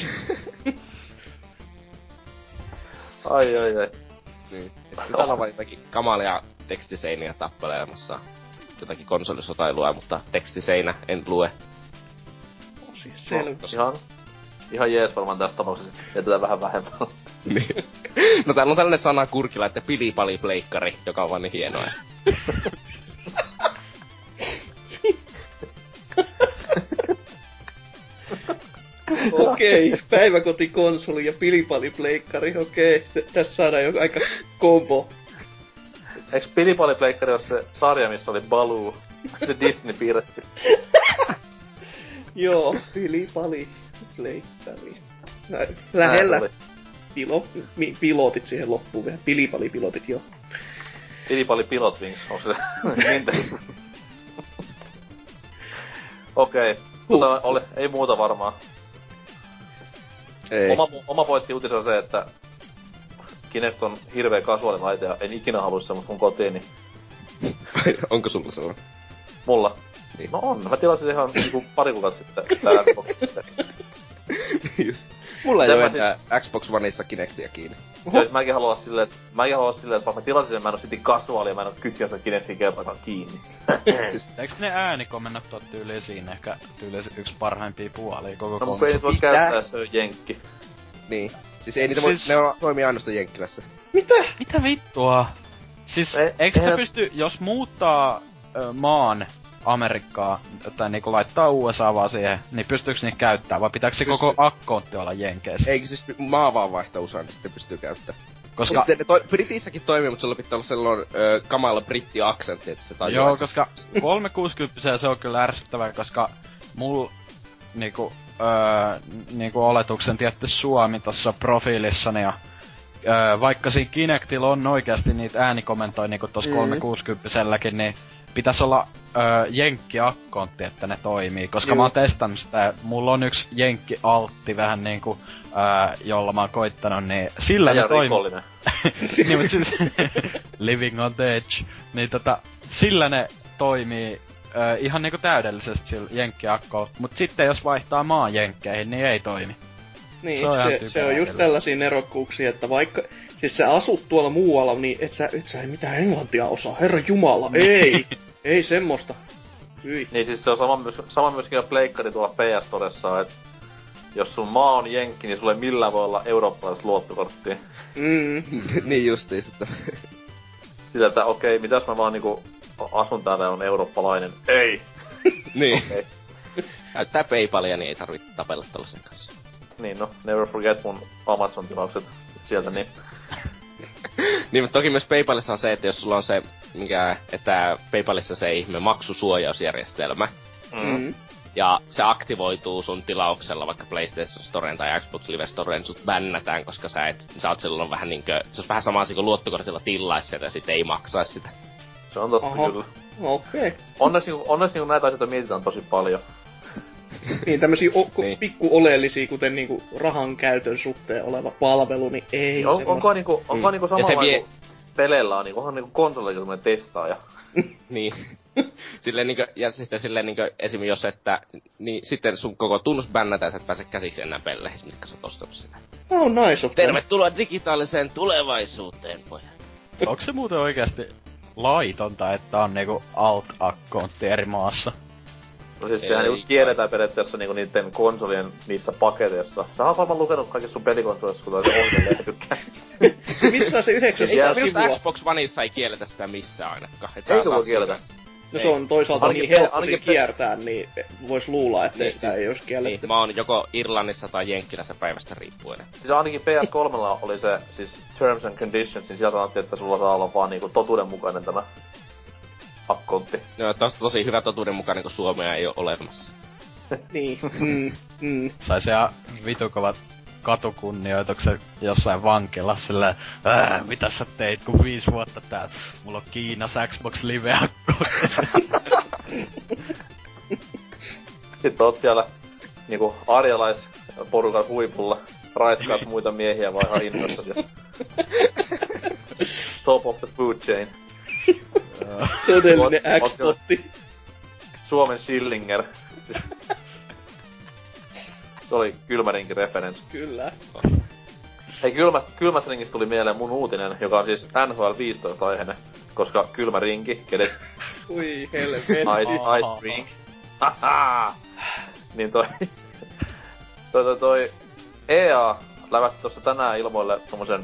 Ai ai ai. Niin. Ja sitten täällä on vaan jotakin kamalia tekstiseiniä tappelemassa jotakin konsolisotailua, mutta tekstiseinä en lue. Siis selvä. Ihan, ihan jees varmaan tässä tapauksessa. Jätetään vähän vähemmän. Niin. No täällä on tällainen sana kurkilla, että pilipalipleikkari, joka on vaan niin hienoa. Okei, okay, päiväkotikonsoli ja pilipalipleikkari, okei. Okay. Tässä saadaan jo aika kombo. Eiks pilipalipleikkari ole se sarja, missä oli Baloo? Se Disney piirretty. Joo, pilipalipleikkari. Lähellä. Pilo, mi, pilotit siihen loppuun vielä. Pilipalipilotit, joo. Pilipali Pilot Wings, on se Nintendo. Okei, okay. Tota, oli, ei muuta varmaan. Ei. Oma, oma pointti uutis on se, että Kinect on hirveä kasuaalilaite ja en ikinä halua semmoista mun kotiini. Onko sulla sellainen? Mulla? Niin. No on, mä tilasin ihan niinku pari kuukautta sitten tää Xbox. Just. Mulla ei oo Tämä enää siis Xbox Oneissa Kinectia kiinni. Joo, mäkin haluan silleen, että mäkin haluan silleen, että vaikka mä tilasin sen, mä en oo silti kasuaali ja mä en oo kytkänsä Kinectin kertakaan kiinni. Siis, eiks ne äänikomennot oo tyyliin siinä ehkä tyyliin yksi parhaimpia puolia koko no, konsoli? No ei nyt voi käyttää, se on jenkki. Niin. Siis ei niitä siis... voi, ne on, toimii ainoastaan Jenkkilässä. Mitä? Mitä vittua? Siis, ei, eikö sitä ei, pysty, jos muuttaa ö, maan Amerikkaa, tai niinku laittaa U S A vaan siihen, niin pystyykö niitä käyttää, vai pitääkö se Pysty. koko akkontti olla Jenkeissä? Eikö siis maa vaan vaihtaa usein, niin sitten pystyy käyttämään. Koska... Sitten ne toi, Britissäkin toimii, mutta sulla pitää olla sellainen ö, kamala britti-aksentti, että se tajuaa. Joo, se... koska kolmesataakuusikymmentä se on kyllä ärsyttävää, koska mul niinku, öö, niinku oletuksen tietty Suomi tossa profiilissani ja öö, vaikka siinä Kinectilla on oikeasti niitä äänikommentoja niinku tossa Mm. kolmesataakuusikymmentäselläkin, niin pitäis olla öö, jenkki-akkontti, että ne toimii, koska Juu. mä oon testannut sitä ja mulla on yksi jenkki-altti vähän niinku, öö, jolla mä oon koittanut, niin sillä ja ne toimii. rikollinen. niin, mut siis, living on the edge, niin tota, sillä ne toimii ö, ihan niinku täydellisesti sillä jenkkiakkolla, mut sitten jos vaihtaa maan jenkkeihin, niin ei toimi. Niin, Se on ihan se, typerää se on just kyllä. tällaisia nerokkuuksia, että vaikka... Siis sä asut tuolla muualla, niin et sä, et sä ei mitään englantia osaa, herra jumala, ei! Ei semmoista. Hyi. Niin siis se on sama, myös, sama myöskin pleikkari tuolla P S Storessa, että jos sun maa on jenkki, niin sulle ei millään voi olla eurooppalaista luottokorttia. Mm. niin justiis, että... Sillä, että okei, okay, mitäs mä vaan niinku asun täällä ja on eurooppalainen. Ei! niin. Okay. Käyttää Paypalia, niin ei tarvitse tapella tollasen kanssa. Niin no, never forget mun Amazon-tilaukset sieltä, niin... niin, mutta toki myös Paypalissa on se, että jos sulla on se, mikä, että Paypalissa se ihme maksusuojausjärjestelmä, Mm. ja se aktivoituu sun tilauksella, vaikka PlayStation Storen tai Xbox Live Storen, sut bännätään, koska sä et, sä oot silloin vähän niinkö, se olisi vähän sama asia kuin luottokortilla tillaisi sieltä ja sit ei maksaisi sitä. Se on totta Oho. kyllä. Okei. Okay. Onneksi, onneksi niinku näitä asioita mietitään tosi paljon. Niin tämmösiä o- ko- Niin. pikkuoleellisia, kuten niinku rahan käytön suhteen oleva palvelu, niin ei On, semmoista. onko niinku, onko Mm. niinku Ja se samalla vie- vie... peleillä on niinku, onhan niinku konsolilla semmonen testaaja. niin. silleen niinkö, ja sitten silleen niinkö, esim. Jos että, niin sitten sun koko tunnus bännätään, sä et pääse käsiksi enää pelleihin, mitkä sä oot ostanut sitä. Oh, nice of them. Tervetuloa digitaaliseen tulevaisuuteen, pojat. Onko se muuten oikeasti laitonta, että on niinku alt-akkontti eri maassa? No siis Ei sehän niinku kai. tiedetään periaatteessa niinku niitten konsolien niissä paketeissa. Sä oot varmaan lukenut kaikissa sun pelikonsolissa, kun toi se ohjelma tykkää. Missä on se yhdeksän Jää Minusta sivua? Xbox Oneissa ei kielletä sitä missään ainakaan. Et Eikö saa voi siitä- kielletä? No Ei. se on toisaalta Ainakin niin pe- helppo ainakin siinä pe- kiertää, niin vois luulla, että Niin, sitä siis- ei olisi kielletty. Niin, mä oon joko Irlannissa tai Jenkkilässä päivästä riippuen. Siis ainakin P S kolme oli se, siis Terms and Conditions, niin sieltä sanottiin, että sulla saa olla vaan niinku totuudenmukainen tämä akkontti. No, tos, tosi hyvä totuudenmukainen, kun Suomea ei oo olemassa. Niin, mm, mm. Sai se ihan vitu kovat katukunnioituksen jossain vankilassa silleen, ää, mitä sä teit kun viisi vuotta täällä? Mulla on Kiinassa Xbox Live-akkontti. Sitten oot siellä niinku arjalaisporukan huipulla, raiskaat muita miehiä vaan ihan innoissasi. Top of the food chain. Todellinen Oot- X-botti. Suomen Schillinger. Se oli kylmärinkin referenssi. Kyllä. Hei, kylmä, kylmästä ringistä tuli mieleen mun uutinen, joka on siis N H L viisitoista aiheinen, koska kylmä rinki, kedet Ui helvetti. ice, ice rink. Haha! Niin toi, toi, toi, toi E A lävästi tossa tänään ilmoille tommosen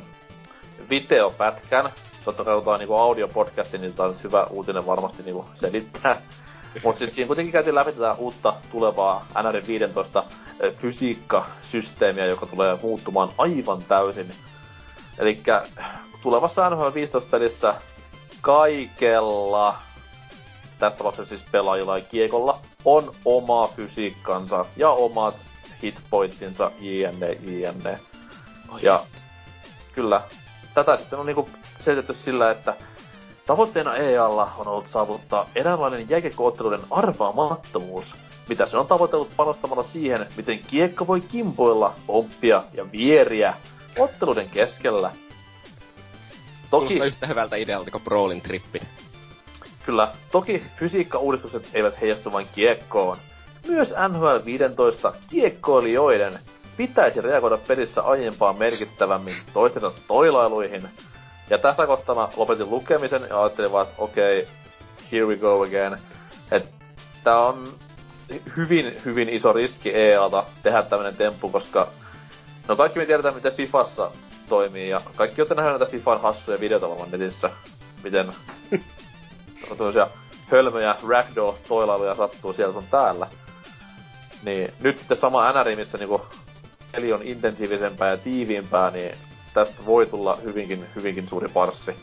videopätkän. Totta kai kun tää on niinku audiopodcasti, niin tää on nyt hyvä uutinen varmasti niinku selittää. Mut siis siinä kuitenkin käytiin läpi tätä uutta tulevaa N R viisitoista fysiikkasysteemiä, joka tulee muuttumaan aivan täysin. Elikkä tulevassa N H L viisitoista-pelissä kaikella, tässä tapauksessa siis pelaajilla ja kiekolla, on oma fysiikkansa ja omat hitpointinsa, jne, jne. Oh, ja kyllä, tätä sitten on niinku selitetty sillä, että tavoitteena E A:lla on ollut saavuttaa eräänlainen jääkiekko-otteluiden arvaamattomuus, mitä se on tavoitellut panostamalla siihen, miten kiekko voi kimpoilla, pomppia ja vieriä otteluiden keskellä. Toki kuulostaa yhtä hyvältä idealta kuin Brawlin trippi. Kyllä, toki fysiikkauudistukset eivät heijastu vain kiekkoon. Myös N H L viisitoista kiekkoilijoiden pitäisi reagoida pelissä aiempaa merkittävämmin toistensa toilailuihin. Ja tässä kohtaa mä lopetin lukemisen ja ajattelin vaan, että okei, okay, here we go again. Et tää on hyvin, hyvin iso riski E A:lta tehdä tämmönen temppu, koska no kaikki me tiedetään, miten Fifassa toimii, ja kaikki olette nähneet näitä Fifan hassuja videoita varmaan netissä, miten on tämmösiä hölmöjä ragdoll-toilailuja sattuu sieltä sun täällä. Niin nyt sitten sama N R, missä niinku peli on intensiivisempää ja tiiviimpää, niin tästä voi tulla hyvinkin, hyvinkin suuri parssi.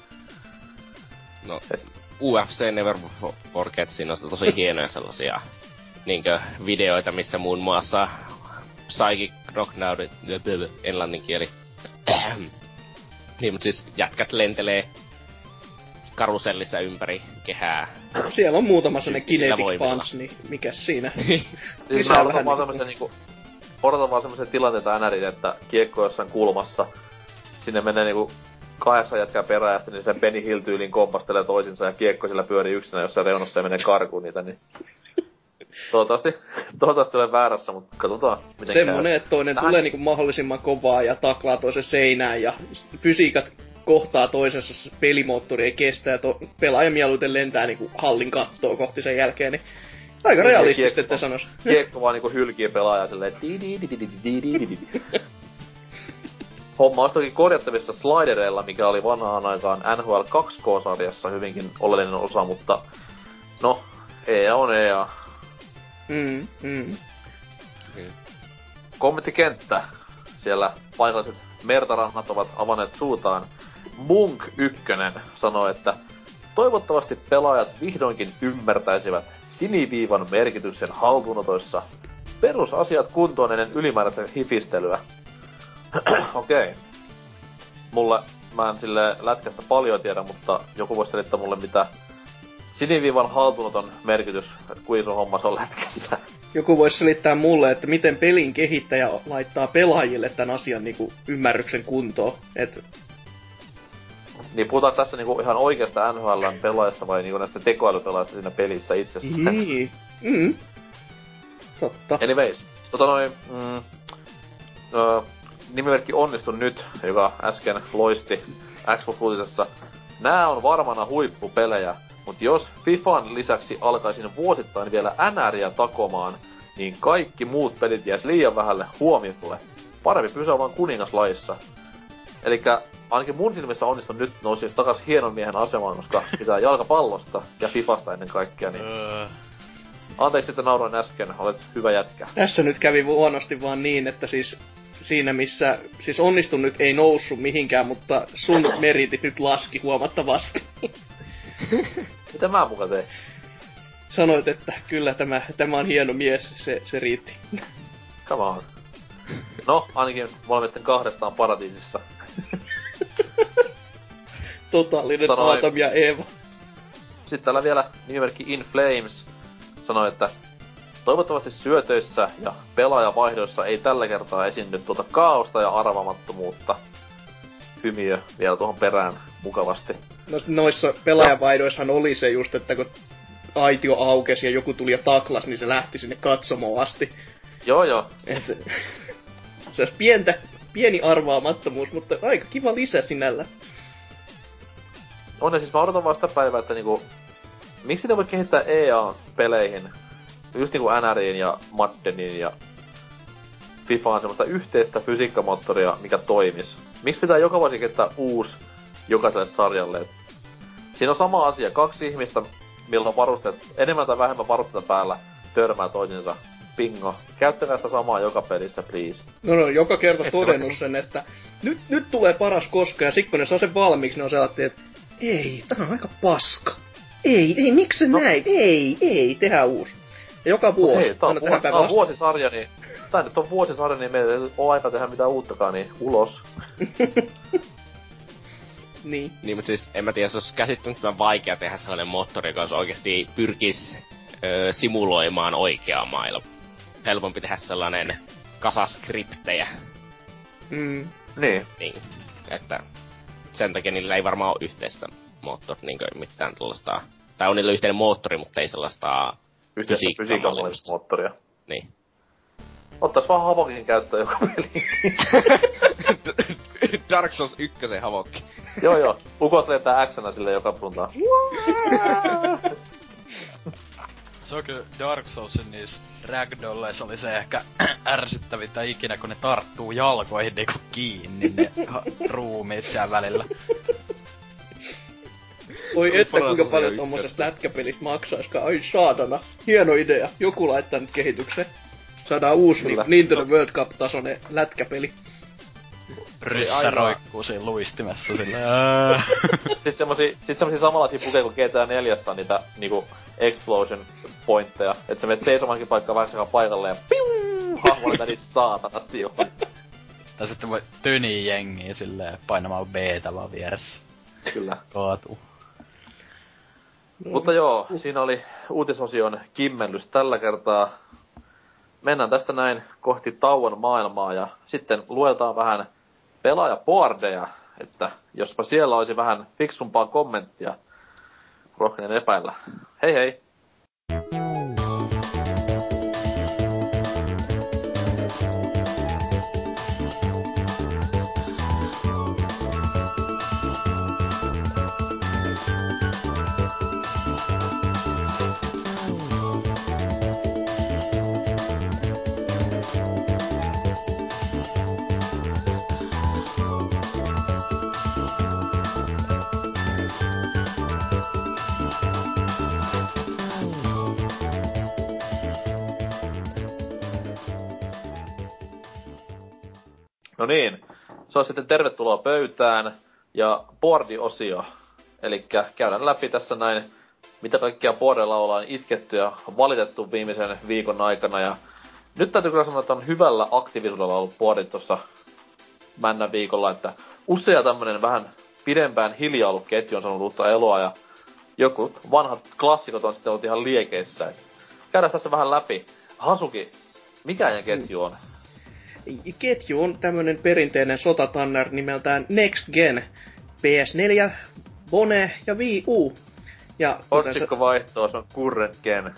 No, Et... U F C Never Forget, siinä on tosi hienoja sellaisia niinkö videoita, missä muun muassa Psychic Knockdown, englannin kieli. Niin, mut siis jätkät lentelee karusellissa ympäri kehää. Siellä on muutama sellainen kinetic punch, niin mikäs siinä? Siis mä odotan vaan semmosen niinku... Odotan vaan semmosen tilanteita N R:lle, että kiekko jossain kulmassa. Sinne menee niinku kahdeksan jätkää perään, ja niin se Benny Hill tyyliin kompastelee toisinsa, ja kiekko sillä pyörii yksinä jossain reunassa ja menee karkuun niitä, niin... Toivottavasti, toivottavasti olen väärässä, mutta katsotaan miten semmonen, että toinen Tähän... tulee niinku mahdollisimman kovaa ja taklaa toisen seinään ja fysiikat kohtaa toisessa, pelimoottori ei kestä ja to- pelaaja mieluiten lentää niinku hallin kattoa kohti sen jälkeen, niin aika niin, realistisesti, että sanois. Kiekko vaan niinku hylkii pelaajaa silleen homma olisi toki korjattavissa slidereilla, mikä oli vanhaan aikaan N H L kaksi K-sarjassa hyvinkin oleellinen osa, mutta no, E A on E A. Mm, mm. Niin. Kommenttikenttä. Siellä paikalliset mertarannat ovat avanneet suutaan. Munk ykkönen sanoi, että toivottavasti pelaajat vihdoinkin ymmärtäisivät siniviivan merkityksen haltuunotoissa. Perusasiat kuntoon ennen ylimääräistä hifistelyä. Okei. Okay. Mulle, mä en sille lätkästä paljon tiedä, mutta joku voisi selittää mulle mitä siniviivan haltuunoton merkitys, että kuinka iso homma se on lätkässä. Joku voisi selittää mulle, että miten pelin kehittäjä laittaa pelaajille tämän asian niinku ymmärryksen kuntoon. Et... Niin puhutaan tässä niinku ihan oikeasta N H L:n pelaajasta vai niinku näistä tekoälypelaajista siinä pelissä itsessään? Niin. Mm. Totta. Anyways, tota noin... Mm, ö, nimimerkki Onnistu Nyt, joka äsken loisti Xbox-uutisessa. Nää on varmana huippupelejä. Mut jos Fifan lisäksi alkaisin vuosittain vielä N R:ää takomaan, niin kaikki muut pelit jäis liian vähälle huomiolle. Parempi pysyä vaan kuningaslajissa. Elikkä ainakin mun silmissä Onnistu Nyt nousi takas hienon miehen asemaan, koska pitää jalkapallosta ja Fifasta ennen kaikkea, niin... Anteeksi, että nauroin äsken, olet hyvä jätkä. Tässä nyt kävi huonosti vaan niin, että siis... Siinä missä, siis Onnistu Nyt ei noussut mihinkään, mutta sun meritit nyt laski huomattavasti. Mitä mä muka tein? Sanoit, että kyllä tämä, tämä on hieno mies, se, se riitti. Come on. No, ainakin molemmitten kahdestaan paratiisissa. Totaalinen Aatam ja Eeva. Sitten täällä vielä nimimerkki In Flames sanoi, että toivottavasti syötöissä ja pelaajavaihdoissa ei tällä kertaa esiinny tuota kaaosta ja arvaamattomuutta. Hymiö vielä tuohon perään mukavasti. No, noissa pelaajavaihdoissahan oli se just, että kun aitio aukesi ja joku tuli ja taklas, niin se lähti sinne katsomoon asti. Joo joo. Et, se olisi pientä, pieni arvaamattomuus, mutta aika kiva lisä sinällä. On, ja siis mä odotan vaan sitä päivää, että niinku... Miksi ne voi kehittää E A-peleihin? Just niinku N R:iin ja Maddeniin ja Fifaan semmoista yhteistä fysiikkamoottoria, mikä toimis. Miksi pitää joka vuosi kehittää uusi jokaiselle sarjalle? Siinä on sama asia. Kaksi ihmistä milloin varusteet, enemmän tai vähemmän varusteita päällä, törmää toisinsa. Bingo. Käyttäkää sitä samaa joka pelissä, please. No no, joka kerta todennut sen, että nyt, nyt tulee paras koska, ja sit kun ne saa sen valmiiksi, ne on sellainen, että ei, tää on aika paska. Ei, ei, miksi se no. näin? Ei, ei, tehdään uusi. Ja joka vuosi. Hei, tää on, vuos, tää on vuosisarja, niin... Tää nyt on vuosisarja, niin meillä ei oo aika tehdä mitään uuttakaan, niin ulos. Niin. Niin, mut siis en mä tiedä, se olisi käsittämättömän vaikea tehdä sellainen moottori, joka olisi oikeesti pyrkis öö, simuloimaan oikeaa maailmaa. Helpompi tehdä sellainen kasa skriptejä. Mm. Niin. Niin. Että sen takia niillä ei varmaan oo yhteistä moottori, niinkö mitään tällaista... Tai on niillä yhteinen moottori, mutta ei sellaista... Yhteistä fysiikallista moottoria. Niin. Ottais vaan Havokin käyttöön joku peli. Dark Souls yksi Havokki. Joo joo. Ukot lentää X-nä sille joka suuntaan. Se on kyllä Dark Soulsin niissä ragdolleissa oli se ehkä ärsyttävintä ikinä, kun ne tarttuu jalkoihin niinku kiinni ne ruumiit siellä välillä. Oi että kuinka paljon tommosesta lätkäpelistä maksaiskaan. Ai saatana. Hieno idea. Joku laittaa nyt kehitykseen. Saadaan uusi Kyllä. Nintendo World Cup-tasoinen lätkäpeli. Ryssä roikkuu siinä luistimessa silleen. Siis semmosia, sit semmosia samanlaisia pukeja kuin G T A neljässä on niitä niinku explosion pointteja. Et sä menet seisomaankin paikkaan vähän paikalleen ja piu! Hahmo lentää niitä saatanasti johon. Tai sitten voi tyniä jengiä silleen painamaan B-tä vaan vieressä. Kyllä. Kaatuu. No. Mutta joo, siinä oli uutisosion kimmellys tällä kertaa. Mennään tästä näin kohti tauon maailmaa ja sitten luetaan vähän pelaajaboardeja, että jospa siellä olisi vähän fiksumpaa kommenttia. Rohkenen epäillä. Hei hei! No niin, se on sitten tervetuloa pöytään ja boardi-osio. Elikkä käydään läpi tässä näin, mitä kaikkia boardeilla ollaan itketty ja valitettu viimeisen viikon aikana. Ja nyt täytyy kyllä sanoa, että on hyvällä aktiivisuudella ollut boardit tuossa männän viikolla, että usea tämmönen vähän pidempään hiljaa ollut ketju on saanut uutta eloa ja joku vanhat klassikot on sitten ollut ihan liekeissä. Et käydään tässä vähän läpi. Hasuki, mikä ketju on? Ketju on tämmönen perinteinen sotatanner nimeltään Next Gen, P S neljä, Bone ja Wii U. Ja otsikko vaihtoa, se on Current Gen.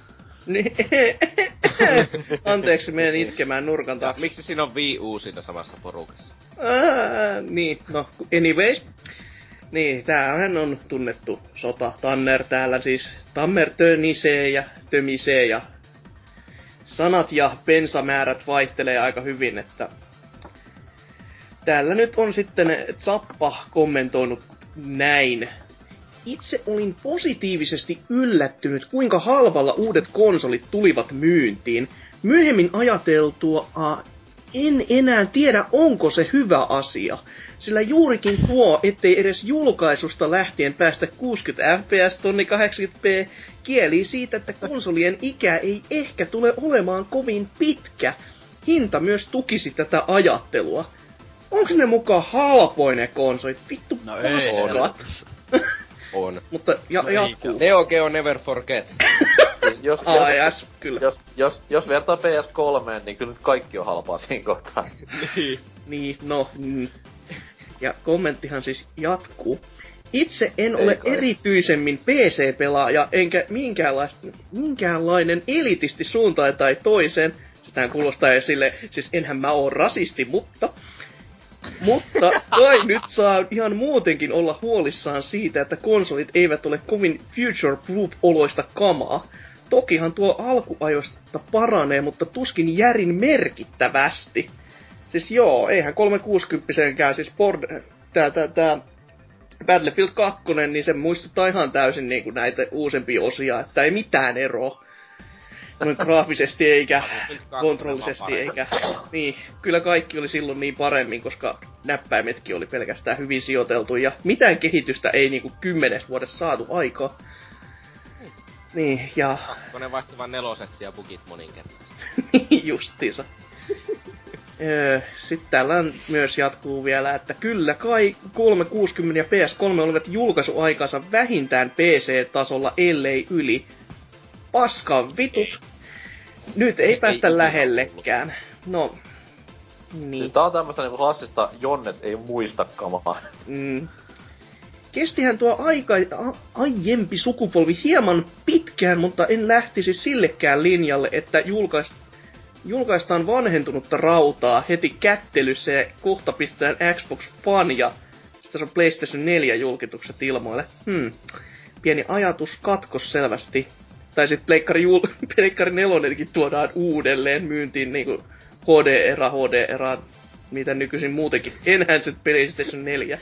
Anteeksi, menen itkemään nurkan taakse. Miksi siinä on Wii U siinä samassa porukassa? Ää, niin, no, anyways. Niin, tämähän on tunnettu sotatanner täällä siis. Tammer tönisee ja tömisee ja sanat ja bensamäärät vaihtelee aika hyvin, että täällä nyt on sitten Zappa kommentoinut näin. Itse olin positiivisesti yllättynyt, kuinka halvalla uudet konsolit tulivat myyntiin. Myöhemmin ajateltua, uh, en enää tiedä, onko se hyvä asia. Sillä juurikin tuo, ettei edes julkaisusta lähtien päästä kuusikymmentä F P S tonni kahdeksankymmentä p, kieli siitä, että konsolien ikä ei ehkä tule olemaan kovin pitkä. Hinta myös tukisi tätä ajattelua. Onks ne mukaan halpoinen konsolit? Vittu no paskat. On. Mutta ja, no jatkuu. Neo Geo Never Forget. jos, A S, kyllä. Jos, jos, jos vertaa P S kolme, niin kyllä nyt kaikki on halpaa siinä kohtaa. niin. Niin, no. Mm. Ja kommenttihan siis jatkuu. Itse en Ei ole kai. erityisemmin P C-pelaaja, enkä minkäänlainen elitisti suuntaan tai toiseen. Sitähän kuulostaa sille, siis enhän mä oo rasisti, mutta... Mutta kai nyt saa ihan muutenkin olla huolissaan siitä, että konsolit eivät ole kovin future-proof-oloista kamaa. Tokihan tuo alkuajoista paranee, mutta tuskin järin merkittävästi. Siis joo, eihän kolmesataakuusikymmentäkään, siis board, tää, tää, tää Battlefield kaksi, niin se muistuttaa ihan täysin niinku näitä uusempia osia, että ei mitään eroa. Noin graafisesti eikä kontrollisesti eikä... Niin, kyllä kaikki oli silloin niin paremmin, koska näppäimetkin oli pelkästään hyvin sijoiteltu ja mitään kehitystä ei niinku kymmenes vuodessa saatu aikaa. Niin, ja... Kakkonen vaihtui vaan neloseksi ja bugit moninkertaisesti. Niin, justiinsa. Sitten täällä myös jatkuu vielä, että kyllä kai kolmesataakuusikymmentä ja P S kolme olivat julkaisuaikansa vähintään P C-tasolla, ellei yli. Paskan vitut. Nyt ei päästä ei lähellekään. No, niin. Siis tää on tämmöstä niinku klassista Jonnet ei muista kamaa. Mm. Kestihän tuo aika, a, aiempi sukupolvi hieman pitkään, mutta en lähtisi sillekään linjalle, että julkaist, julkaistaan vanhentunutta rautaa heti kättelyssä ja kohta pistetään Xbox One ja sitten on PlayStation neljä julkitukset ilmoille. Hmm. Pieni ajatus katkos selvästi. Tai sit Pleikkari, jul... Pleikkari nelonenkin tuodaan uudelleen myyntiin niinku H D-era, H D-era, mitä nykyisin muutenkin. Enhän PlayStation neljä.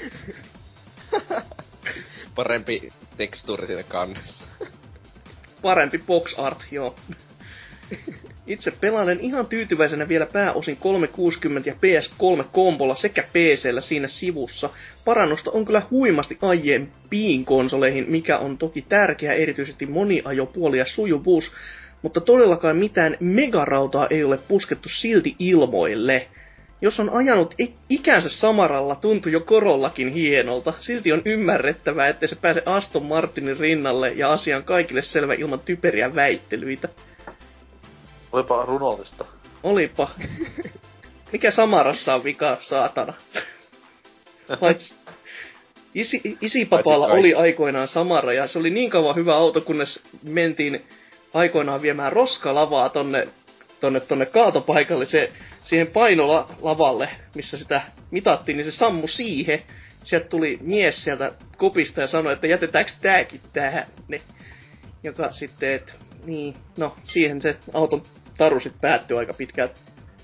Parempi tekstuuri siinä kannessa. Parempi box art, joo. Itse pelailen ihan tyytyväisenä vielä pääosin kolmesataakuusikymmentä ja P S kolme kombolla sekä P C:llä siinä sivussa. Parannusta on kyllä huimasti aiempiin konsoleihin, mikä on toki tärkeää, erityisesti moniajopuoli ja sujuvuus, mutta todellakaan mitään megarautaa ei ole puskettu silti ilmoille. Jos on ajanut ikänsä samaralla, tuntui jo korollakin hienolta. Silti on ymmärrettävää, ettei se pääse Aston Martinin rinnalle ja asia on kaikille selvä ilman typeriä väittelyitä. Olipa runollista. Olipa. Mikä Samarassa on vika, saatana? Paitsi isi, isipapalla oli aikoinaan Samara ja se oli niin kauan hyvä auto, kunnes mentiin aikoinaan viemään roskalavaa tonne, tonne, tonne kaatopaikalle. Se, siihen painolavalle, missä sitä mitattiin, niin se sammu siihen. Sieltä tuli mies sieltä kopista ja sanoi, että jätetäänkö tääkin tähän. Ne. Joka sitten, et, niin, no, siihen se auton taru sit päättyi aika pitkään.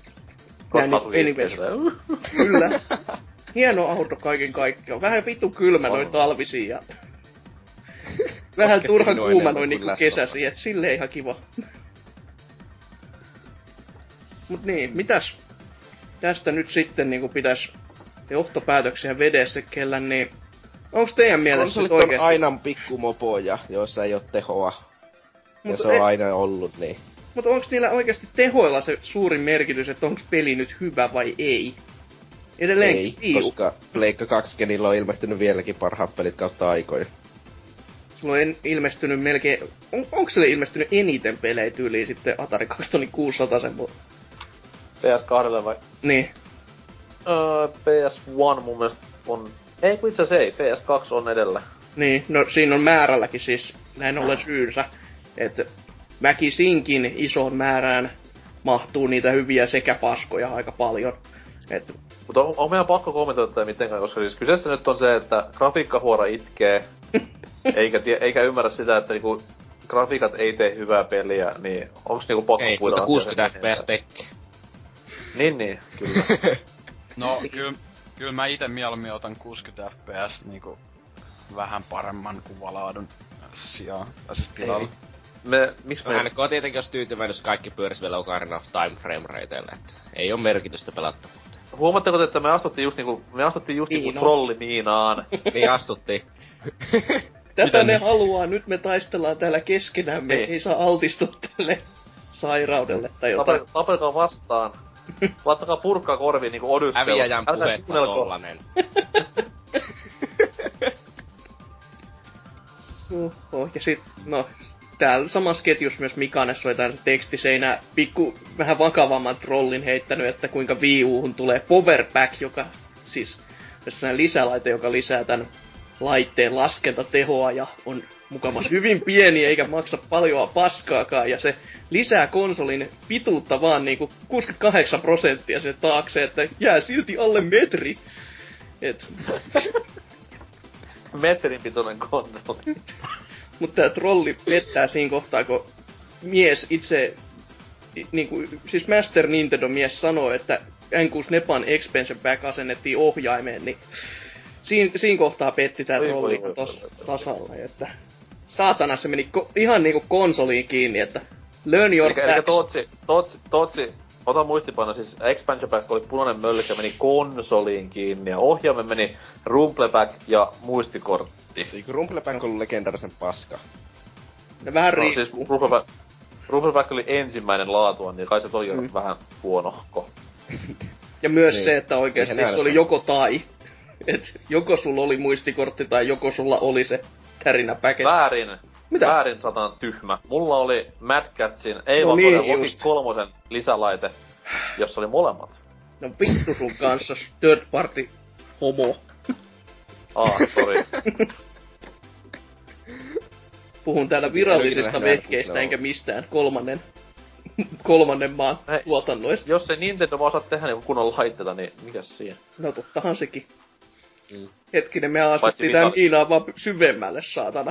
Kyllä. Hieno auto kaiken kaikkiaan. Vähän vittu kylmä noin talvisiin ja... Vähän turhan kuuma noin niinku kesäsiin, et silleen ihan kiva. Mut niin, mitäs tästä nyt sitten niinku pitäis johtopäätöksiä vedessä kellän, niin... Onks teidän mielestä sit oikeesti... on aina pikkumopoja, joissa ei oo tehoa. Mut ja se on e... aina ollut niin. Mutta onko niillä oikeasti tehoilla se suurin merkitys, että onko peli nyt hyvä vai ei? Edelleenkin ei, piu. Koska Pleikka kaksi on ilmestynyt vieläkin parhaat pelit kautta aikoja. Sulla on ilmestynyt melkein... On, onko sille ilmestynyt eniten pelejä tyyliin sitten Atari kaksituhattakuusisataa sen vuonna? P S kaksi vai? Niin. Öö, P S yksi mun mielestä on... Ei kun itse asiassa ei, P S kaksi on edellä. Niin, no siinä on määrälläkin siis näin ollen syynsä, että... Väkisinkin isoon määrään mahtuu niitä hyviä sekä paskoja aika paljon. Et... Mutta on, on meidän pakko kommentoida tätä mitenkään, koska siis kyseessä nyt on se, että grafiikkahuora itkee, eikä, tie, eikä ymmärrä sitä, että niinku grafiikat ei tee hyvää peliä, niin onks niinku pakko ei, puhuta mutta kuusikymmentä F P S tekee. Niin niin, kyllä. No kyllä kyl mä ite mieluummin otan kuusikymmentä F P S niinku vähän paremman kuvalaadun sijaan, tai siis tilalla. Me, miksi no, me... N K tietenkin jos tyytyväinen, jos kaikki pyöris vielä Ocarina of Time frame-rateille, että ei oo merkitystä pelattavuuteen. Huomatteko, että me astuttiin just niinku, me astuttiin just niinku trollimiinaan. Niin astuttiin. Tätä ne haluaa, nyt me taistellaan täällä keskenämme, ei, ei saa altistua tälle sairaudelle tai jotain. Tapel, tapelkaa vastaan. Laittakaa purkkaa korviin niinku Odyssey. Häviäjän puhetta tollanen. Oho, ja sit, no, täällä samassa ketjussa myös Mikanes oli täällä se tekstiseinä pikku vähän vakavamman trollin heittänyt, että kuinka Wii U:hun tulee Power Pack, joka siis tässä lisälaite, joka lisää tän laitteen laskentatehoa ja on mukavasti hyvin pieni eikä maksa paljon paskaakaan ja se lisää konsolin pituutta vaan niinku kuusikymmentäkahdeksan prosenttia sen taakse, että jää silti alle metri. Et... Metrin pituinen konsoli. Mutta tää trolli vettää siinä kohtaa, kun mies itse, niinku, siis Master Nintendo-mies sanoi, että N kuusi Nepan Expansion Pack asennettiin ohjaimeen, niin Siin, siinä kohtaa petti tää Oi, trolli voi, voi, tossa voi, tasalle, että... Saatana, se meni ko- ihan niinku konsoliin kiinni, että... Learn your Elikkä, elikkä facts. Tootsi, Tootsi, Tootsi, ota muistipaino, siis expansion pack oli punainen möllikkä, meni konsoliin kiinni, ja ohjaamme meni rumbleback ja muistikortti. Eikö Rumbleback ollut legendarisen paska? Ne vähän No riippuu. siis rumbleback, rumbleback oli ensimmäinen laatuaan, niin kai se oli Mm. mm. vähän huonohko. Ja myös Niin. se, että oikeesti Eihän se nähdä oli sen. joko tai. Et joko sulla oli muistikortti tai joko sulla oli se tärinäpäke. Väärin. Mitä? Väärin satan tyhmä. Mulla oli Mad Catsin, ei No vaan niin, todella Loki just. kolmosen lisälaite, jossa oli molemmat. No vittu sun kanssa, third party homo. Ah, sorry. Puhun täällä En virallisista ikinä nähnyt, vehkeistä no. enkä mistään kolmannen, kolmannen maan Hei. tuotannoista. Jos ei Nintendo vaan osaa tehdä niinku kunnon laitteita, niin mikäs siinä? No tottahan sekin. Mm. Hetkinen, me Paitsi asettiin tää Vitali. miinaa vaan syvemmälle, saatana.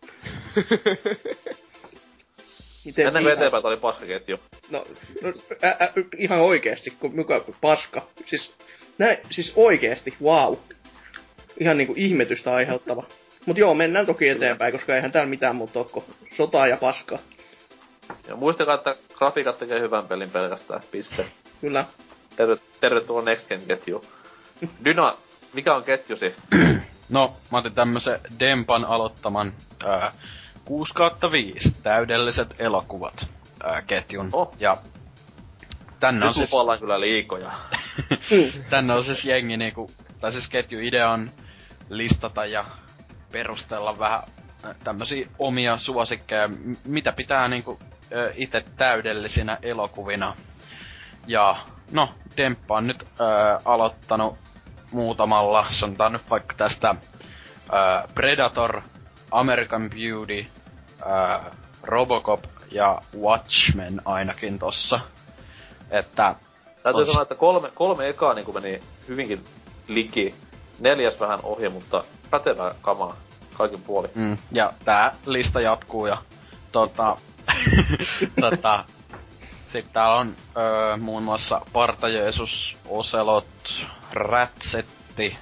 Miten Ennen kuin viha- eteenpäin tää oli paskaketju. No, no ä, ä, ihan oikeesti, kun muka paska. Siis, näin, siis oikeesti, wow. Ihan niinku ihmetystä aiheuttava. Mut joo, mennään toki eteenpäin, koska eihän täällä mitään muuta oo kuin sotaa ja paskaa. Ja muistakaa, että grafiikat tekee hyvän pelin pelkästään. Piste. Kyllä. Terve, tervetuloa Next Gen ketjuun. Dyna, mikä on ketjusi? No, mä otin tämmösen Dempan aloittaman ää, kuusi kautta viisi täydelliset elokuvat ää, ketjun. Oh. Ja tänne on Nyt siis, lupaillaan kyllä liikoja. tänne on siis jengi niinku, tai siis ketju idea on listata ja perustella vähän ää, tämmösiä omia suosikkeja, m- mitä pitää niinku ää, ite täydellisinä elokuvina. Ja no, Demppa on nyt ää, aloittanut muutamalla, sanotaan nyt vaikka tästä ää, Predator, American Beauty, ää, Robocop ja Watchmen ainakin tossa. Että Täytyy on- sanoa, että kolme, kolme ekaa niin meni hyvinkin liki. Neljäs vähän ohi, mutta pätevää kamaa kaikin puolin. Mm, ja tää lista jatkuu ja tota, tota sit täällä on öö, muun muassa Parta Jeesus, Ocelot, Ratsetti,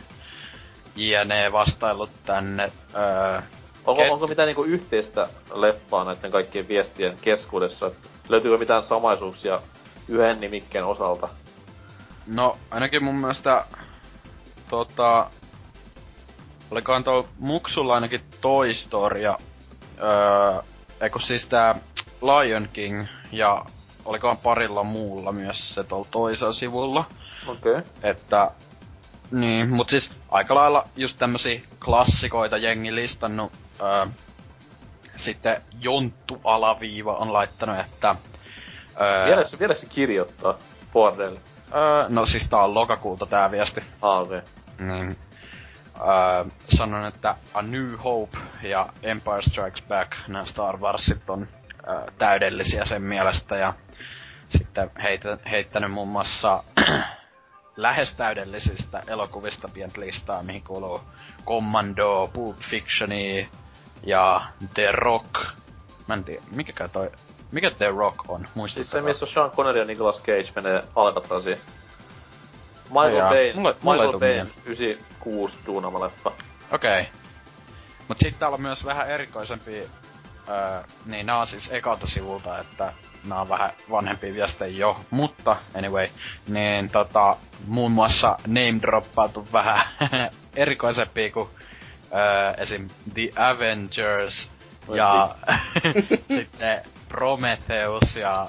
jne vastailut tänne. Öö, Onko, Ket- onko mitään niinku yhteistä leffaa näiden kaikkien viestien keskuudessa? Löytyykö mitään samaisuuksia yhden nimikkeen osalta? no ainakin mun mielestä tota, olikohan tuo Muksulla ainakin Toy Story ja öö, eikö siis tää Lion King ja olikohan parilla muulla myös se tuolla toisella sivulla. Okei. Okay. Että, niin, mut siis aika lailla just tämmösiä klassikoita jengi listannut. Öö, sitten Jonttu Alaviiva on laittanut, että... Öö, Vielä se, vielä se kirjoittaa Fordelle. öö, no siis tää on lokakuulta tää viesti. Ah, okei. Okay. Niin, öö, sanon, että A New Hope ja Empire Strikes Back, nämä Star Warsit on öö, täydellisiä sen mielestä. Ja sitten heitä, heittänyt muun muassa lähes täydellisistä elokuvista pientä listaa, mihin kuuluu Commando, Pulp Fictioni ja The Rock. Mä en tiedä, mikä toi, mikä The Rock on, Siis se, muistuttakaa. missä Sean Connery ja Nicolas Cage menee Alcatraziin. Michael Jaa, Bay, mulle- mulle ei Michael tuu Bay mieleen. yhdeksänkymmentäkuusi duunama leffa. Okei. Okay. Mut sit täällä on myös vähän erikoisempi, öö, niin nää on siis ekalta sivulta, että nää on vähän vanhempia viestejä jo, mutta anyway, niin tota, muun muassa name droppaatu vähän erikoisempia kuin öö, esim. The Avengers Voi ja sitten Prometheus ja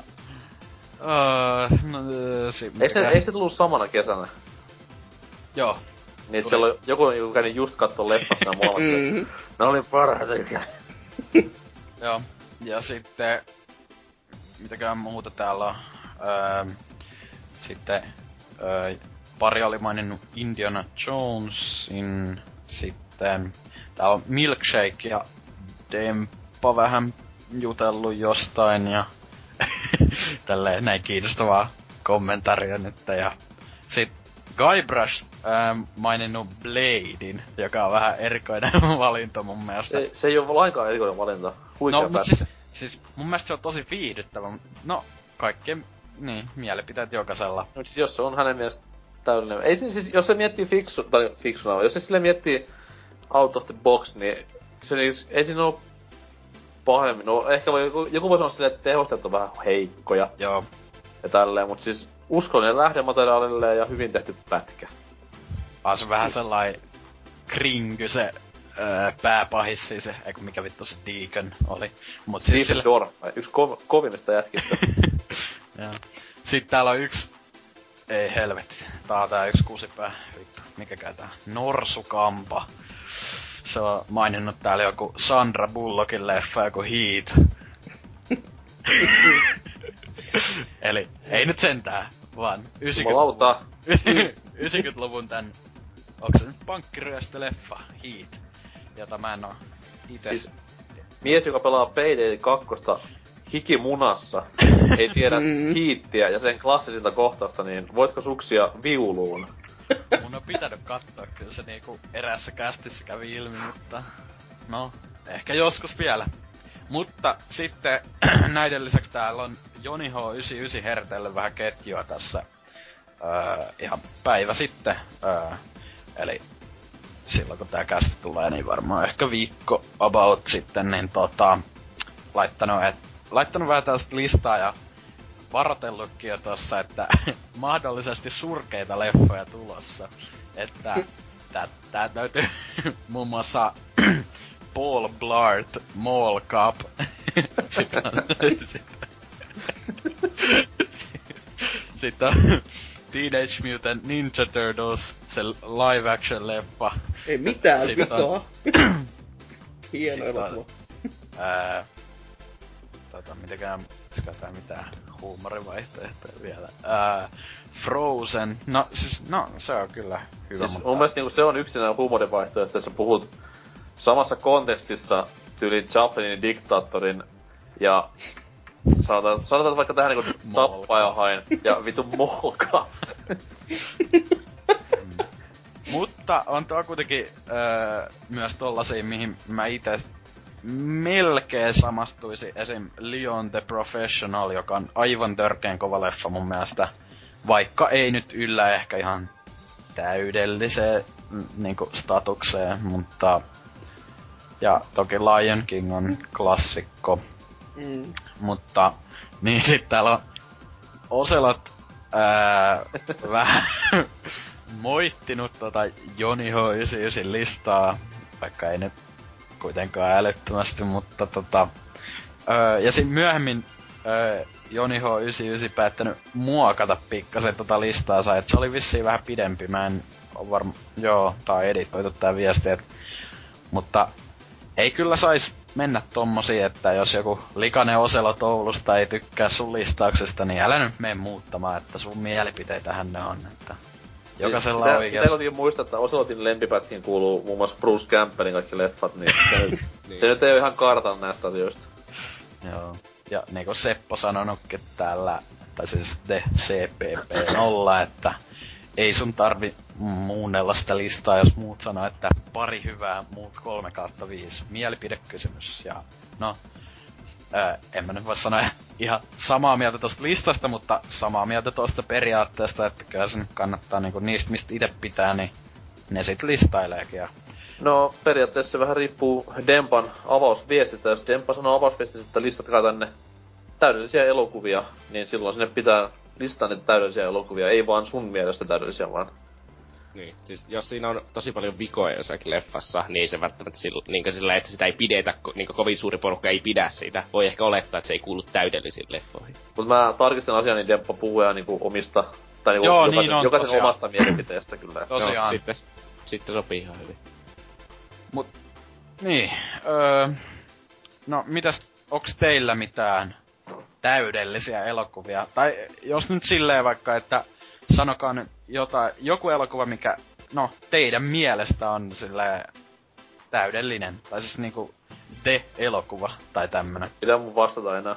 öö, no, si- Eikö se, eikö se tullut samana kesänä? Joo. Niin Tuli. siellä oli joku, joka kävi just kattoo leffasta ja molemmat. Mhm. Ne oli parhaita ikinä. Joo. Ja sitten... Mitäkään muuta täällä on? Öö, sitten... Öö, pari oli maininnut Indiana Jonesin. Sitten... Täällä on Milkshake ja Demppa vähän jutellut jostain ja... Tälleen näin kiinnostavaa kommentaria nyt ja... Sit Guybrush ähm, maininnut Bladein, joka on vähän erikoinen valinta mun mielestä. Se, se ei oo lainkaan erikoinen valinta. Huikea No, mut pätkä. siis, siis mun mielestä se on tosi viihdyttävä. No, kaikkien, niin, mielipiteet jokaisella. Mut siis jos se on hänen mielestä täydellinen. Ei siis, siis jos se miettii fiksu, tai fiksuna, jos se sille miettii out of the box, niin se niin, ei siinä oo pahemmin. No ehkä voi, joku, joku voi sanoa silleen, että tehosteet on vähän heikkoja. Joo. Ja tälleen, mut siis uskollinen lähdemateriaalille ja hyvin tehty pätkä. Ah, se vähän sellainen kringy se öö, pääpahis siis, eiku mikä vittu se Deacon oli. Mut siis sille... Dorf, yksi ko- kovimmista jätkistä. Joo. Sitten täällä on yksi... Ei helvetti. Tää on tää yksi kusipää. Vittu, mikäkään tää? Norsukampa. Se on maininnut täällä joku Sandra Bullockin leffa, joku Heat. Eli ei nyt sentään, vaan yhdeksänkymmentäluvun, yhdeksänkymmentäluvun tän... Onko se nyt pankkiryöstöleffa? Heat. Jota mä en oo ite... Siis mies, joka pelaa Payday kakkosta hikimunassa, ei tiedä Heattiä ja sen klassisinta kohtausta, niin voitko suksia viuluun? Mun on pitänyt katsoa, kyllä se niinku eräässä kästissä kävi ilmi, mutta... No, ehkä joskus vielä. Mutta sitten näiden lisäksi täällä on Joni H yhdeksänkymmentäyhdeksän herteille vähän ketjua tässä öö, ihan päivä sitten. Öö, eli silloin kun tää kästi tulee, niin varmaan ehkä viikko about sitten, niin tota... Laittanut, et, laittanut vähän tällaista listaa ja varoitellutkin jo tossa, että mahdollisesti surkeita leffoja tulossa. Että tää, tää löytyy muun muassa Paul Blart Mall Cop. Sitten on, sit, sit on Teenage Mutant Ninja Turtles, se live action leffa. Ei mitään vitoa. Hieno sit elokuva. Ää... Tota, mitenkään, olisiko tää mitään huumorivaihtoehtoja vielä. Ää, Frozen, no siis, no se on kyllä hyvä, siis mutta... Mun mielestä niinku se on yksinään huumorivaihtoehto, että sä puhut samassa kontekstissa tyyli Chaplinin diktaattorin ja sanotaan, sanotaan vaikka tähän niinku tappajahain ja vitu molka. mm. Mutta on tuo kuitenkin öö, myös tollasia, mihin mä ite melkein samastuisi esim. Leon the Professional, joka on aivan törkeen kova leffa mun mielestä. Vaikka ei nyt yllä ehkä ihan täydelliseen niinku statukseen, mutta... Ja toki Lion King on klassikko. Mm. Mutta... Niin sit täällä on Oselot ää, vähän moittinut tota Joni H yhdeksänkymmentäyhdeksän listaa, vaikka ei nyt kuitenkaan älyttömästi, mutta tota... Öö, ja sit myöhemmin öö, Joni H yhdeksänkymmentäyhdeksän päättänyt muokata pikkasen tota listaansa, et se oli vissiin vähän pidempi, mä en oo varma... Joo, tää on editoitu tää viesti, et... Mutta ei kyllä sais mennä tommosiin, että jos joku likainen Oselot Oulusta ei tykkää sun listauksesta, niin älä nyt mene muuttamaan, että sun mielipiteitähän ne on, että... Jokaisella on oikeus. Pitää kuitenkin muistaa, että Oselotin lempipätkiin kuuluu muun muassa Bruce Campbellin kaikki leffat, niin se, nyt, niin. se nyt ei oo ihan kartan näistä asioista. Joo. Ja niinku Seppo sanonutkin täällä, tai siis The C P P nolla, että ei sun tarvi muunnella sitä listaa, jos muut sanoo, että pari hyvää, muut kolme kautta viisi. Mielipidekysymys. Ja no, ää, en mä nyt voi sanoa ihan samaa mieltä tosta listasta, mutta samaa mieltä tosta periaatteesta, että kyllä sen kannattaa niinku niistä, mistä ite pitää, niin ne sit listaileekin. Ja... No, periaatteessa se vähän riippuu Dempan avausviestistä. Jos Dempa sanoo avausviestistä, että listatkaa tänne täydellisiä elokuvia, niin silloin sinne pitää listaa niitä täydellisiä elokuvia, ei vaan sun mielestä täydellisiä vaan. Niin, siis jos siinä on tosi paljon vikoja jossakin leffassa, niin ei se välttämättä sillä, niin sillä että sitä ei pidetä, niin kovin suuri porukka ei pidä siitä. Voi ehkä olettaa, että se ei kuulu täydellisiin leffoihin. Mut mä tarkistin asian, niin Demppa puhuu ihan niinku omista, tai niinku Joo, jokaisen, niin on, jokaisen tosiaan. omasta mielipiteestä kyllä. Tosiaan. No, sitten, sitten sopii ihan hyvin. Mut, niin, öö, no mitäs, onks teillä mitään täydellisiä elokuvia? Tai jos nyt silleen vaikka, että sanokaa nyt jotain, joku elokuva, mikä, no, teidän mielestä on silleen täydellinen. Tai siis niinku The-elokuva, tai tämmönen. Pitää mun vastata enää.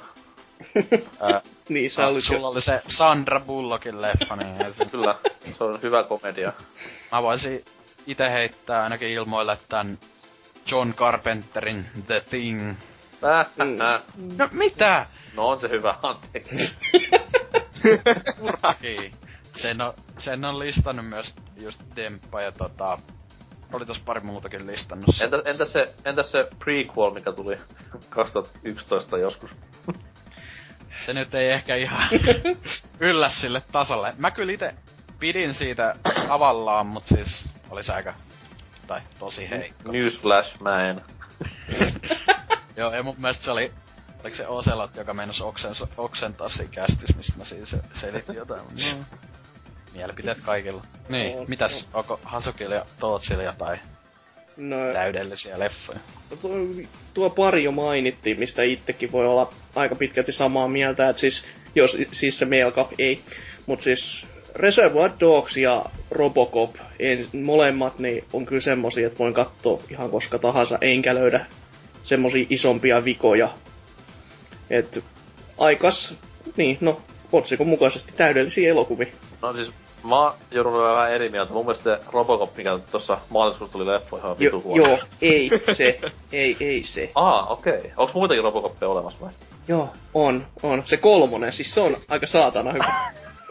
Öö, niin, sä no, olit sulla jo. oli se Sandra Bullockin leffa, niin se... Kyllä, se on hyvä komedia. Mä voisin ite heittää ainakin ilmoille tän John Carpenterin The Thing. Äh, äh, äh. No mitä? No on se hyvä, anteeksi. Turkii. sen on, sen on listannut myös just Demppa ja tota... Oli tossa pari muutakin listannut. Entä, entäs se, entäs se prequel, mikä tuli kaksituhattayksitoista joskus? Se nyt ei ehkä ihan yllä sille tasolle. Mä kyllä ite pidin siitä tavallaan, mut siis oli se aika... Tai tosi heikko. Newsflash, mä en. Joo, ja mun mielestä se oli... Oliko se Ocelot, joka meinas oksens, oksentaa siinä kästys, mistä mä siinä se, selitin jotain, mutta... No. Mielipiteet kaikilla. Niin, on, mitäs, on. Onko Hasukilla ja Tootsilla jotain no, täydellisiä leffoja? Tuo, tuo pari jo mainittiin, mistä itsekin voi olla aika pitkälti samaa mieltä, että siis, jos siis se melka ei, mut siis Reservoir Dogs ja Robocop, en, molemmat niin on kyllä semmosia, että voin katsoa ihan koska tahansa, enkä löydä semmosia isompia vikoja. Et aikas, niin no, otsikon mukaisesti täydellisiä elokuvia. No siis, mä joudun vähän eri mieltä. Mun mielestä se Robocop, mikä tossa maaliskuussa tuli leffo, ihan vitu huono. Joo, ei se. ei, ei se. Aa, okei. Okay. Onks muitakin Robocopia olemassa vai? Joo, on, on. Se kolmonen, siis se on aika saatana hyvä.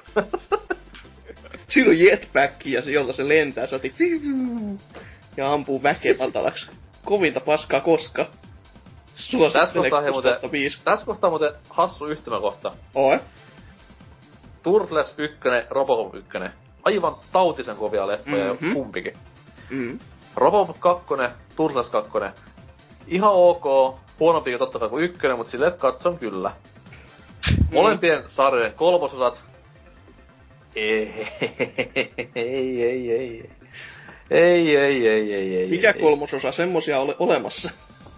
Siinä on jetpack ja se, jolla se lentää, se otti ja ampuu väkevaltavaksi. Kovinta paskaa koska. Suosittelen kaksituhattaviisi. Tässä kohtaa muuten hassu yhtymäkohta. Oe. Turtles yksi, Robocop yksi. Aivan tautisen kovia leffoja mm-hmm. kumpikin. Mm. Robocop kaksi, Turtles kaksi. Ihan ok. Huonompikin totta kai kuin ykkönen, mut silleen katson kyllä. Mm. Molempien sarjojen kolmososat. Ei, ei, ei, ei. Ei, ei, ei, ei, ei. Mikä kolmososa? Semmosia ole olemassa.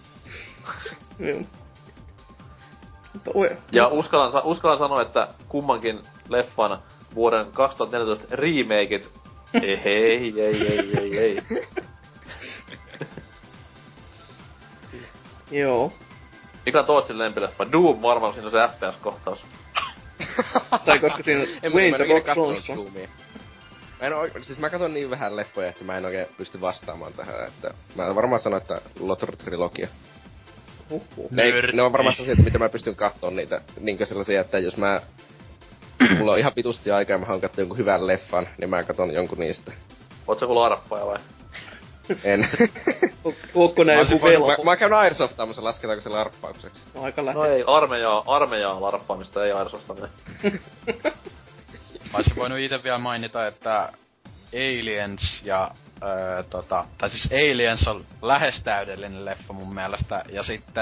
Ja uskallan, uskallan sanoa, että kummankin leffan vuoden kaksituhattaneljätoista remakeit. ei, ei, ei, ei, ei, ei. Joo. Mikä on Tootsin lempileffa? Doom varmaan, siinä on se F P S-kohtaus. Tai koska siinä on Wayne the Rock Johnson. Mä en oo, siis mä katson niin vähän leffoja, että mä en oikein pysty vastaamaan tähän, että mä varmaan sanon, että Lothar-trilogia. Uhuh. Ne, ne on varmaan sellaisia, mitä mä pystyn kattoon niitä niinkö sellaisia, että jos mä... mulla on ihan vitusti aikaa ja mä haluan katsoa jonkun hyvän leffan, niin mä katon jonkun niistä. Oot sä kuullut arppaja vai? En. Ootko nää joku velho? Mä, mä käyn airsoftaamassa, lasketaanko se larppaukseksi? No aika lähe. No ei, armeijaa, armeijaa larppaamista, ei airsoftaminen. Mä oisin voinut ite vielä mainita, että Aliens ja öö, tota, tai siis Aliens on lähes täydellinen leffa mun mielestä, ja sitten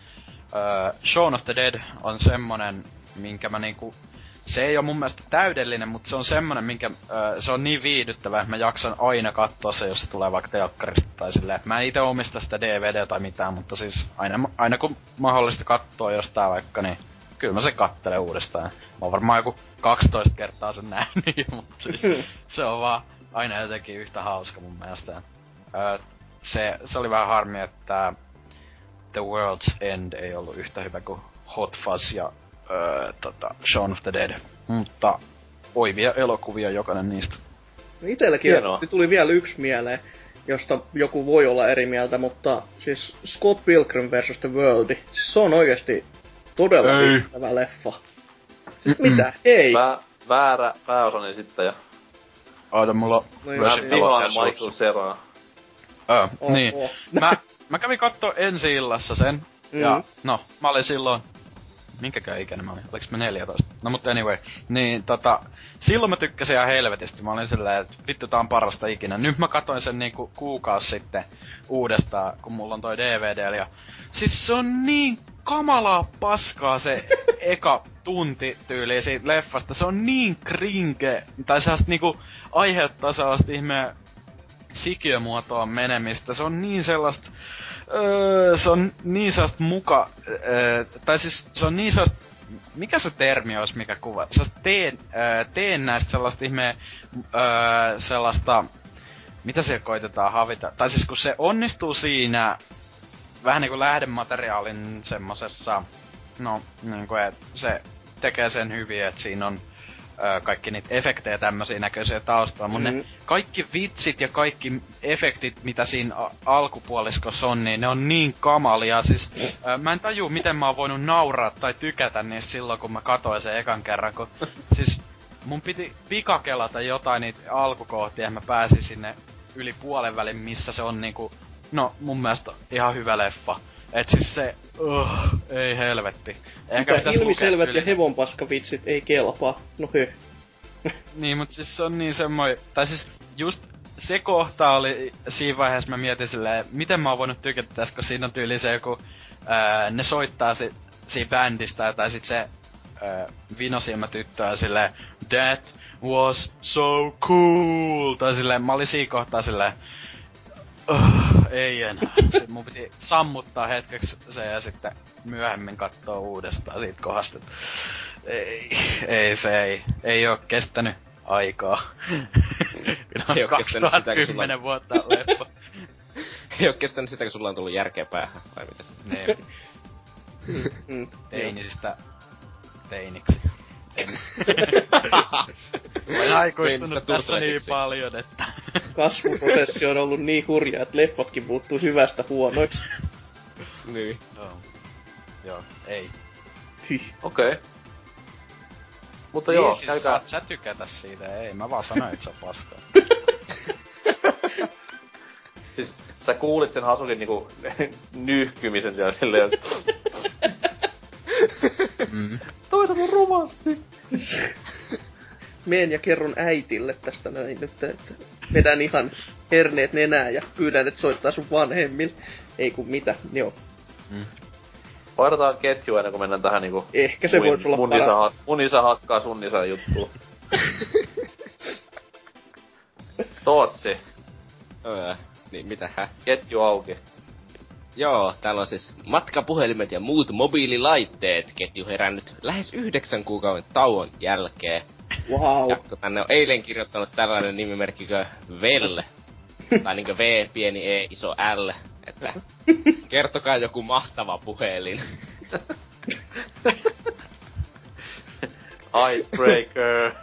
öö, Shaun of the Dead on semmonen, minkä mä niinku, se ei oo mun mielestä täydellinen, mutta se on semmonen, minkä, öö, se on niin viihdyttävä, että mä jaksan aina katsoa se, jos se tulee vaikka telkkarista tai silleen, että mä en ite omista sitä D V D tai mitään, mutta siis aina, aina kun mahdollista kattoo jostain vaikka, niin kyllä mä sen kattelen uudestaan. Mä oon varmaan joku kaksitoista kertaa sen nähnyt, mutta siis se on vaan aina jotenkin yhtä hauska mun mielestä. Öö, se, se oli vähän harmi, että The World's End ei ollut yhtä hyvä kuin Hot Fuzz ja öö, tota, Shaun of the Dead. Mutta oivia elokuvia jokainen niistä. No itelläkin tuli vielä yksi mieleen, josta joku voi olla eri mieltä, mutta siis Scott Pilgrim versus The World, siis se on oikeesti todella viihdyttävä leffa. Siis mitä? Ei. Vä, väärä pääosan esittäjä. Oota, mulla no mä vihaan Michael Ceraa. Öö, oh, niin. Oh. Mä, mä kävin kattoo ensi illassa sen. Mm. Ja no, mä olin silloin... Minkäkään ikäinen mä olin? Oliks mä neljätoista? No mutta anyway. Niin tota... Silloin mä tykkäsin ihan helvetisti. Mä olin silleen, että vittu tää on parasta ikinä. Nyt mä katoin sen niinku kuukaus sitten uudestaan, kun mulla on toi D V D. Ja siis se on niin kamalaa paskaa se eka tunti tyyli siitä leffasta. Se on niin kringe. Tai sellaista niinku aiheuttaa sellaista ihmeen sikiömuotoon menemistä. Se on niin sellaista... Öö, se on niin sellaista muka... Öö, tai siis se on niin sellaista... Mikä se termi olisi, mikä kuva? Sellaista teen, öö, teen näistä sellaista ihmeen... Öö, sellaista... Mitä siellä koitetaan havita? Tai siis kun se onnistuu siinä... Vähän niinku lähdemateriaalin semmosessa... No, niinku et se tekee sen hyvin, että siinä on... Öö, kaikki niitä efektejä tämmösiä näköisiä taustalla, mm. mun ne kaikki vitsit ja kaikki efektit, mitä siinä a- alkupuoliskossa on, niin ne on niin kamalia, siis öö, mä en tajuu, miten mä oon voinut nauraa tai tykätä niistä silloin, kun mä katoin sen ekan kerran, kun siis mun piti pikakelata jotain niitä alkukohtia, ja mä pääsin sinne yli puolen välin, missä se on niinku, no mun mielestä ihan hyvä leffa. Et siis se, uh, ei helvetti. Ehkä Mitä ilmiselvät yli... ja hevonpaskavitsit ei kelpaa, no höh. Niin, mut siis se on niin semmoinen, tai siis just se kohta oli, siinä vaiheessa mä mietin silleen, miten mä oon voinut tykätä tästä, kun siinä on tyyli se joku, ää, ne soittaa si, siinä bändistä, tai sit se ää, vinosilmä tyttö on silleen, that was so cool, tai silleen, mä olin siinä kohtaa silleen, uh, ei enää. Sitten mun piti sammuttaa hetkeksi se ja sitten myöhemmin kattoo uudestaan siitä kohdasta. Ei, ei se ei, ei oo kestänyt aikaa. Ei oo kestänyt sitä, kun sulla on... vuotta leffa. Ei oo kestänyt sitä, kun sulla on tullut järkeä päähän, vai mitä? Niin. Mm, Teinisistä teiniksi. Olen aikuistunut tässä niin paljon, että... Kasvuprosessi on ollut niin hurja, että leffatkin muuttuu hyvästä huonoiksi. Niin. Joo. Joo, ei. Hyh. Okei. Okay. Mutta niin, joo, siis käykää... saat sä tykätä siitä, ei. Mä vaan sanoin, että se on paskaa. Siis sä kuulit sen Hasukin niinku nyyhkymisen siellä silleen, mm. toisaalta romasti. Meen ja kerron äitille tästä näin nyt, että vedän ihan herneet nenää ja pyydän, että soittaa sun vanhemmille. Ei kun mitä, joo. Mm. Vaihdetaan ketjua ennen kuin mennään tähän niinku... Ehkä se mun, voisi olla mun paras. Isä, mun isä hakkaa sun isän juttuun. Tootsi. Öö, niin mitähä? Ketju auki. Joo, täällä on siis matkapuhelimet ja muut mobiililaitteet. Ketju herännyt lähes yhdeksän kuukauden tauon jälkeen. Wow. Ja tänne on eilen kirjoittanut tällainen nimimerkkikö Velle. Tai niinkö V, pieni E, iso L. Että kertokaa joku mahtava puhelin. Icebreaker.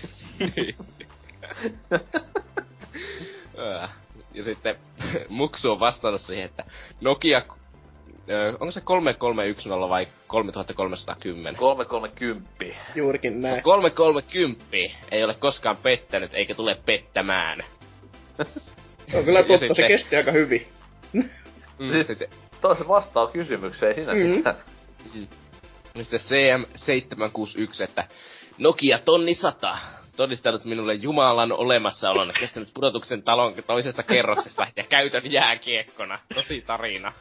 Ja sitten Muksu on vastannut siihen, että Nokia... Onko se kolme kolme yksi nolla vai kolme kolme yksi nolla? kolme kolme kymmenen. Juurikin näin. kolme kolme kymmenen ei ole koskaan pettänyt, eikä tule pettämään. On kyllä totta, sitten... se kesti aika hyvin. Mm, siis sitten... toisen vastaa kysymykseen, ei siinä mm-hmm. mitään. Mm. Sitten C M seitsemän kuusi yksi, että Nokia tonni sata. Todistanut minulle Jumalan olemassaolon, kestänyt pudotuksen talon toisesta kerroksesta ja käytön jääkiekkona. Tosi tarina.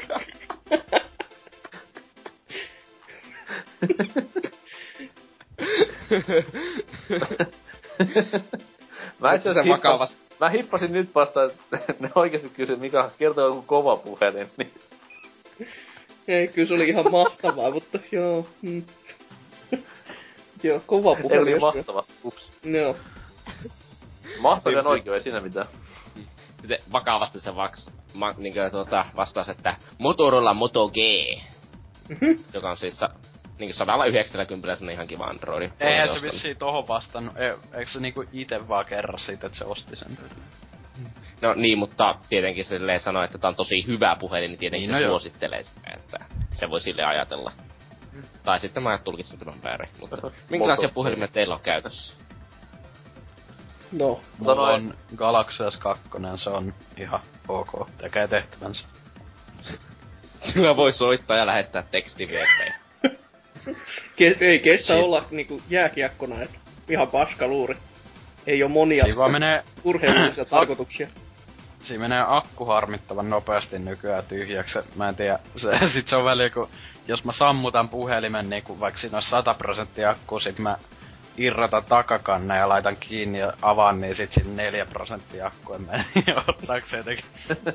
Mä, itse se vakavasti. Mä hippasin nyt vasta, että ne oikeesti kysyy, mikä kertoo joku kova puhelin, niin... Ei, kyllä se oli ihan mahtavaa, mutta joo. Mm. Joo, kova puhelin. Ei oli mahtava, ups. Joo. Mahtavia on oikein, ei siinä mitään. Sitten vakavasti se vaks, ma, niinkö tuota, vastaas, että Motorola Moto G. Mm-hmm. Joka on siis niinkö sata yhdeksänkymmentä se on ihan kiva Androidi. Eihän se vissiin tohon vastannut, e, eikö se niinku ite vaan kerro siitä, että se osti sen? No niin, mutta tietenkin se silleen sanoo, että tää on tosi hyvä puhelin, niin tietenkin niin, se no suosittelee joo. sitä, että se voi sille ajatella. Mm. Tai sitten mä tulkitsen tämän väärin, mutta minkälaisia puhelimia teillä on käytössä? No, mulla on Galaxy S kaksi, se on ihan ok, tekee tehtävänsä. Sillä voi soittaa ja lähettää tekstiviestejä. Ke- ei kestä olla niinku jääkiekkona, et ihan paskaluuri. Ei oo monia menee... urheilullisia tarkoituksia. Siinä menee akku harmittavan nopeasti nykyään tyhjäksi. Mä en tiedä, se, sit se on väliin kun... Jos mä sammutan puhelimen niinku vaikka siinä on sata prosenttia akku, sit mä irrotan takakanne ja laitan kiinni ja avaan, niin sit siinä neljä prosenttia akku, en mä ottaako se jotenkin.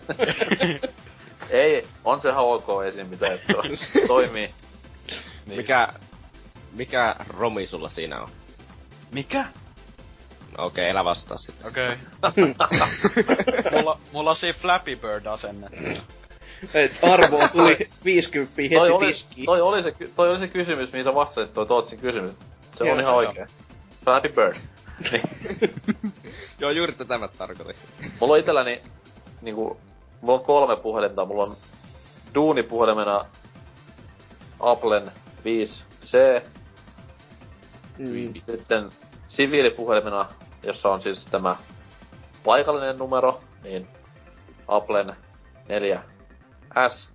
Ei, on se ihan ok, ei siinä mitään, että toimii. Niin. Mikä, mikä romi sulla siinä on? Mikä? No, okei, okay, elä vastaa sitten. Okei. Okay. mulla, mulla on siinä Flappy Bird-asenne. Et arvoon tuli viisikymmentä heti toi oli, tiskiin. Toi oli, se, toi oli se kysymys, mihin sä vastasit, toi Tootsin kysymys. Se yeah, on ihan oikein. Flappy Bird. Joo, juuri tätä mä tarkoitin. Mulla on itelläni, niinku, mulla on kolme puhelinta. Mulla on duunipuhelimena Applen viisi C. Mm. Sitten siviilipuhelimena, jossa on siis tämä paikallinen numero, niin Applen neljä S.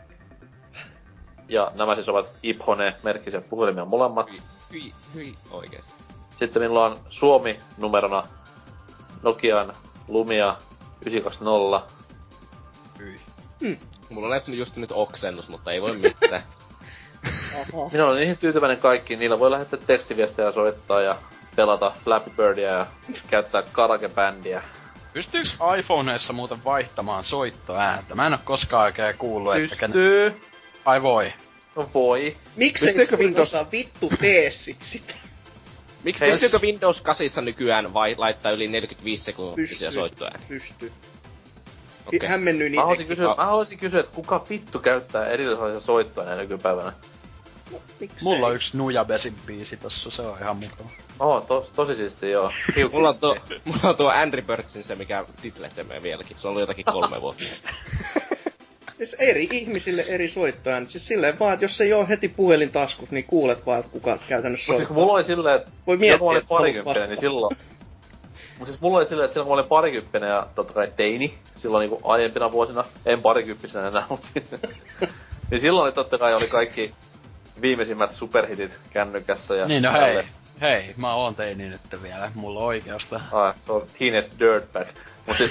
Ja nämä siis ovat Iphone-merkkisiä puhelimia molemmat. Hyi, hyi, hyi oikeesti. Sitten minulla on Suomi-numerona Nokian Lumia yhdeksänsataakaksikymmentä. Hyi. Hmm. Mulla on näissä just nyt oksennus, mutta ei voi mitään. Aha. Minä olen niihin tyytyväinen kaikki. Niillä voi lähettää tekstiviestejä, soittaa ja pelata Flappy Birdia ja käyttää karaoke-bändiä. Pystyykö iPhoneissa muuten vaihtamaan soittoääntä? Mä en oo koskaan oikein kuullut, että... ken- Pystyy. Ai voi. No voi. Miksei Pystyykö Windows Windows- vittu tee sit sitä? Miksi Hei, pystyykö Windows kahdeksan nykyään vai laittaa yli neljäkymmentäviisi sekuntisia Pystyy. soittoääniä? Pystyy. Okei. Okay. Hämmennyin Mä haluaisin itekin. kysyä, mä haluaisin kysyä, että kuka vittu käyttää erilaisia soittoja nykypäivänä? No, miksei? Mulla on yksi Nujabesin biisi tossa, se on ihan mukava. Oo, tos, tosi siisti joo. Mulla on tuo, mulla on tuo Angry Birdsin se, mikä titlettemee vieläkin. Se on ollut jotakin kolme vuotta. Siis eri ihmisille eri soittoäänet. Siis silleen vaan, että jos ei oo heti puhelin taskus, niin kuulet vaan, että kuka käytännössä Mut siis kun soittaa. mulla oli silleen, että Voi silloin miettiä, kun mä olin että haluat parikymppinen, niin vastata. silloin... Mut siis mulla oli silleen, että silloin kun mä olin parikymppinen ja totta kai teini, silloin niinku aiempina vuosina, en parikymppisenä enää, mut siis... niin silloin oli totta kai oli kaikki viimeisimmät superhitit kännykässä ja... Niin no hei, tälleen. hei, mä oon teini nyt vielä, mulla on oikeusta. Ai, se on Teenage Dirtbag. Mut siis...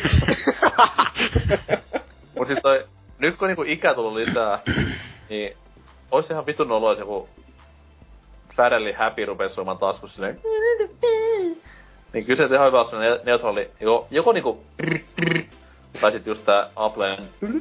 Mut siis toi... Nyt kun niinku ikä tullut lisää, niin... Ois ihan vitun olo, jos joku... Färelli Happy rupes soimaan taskussa silleen... Niin kyllä se ihan hyvä on semmonen neutraali... Joko, joko niinku... Tai sit just tää Applen...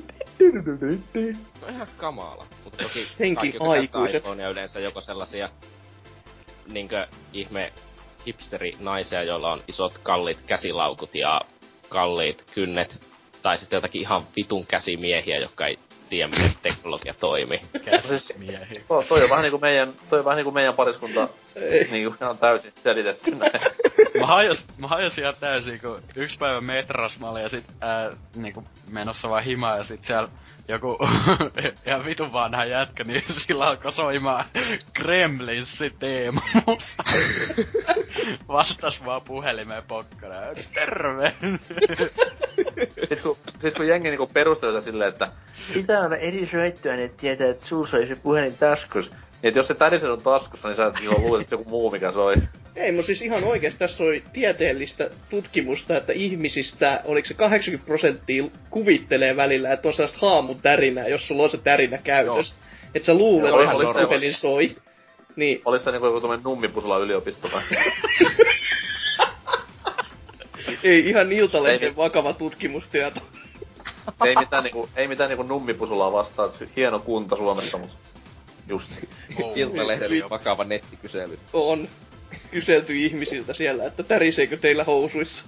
No ihan kamala. Mutta toki Senkin kaikki, jotka käyttää aikuiset. iPhonea yleensä joko sellaisia niinkö ihme hipsteri naisia, joilla on isot kalliit käsilaukut ja kalliit kynnet. Tai sitten jotakin ihan vitun käsimiehiä, jotka ei tiedä, miten teknologia toimii. Käsismiehi. Toi, toi on vähän niinku meidän... Toi on vähän niinku meidän pariskunta... Ei. Niinku ihan täysin selitetty näin. Mä hajos, mä hajosin ihan täysin, kun yksi päivä metros mä olin ja sit ää, niinku menossa vaan himaan ja sit siellä joku ihan vitun vanha jätkä, niin sillä alkoi soimaan Kremlinsi teema. Vastas vaan puhelimeen pokkana. Terve! Sit kun, sit kun jengi niinku perustelee silleen, että pitää olla eri soittoja, niin tietää, että suus oli se puhelin taskus. Niin et jos se tärisee sun taskussa, niin sä et niinku luulet, että se joku muu mikä soi. Ei, mutta siis ihan oikeesti tässä oli tieteellistä tutkimusta, että ihmisistä, oliko se kahdeksankymmentä prosenttia kuvittelee välillä, että on sellaista haamun tärinää, jos sulla on se tärinä käytössä. Että sä luulet, Oli- että oli se se- puhelin soi. Niin, Olis se niinku joku tommonen nummipusula yliopisto vai? ei ihan Iltalehden Ei- vakava tutkimustieto. ei mitään niinku, ei mitään niinku nummipusulaa vastaan, et hieno kunta Suomessa, mut just. Iltalehdellä on vakava nettikysely. On kyselty ihmisiltä siellä, että täriseekö teillä housuissa.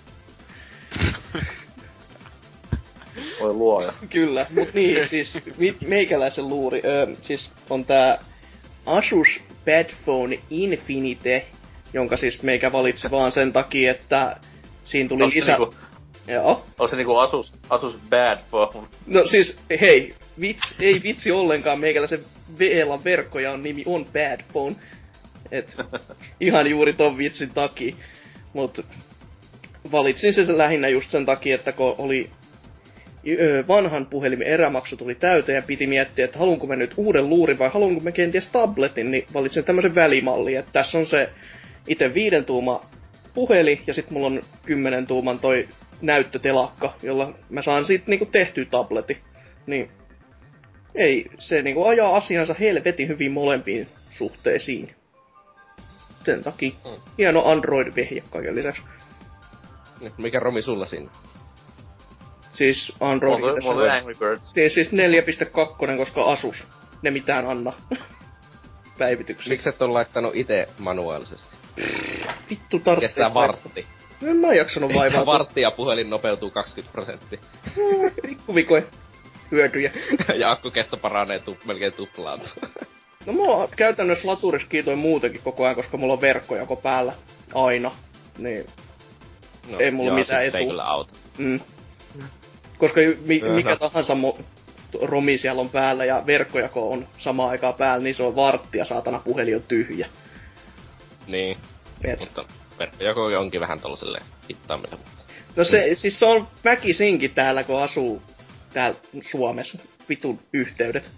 Voi luoja. Kyllä, mut niin, siis mi- meikäläisen luuri, öö, siis on tää Asus Badphone Infinite, jonka siis meikä valitsi vaan sen takia, että siinä tuli Onks se lisä... niinku, Joo. onks se niinku Asus, Asus Bad Phone? No siis, hei, vits, ei vitsi ollenkaan, meikäläisen V L verkkoja on nimi on Badphone. Et ihan juuri ton vitsin takia. Mut valitsin sen lähinnä just sen takia, että kun oli öö, vanhan puhelimen erämaksu tuli täyteen ja piti miettiä, että haluanko mä nyt uuden luurin vai haluanko mä kenties tabletin, niin valitsin tämmösen välimallin, että tässä on se itse viiden tuuma puhelin ja sit mulla on kymmenen tuuman toi näyttötelakka, jolla mä saan sit niinku tehtyä tableti. Niin ei, se niinku ajaa asiansa helvetin hyvin molempiin suhteisiin. Sen takia. Mm. Hieno Android-vehje kaiken lisäksi. Mikä romi sulla siinä? Siis Android Mulla tässä mulla oli on. Angry Birds. Niin siis neljä piste kaksi, koska Asus. Ne mitään anna. Päivityksiä. Miksi et oo laittanut ite manuaalisesti? Vittu tarvitsee. Kestää vartti. En mä jaksanut Kestää vaivaa. vartti ja puhelin nopeutuu kaksikymmentä prosenttia. Pikkuvikoja. Hyötyjä. ja akkukesto paranee tu- melkein tuplaantua. No mulla on käytännössä laturis kiitoin muutenkin koko ajan, koska mulla on verkkojako päällä. Aina. Niin. No, Ei mulla joo, mitään sit se ei etua. kyllä auta. Mm. Koska mi- Öhö. mikä tahansa mo- romi siellä on päällä ja verkkojako on samaan aikaan päällä, niin se on vartti ja saatana puhelin on tyhjä. Niin, Et. mutta verkko. Joku onkin vähän tollaselle hittaammille, mutta... No se, mm. siis se on väkisinkin täällä, kun asuu täällä Suomessa. Vitun yhteydet.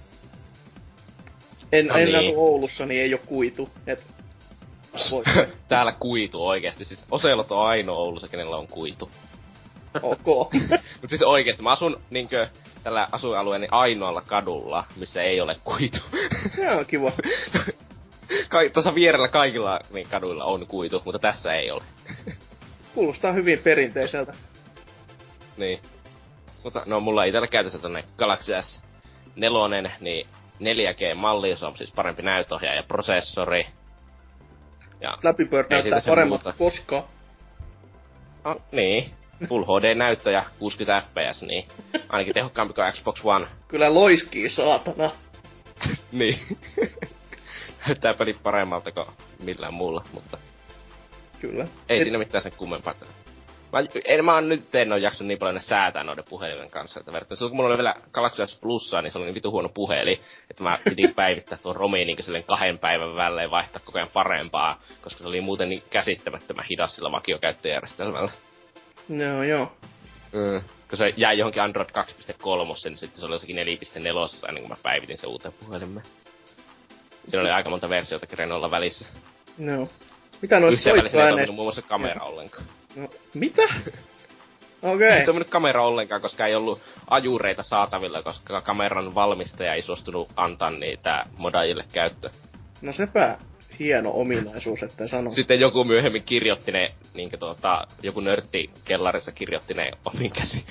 En, no en niin. asu Oulussa, niin ei oo kuitu. Et... Täällä kuitu oikeesti. Siis Oselot on ainoa Oulussa, kenellä on kuitu. Ok. Mut siis oikeesti, mä asun niinkö tällä asuinalueeni ainoalla kadulla, missä ei ole kuitu. Se on kiva. Ka- tuossa vierellä kaikilla niin kaduilla on kuitu, mutta tässä ei ole. Kuulostaa hyvin perinteiseltä. Niin. Mutta no mulla itellä käytössä tonne Galaxy S neljä, niin neljä G-malli, se on siis parempi näytöohjaaja ja prosessori. Ja Flappy Bird näyttää paremmat kuin koskaan. No, niin. Full H D-näyttö ja kuusikymmentä F P S, niin ainakin tehokkaampi kuin Xbox One. Kyllä loiskii, saatana. Niin. Näyttää peli paremmalta kuin millään muulla, mutta... Kyllä. Ei Et... siinä mitään sen kummempaa. Mä, en, mä oon nyt en oo jaksanut niin paljon säätää noiden puhelimen kanssa, että verrattuna. Silloin kun mulla oli vielä Galaxy S Plussa, niin se oli niin vitu huono puhelin, että mä piti päivittää tuon romiin niin silleen kahden päivän välein vaihtaa koko ajan parempaa, koska se oli muuten niin käsittämättömän hidas sillä vakiokäyttöjärjestelmällä. No joo. Mm. Kun se jäi johonkin Android kaksi piste kolme, niin sitten se oli jossakin neljä piste neljä ennen kuin mä päivitin sen uuteen puhelimeen. Siinä oli aika monta versiota kerennyt olla välissä. No. Mitä noista soittoääneistä? Yhteen välissä ei toiminut muun muassa kamera ollenkaan. No, mitä? Okei. Okay. Ei toiminut kamera ollenkaan, koska ei ollut ajureita saatavilla, koska kameran valmistaja ei suostunut antaa niitä modaajille käyttöön. No sepä hieno ominaisuus, että sano. Sitten joku myöhemmin kirjoitti ne, niinkö tuota, joku nörtti kellarissa kirjoitti ne omin käsi.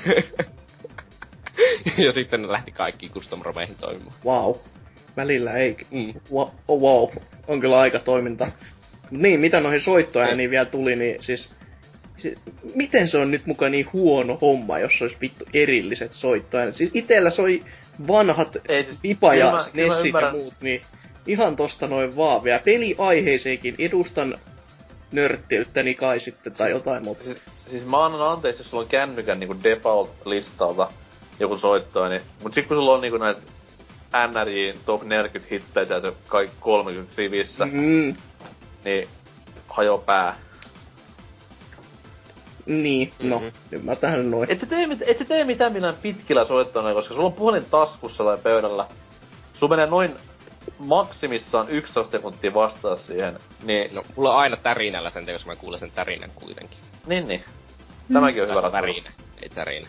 Ja sitten ne lähti kaikkiin custom-romeihin toimimaan. Wow. Välillä ei. Mm. Wow, oh, wow. On kyllä aika toiminta. Niin, mitä noihin soittoääniin vielä tuli, niin siis... siis miten se on nyt muka niin huono homma, jos olisi vittu erilliset soittoäänet? Siis itellä soi vanhat ei, siis, Vipa ja mä, Nessit ja muut, niin ihan tosta noin vaan vielä. Peliaiheiseenkin edustan nörttiyttäni kai sitten tai jotain muuta. Siis, siis mä annan anteeksi, jos sulla on kännykän niinku default-listalta joku soittoa, niin... Mut sit kun sulla on niinku näitä N R J top neljäkymmentä hittejä se kaikki kolmekymmentä rivissä, Mm. niin hajoo pää. Niin, no, mm-hmm. ymmärtähän noin. Et sä tee, et sä tee mitään millään pitkillä soittoilla, koska sulla on puhelin taskussa tai pöydällä. Sun menee noin maksimissaan yksitoista sekuntia vastaa siihen, niin... No, mulla on aina tärinällä sen, jos mä kuulen sen tärinän kuitenkin. Niin, niin. Tämäkin on hyvä ratkaisu. Värinä, ei tärinä.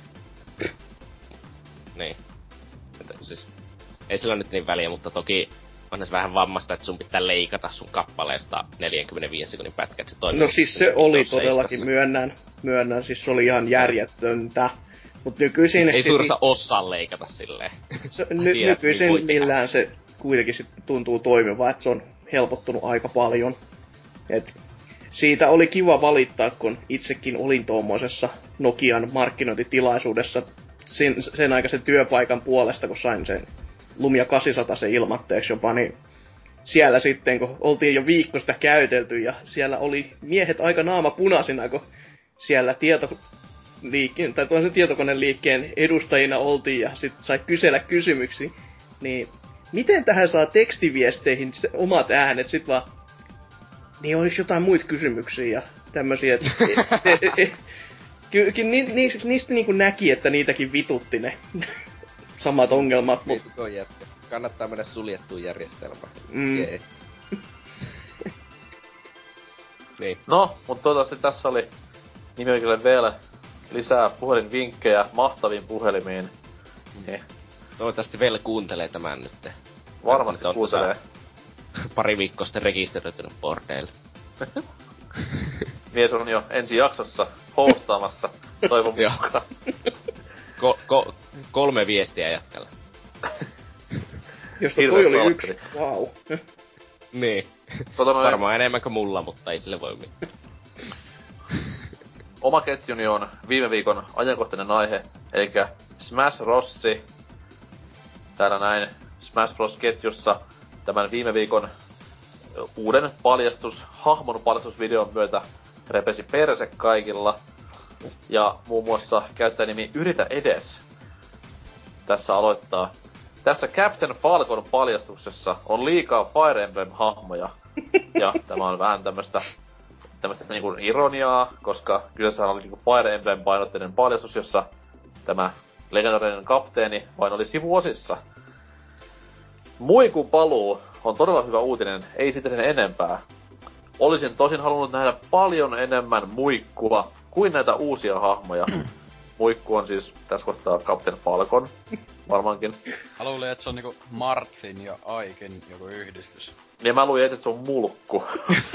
Niin. Että, siis, ei sillä nyt niin väliä, mutta toki on se vähän vammasta, että sun pitää leikata sun kappaleesta neljäkymmentäviisi sekunnin pätkä, että se toimii. No siis se oli todellakin, myönnän, myönnän, siis se oli ihan järjettöntä. Mut nykyisin... Siis ei siis, suurissa osaa leikata silleen. Se, ny, Tiedät, nykyisin niin millään se kuitenkin sit tuntuu toimivaa, että se on helpottunut aika paljon. Et siitä oli kiva valittaa, kun itsekin olin tuommoisessa Nokian markkinointitilaisuudessa sen, sen aikaisen työpaikan puolesta, kun sain sen Lumia kahdeksansataa sen ilmatteeksi jopa, niin siellä sitten, kun oltiin jo viikko sitä käytelty, ja siellä oli miehet aika naama punaisina, kun siellä tietoliikkeen, tai toisen tietokoneliikkeen edustajina oltiin, ja sit sai kysellä kysymyksiä, niin miten tähän saa tekstiviesteihin omat äänet, sit vaan, niin olis jotain muita kysymyksiä, ja tämmösiä, että Kyllä ky, ni, ni, niistä niinku näki, että niitäkin vitutti ne samat ongelmat, mut... Kannattaa mennä suljettuun järjestelmään. Mm. Yeah. Niin. No, mut toivottavasti tässä oli nimimerkille vielä lisää puhelinvinkkejä mahtaviin puhelimiin. Niin. Toivottavasti vielä kuuntelee tämän nyt. Varmasti kuuntelee. Pari viikkoa sitten rekisteröitynyt bordeille. Mies on jo ensi jaksossa hostaamassa toivon mukaan. Ko- ko- kolme viestiä jätkällä. Josta toi oli yksi. Vau. Wow. Niin. Tota varmaan enemmän kuin mulla, mutta ei sille voi mitään. Oma ketjuni on viime viikon ajankohtainen aihe, elikkä Smash Rossi. Täällä näin Smash Bros-ketjussa tämän viime viikon uuden paljastus, hahmon paljastusvideon myötä repesi perse kaikilla. Ja muun muassa käyttäjänimi Yritä edes tässä aloittaa. Tässä Captain Falcon paljastuksessa on liikaa Fire Emblem-hahmoja. Ja tämä on vähän tämmöstä tämmöstä niinku ironiaa, koska kyseessä oli niinku Fire Emblem painotteinen paljastus, jossa tämä legendaarinen kapteeni vain oli sivuosissa. Muikun paluu on todella hyvä uutinen, ei sitä sen enempää. Olisin tosin halunnut nähdä paljon enemmän muikkua kuin näitä uusia hahmoja. Muikku on siis tässä kohtaa Captain Falcon, varmaankin. Mä luulin, että se on niinku Martin ja Aiken joku yhdistys. Ja mä luin, että se on mulkku.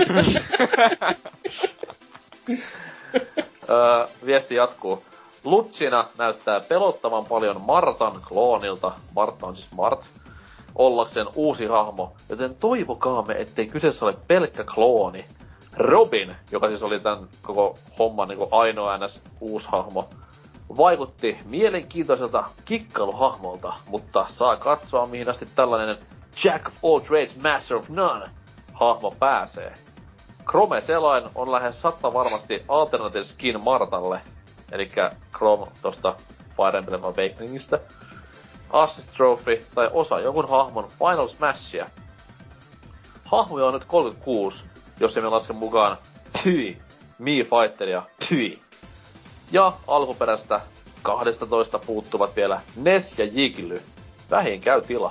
öö, viesti jatkuu. Lutsina näyttää pelottavan paljon Martan kloonilta. Marta on siis Mart. Ollakseen uusi hahmo, joten toivokaamme, ettei kyseessä ole pelkkä klooni. Robin, joka siis oli tän koko homman niinku ainoa ns. Uusi hahmo, vaikutti mielenkiintoiselta kikkailuhahmolta, mutta saa katsoa mihin asti tällainen Jack of all trades, master of none hahmo pääsee. Chrome-selain on lähes satta varmasti alternative skin Martalle, elikkä Chrome tosta Fire Emblem Awakeningista, Assist Trophy tai osa jonkun hahmon Final Smashia. Hahmoja on nyt kolmekymmentäkuusi, jos emme laske mukaan Pyi, Mii Fighteria, Pyi. Ja alkuperäistä kaksitoista puuttuvat vielä Ness ja Jigly. Vähin käy tila.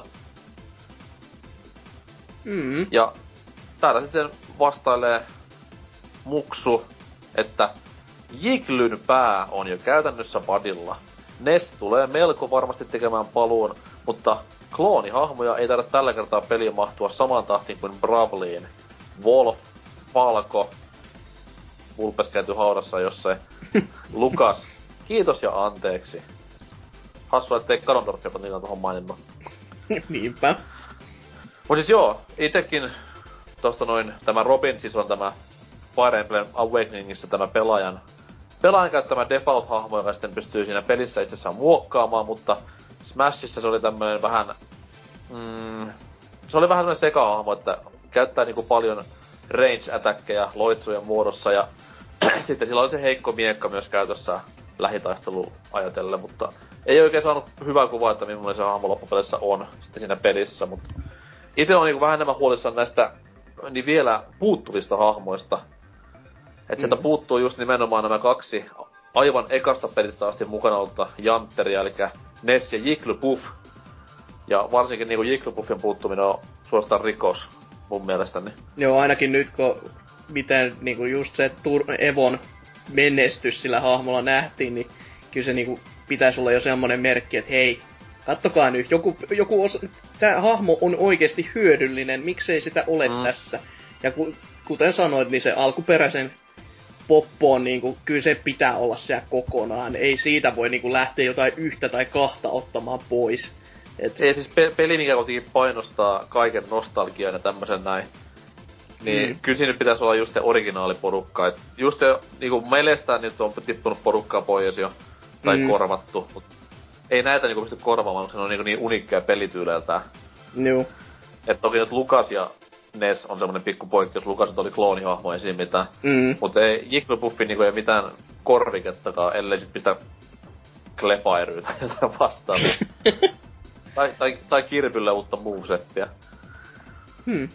Mm. Ja täällä sitten vastailee Muksu, että Jiglyn pää on jo käytännössä padilla. Ness tulee melko varmasti tekemään paluun, mutta kloonihahmoja ei taida tällä kertaa peliin mahtua samaan tahtiin kuin Bravliin. Wolf, Falco, Vulpes käyty haudassa jossain, Lukas, kiitos ja anteeksi. Hassua, ettei Ganondorf jopa niillä tohon maininnut. Niinpä. Mut siis joo, itekin tosta noin, tämä Robin siis on tämä Fire Emblem Awakeningissa tämä pelaajan pelaajan käyttämä default-hahmo, joka sitten pystyy siinä pelissä itsessään muokkaamaan, mutta Smashissa se oli tämmönen vähän mm, se oli vähän semmonen sekahahmo, että käyttää niinku paljon range-attackeja loitsujen muodossa ja sitten sillä oli se heikko miekka myös käytössä lähitaistelu ajatellen, mutta ei oikein saanut hyvää kuvaa, että millainen se hahmo loppupeleissä on sitten siinä pelissä, mutta ite on niinku vähän enemmän huolissaan näistä niin vielä puuttuvista hahmoista. Et mm. sieltä puuttuu just nimenomaan nämä kaksi aivan ekasta pelistä asti mukana ollutta jantteria, eli Ness ja Jigglypuff. Ja varsinkin niinku Jigglypuffin puuttuminen on suorastaan rikos mun mielestäni. Joo, ainakin nyt kun miten niinku just se Tur- Evon menestys sillä hahmolla nähtiin, niin kyllä se niinku pitäisi olla jo semmonen merkki, että hei, kattokaa nyt, joku, joku osa, tää hahmo on oikeesti hyödyllinen, miksei sitä ole mm. tässä. Ja ku, kuten sanoit, niin se alkuperäisen poppoon niinku, kyllä se pitää olla siellä kokonaan. Ei siitä voi niinku lähteä jotain yhtä tai kahta ottamaan pois. Et... Ei siis pe- peli, mikä kuitenkin painostaa kaiken nostalgian ja tämmösen näin. Niin mm. kyllä siinä pitäisi olla just se originaaliporukka. Et just se, niinku melestään nyt on tippunut porukkaa pois jo. Tai mm. korvattu. Mut ei näitä niinku pysty korvaamaan, koska ne on niinku niin unikkeja pelityyleiltään. Joo. Et toki nyt Lukas ja Ness on semmonen pikku poikkeus. Lukas nyt oli kloonihahmo, ei siinä mitään. Mm. Mut ei Jigglypuffin niinku ei mitään korvikettakaan, ellei sit pistä Clefairyä tai jotain vastaavaa. tai, tai, tai Kirbylle uutta movesettiä. Hmm.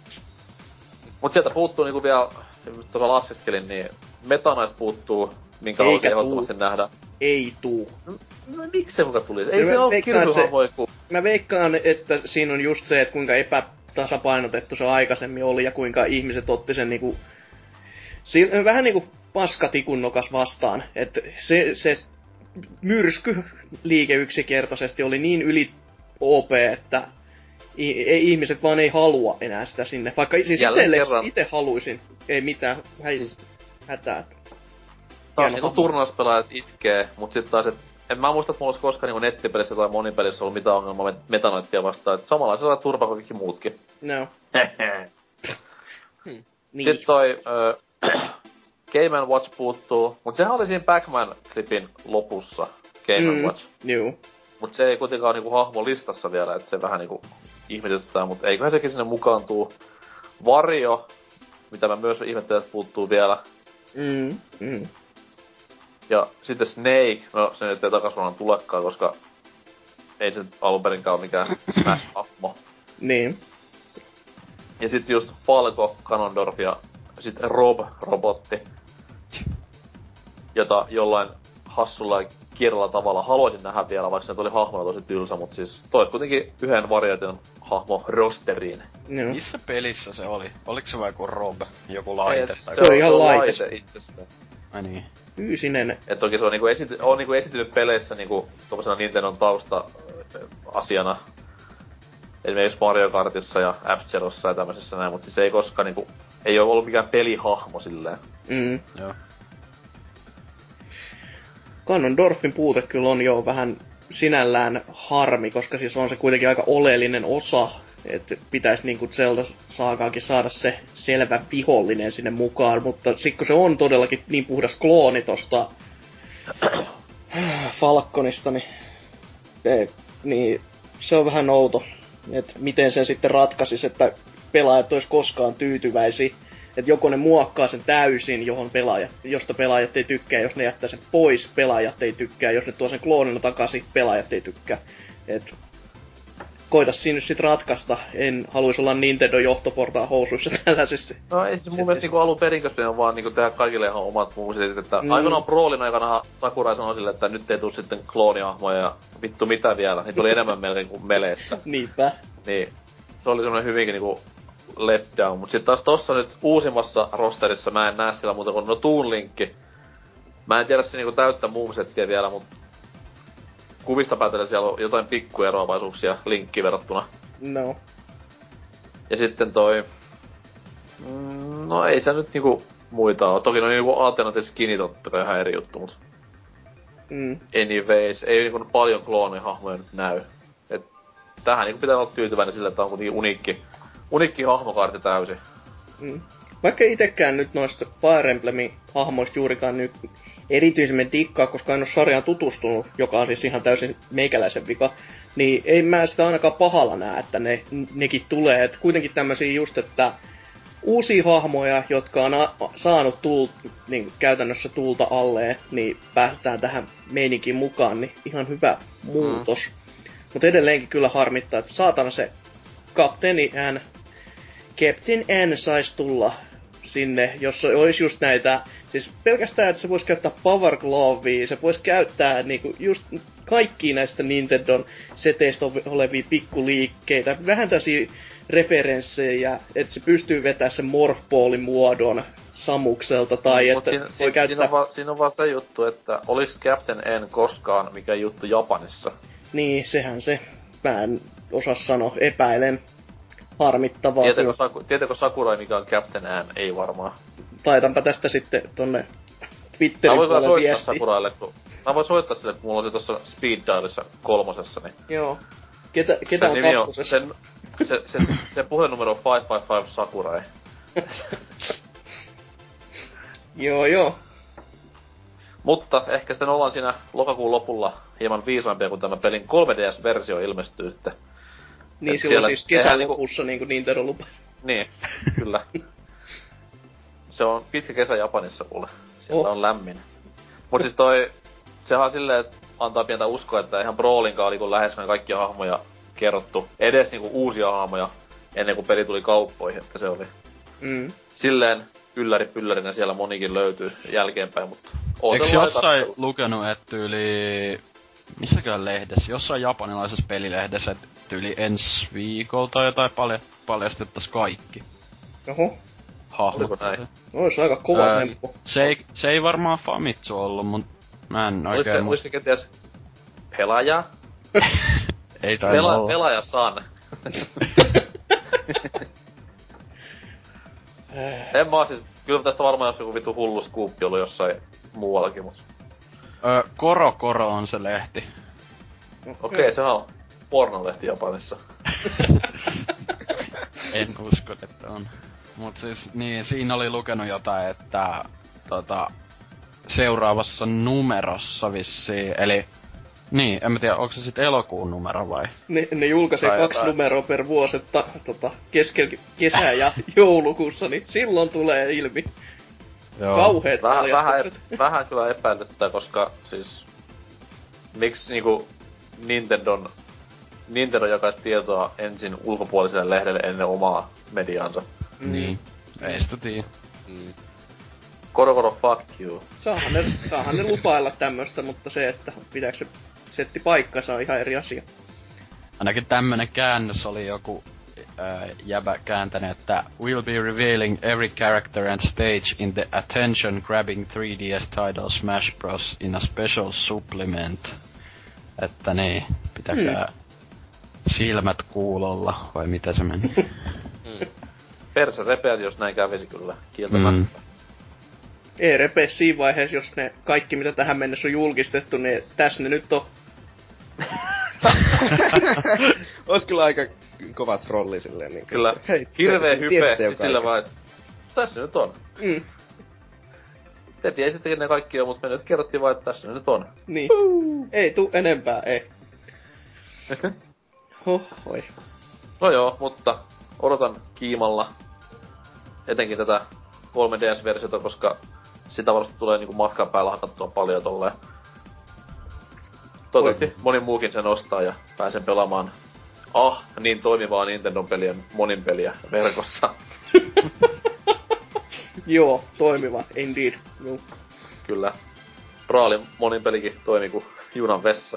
Mut sieltä puuttuu niinku vielä, tuossa laskeskelin, niin Meta Knight puuttuu, minkä haluaisin ehdottomasti nähdä. Ei tuu. No, no miksi se muka tuli? Ei se oo Kirby-hahmoja ku... Mä veikkaan, että siinä on just se, että kuinka epätasapainotettu se aikaisemmin oli ja kuinka ihmiset otti sen niinku... Si- vähän niinku paskatikun nokas vastaan. Että se, se myrsky liike yksinkertaisesti oli niin yli O P, että ei, ihmiset vaan ei halua enää sitä sinne. Vaikka siis itselle ite haluisin. Ei mitään häi, siis... hätää. Taas niinku turnauspelaajat itkee, mut sit taas et... En mä muista, että mulla olisi koskaan niinku nettipelissä tai monipelissä ollut mitään ongelmaa Meta Knightia vastaan. Et samanlaisella turpa kuin kaikki muutkin. No. hmm. Niin. Sitten toi äh, Game and Watch puuttuu, mut sehän oli siinä Pac-Man-klipin lopussa. Game mm. and Watch. Joo. Mut se ei kuitenkaan niinku hahmo listassa vielä, et se vähän niinku ihmetyttää, mut eiköhän sekin sinne mukaan tuu. Vario, mitä mä myös ihmettelen, että puuttuu vielä. Mm. Mm. Ja sitten Snake, no se nyt ei takas varmaan tulekaan, koska ei se nyt alunperinkään ole mikään Smash-hahmo. Niin. Ja sit just Falco, Ganondorf ja sit Rob-robotti, jota jollain hassulla ja kierrolla tavalla haluaisin nähdä vielä, vaikka se tuli hahmona tosi tylsä, mut siis tois kuitenkin yhden variaation hahmo rosteriin. Joo. Missä pelissä se oli? Oliko se vai joku Rob? Joku laite? Ei, tai se on ihan laite. laite itsessään. Ai niin. Fyysinen. Et toki se on niinku, esity, on niinku esitynyt peleissä niinku tommosena Nintendon tausta-asiana. Esimerkiksi Mario Kartissa ja F-Zerossa ja tämmöisessä näin, mut siis ei koskaan niinku, ei oo ollut mikään pelihahmo silleen. Mm. Joo. Ganondorfin puute kyllä on jo vähän sinällään harmi, koska siis on se kuitenkin aika oleellinen osa, että pitäisi niinku Zelda-saakaakin saada se selvä vihollinen sinne mukaan, mutta sit kun se on todellakin niin puhdas klooni tosta Falconista, niin, e, niin se on vähän outo, että miten sen sitten ratkaisisi, että pelaajat ois koskaan tyytyväisiä. Että joko ne muokkaa sen täysin, johon pelaajat, josta pelaajat ei tykkää, jos ne jättää sen pois, pelaajat ei tykkää, jos ne tuo sen kloonina takaisin, pelaajat ei tykkää. Et koita siinä nyt sit ratkaista, en haluais olla Nintendo johtoportaan housuissa tällaisesti. No ei siis mun mielestä niinku alun perinköstä on vaan niinku tehdä kaikille ihan omat muusit, että Mm. aikanaan Brawlin aikana Sakurai sanoi sille, että nyt ei tuu sitten kloonihahmoja ja vittu mitä vielä, niitä oli enemmän melkein kuin Meleessä. Niinpä. Niin, se oli semmonen hyvinkin niinku letdown, mut sit taas tossa nyt uusimmassa rosterissa mä en näe siellä muuta kuin no Toon Linkki. Mä en tiedä se niinku täyttä movesettiä vielä, mut kuvista päätellen siellä on jotain pikkueroavaisuuksia Linkkiin verrattuna. No. Ja sitten toi... Mm, no ei se nyt niinku muita oo. Toki no niinku Alternate Skinit on totta kai ihan eri juttu, mut... Mm. Anyways, ei niinku paljon kloonihahmoja nyt näy. Et tähän niinku pitää olla tyytyväinen sille, että on kuitenkin uniikki, uniikki hahmokaarti täysin. Mm. Vaikka itekään nyt noista Fire Emblemin hahmoista juurikaan nyt erityisemmin tikkaa, koska en oo sarjaan tutustunut, joka on siis ihan täysin meikäläisen vika, niin ei mä sitä ainakaan pahalla näe, että ne, nekin tulee. Et kuitenkin tämmösiä just, että uusia hahmoja, jotka on a- saanut tuult, niin käytännössä tuulta alleen, niin päästään tähän meininkin mukaan, niin ihan hyvä muutos. Mm. Mutta edelleenkin kyllä harmittaa, että saatana se kapteeni N, Captain N sais tulla sinne, jos olisi just näitä, siis pelkästään, että se voisi käyttää Power Glovea, se voisi käyttää niinku just kaikkia näistä Nintendon seteistä olevia pikkuliikkeitä, vähän tällaisia referenssejä, että se pystyy vetämään sen Morphballin muodon Samukselta, tai no, että siinä, voi siinä, käyttää... siinä, on vaan, siinä on vaan se juttu, että olis Captain N koskaan mikä juttu Japanissa? Niin, sehän se, mä en osaa sanoa, epäilen. Harmittavaa. Tietääkö, Saku, tietääkö Sakurai mikä on Captain N? Ei varmaan. Taitanpa tästä sitten tonne Twitterin Mä voin puolelle soittaa viestiä. Sakuraille, kun... Mä voin soittaa sille, kun mulla on se tossa Speed Dialissa kolmosessa, niin... Joo. Ketä, ketä on nimi on, kakkosessa? sen, se, se, se puhelinnumero on viisi viisi viisi Sakurai. Joo, joo. Mutta ehkä sitten ollaan siinä lokakuun lopulla hieman viisaampia, kun tämä pelin kolme D S-versio ilmestyy sitten. Niin Et silloin siellä- siis eihän kesän niinku- lopussa niinku Nintendo lupa. Niin, kyllä. Se on pitkä kesä Japanissa kuule. Siellä Oh. on lämmin. Mut siis toi, sehän on silleen, että antaa pientä uskoa, että ihan Brawlinkaan oli kun läheskään kaikkia hahmoja kerrottu. Edes niinku uusia hahmoja ennen kuin peli tuli kauppoihin, että se oli Mm. silleen ylläri pyllärinä siellä monikin löytyy jälkeenpäin, mutta Eiks odotellaan jossain katsella. lukenut, että tyyli... Missäkään lehdessä? Jossain japanilaisessa pelilehdessä, että tyyli ensi viikolla tai jotain palja, paljastettais kaikki Oho. hahmot. Oliko näin? Ois aika kova Ää, temppu. Se ei, se ei varmaan Famitsu ollut, mut mä en Olis se, oikein olis se kenties pelaaja? Ei tainnut Pela, olla. pelaaja San. En mä oo siis, kyllä tästä varmaan jos joku vitu hullu skuuppi ollut jossain muuallakin, mut... Ö, Koro Koro on se lehti. Okei, okay, se on pornolehti Japanissa. En usko, että on. Mut siis, niin, siinä oli lukenut jotain, että tota, seuraavassa numerossa vissiin, eli niin, en mä tiedä, onko se sit elokuun numero vai? Ne, ne julkaisee Tai kaksi jotain. numeroa per vuosi, että tota, keskellä kesää ja joulukuussa, niin silloin tulee ilmi. Kauheet Vähän, vähän, paljastukset. vähän kyllä epäilyttää, koska siis... Miksi niinku Nintendon... Nintendo jakaisi tietoa ensin ulkopuoliselle lehdelle ennen omaa mediaansa. Mm. Niin, ei sitä tiedä. Mm. Koro koro fuck you. Saahan ne, saahan ne lupailla tämmöstä, mutta se, että pitääkö se setti paikkansa on ihan eri asia. Ainakin tämmönen käännös oli joku äh, jäbä kääntänyt, että we'll be revealing every character and stage in the attention-grabbing three D S title Smash Bros. In a special supplement. Että niin, pitäkää hmm. silmät kuulolla, vai mitä se meni? mm. Perse repeät, jos näin kävisi kyllä, kieltämättä. Mm. Ei repee siinä vaiheessa, jos ne kaikki mitä tähän mennessä on julkistettu, niin tässä ne nyt on. Ois kyllä aika kova trolli silleen niin. Kyllä, hei, hirvee hype, sillä vaan, että tässä nyt on. Mm. Te tiesittekin ne kaikki on, mutta me nyt kerrottiin vaan, että tässä nyt on. Niin. Ei tuu enempää, ei. Hohoi. No joo, mutta odotan kiimalla etenkin tätä kolme D S-versiota, koska sitä varmasti tulee niinku matkan päällä hakattua paljon tolleen. Toivottavasti moni muukin sen ostaa ja pääsen pelaamaan ah, niin toimivaa Nintendo-pelien monin peliä verkossa. Joo, toimiva, indeed. Joo. Kyllä. Braalin monin pelikin toimi kuin junan vessa.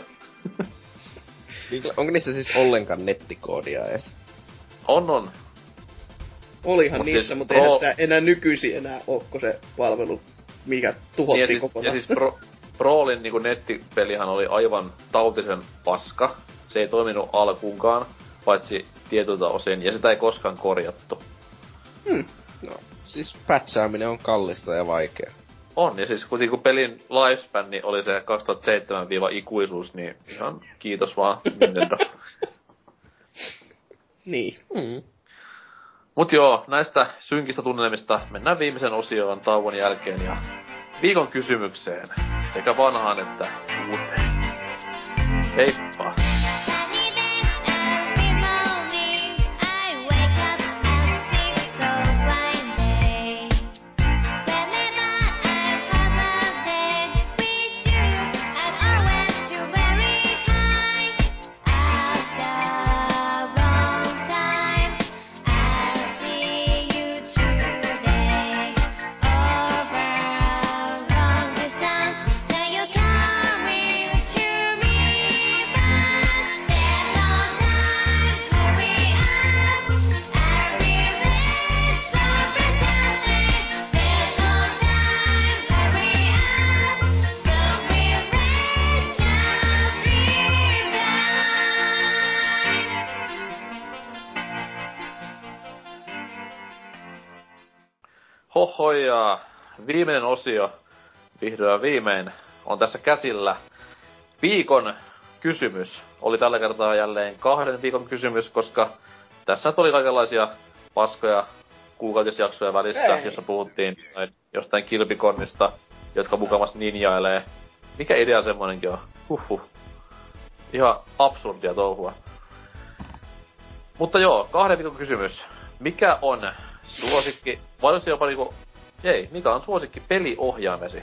Onko niissä siis ollenkaan nettikoodia edes? On, on. Olihan Mut niissä, siis mutta pro... ei sitä enää nykyisin enää ooko se palvelu, mikä tuhottiin ja siis, kokonaan. Ja siis pro, Brawlin niinku nettipelihan oli aivan tautisen paska. Se ei toiminut alkuunkaan, paitsi tietyltä osin, ja sitä ei koskaan korjattu. Hmm. No, siis patchaaminen on kallista ja vaikea. On, ja siis kun pelin lifespan niin oli se kaksituhattaseitsemän ikuisuus, niin ihan kiitos vaan Nintendo. Niin. Mm. Mut joo, näistä synkistä tunnelmista mennään viimeisen osioon tauon jälkeen ja viikon kysymykseen. Sekä vanhaan että uuteen. Heippa! Hohoi ja viimeinen osio, vihdoin viimein, on tässä käsillä. Viikon kysymys oli tällä kertaa jälleen kahden viikon kysymys, koska tässä nyt oli kaikenlaisia paskoja kuukautisjaksoja välissä, Ei. jossa puhuttiin jostain kilpikonnista, jotka mukavasti ninjailee. Mikä idea semmoinenkin on? Huhhuh. Ihan absurdia touhua. Mutta joo, kahden viikon kysymys. Mikä on suosikki, vai onko se jopa niinku, ei, mikä on suosikki peliohjaimesi?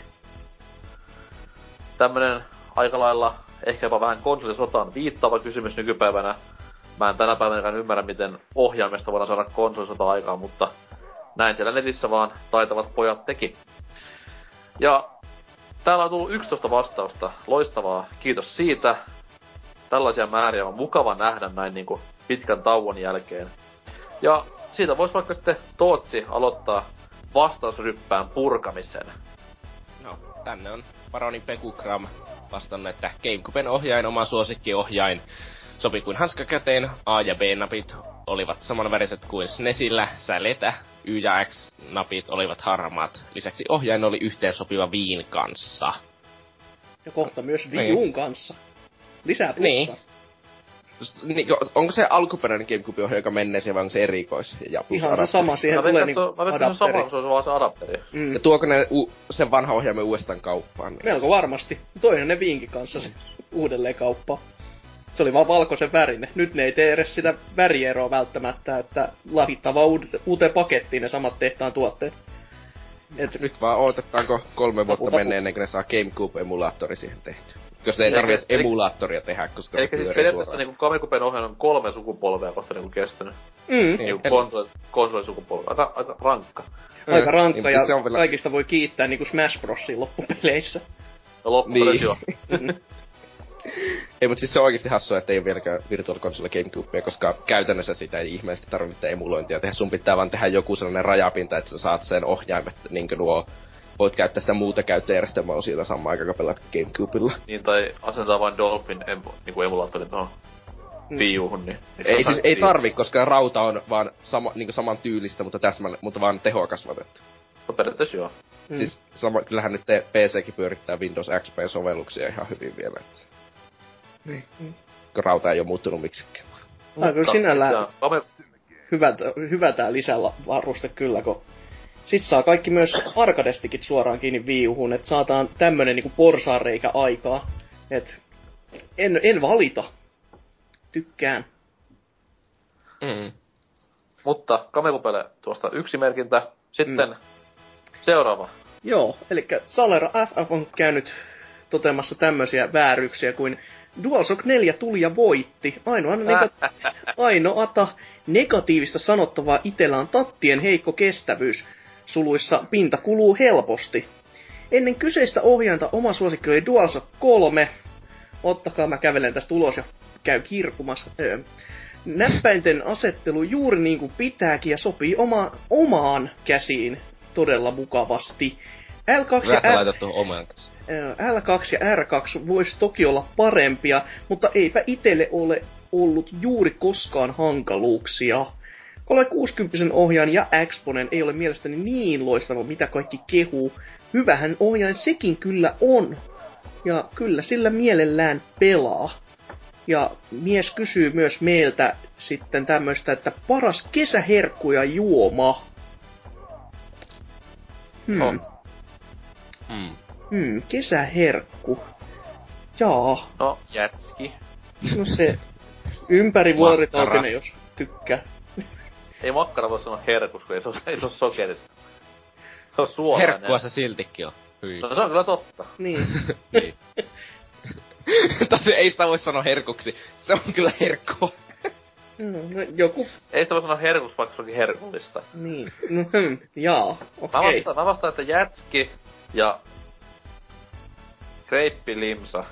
Tämmönen aika lailla, ehkä jopa vähän konsolisotaan viittaava kysymys nykypäivänä. Mä en tänä päivänä ymmärrä, miten ohjaimesta voidaan saada konsolisota aikaan, mutta näin siellä netissä vaan taitavat pojat teki. Ja täällä on tullut yksitoista vastausta, loistavaa, kiitos siitä. Tällaisia määriä on mukava nähdä näin niinku pitkän tauon jälkeen. Ja siitä vois vaikka sitten Tootsi aloittaa vastausryppään purkamisen. No, tänne on Baroni Pekukram vastannut, että GameCuben ohjain oma suosikkiohjain. Sopi kuin hanska käteen, A ja B-napit olivat samanväriset kuin SNESillä, säletä, Y ja X-napit olivat harmaat. Lisäksi ohjain oli yhteensopiva Wiin kanssa. Ja kohta myös Wii U:n kanssa. Lisää plussaa. Niin. Niin, onko se alkuperäinen GameCube-ohjaaja, joka menee siihen, vai onko se erikois? Ja ihan se sama, siihen mä tulee niinku adapteri. Mä veikkaan, että se on vaan se adapteri. Mm. Ja tuoko ne u- sen vanha ohjaimen uudestaan kauppaan? Niin? Melko varmasti. Toihan ne Wiinkin kanssa se uudelleen kauppaan. Se oli vaan valkoisen värinen. Nyt ne ei tee edes sitä värieroa välttämättä, että lahittaa vaan uuteen pakettiin ne samat tehtaan tuotteet. Et nyt vaan odotetaanko kolme vuotta menee ennen kuin ne saa GameCube-emulaattori siihen tehty. Koska ei Eikä- tarvi edes eikä- emulaattoria tehdä, koska Eikä siis periaatteessa niinku Kamikupen ohjelma on kolme sukupolvea kohta niinku kestänyt. Mm. Niinku konsoli, konsolisukupolvi. Aika, aika rankka. Aika rankka Niin, ja siis se on vielä- kaikista voi kiittää niinku Smash Brosin loppupeleissä. No loppuversio. Niin. Ei, mut siis se on oikeesti hassua, että ei oo vieläkään Virtual Console Gamecubea, koska käytännössä sitä ei ihmeellisesti tarvitse emulointia tehdä. Sun pitää vaan tehdä joku sellainen rajapinta, että sä saat sen ohjaimet, niinkö nuo... Voit käyttää sitä muuta käyttöjärjestelmää siitä samaan aikaan, kun pelaat Gamecubella. Niin, tai asentaa vain Dolphin em, niinku emulaattorin tohon Wii U:hun, niin... niin Ei siis, ei Wii- tarvi, koska rauta on vaan sama, niinku saman tyylistä, mutta täsmälleen, mutta vaan tehoa kasvatettu. No periaatteessa joo. Mm. Siis sama, kyllähän nyt P C:kin pyörittää Windows X P-sovelluksia ihan hyvin vielä, että... Niin. Kun rauta ei oo muuttunut miksikään. Tää on kyllä sinällään Ja Kame... hyvä, hyvä tää lisävaruste kyllä, kun sit saa kaikki myös arcadestikin suoraan kiinni Wii U:hun, että saataan tämmönen niinku porsaanreikä aikaa. Et en, en valita. Tykkään. Mm. Mutta Kamekupelle tuosta yksi merkintä. Sitten Mm. seuraava. Joo, eli Salera F F on käynyt toteamassa tämmöisiä vääryyksiä kuin DualShock neljä tuli ja voitti. Ainoa nega- ainoata negatiivista sanottavaa itellä on tattien heikko kestävyys. Suluissa pinta kuluu helposti. Ennen kyseistä ohjainta oma suosikki oli DualShock kolme. Ottakaa, mä kävelen tästä ulos ja käy kirkumassa. Öö. Näppäinten asettelu juuri niin kuin pitääkin ja sopii oma, omaan käsiin todella mukavasti. L kaksi ja Rähtä R... laitat tuohon omaan kanssa. L kaksi ja R kaksi vois toki olla parempia, mutta eipä itelle ole ollut juuri koskaan hankaluuksia. kolmesataakuusikymmentä ohjaan ja Exponen ei ole mielestäni niin loistava, mitä kaikki kehuu. Hyvähän ohjain sekin kyllä on. Ja kyllä sillä mielellään pelaa. Ja mies kysyy myös meiltä sitten tämmöistä, että paras kesäherkku ja juoma. Hmm. Oh. Mm. Hmm, kesäherkku. Jaa, No, jätski. no se ympärivuoritoutinen, jos tykkää. Ei makkara voi sanoa herkus, kun ei se oo, ei se oo sokerista. Se on suolainen. Herkkua se siltikin on. Hyi. No se on kyllä totta. Niin. Niin. Tosi ei sitä voi sanoa herkuksi. Se on kyllä herkkua. No, no, joku, Ei sitä voi sanoa herkus, vaikka se onkin herkullista. niin. No, hmm, jaa, Mä okei. vastaan, mä vastaan, että jätski ja kreippilimsa.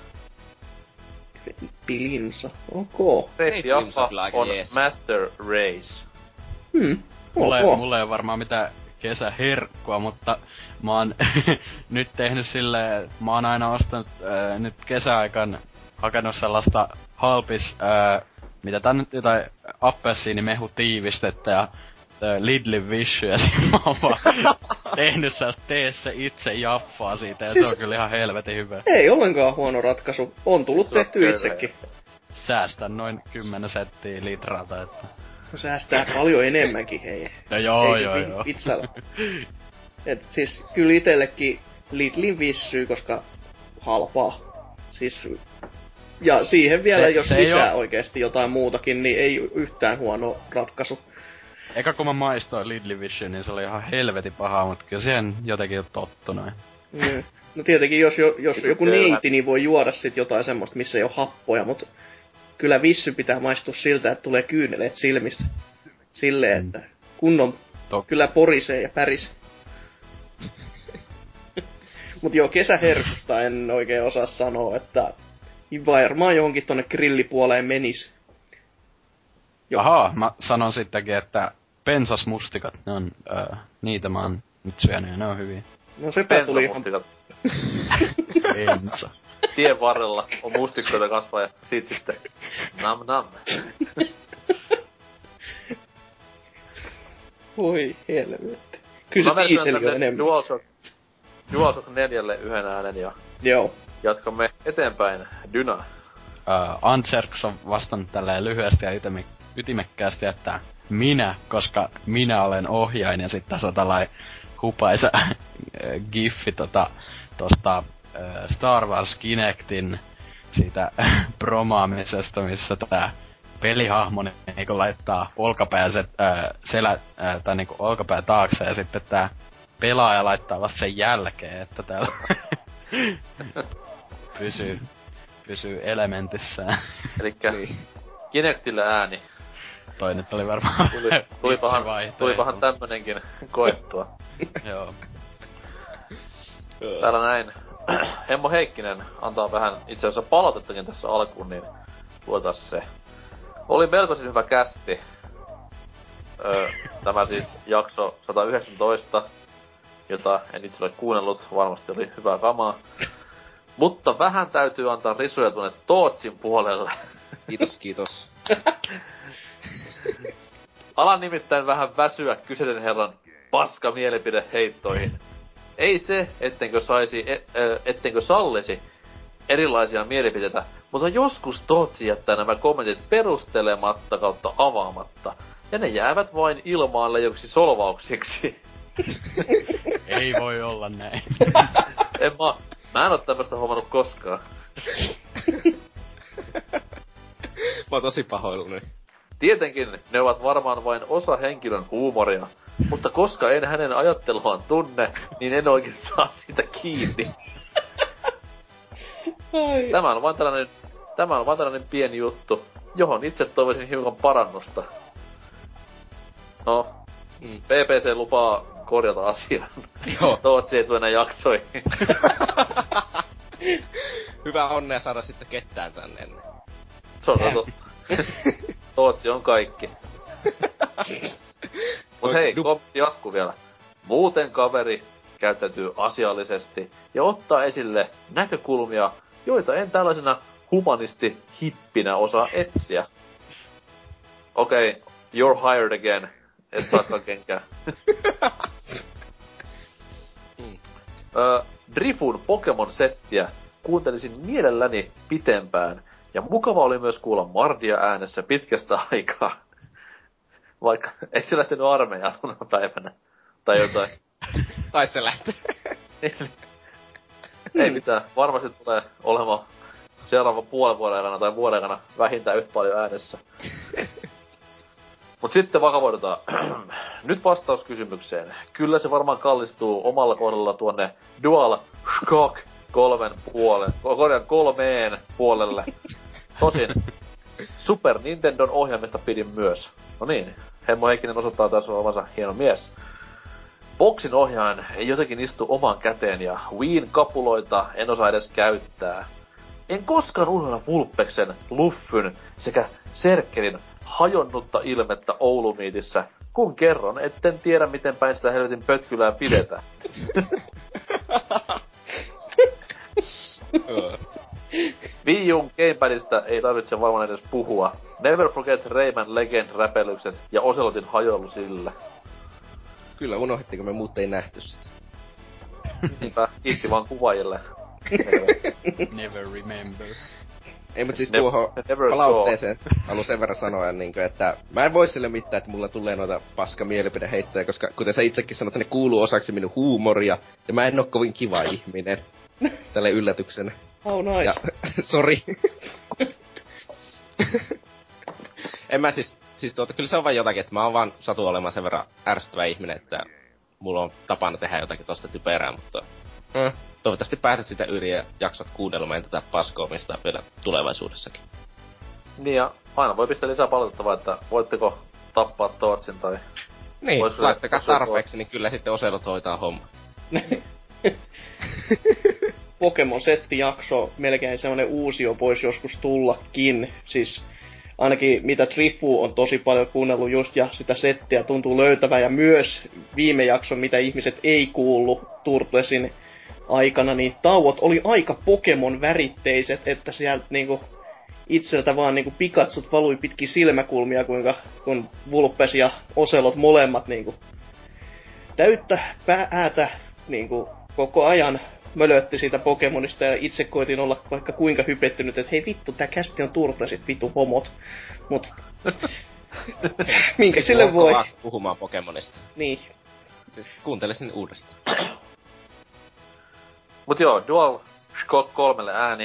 Pilinsa, ok. Kreippiaffa Kreippilimsa on kyllä aika on jees. Master Race. Hmm, Mulle, ok. mulle ei ole varmaan mitään kesäherkkua, mutta mä oon nyt tehnyt silleen, mä oon aina ostanut äh, nyt kesäaikaan hakenut sellaista halpis, äh, mitä tää nyt jotain appelsiinimehutiivistettä ja äh, Lidlin vissyjä, mä oon vaan tehnyt sellaista tee se itse jaffaa siitä, ja Siis- se on kyllä ihan helvetin hyvä. Ei ollenkaan huono ratkaisu. On tullut Se on tehty köyhä. itsekin. Säästän noin kymmenen senttiä litralta, että... Säästää paljon enemmänkin, hei. No joo, Ei joo, vi- joo. Vitsalla. Et siis kyllä itellekin Lidlin vissyy, koska halpaa. Siis, ja siihen vielä, Se- jos se ei lisää oo- oikeesti jotain muutakin, niin ei yhtään huono ratkaisu. Eka kun mä maistoin Lidlin Vision, niin se oli ihan helvetin pahaa, mutta kyllä siihen jotenkin on tottunut. Mm. No tietenkin, jos, jo, jos Vittu joku köyhä. neiti, niin voi juoda sit jotain semmoista, missä ei ole happoja, mutta kyllä vissy pitää maistua siltä, että tulee kyyneleet silmistä. Silleen, Mm. että kunnon Tok- kyllä porisee ja pärisee. Mut joo, kesäherkusta en oikein osaa sanoa, että varmaan johonkin tonne grillipuoleen menis. Joo. Ahaa, mä sanon sittenkin, että pensasmustikat, ne on, äh, niitä mä oon nyt syönyt ja ne on hyviä. No sepä tuli ihan... Pensamustikat. Pensa. Tien varrella on mustikoita kasvaa ja sit sitten nam nam. Voi helvetti. Kyllä Mä se vertaan diiseli on tänne enemmän. DualShock, DualShock neljälle yhden äänen ja Joo. jatkamme eteenpäin. Dyna. Äh, Antserks on vastannut tälleen lyhyesti ja ytime- ytimekkäästi, että minä, koska minä olen ohjain, ja sitten tässä on tällainen hupaisa äh, giffi tota, tosta äh, Star Wars Kinectin siitä promaamisesta, missä tää pelihahmo niinku laittaa olkapää se, äh, selä, äh, tai niinku olkapää taakse, ja sitten tää pelaaja laittaa vasta sen jälkeen, että täällä pysyy. pysyy elementissään. Elikkä niin. Kinectille ääni. Toi nyt oli varmaan Tuli, tulipahan, tulipahan tämmönenkin koettua. Joo. Täällä näin. Hemmo Heikkinen antaa vähän itse asiassa palautettakin tässä alkuun, niin luetaan se. Oli melkoisen hyvä kästi. Öö, tämä siis jakso sata yhdeksäntoista, jota en itse ole kuunnellut, varmasti oli hyvää kamaa. Mutta vähän täytyy antaa risuja tuonne Tootsin puolelle. Kiitos, kiitos. Alan nimittäin vähän väsyä kyseisen herran paska mielipideheittoihin. Ei se, ettenkö saisi, et, ettenkö sallisi erilaisia mielipiteitä, mutta joskus Tootsi jättää nämä kommentit perustelematta kautta avaamatta. Ja ne jäävät vain ilmaan leijoksi solvauksiksi. Ei voi olla näin. En mä, mä en oo tämmöstä huomannut koskaan. Mä oon tosi pahoillani. Tietenkin ne ovat varmaan vain osa henkilön huumoria, mutta koska en hänen ajatteluaan tunne, niin en oikein saa siitä kiinni. Tämä on vain tällainen, tämä on vain tällainen pieni juttu, johon itse toivoisin hiukan parannusta. No, mm. P P C lupaa korjata asian. Joo. Tootsi ei tule enää jaksoihin. Hyvää onnea saada sitten ketään tänne ennen. Se on totta. Tootsi on kaikki. Mut hei, kommentti jatkuu vielä. Muuten kaveri käyttäytyy asiallisesti ja ottaa esille näkökulmia, joita en tällaisena humanisti-hippinä osaa etsiä. Okei, okay, you're hired again. Et saakaan kenkää. mm. Ö, Drifun Pokemon-settiä kuuntelisin mielelläni pitempään. Ja mukava oli myös kuulla Mardia äänessä pitkästä aikaa. Vaikka ei se lähtenyt armeijaan tuona päivänä. Tai jotain. Tai se lähti. Ei mitään. Varmasti tulee olemaan seuraavan puolen vuoden aikana tai vuoden aikana vähintään yhtä paljon äänessä. Mut sitten vakavoidutaan. Nyt vastaus kysymykseen. Kyllä se varmaan kallistuu omalla kohdalla tuonne Dual Shock kolmen puolen, korjaan kolmeen puolelle. Tosin Super Nintendon ohjaimesta pidin myös. No niin, Hemmo Heikkinen osoittaa tässä olevansa hieno mies. Boxin ohjaajan ei jotenkin istu omaan käteen ja Wiin kapuloita en osaa edes käyttää. En koskaan unohda Vulpeksen, Luffyn sekä Serkkelin hajonnutta ilmettä Oulumiitissä, kun kerron, etten tiedä miten päin sitä helvetin pötkylää pidetään. Wii U:n gamepadista ei tarvitse varmaan edes puhua. Never forget Rayman Legend-räpelykset ja Ocelotin hajoilu sille. Kyllä, unohditteko me muut ei nähty sitä. Niinpä, kiitti vaan kuvaajille. Never remember. Ei, mut siis Ne- tuohon never palautteeseen haluan sen verran sanoa, niin kuin, että mä en voi sille mitään, että mulla tulee noita paska mielipideheittoja, koska kuten sä itsekin sanot, ne kuuluu osaksi minun huumoria, ja mä en oo kovin kiva ihminen. Tälle yllätyksenä. Oh nice. Ja, sori. en mä siis, siis tuota, kyllä se on vaan jotakin, että mä oon vaan satu olemaan sen verran ärsyttävä ihminen, että mulla on tapana tehdä jotakin tosta typerää, mutta mm, toivottavasti pääset sitä yli ja jaksat kuunnelmaan tätä paskoamista vielä tulevaisuudessakin. Niin ja aina voi pistää lisää palautettavaa, että voitteko tappaa Tootsin tai... Niin, Voisi laittakaa voisi tarpeeksi, niin kyllä sitten Oselot hoitaa homma. Pokemon-settijakso, melkein semmonen uusio pois joskus tullakin. Siis ainakin mitä Trifu on tosi paljon kuunnellut just, ja sitä settiä tuntuu löytävän, ja myös viime jakson, mitä ihmiset ei kuullut Turtlesin aikana, niin tauot oli aika Pokemon-väritteiset, että sieltä niinku itseltä vaan niinku Pikatsut valui pitkin silmäkulmia, kuinka kun Vulpes ja Ocelot molemmat niinku täyttä päätä niinku koko ajan mölötti siitä Pokemonista, ja itse koitin olla vaikka kuinka hypettynyt, että hei vittu, tää kästi on Turtlesit, vittu homot. Mut minkä sille voi? Kova puhumaan Pokemonista. Niin. Siis kuuntele sen uudestaan. Mut joo, Dual Shock kolmelle ääni.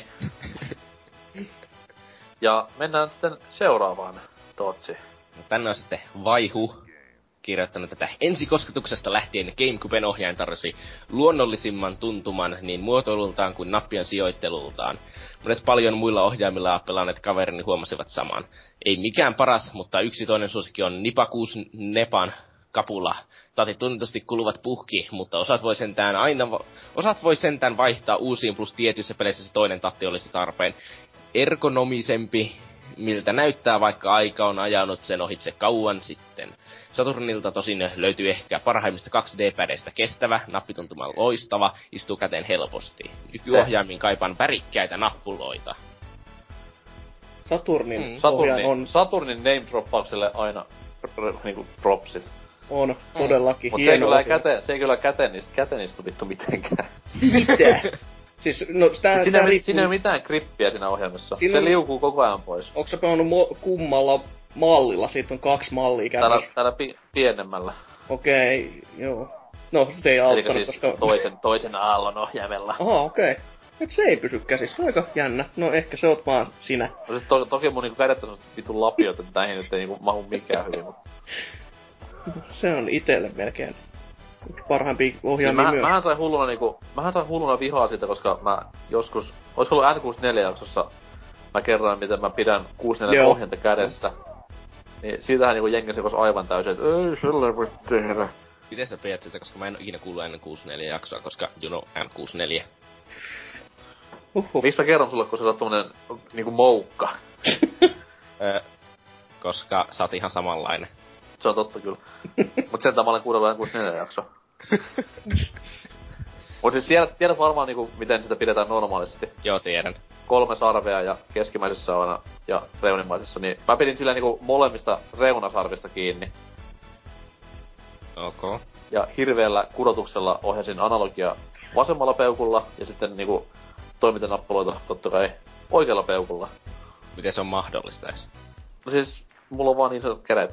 Ja mennään sitten seuraavaan, Tootsi. No, tänne on sitten Vaihu kirjoittanut tätä ensikosketuksesta lähtien GameCuben ohjain tarjosi luonnollisimman tuntuman niin muotoilultaan kuin nappien sijoittelultaan. Monet paljon muilla ohjaimilla pelanneet kaverini huomasivat saman. Ei mikään paras, mutta yksi toinen suosikki on Nipakuus Nepan kapula. Taati tunnetusti kuluvat puhki, mutta osat voi sentään aina va- osat voi sentään vaihtaa uusiin, plus tietyissä peleissä se toinen tatti olisi tarpeen. Ergonomisempi, miltä näyttää, vaikka aika on ajanut sen ohitse kauan sitten. Saturnilta tosin löytyy ehkä parhaimmista kaksi D-pädeistä kestävä, nappituntuma loistava, istuu käteen helposti. Nykyohjaimin kaipaan värikkäitä nappuloita. Saturnin Mm. ohjaan Saturnin, on, Saturnin name-droppaukselle aina r- r- niinku propsit. on todellakin Mut se ei hieno kyllä, ohjaan. käteen, se ei kyllä käteen, käteen istu vittu mitenkään. Mitä? Siis, no, tää, Siinä, tää ei, riippuu... siinä ei ole mitään grippiä siinä ohjelmassa. Siinä Se on- liukuu koko ajan pois. Onko sä pelannut mo- kummalla mallilla? Siitä on kaksi mallia Täällä, käytössä. täällä pi- pienemmällä. Okei, joo. No, se ei Eli auttanut, siis koska... toisen, toisen aallon ohjaimella. Aha, okei. Okay. Et se ei pysy käsissä. Aika jännä. No ehkä se oot vaan sinä. No siis to- toki mun niinku kädet on semmoset vitun lapiot, että näihin nyt ei niinku mahu mikään hyvin, mut... Se on itelle melkein parhaimpi Siis ohjaamia mä, myös. mähän sain hulluna niinku, mähän sain hulluna vihaa siitä, koska mä joskus, oisko ollut N kuusikymmentäneljä jaksossa, mä kerroin miten mä pidän kuusikymmentäneljä Joo. ohjanta kädessä. Niin siitähän niinku jengi sekos aivan täysin, että ei sillä voi tehdä. Miten sä pidät sitä, koska mä en oo ikinä kuullut ennen kuusikymmentäneljä jaksoa, koska you know N kuusikymmentäneljä. Uhuh. Miksi mä kerron sulle, kun sä oot tommonen niinku moukka? Öö, koska sä oot ihan samanlainen. Se on totta kyllä. Mut sen mä olen kuunnellut N kuusikymmentäneljä jaksoa. Mut siis tiedät, tiedät varmaan niinku, miten sitä pidetään normaalisti. Joo, tiedän. Kolme sarvea ja keskimmäisessä aina ja reunimaisessa, niin mä pidin sillä niinku molemmista reunasarvista kiinni. Ok. Ja hirveällä kudotuksella ohjasin analogia vasemmalla peukulla ja sitten niinku toimintanappuloita totta kai oikealla peukulla. Miten se on mahdollista edes? No siis, mulla on vaan niin sanotut kädet.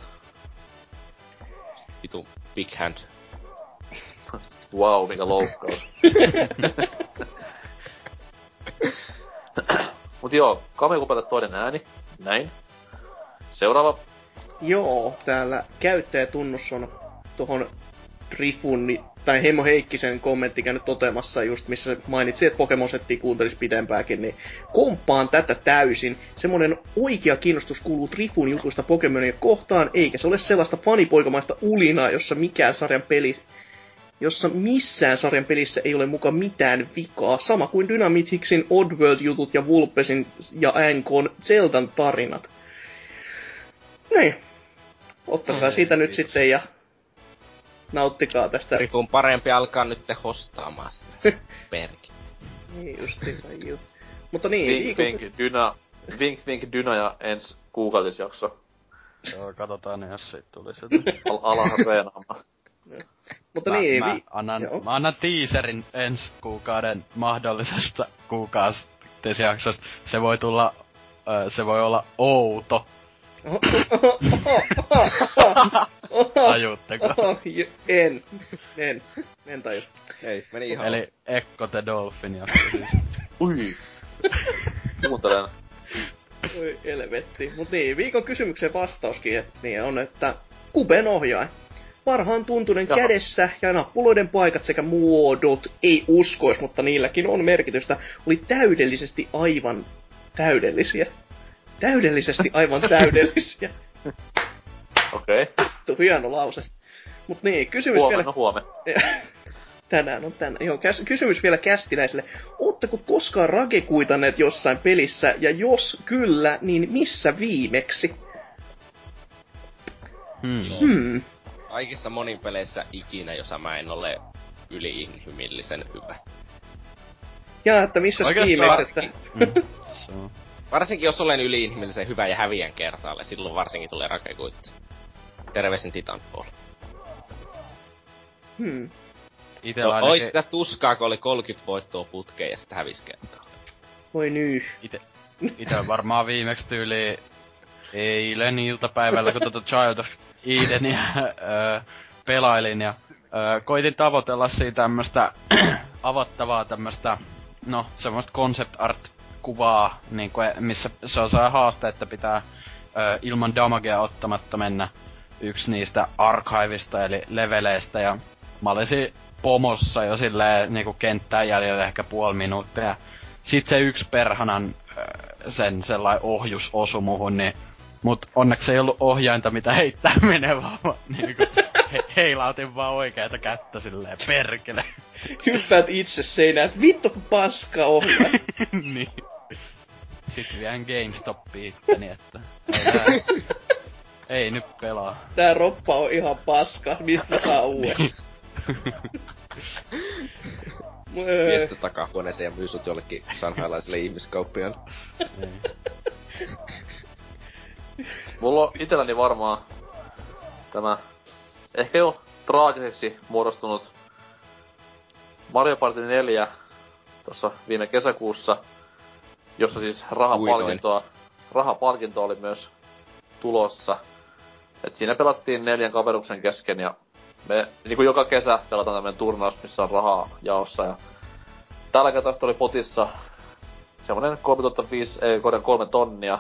Vitu big hand. Wow, mikä loukkaus. Mut joo, Kamekupelle toinen ääni. Näin. Seuraava. Joo, täällä käyttäjätunnus on tohon Trifun, tai Heimo Heikkisen kommentti käynyt toteamassa just, missä mainitsi, että Pokemon-settiä kuuntelisi pidempääkin, niin komppaan tätä täysin. Semmonen oikea kiinnostus kuuluu Trifun jutuista Pokemonia kohtaan, eikä se ole sellaista fanipoikamaista ulinaa, jossa mikään sarjan peli jossa missään sarjan pelissä ei ole muka mitään vikaa, sama kuin Dynamitixin Oddworld-jutut ja Vulpesin ja N K:n Zeldan tarinat. Niin. Ottakaa Mm, siitä nyt kiitos. sitten ja nauttikaa tästä. Rifun parempi alkaa nyt hostaamaan sitä. Perki. Niin justi, juu. Mutta niin, Vink, viikon... vink, Dyna. Vink, vink, Dyna ja ensi kuukautisjakso. Joo, katsotaan jos siitä tuli se. Al- alahan reenaamaan. Mutta mä, niin, mä, vi... annan, Joo. mä annan teaserin ensi kuukauden mahdollisesta kuukautisjaksosta. Se voi tulla, ö, se voi olla outo. Tajuutteko? en, en, en taju. Ei, meni ihan... Eli Echo the Dolphin jakso siis. Ui. Kuuntelen. Oi helvetti. Mut niin, viikon kysymyksen vastauskin et, niin on, että Kuben ohjaaja. Parhaan tuntunen Jaha. kädessä ja nappuloiden paikat sekä muodot, ei uskois, mutta niilläkin on merkitystä, oli täydellisesti aivan täydellisiä. Täydellisesti aivan täydellisiä. Okei. Okay. Tuo hieno lause. Mut niin, kysymys Huomenna vielä... huomenna. Tänään on tänään. Joo, käs- kysymys vielä kästiläiselle. Ootteko koskaan ragekuitanneet jossain pelissä, ja jos kyllä, niin missä viimeksi? Hmm. Hmm. Kaikissa monin peleissä ikinä, jossa mä en ole yliinhimillisen hyvä. Ja että missä Oikeastaan viimeksi, että... varsinkin. Mm. Se on. Varsinkin jos olen yliinhimillisen hyvä ja häviän kertaalle, silloin varsinkin tulee rakekuitti. Terveisin Titanfall. Hmm. Itellä No, oi ainakin, sitä tuskaa, kun oli kolmekymmentä voittoa putkeen ja sitä hävisi kertaa. Voi nyy. ite, ite varmaan viimeksi tyyli eilen iltapäivällä, kun tota Child of Edenia öö, pelailin ja öö, koitin tavoitella siitä tämmöstä avattavaa tämmöstä, no semmoista concept art kuvaa, niin kuin, missä se on se haaste, että pitää öö, ilman damagea ottamatta mennä yksi niistä archivista eli leveleistä ja mä olisin pomossa jo silleen niinku kenttään jäljellä ehkä puoli minuuttia. Sit se yksi perhanan sen sellainen ohjus osui muhun, niin mut onneksi ei ollut ohjainta mitä heittää menevää, vaan niinku he, heilautin vaan oikeeta kättä silleen perkele. Hyppäät itse seinään, vittu kun paska ohjaa. Niin. Sitten vien GameStopiin itteni, että ei, tää, ei nyt pelaa. Tää roppa on ihan paska, mistä saa uuden. Vie sitä takahuoneeseen ja myy sut jollekin sanhaalaiselle ihmiskauppialle. Mulla on itelläni varmaan tämä ehkä jo traagiseksi muodostunut Mario Party neljä tossa viime kesäkuussa, jossa siis rahapalkintoa, rahapalkinto oli myös tulossa. Et siinä pelattiin neljän kaveruksen kesken ja me niinku joka kesä pelataan tämmönen turnaus, missä on rahaa jaossa ja tällä kertaa oli potissa semmonen kolmetuhattaviisisataa, ei, kolme tonnia.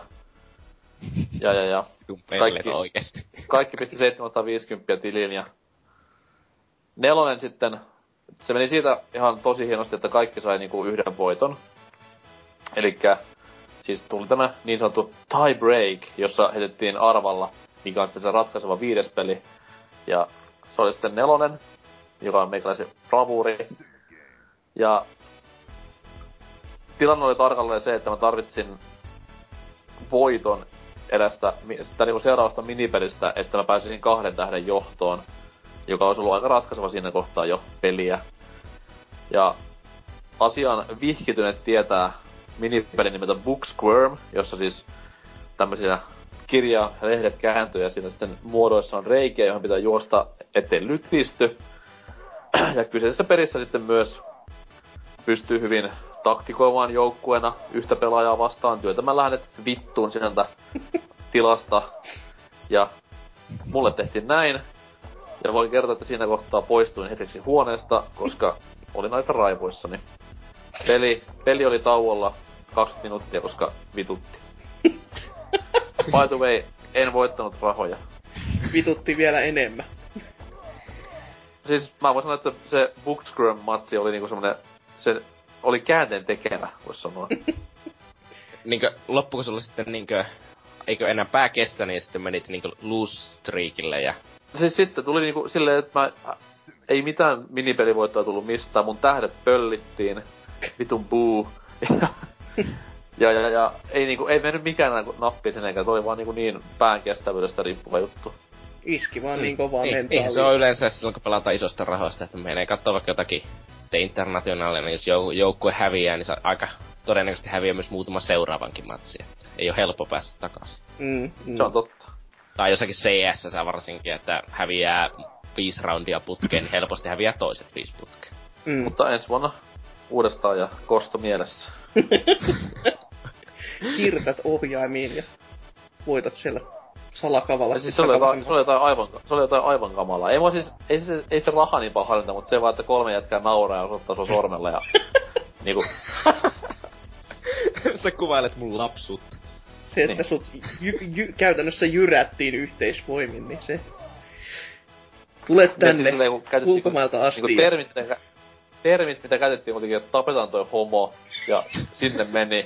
Ja ja ja. Kaikki, oikeesti. Kaikki pisti seitsemänsataaviisikymmentä tiliin ja nelonen sitten, se meni siitä ihan tosi hienosti, että kaikki sai niinku yhden voiton. Elikkä siis tuli tämä niin sanottu tie break, jossa heitettiin arvalla, mikä on sitten se ratkaiseva viides peli. Ja se oli sitten nelonen, joka on meikäläisen bravuuri. Ja tilanne oli tarkalleen se, että mä tarvitsin voiton edestä, sitä niinku seuraavasta minipelistä, että mä pääsisin kahden tähden johtoon, joka olisi ollut aika ratkaiseva siinä kohtaa jo peliä. Ja asian vihkityneet tietää minipelin nimeltä Book Squirm, jossa siis tämmösiä kirja- ja lehdet kääntyy ja siinä sitten muodoissa on reikiä, johon pitää juosta, ettei lytisty. Ja kyseisessä perissä sitten myös pystyy hyvin taktikoimaan joukkueena yhtä pelaajaa vastaan työtämällä hänet vittuun sieltä tilasta. Ja mulle tehtiin näin. Ja voin kertoa, että siinä kohtaa poistuin hetkeksi huoneesta, koska olin aika raivoissani. Peli, peli oli tauolla kaksikymmentä minuuttia, koska vitutti. By the way, en voittanut rahoja. Vitutti vielä enemmän. Siis mä voin sanoa, että se Bookscrum-matsi oli niinku semmonen, se oli käänteen tekevä, vois sanoa. Niinkö, loppuko sulla sitten niinkö, eikö enää pää kestä, niin sitten menit niinkö loose streakille ja... Siis sitten tuli niinku silleen, että mä... Ei mitään minipelivoittoa tullut mistään, mun tähdet pöllittiin. Vitun buu. Ja, ja, ja, ja ei niinku, ei mennyt mikään nappiin sen eikä, toi vaan niinku niin pään kestävyydestä riippuva juttu. Iski vaan niin kovaa ei, mentaalia. Ei se on yleensä silloin, kun pelataan isosta rahoista, että menee kattoo vaikka jotakin The Internationalia, niin jos jou- joukkue häviää, niin se aika todennäköisesti häviää myös muutama seuraavankin matsi. Ei oo helppo päästä takaisin. Mm, mm. Se on totta. Tai jossakin C S varsinkin, että häviää viisi roundia putkeen, niin helposti häviää toiset viisi putkeen. Mm. Mutta ensi vuonna uudestaan ja kosto mielessä. Kirtät ohjaimiin ja voitat siellä salakavalla. Siis se oli, jotain, se, oli jotain aivan, se oli jotain aivan kamalaa. Ei, siis, ei, se, ei se raha niin pahallinta, mutta se vaan, että kolme jätkää nauraa ja osoittaa sua sormella ja... niinku... Sä kuvailet mun lapsuutta. Se, että niin. sut jy, jy, käytännössä jyrättiin yhteisvoimin, niin se... Tulet tänne silleen, ulkomailta asti. Niinku termit, mitä, termit, mitä käytettiin kuitenkin, että tapetaan toi homo ja sinne meni.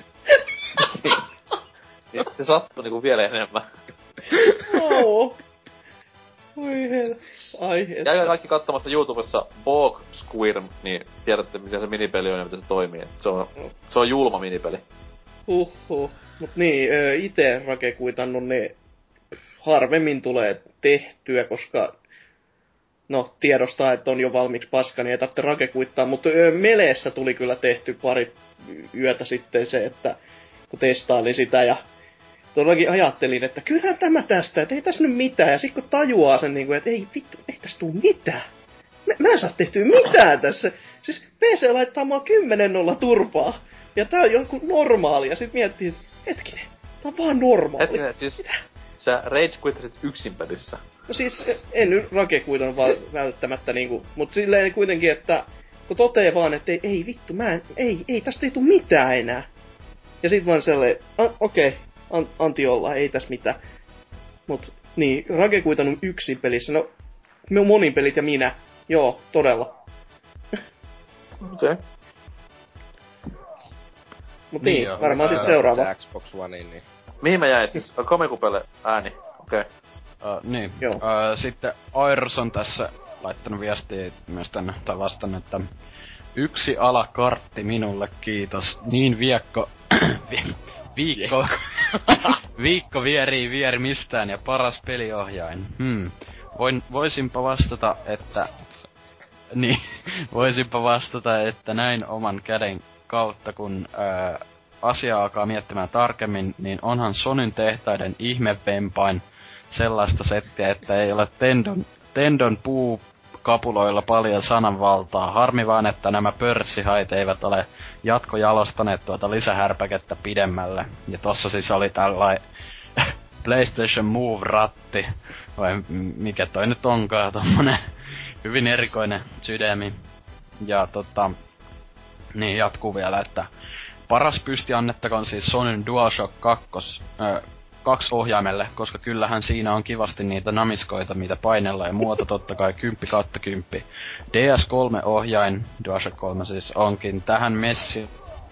Niin se sattui niinku vielä enemmän. Oo. Oi hel... Ai et. Käykää kaikki katsomassa YouTubessa Bog Squirm, niin tiedätte miten se minipeli on ja miten se toimii. Se on, se on julma minipeli. Huhhuh. Mut niin, ite rakekuitannut ne harvemmin tulee tehtyä, koska no, tiedostaa, että on jo valmiiksi paska, niin ei tarvitse rakekuittaa, mutta Meleessä tuli kyllä tehty pari yötä sitten se, että kun testailin sitä ja todellakin ajattelin, että kyllähän tämä tästä, että ei tässä nyt mitään, ja sitten kun tajuaa sen, niin kuin, että ei vittu, ei tässä tuu mitään. Mä, mä en saa tehtyä mitään tässä. Siis P C laittaa mua kymmenen nolla turpaa, ja tää on joku normaali, ja sit miettii, että hetkinen, tää on vaan normaali. Hetkinen, siis mitä? Sä rage-quittasit yksin pelissä. No siis, en nyt rakekuitan vaan välttämättä niinku, mut silleen kuitenkin, että kun totee vaan, että ei, ei vittu, mä en, ei, ei tästä ei tuu mitään enää. Ja sit vaan silleen, okei, okay, an, anti olla, ei tässä mitään. Mut Niin, Rage kuitannut yksin pelissä. No, me on monin pelit ja minä. Joo, todella. Okei. Okay. Mut niin, Niin niin varmaan sit seuraava. Xbox One, niin... Mihin mä jäin siis? Kamekupelle ääni. Okei. Okay. Uh, niin. Joo. Uh, sitten Airs on tässä laittanut viestiä myös tänne, tai vastannut, että yksi alakartti minulle, kiitos. Niin viekko... vi- viikko... viikko vierii vieri mistään ja paras peliohjain. Hmm. Voin, voisinpa vastata, että... Niin, voisinpa vastata, että näin oman käden kautta, kun ää, asia alkaa miettimään tarkemmin, niin onhan Sonyn tehtaiden ihmevempain sellaista settiä, että ei ole Tendon, tendon puukapuloilla paljon sananvaltaa. Harmi vaan, että nämä pörssihait eivät ole jatkojalostaneet tuota lisähärpäkettä pidemmälle. Ja tossa siis oli tällainen PlayStation Move-ratti, vai mikä toi nyt onkaan, tommonen hyvin erikoinen sydämi. Ja tota, niin jatkuu vielä, että paras pysti annettakoon siis Sonyn DualShock kaksi, äh, kaksi ohjaimelle, koska kyllähän siinä on kivasti niitä namiskoita, mitä painella ja muuta totta kai kymppi kautta kymppi. D S kolme ohjain, DualShock kolme siis, onkin tähän messiin.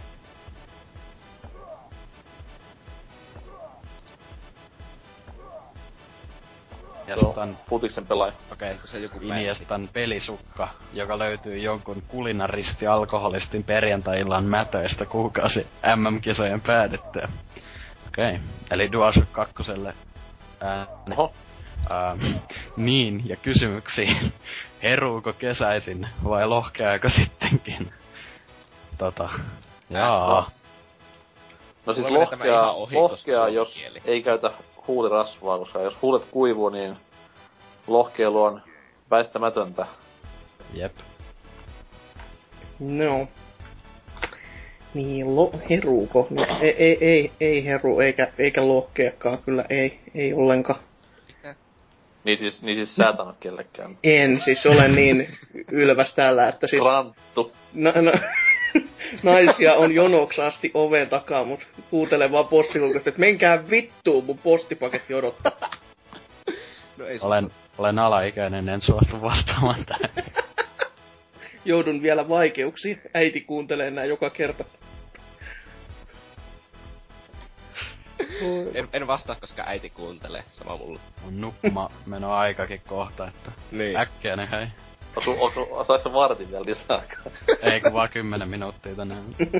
Ja stan... Futiksen pelaaja. Okei, okay. Se joku Iniestan pelisukka, joka löytyy jonkun kulinaristi alkoholistin perjantai-illan mätöistä kuukausi M M-kisojen päädyttyä. Okei, okay. Eli DualShock kakkoselle ääni. Oho. Ähm, niin, ja kysymyksiin. Heruuko kesäisin vai lohkeako sittenkin? Tota, jaa. No siis Mulla menee tämä lohkea, ihan ohi, lohkea koska jos suomikieli. ei käytä huulirasvaa, koska jos huulet kuivuu, niin lohkeilu on väistämätöntä. Jep. No. Niin, lo, heruuko? No, ei, ei, ei, ei heru, eikä, eikä lohkeakaan, kyllä ei, ei ollenkaan. Niin siis, niin siis sä et anna kellekään. En, siis olen niin ylväs täällä, että siis... Ranttu. No, no, naisia on jonoksi asti oven takaa, mut kuuntelen vaan postiluukusta, että menkää vittuun, mun postipaketti odottaa. No ei Olen, olen alaikäinen, en suostu vastaamaan tähän. Joudun vielä vaikeuksiin. Äiti kuuntelee nää joka kerta. En, en vastaa, koska äiti kuuntelee. Sama mulle. On nukkuma meno aikakin kohta, että Niin. äkkiä ne hei. Osu, osu, saaks sä vartin vielä lisää aikaa? Ei kun vaan kymmenen minuuttia tänään.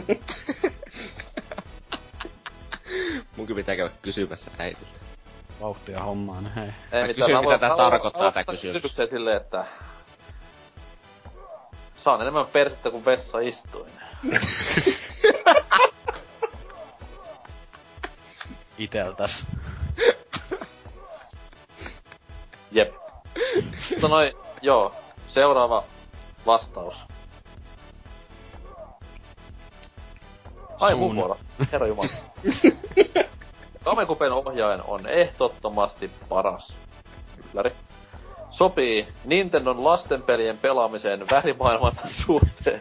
Munkin pitää käydä kysymässä äitiltä. Vauhtia hommaan, hei. Ei Mä mitään, kysyn, mä mitä voin- tää mä voin- tarkoittaa, mä voin tää ottaa kysymys. kysymykseen silleen, että... Saan enemmän persettä kuin vessa istuin. Iteltäs. Jep. Mutta noin, joo. Seuraava vastaus. Ai Suun. mun vuoro. Herra jumala. Kamekupen ohjain on ehdottomasti paras. Ylläri. Sopii Nintendon lastenpelien pelaamiseen värimaailman suhteen.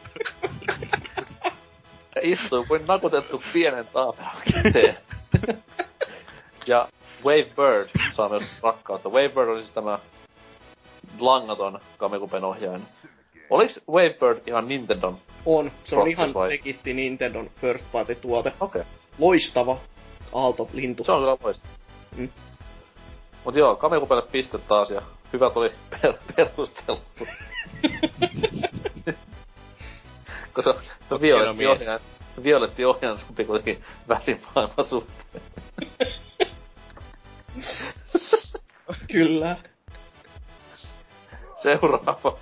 Ja istuu kuin nakutettu pienen taaperon käteen. Ja Wavebird saa myös rakkautta. Wavebird on siis tämä langaton Kamekupen ohjain. Oliks Wavebird ihan Nintendon? On, se on Rohkeus ihan vai? legitti Nintendon first party tuote. Okei. Okay. Loistava aaltolintu. Se on kyllä loistava. Mm. Mut joo, Kamekupelle piste taas ja hyvä tuli per- perustelu. Koska no violetti mies. ohjaan, violetti ohjaan sopii kuitenkin värimaailman suhteen. Kyllä. Seuraava.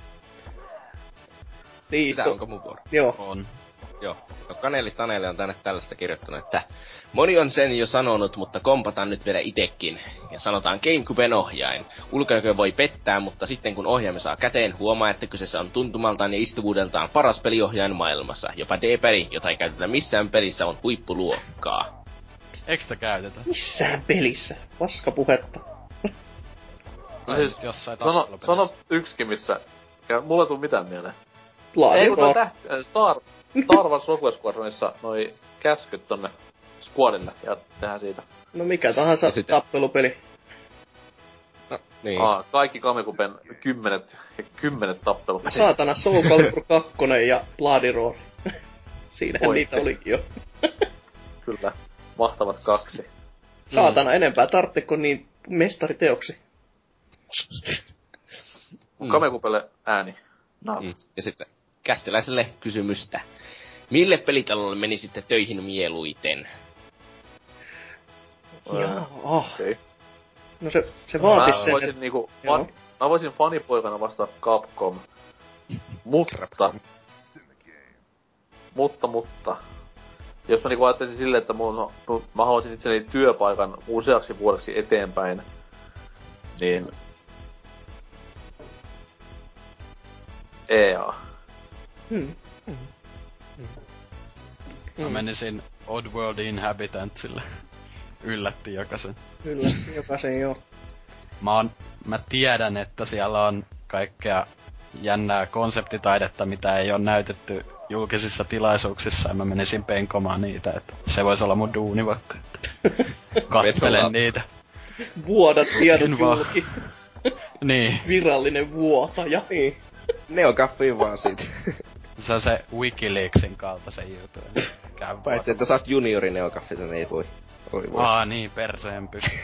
Niin, Mitä, to- onko mun vuoro? Joo. On. Joo. No Kaneli Taneli on tänne tällaista kirjoittanut, että moni on sen jo sanonut, mutta kompataan nyt vielä itekin. Ja sanotaan GameCuben ohjain. Ulkonäkö voi pettää, mutta sitten kun ohjaimen saa käteen, huomaa, että kyseessä on tuntumaltaan ja istuvuudeltaan paras peliohjain maailmassa. Jopa D-peli, jota ei käytetä missään pelissä, on huippuluokkaa. Eiks sitä käytetä? Missään pelissä. Paskapuhetta. No Tai siis, jossain sano, tappelupelissä. sano yksikin missä. Ja mulla ei tuu mitään mieleen. Laadi Ei kun Roar. täht... Star, Star Wars Rogue Squadronissa noi käskyt tonne squadille ja tehdään siitä. No mikä tahansa Ja sitten- tappelupeli. Niin. Aa, kaikki Kamekupen kymmenet, kymmenet tappelut. Ja saatana Soul Calibur kaksi ja Bloody Roar. Siinähän Oikein. niitä olikin jo. Kyllä. Mahtavat kaksi. Saatana, mm. enempää tartteko niin mestariteoksi. Mm. Kamekupelle ääni. No. Mm. Ja sitten Kästiläiselle kysymystä. Mille pelitalolle menisitte töihin mieluiten? Jaa. Oh. Okay. No se, se vaatis mä sen, voisin et... niinku, fan, mä voisin fanipoikana vastata Capcom. Mutta. Mutta, mutta. Jos mä niinku ajattelisin silleen, että mun, mä haluaisin itselleni työpaikan useaksi vuodeksi eteenpäin, niin... E A. Hmm. Hmm. Hmm. Mä menisin Oddworld Inhabitantsille. Yllätti jokaisen. Yllätti jokaisen, joo. Mä, oon, mä tiedän, että siellä on kaikkea jännää konseptitaidetta, mitä ei ole näytetty julkisissa tilaisuuksissa, ja mä menisin penkomaan niitä, että se voisi olla mun duuni vaikka. Kattelen niitä. Vuodat tiedot julki. Niin. Virallinen vuotaja. Niin. Neokaffiin vaan siitä. Se on se Wikileaksin kaltaisen jutun. Paitsi, että sä oot juniori neokaffi, sen ei voi. Oi voi. Aa niin, perseen pystyy.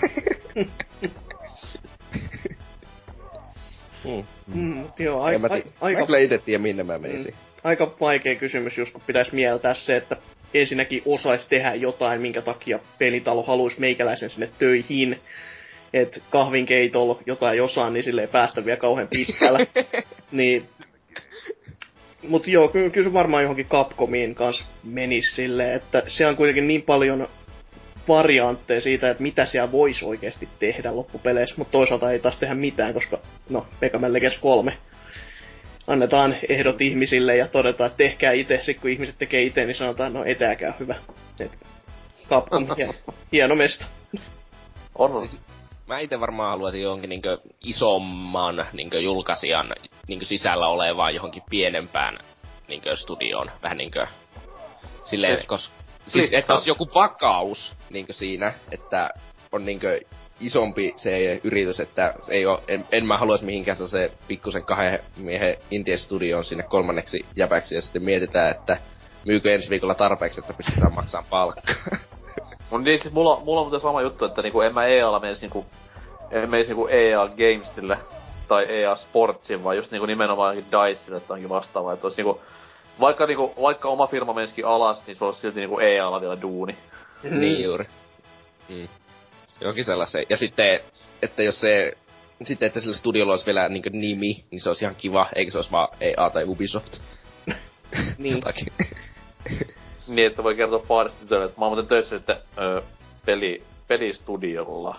mm. Mm, joo, ai, mä, ai, tii, aika... mä kyllä ite tiedä, minne mä menisin. Mm, aika vaikea kysymys, jos kun pitäis mieltää se, että ensinnäkin osais tehdä jotain, minkä takia pelitalo haluaisi meikäläisen sinne töihin. että kahvinkeitolla jotain ei osaa, niin sille ei päästä vielä kauhean pitkällä. niin, mut joo, kyllä, kyllä se varmaan johonkin Capcomiin kanssa menisi silleen, että se on kuitenkin niin paljon variantteja siitä, että mitä siellä voisi oikeasti tehdä loppupeleissä, mutta toisaalta ei taas tehdä mitään, koska no, Mega Man Legends kolme annetaan ehdot ihmisille ja todetaan, että tehkää itse. Sitten kun ihmiset tekee itse, niin sanotaan, no ei tääkään hyvä. Et Capcom, hieno, hieno mesta. On. Siis, mä ite varmaan haluaisin johonkin niinkö isomman niinkö julkaisijan niinkö sisällä olevaan johonkin pienempään niinkö studioon. Vähän niinkö silleen, Et, kos, siis että olisi joku vakaus niinkö siinä, että on niinkö isompi se yritys, että se ei oo, en, en mä haluais mihinkään se pikkusen kahden miehen indie-studioon sinne kolmanneksi jäpäksi ja sitten mietitään, että myykö ensi viikolla tarpeeksi, että pystytään maksamaan palkkaa. No niin, siis mulla, mulla on muuten sama juttu, että niinku en mä E A:lla menisi niinku, en menisi niinku E A Gamesille tai E A Sportsin, vaan just niinku nimenomaan Dicelle tai johonkin vastaavaa, että ois niinku, vaikka niinku, vaikka oma firma menisikin alas, niin se olisi silti niinku E A:lla vielä duuni. Mm. Niin juuri. Mm. Johonkin sellaiseen. Ja sitten, että jos se, sitten että sillä studiolla olisi vielä niinku nimi, niin se olisi ihan kiva, eikä se olisi vaan E A tai Ubisoft. Niin. Niin, että voi kertoa paadista tytölle, että mä oon muuten töissä sitten öö, peli, pelistudiolla.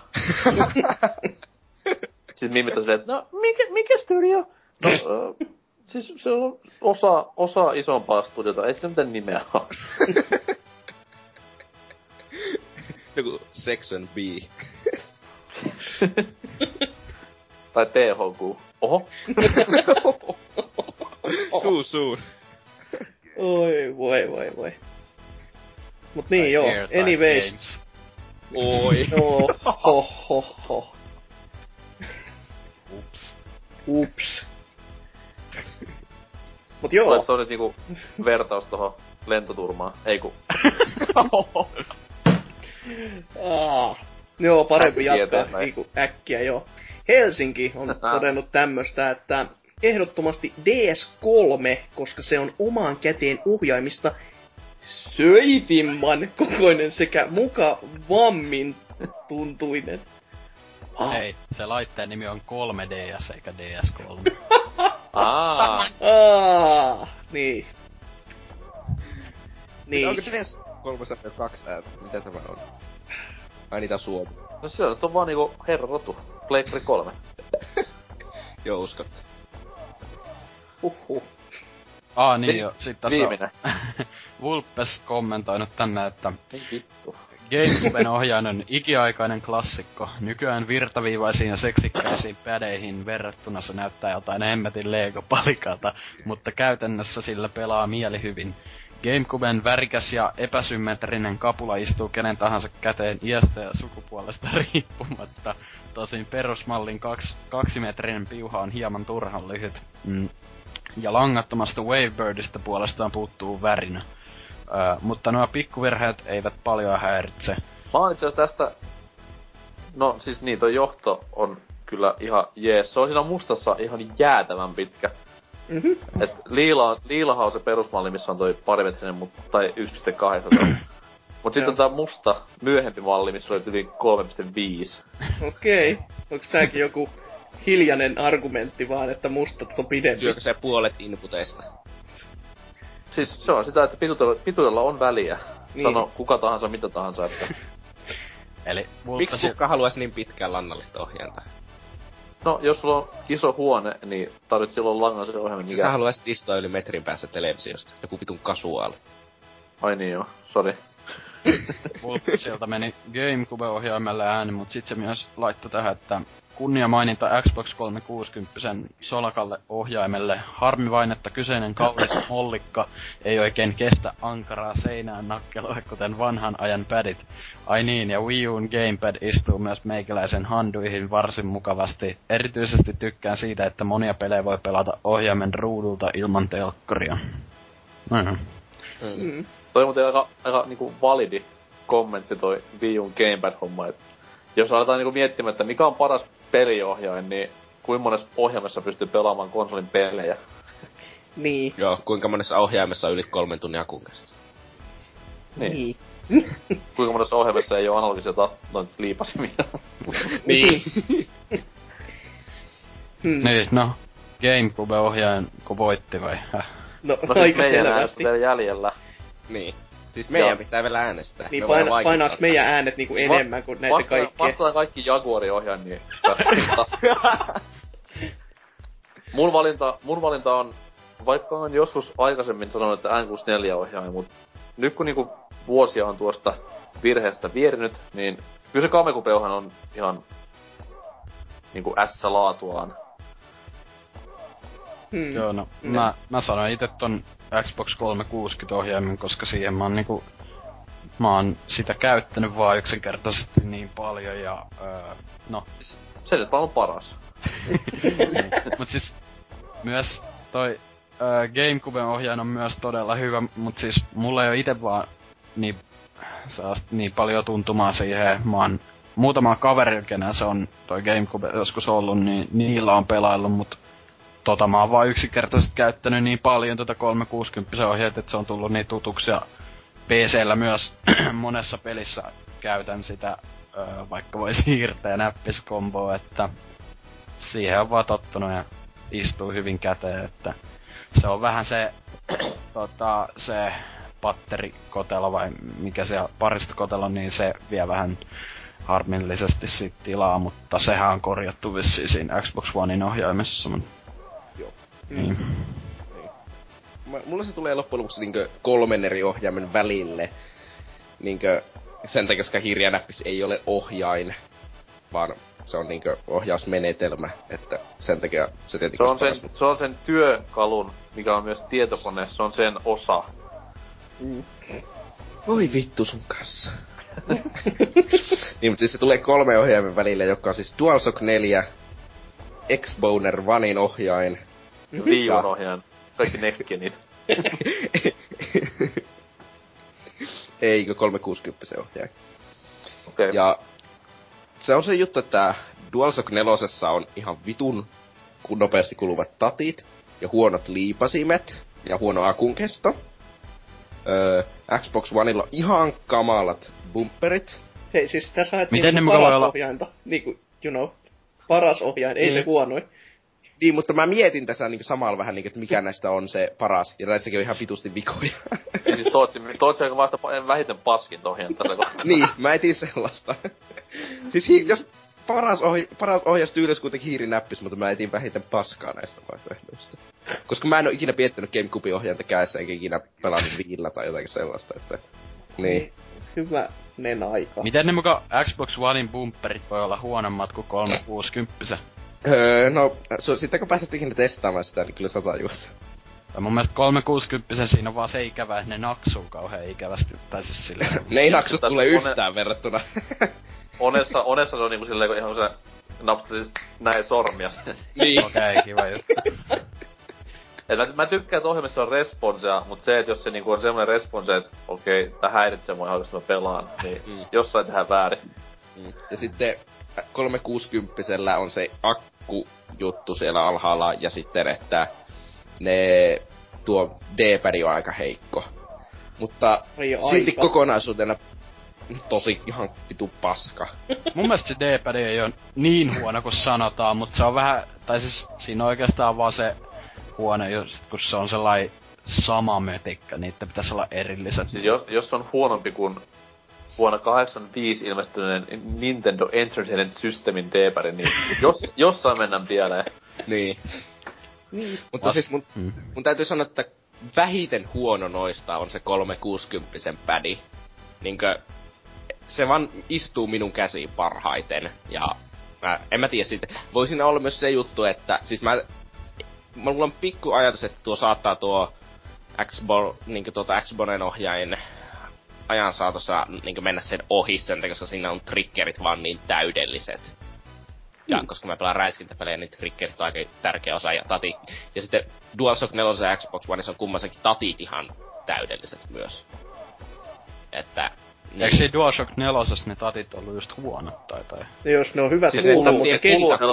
Sitten Mimit on silleen, että no mikä, mikä studio? No öö, siis se on osa, osa isompaa studiota, ei sillä mitään nimeä ole. Joku Section B. Tai T H Q. Oho. Too soon. Oi, voi, voi, voi. Mut niin, joo, anyways. Oi. No, ho, ho, ho. Ups. Ups. Mut joo. Olis toi nyt niinku vertaus tohon lentoturmaan, ei ku. ah, joo, parempi Äkkiä jatkaa eteenpäin. niinku äkkiä, joo. Helsinki on todennut tämmöstä, että ehdottomasti D S kolme, koska se on omaan käteen ohjaimista söitimman kokoinen sekä mukavammin tuntuinen. Ah. Hei, se laitteen nimi on kolme D S eikä D S kolme. Aa. Aa, niin. Niin. Onko D S kolme kaksi ääntä? Mitä tämä on? Ai niitä suomi. No se on, on vaan niinku herra rotu. Playfree kolme. Joo, uskot. Huhhuh. Aa niin jo, sit tässä Viimeinen. on Vulpes kommentoinut tänne, että Ei vittu. GameCuben ohjain on ikiaikainen klassikko. Nykyään virtaviivaisiin ja seksikkäisiin pädeihin verrattuna se näyttää jotain hemmetin Lego-palikalta, mutta käytännössä sillä pelaa mieli hyvin. GameCuben värikäs ja epäsymmetrinen kapula istuu kenen tahansa käteen iästä ja sukupuolesta riippumatta. tosin perusmallin kaks, kaksimetrinen piuha on hieman turhan lyhyt. Mm. Ja langattomasta Wavebirdistä puolestaan puuttuu värinä. Öö, mutta nuo pikkuvirheet eivät paljon häiritse. Mä oon itse asiassa tästä... No siis niin, toi johto on kyllä ihan jees. Se on siinä mustassa ihan jäätävän pitkä. Mm-hmm. Et liila, liilahan on se perusmalli, missä on toi parimetrinen, mut, tai yksi pilkku kahdeksan. Mut sit on tää musta myöhempi malli, missä oli yli kolme pilkku viisi. Okei. Okay. Onks tääkin joku hiljainen argumentti vaan, että mustat on pidempi? Syökö se puolet inputeista? Siis se on sitä, että pituudella, pituudella on väliä. Niin. Sano kuka tahansa, mitä tahansa, että... Eli Miksi si- kuka haluaisi niin pitkään lannallista ohjainta? No, jos sulla on iso huone, niin tarvit silloin langallisen ohjelman, mikä... Sä haluaisit istua yli metrin päässä televisiosta. Joku vitun kasuaali. Ai niin joo, sori. Sieltä meni GameCube-ohjaimelle ääni, mut sit se myös laittoi tähän, että kunnia maininta Xbox kolmesataakuusikymmentä solakalle ohjaimelle. Harmi vain, että kyseinen kallis mollikka ei oikein kestä ankaraa seinään nakkelua, kuten vanhan ajan padit. Ai niin, ja Wii U:n gamepad istuu myös meikäläisen handuihin varsin mukavasti. Erityisesti tykkään siitä, että monia pelejä voi pelata ohjaimen ruudulta ilman telkkaria. Mm. Mm. Toi on muuten aika, aika niinku validi kommentti toi Wii U:n gamepad-homma, et jos aletaan niinku miettimään, että mikä on paras peliohjain, niin kuinka monessa ohjaimessa pystyy pelaamaan konsolin pelejä? Niin. Joo, kuinka monessa ohjaimessa on yli kolmen tunnin akun kesto? Niin. Kuinka monessa ohjaimessa ei oo analogisia ta- noin liipasimia? Niin. Hmm. Niin, no. GameCube-ohjain, kun voitti vai? Häh? No, No aika meidän äänet selvästi. vielä jäljellä. Niin. Siis meidän Joo. pitää vielä äänestää. Niin Me voidaan paina, vaikuttaa painaaks tähän. meidän äänet niinku enemmän kuin näitä Vasta- kaikkea? Vastataan kaikki Jaguari-ohjain, niin tästä- mun valinta, mun valinta on, vaikka olen joskus aikaisemmin sanonut, että N kuusikymmentäneljä-ohjain, mut nyt kun niinku vuosia on tuosta virheestä vierinyt, niin kyllä se Kamekupe-ohjain on ihan niinku S-laatuaan. Hmm. Joo, no, Mm. mä, mä sanoin ite ton Xbox kolmesataakuusikymmentä-ohjaimen, koska siihen mä oon niinku... Mä oon sitä käyttänyt vaan yksinkertaisesti niin paljon ja... Öö, no... Se nyt on paras. niin. Mut siis... Myös toi... Öö, GameCuben ohjain on myös todella hyvä, mut siis mulla ei oo ite vaan niin... Saast niin paljon tuntumaa siihen. Mä oon muutama kaveri, kenellä se on toi GameCube joskus ollut, niin niillä on pelaillut, mut... Tota mä oon vaan yksinkertaisesti käyttänyt niin paljon tota kolmesataakuusikymmentä ohjeet, että se on tullut niin tutuksi ja P C:llä myös monessa pelissä käytän sitä, öö, vaikka voi siirtää ja näppiskomboa, että siihen on vaan tottunut ja istuu hyvin käteen, että se on vähän se, tota, se patterikotelo vai mikä se paristakotelo, niin se vie vähän harmillisesti siitä tilaa, mutta sehän on korjattu vissiin siinä Xbox Onein ohjaimessa. Joo. Niin. Mä- Mulla se tulee loppujen lopuksi niinkö kolmen eri ohjaimen välille. Niinkö sen takia, koska hiiriänäppis ei ole ohjain, vaan se on niinkö ohjausmenetelmä, että sen takia se tietenkin Se on, olisi sen, paras, mut- se on sen työkalun, mikä on myös tietokone, se on sen osa. Voi vittu sun kanssa. Niin, mutta siis se tulee kolme ohjaimen välille, joka on siis DualShock neljä, Xboner Onein ohjain. Wii U:n ohjaajan. Kaikki Next Genit. Eikö kolmesataakuusikymmentä se ohjaaja. Okei. Okay. Ja se on se juttu, että DualShock nelosessa on ihan vitun kun nopeasti kuluvat tatit ja huonot liipasimet ja huono akun kesto. Öö, Xbox Oneilla on ihan kamalat bumperit. Hei, siis tässä haettiin Miten ne niinku muka voi paras olla- ohjainta. Niinku, you know, paras ohjain, ei Mm. se huonoin. Niin, mutta mä mietin tässä niinku samalla vähän niinku, että mikä näistä on se paras. Ja näissäkin on ihan vitusti vikoja. Ja siis Tootsi, Tootsi on vasta pa- vähiten paskin ohjaan tässä kohtaa. Niin, mä etin sellaista. Siis hi- jos paras, ohi- paras ohjaustyyli olisi kuitenkin hiirinäppis, mutta mä etin vähiten paskaa näistä vaihtoehdoista. Koska mä en oo ikinä piettänyt GameCube-ohjainta kädessä, enkä ikinä pelannut viillä tai jotakin sellaista, että... Niin. Hyvä nen aika. Miten ne muka Xbox Onein bumperit voi olla huonommat kuin kolmesataakuusikymmentä? Öö, no, so, sitten kun pääset ikinä testaamaan sitä, niin kyllä sata juota. Tai mun mielestä kolmesataakuusikymmentä siinä on vaan se ikävä, että ne naksuu kauhean ikävästi. Tai siis silleen... Ne ei naksut Tässä tule on ne- yhtään verrattuna. Onessa, onessa se on niinku silleen, kun ihan se napsuttelin näin sormia. Niin. Okei, okay, kiva juttu. Et mä, mä tykkään, että ohjelmissa on responsea, mut se, että jos se niinku on semmoinen response, että okei, okay, tää häiritsee mua oikeesti mä pelaan, niin mm. jossain tehdään väärin. Mm. Ja sitten kolmesataakuusikymmentä on se akkujuttu siellä alhaalla, ja sitten, että ne tuo D-pad on aika heikko. Mutta silti aika. Kokonaisuutena tosi ihan vitu paska. Mun mielestä se D-pad ei oo niin huono kuin sanotaan, mutta se on vähän, tai siis siinä on oikeastaan vaan se huono, just kun se on sellainen sama mötikkä, niitä pitäis olla erilliset. Siis jos, jos on huonompi kuin vuonna kahdeksankymmentäviisi ilmestyneen Nintendo Entertainment Systemin D-pad, niin jos, jossain mennään pieleen. Niin. Niin. Mutta siis mun, mm. mun täytyy sanoa, että vähiten huono noista on se kolmesataakuusikymmentä pädi. Niinkö, se vaan istuu minun käsiin parhaiten. Ja mä, en mä tiedä siitä. Voi siinä olla myös se juttu, että siis mä... Mulla on pikku ajatus, että tuo saattaa tuo Xbox, niinkö tuota Xboxen ohjain ajan saatossa niinkö mennä sen ohi sen, koska siinä on triggerit vaan niin täydelliset. Ja mm. koska mä pelaan räiskintäpelejä, niin triggerit on aika tärkeä osa ja tatit. Ja sitten DualShock neljä ja Xbox One, on kummassakin tatit ihan täydelliset myös. Että... Niin. Eikö siinä DualShock neljä ne tatit ollut just huonot tai tai? Jos ne on hyvät, siis se kuuluu, mutta